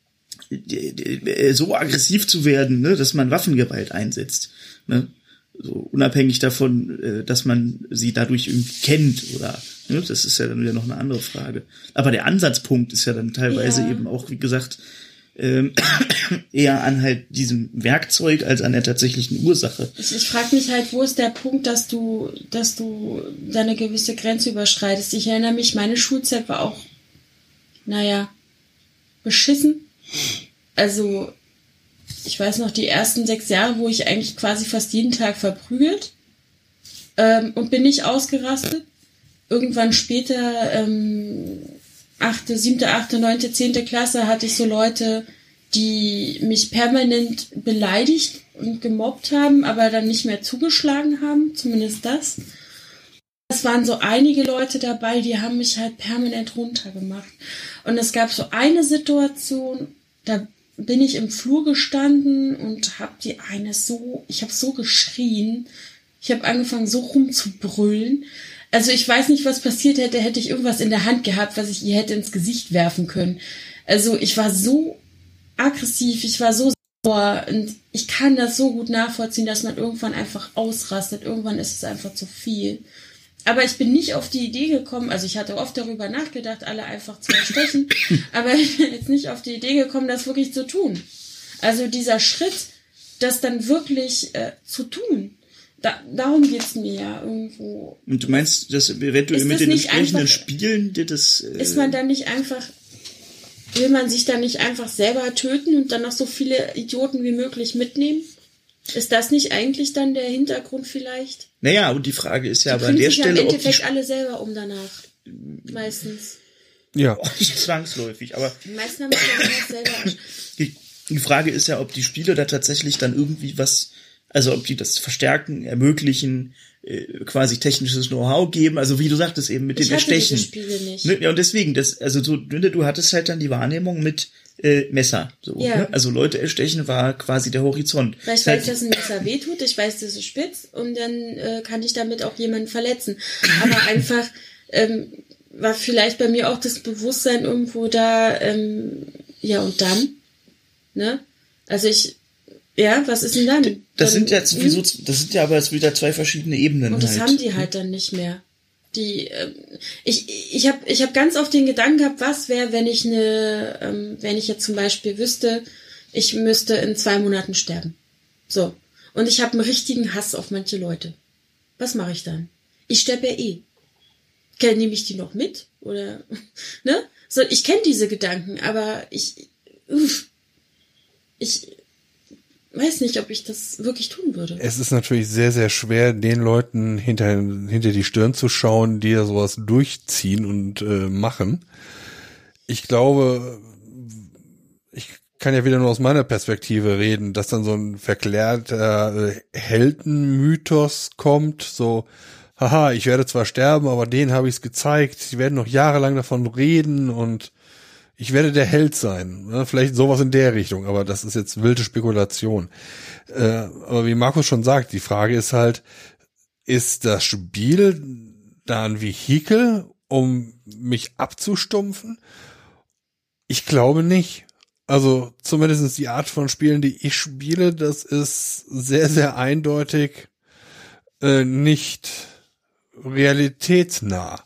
so aggressiv zu werden, ne, dass man Waffengewalt einsetzt, ne, so unabhängig davon, äh, dass man sie dadurch irgendwie kennt oder, ne, das ist ja dann wieder noch eine andere Frage. Aber der Ansatzpunkt ist ja dann teilweise Ja. eben auch, wie gesagt, ähm, eher an halt diesem Werkzeug als an der tatsächlichen Ursache. Ich, ich frage mich halt, wo ist der Punkt, dass du, dass du deine gewisse Grenze überschreitest. Ich erinnere mich, meine Schulzeit war auch, naja, beschissen. Also, ich weiß noch, die ersten sechs Jahre, wo ich eigentlich quasi fast jeden Tag verprügelt ähm, und bin nicht ausgerastet. Irgendwann später, ähm, achte, siebte, achte, neunte, zehnte Klasse hatte ich so Leute, die mich permanent beleidigt und gemobbt haben, aber dann nicht mehr zugeschlagen haben, zumindest das. Es waren so einige Leute dabei, die haben mich halt permanent runtergemacht. Und es gab so eine Situation, da bin ich im Flur gestanden und habe die eine so, ich habe so geschrien, ich habe angefangen so rumzubrüllen. Also ich weiß nicht, was passiert hätte, hätte ich irgendwas in der Hand gehabt, was ich ihr hätte ins Gesicht werfen können. Also ich war so aggressiv, ich war so sauer und ich kann das so gut nachvollziehen, dass man irgendwann einfach ausrastet. Irgendwann ist es einfach zu viel. Aber ich bin nicht auf die Idee gekommen, also ich hatte oft darüber nachgedacht, alle einfach zu erstechen, aber ich bin jetzt nicht auf die Idee gekommen, das wirklich zu tun. Also dieser Schritt, das dann wirklich äh, zu tun, da, darum geht's mir ja irgendwo. Und du meinst, dass eventuell Ist mit das den nicht entsprechenden einfach- Spielen dir das... Äh, Ist man dann nicht einfach, will man sich dann nicht einfach selber töten und dann noch so viele Idioten wie möglich mitnehmen? Ist das nicht eigentlich dann der Hintergrund vielleicht? Naja, und die Frage ist ja Die aber an bringen der sich ja Stelle, im ob die, Endeffekt alle selber um danach. Meistens. Ja. oh, nicht zwangsläufig, aber Die meisten haben sich ja danach selber. die, die Frage ist ja, ob die Spiele da tatsächlich dann irgendwie was, also ob die das verstärken, ermöglichen, äh, quasi technisches Know-how geben, also wie du sagtest eben mit Ich dem hatte diese Erstechen. Spiele nicht. Ne, ja, und deswegen, das, also so, ne, du hattest halt dann die Wahrnehmung mit äh, Messer. So, Ja. ne? Also Leute erstechen war quasi der Horizont. Vielleicht Halt- weiß, dass ein Messer wehtut, ich weiß, das ist spitz und dann äh, kann ich damit auch jemanden verletzen. Aber einfach ähm, war vielleicht bei mir auch das Bewusstsein irgendwo da, ähm, ja und dann, ne? Also ich, ja, was ist denn dann? Das dann, sind ja sowieso, hm? das sind ja aber jetzt wieder zwei verschiedene Ebenen. Und das halt. haben die halt dann nicht mehr. Die, ähm, ich, ich habe, ich habe ganz oft den Gedanken gehabt, was wäre, wenn ich eine, ähm, wenn ich jetzt zum Beispiel wüsste, ich müsste in zwei Monaten sterben. So. Und ich habe einen richtigen Hass auf manche Leute. Was mache ich dann? Ich sterbe ja eh. Ke- Nehme ich die noch mit? Oder, ne? So, ich kenne diese Gedanken, aber ich, uff, ich weiß nicht, ob ich das wirklich tun würde. Es ist natürlich sehr, sehr schwer, den Leuten hinter, hinter die Stirn zu schauen, die da sowas durchziehen und äh, machen. Ich glaube, ich kann ja wieder nur aus meiner Perspektive reden, dass dann so ein verklärter äh, Heldenmythos kommt, so, haha, ich werde zwar sterben, aber denen habe ich es gezeigt, sie werden noch jahrelang davon reden und ich werde der Held sein. Ne? Vielleicht sowas in der Richtung, aber das ist jetzt wilde Spekulation. Äh, aber wie Markus schon sagt, die Frage ist halt, ist das Spiel da ein Vehikel, um mich abzustumpfen? Ich glaube nicht. Also zumindest die Art von Spielen, die ich spiele, das ist sehr, sehr eindeutig äh, nicht realitätsnah.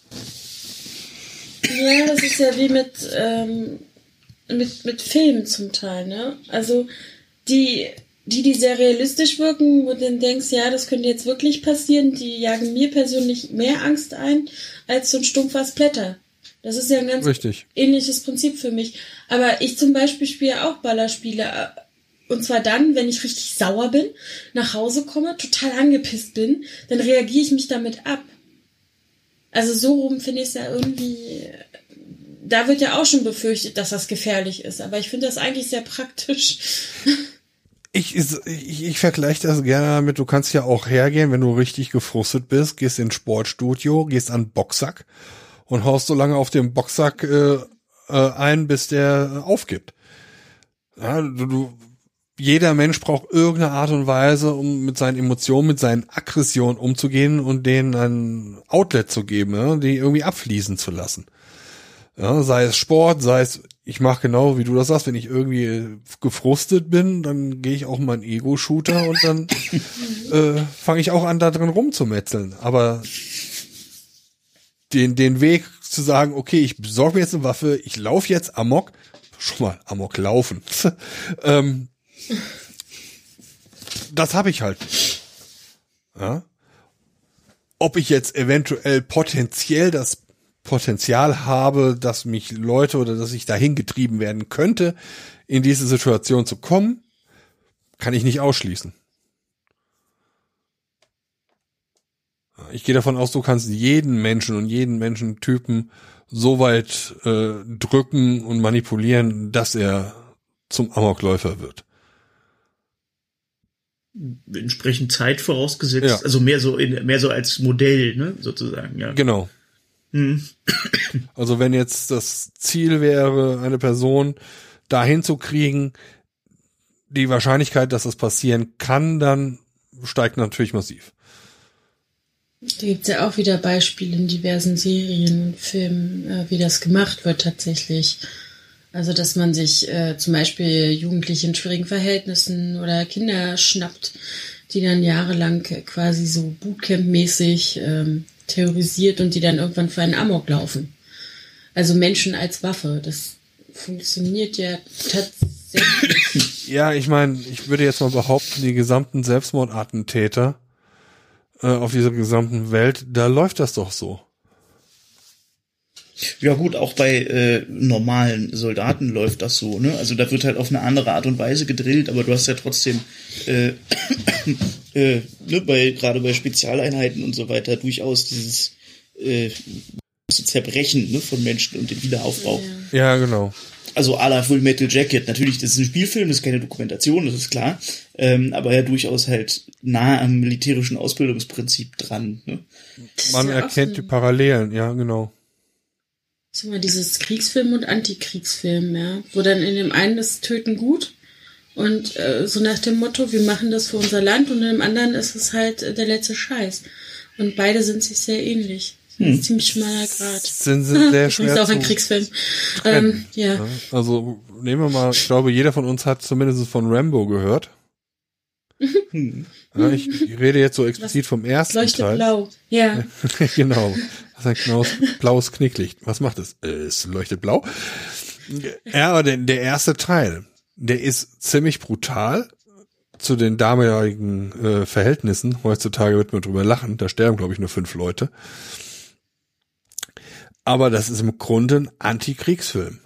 Ja, das ist ja wie mit, ähm, mit, mit Filmen zum Teil, ne? Also, die, die, die sehr realistisch wirken, wo du dann denkst, ja, das könnte jetzt wirklich passieren, die jagen mir persönlich mehr Angst ein, als so ein stumpfer Splatter. Das ist ja ein ganz Richtig. ähnliches Prinzip für mich. Aber ich zum Beispiel spiele auch Ballerspiele. Und zwar dann, wenn ich richtig sauer bin, nach Hause komme, total angepisst bin, dann reagiere ich mich damit ab. Also so rum finde ich es ja irgendwie, da wird ja auch schon befürchtet, dass das gefährlich ist. Aber ich finde das eigentlich sehr praktisch. Ich, ich, ich vergleiche das gerne damit, du kannst ja auch hergehen, wenn du richtig gefrustet bist, gehst ins Sportstudio, gehst an den Boxsack und haust so lange auf dem Boxsack äh, äh, ein, bis der aufgibt. Ja, du, du, jeder Mensch braucht irgendeine Art und Weise, um mit seinen Emotionen, mit seinen Aggressionen umzugehen und denen ein Outlet zu geben, ja, die irgendwie abfließen zu lassen. Ja, sei es Sport, sei es, ich mache genau wie du das sagst, wenn ich irgendwie gefrustet bin, dann gehe ich auch mal einen Ego-Shooter und dann äh, fange ich auch an, da drin rumzumetzeln. Aber den den Weg zu sagen, okay, ich besorge mir jetzt eine Waffe, ich laufe jetzt Amok, schon mal Amok laufen, ähm, das habe ich halt. Ja? Ob ich jetzt eventuell potenziell das Potenzial habe, dass mich Leute oder dass ich dahin getrieben werden könnte, in diese Situation zu kommen, kann ich nicht ausschließen. Ich gehe davon aus, du kannst jeden Menschen und jeden Menschentypen so weit äh, drücken und manipulieren, dass er zum Amokläufer wird. Entsprechend Zeit vorausgesetzt, Ja. also mehr so in, mehr so als Modell, ne, sozusagen, ja. Genau. Hm. Also wenn jetzt das Ziel wäre, eine Person dahin zu kriegen, die Wahrscheinlichkeit, dass das passieren kann, dann steigt natürlich massiv. Da gibt es ja auch wieder Beispiele in diversen Serien und Filmen, äh, wie das gemacht wird tatsächlich. Also dass man sich äh, zum Beispiel Jugendliche in schwierigen Verhältnissen oder Kinder schnappt, die dann jahrelang quasi so Bootcamp-mäßig ähm, terrorisiert und die dann irgendwann für einen Amok laufen. Also Menschen als Waffe, das funktioniert ja tatsächlich. Ja, ich meine, ich würde jetzt mal behaupten, die gesamten Selbstmordattentäter äh, auf dieser gesamten Welt, da läuft das doch so. Ja gut, auch bei äh, normalen Soldaten läuft das so, ne? Also da wird halt auf eine andere Art und Weise gedrillt, aber du hast ja trotzdem äh, äh, ne, bei gerade bei Spezialeinheiten und so weiter durchaus dieses äh, Zerbrechen, ne, von Menschen und den Wiederaufbau. Ja, genau. Also à la Full Metal Jacket. Natürlich, das ist ein Spielfilm, das ist keine Dokumentation, das ist klar. Ähm, aber ja durchaus halt nah am militärischen Ausbildungsprinzip dran. Ne? Man ja erkennt so die Parallelen, ja, genau. So mal dieses Kriegsfilm und Antikriegsfilm, ja, wo dann in dem einen ist Töten gut und äh, so nach dem Motto, wir machen das für unser Land und in dem anderen ist es halt äh, der letzte Scheiß. Und beide sind sich sehr ähnlich. Hm. Ein ziemlich schmaler Grad. Sind, sind sehr schwer ist auch ein zu Kriegsfilm. Ähm, ja. ja. Also nehmen wir mal, ich glaube, jeder von uns hat zumindest von Rambo gehört. Hm. Ja, ich, ich rede jetzt so explizit vom ersten Leuchtet Teil. blau. Ja. Genau. Das ist ein knaues, blaues Knicklicht. Was macht es? Es leuchtet blau. Ja, aber der, der erste Teil, der ist ziemlich brutal zu den damaligen äh, Verhältnissen. Heutzutage wird man drüber lachen. Da sterben, glaube ich, nur fünf Leute. Aber das ist im Grunde ein Antikriegsfilm.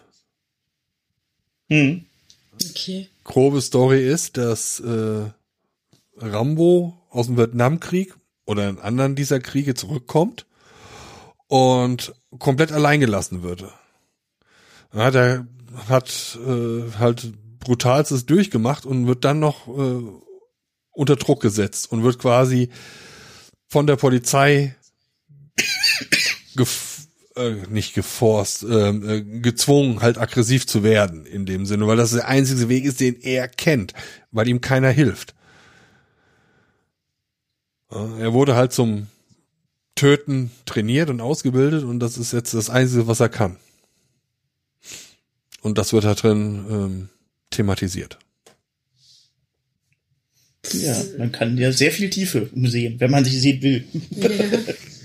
Hm. Okay. Grobe Story ist, dass äh, Rambo aus dem Vietnamkrieg oder in anderen dieser Kriege zurückkommt und komplett allein gelassen würde. Ja, der hat äh, halt Brutalstes durchgemacht und wird dann noch äh, unter Druck gesetzt und wird quasi von der Polizei gef äh, nicht geforst, äh, gezwungen, halt aggressiv zu werden in dem Sinne, weil das der einzige Weg ist, den er kennt, weil ihm keiner hilft. Ja, er wurde halt zum Töten trainiert und ausgebildet und das ist jetzt das Einzige, was er kann. Und das wird da drin ähm, thematisiert. Ja, man kann ja sehr viel Tiefe sehen, wenn man sich sehen will. Ja.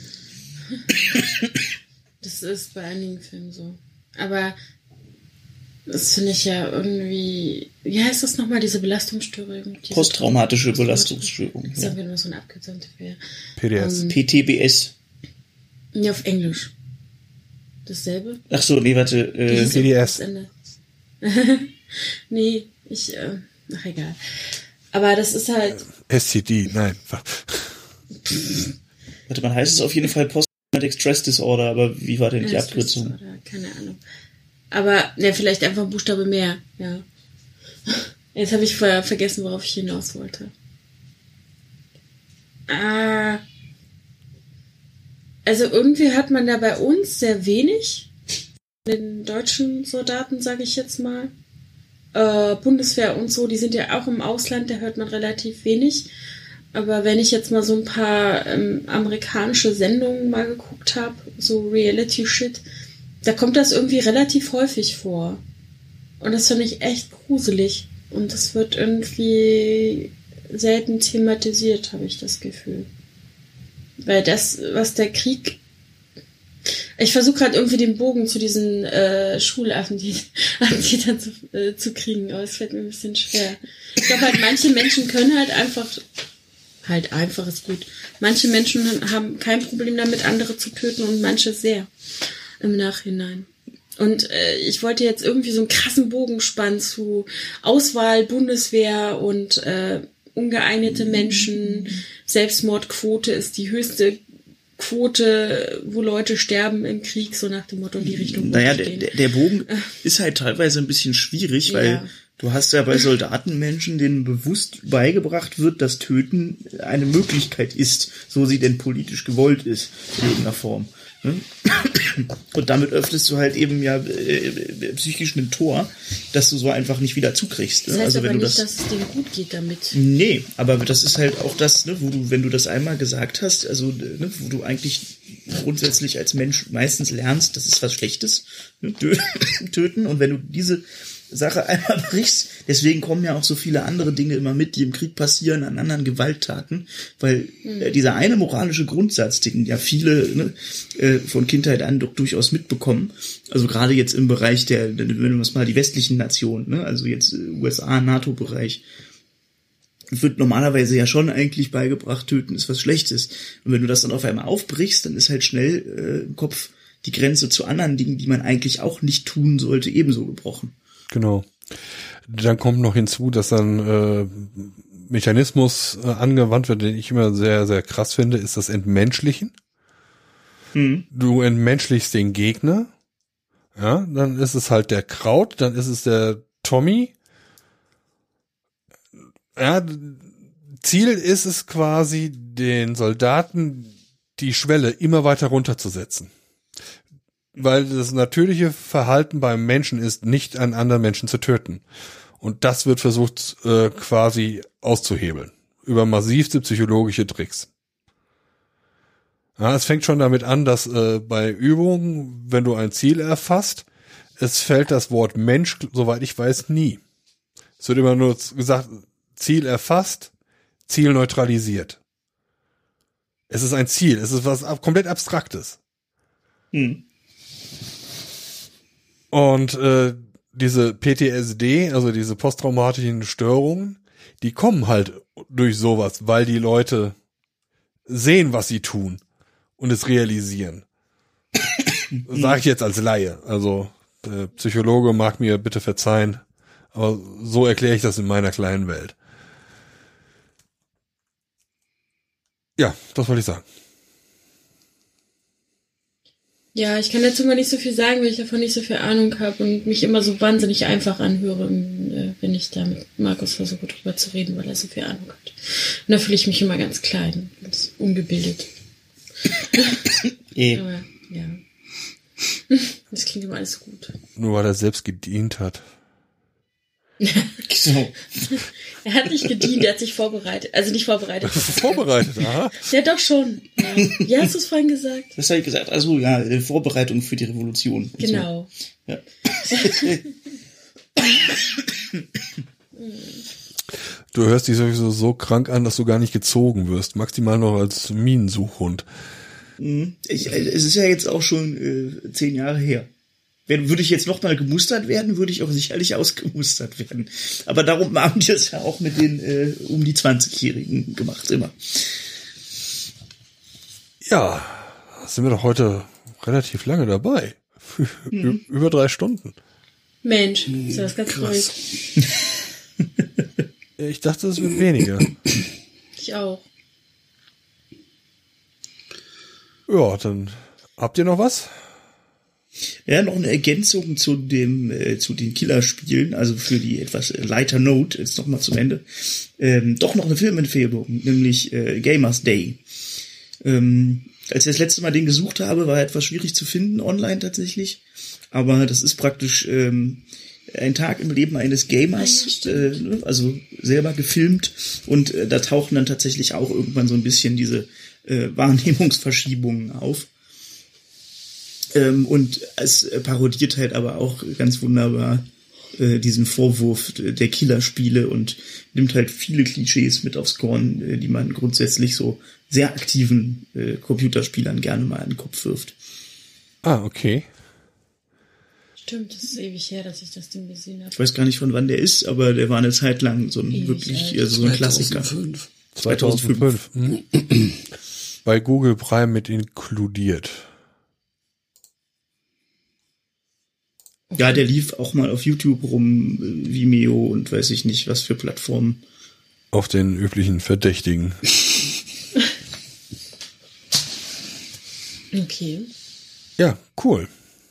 Das ist bei einigen Filmen so. Aber das finde ich ja irgendwie, wie heißt das nochmal, diese Belastungsstörung? Diese Posttraumatische Belastungsstörung. Das ist ja nur so eine Abkürzung dafür. P D S. Ähm, P T B S. Ja, auf Englisch. Dasselbe? Ach so, nee, warte. Äh, Dieses P D S. Ende. Nee, ich, äh, ach egal. Aber das ist halt, S T D, nein. warte, man heißt es auf jeden Fall Post-Traumatic Stress Disorder, aber wie war denn die Ja, Abkürzung? Oder, keine Ahnung. Aber, ja, vielleicht einfach ein Buchstabe mehr, ja. Jetzt habe ich ver vergessen, worauf ich hinaus wollte. Ah. Also irgendwie hat man da bei uns sehr wenig. Den deutschen Soldaten, sage ich jetzt mal. Äh, Bundeswehr und so, die sind ja auch im Ausland, da hört man relativ wenig. Aber wenn ich jetzt mal so ein paar ähm, amerikanische Sendungen mal geguckt habe, so Reality-Shit, da kommt das irgendwie relativ häufig vor. Und das finde ich echt gruselig. Und das wird irgendwie selten thematisiert, habe ich das Gefühl. Weil das, was der Krieg... Ich versuche gerade irgendwie den Bogen zu diesen äh, Schulaffentätern zu, äh, zu kriegen, aber es fällt mir ein bisschen schwer. Ich glaube halt, manche Menschen können halt einfach... Halt einfach ist gut. Manche Menschen haben kein Problem damit, andere zu töten und manche sehr. Im Nachhinein. Und äh, ich wollte jetzt irgendwie so einen krassen Bogen spannen zu Auswahl, Bundeswehr und äh, ungeeignete Menschen. Selbstmordquote ist die höchste Quote, wo Leute sterben im Krieg, so nach dem Motto in die Richtung. Naja, der, der Bogen ist halt teilweise ein bisschen schwierig, weil Ja. du hast ja bei Soldatenmenschen, denen bewusst beigebracht wird, dass Töten eine Möglichkeit ist, so sie denn politisch gewollt ist, in irgendeiner Form. Und damit öffnest du halt eben ja äh, psychisch ein Tor, dass du so einfach nicht wieder zukriegst. Ne? Das heißt Also aber wenn du nicht, das, dass es denen gut geht damit. nee, aber das ist halt auch das, ne, wo du, wenn du das einmal gesagt hast, also ne, wo du eigentlich grundsätzlich als Mensch meistens lernst, das ist was Schlechtes, ne, töten. Und wenn du diese Sache einmal brichst, deswegen kommen ja auch so viele andere Dinge immer mit, die im Krieg passieren, an anderen Gewalttaten, weil Mhm. äh, dieser eine moralische Grundsatz, den ja viele ne, äh, von Kindheit an doch durchaus mitbekommen, also gerade jetzt im Bereich der, wenn wir uns mal die westlichen Nationen, ne, also jetzt äh, U S A, NATO-Bereich, wird normalerweise ja schon eigentlich beigebracht, töten ist was Schlechtes. Und wenn du das dann auf einmal aufbrichst, dann ist halt schnell äh, im Kopf die Grenze zu anderen Dingen, die man eigentlich auch nicht tun sollte, ebenso gebrochen. Genau. Dann kommt noch hinzu, dass dann äh, Mechanismus äh, angewandt wird, den ich immer sehr, sehr krass finde, ist das Entmenschlichen. Hm. Du entmenschlichst den Gegner, ja, dann ist es halt der Kraut, dann ist es der Tommy. Ja, Ziel ist es quasi, den Soldaten die Schwelle immer weiter runterzusetzen. Weil das natürliche Verhalten beim Menschen ist, nicht einen anderen Menschen zu töten. Und das wird versucht äh, quasi auszuhebeln. Über massivste psychologische Tricks. Ja, es fängt schon damit an, dass äh, bei Übungen, wenn du ein Ziel erfasst, es fällt das Wort Mensch, soweit ich weiß, nie. Es wird immer nur gesagt, Ziel erfasst, Ziel neutralisiert. Es ist ein Ziel, es ist was ab- komplett Abstraktes. Hm. Und äh, diese P T S D, also diese posttraumatischen Störungen, die kommen halt durch sowas, weil die Leute sehen, was sie tun und es realisieren. Sag ich jetzt als Laie. Also der Psychologe mag mir bitte verzeihen, aber so erkläre ich das in meiner kleinen Welt. Ja, das wollte ich sagen. Ja, ich kann dazu mal nicht so viel sagen, weil ich davon nicht so viel Ahnung habe und mich immer so wahnsinnig einfach anhöre, äh, wenn ich da mit Markus versuche, drüber zu reden, weil er so viel Ahnung hat. Und da fühle ich mich immer ganz klein, ganz ungebildet. Eh. Aber, ja. Das klingt immer alles gut. Nur weil er selbst gedient hat. So. Er hat nicht gedient, er hat sich vorbereitet. Also nicht vorbereitet. Vorbereitet, aha. Ja, doch schon. Ja. Wie hast du es vorhin gesagt? Das habe ich gesagt. Also ja, äh, Vorbereitung für die Revolution. und Genau. So. Ja. Du hörst dich sowieso so krank an, dass du gar nicht gezogen wirst. Maximal noch als Minensuchhund. Ich, es ist ja jetzt auch schon äh, zehn Jahre her. Wenn, würde ich jetzt noch mal gemustert werden, würde ich auch sicherlich ausgemustert werden. Aber darum haben die es ja auch mit den äh, um die zwanzigjährigen gemacht, immer. Ja, sind wir doch heute relativ lange dabei. Mhm. Über drei Stunden. Mensch, ist das ganz krass. Ich dachte, es wird weniger. Ich auch. Ja, dann habt ihr noch was? Ja, noch eine Ergänzung zu dem äh, zu den Killerspielen, also für die etwas lighter Note, jetzt noch mal zum Ende. Ähm, doch noch eine Filmempfehlung, nämlich äh, Gamers Day. Ähm, als ich das letzte Mal den gesucht habe, war er etwas schwierig zu finden online tatsächlich. Aber das ist praktisch ähm, ein Tag im Leben eines Gamers, äh, also selber gefilmt. Und äh, da tauchen dann tatsächlich auch irgendwann so ein bisschen diese äh, Wahrnehmungsverschiebungen auf. Ähm, und es parodiert halt aber auch ganz wunderbar äh, diesen Vorwurf der Killerspiele und nimmt halt viele Klischees mit aufs Korn, äh, die man grundsätzlich so sehr aktiven äh, Computerspielern gerne mal in den Kopf wirft. Ah, okay. Stimmt, das ist ewig her, dass ich das Ding gesehen habe. Ich weiß gar nicht, von wann der ist, aber der war eine Zeit lang so ein ewig wirklich äh, so ein Klassiker. zweitausendfünf zweitausendfünf Bei Google Prime mit inkludiert. Okay. Ja, der lief auch mal auf YouTube rum, Vimeo und weiß ich nicht, was für Plattformen. Auf den üblichen Verdächtigen. Okay. Ja, cool.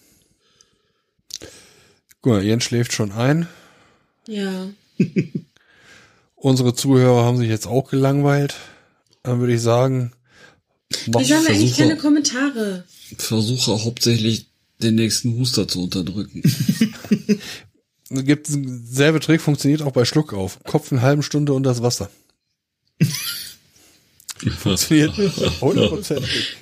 Guck mal, Jens schläft schon ein. Ja. Unsere Zuhörer haben sich jetzt auch gelangweilt. Dann würde ich sagen, mach Wieso haben wir eigentlich keine Kommentare? Versuche hauptsächlich den nächsten Huster zu unterdrücken. Es gibt selbe Trick, funktioniert auch bei Schluckauf. Kopf eine halbe Stunde unter das Wasser. Funktioniert hundertprozentig.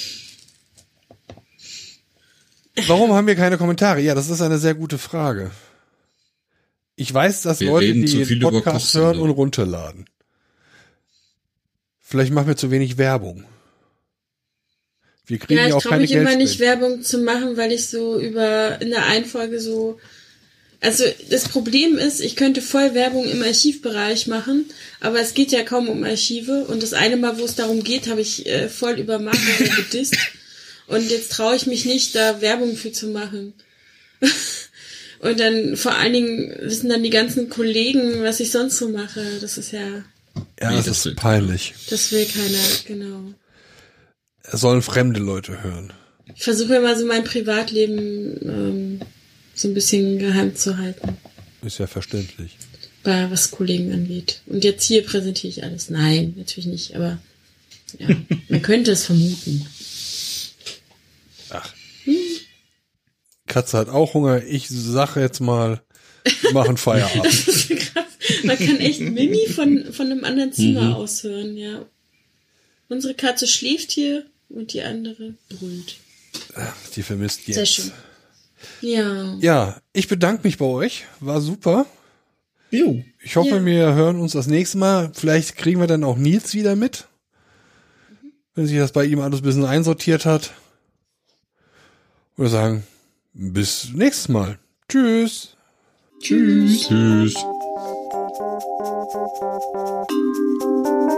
Warum haben wir keine Kommentare? Ja, das ist eine sehr gute Frage. Ich weiß, dass wir Leute, die den Podcast hören und runterladen. Vielleicht machen wir zu wenig Werbung. Wir kriegen ja, ja auch keine Geldspenden. Ich traue mich immer nicht, Werbung zu machen, weil ich so über in der einen Folge so... Also das Problem ist, ich könnte voll Werbung im Archivbereich machen, aber es geht ja kaum um Archive. Und das eine Mal, wo es darum geht, habe ich äh, voll über Marketing gedisst. Und jetzt traue ich mich nicht, da Werbung für zu machen. Und dann vor allen Dingen wissen dann die ganzen Kollegen, was ich sonst so mache. Das ist ja... Ja, das, das ist peinlich. Das will keiner, genau. Es sollen fremde Leute hören. Ich versuche immer so mein Privatleben ähm, so ein bisschen geheim zu halten. Ist ja verständlich. Bei was Kollegen angeht. Und jetzt hier präsentiere ich alles. Nein, natürlich nicht, aber ja, man könnte es vermuten. Ach. Hm. Katze hat auch Hunger. Ich sage jetzt mal, wir machen Feierabend. Das ist krass. Man kann echt Mimi von, von einem anderen Zimmer mhm. aus hören, ja. Unsere Katze schläft hier und die andere brüllt. Die vermisst jetzt. Sehr schön. Ja. Ja, ich bedanke mich bei euch. War super. Jo. Ich hoffe, ja. wir hören uns das nächste Mal. Vielleicht kriegen wir dann auch Nils wieder mit. Mhm. Wenn sich das bei ihm alles ein bisschen einsortiert hat. Ich würde sagen, bis nächstes Mal. Tschüss. Tschüss. Tschüss.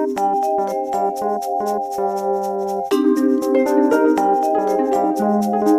Thank you.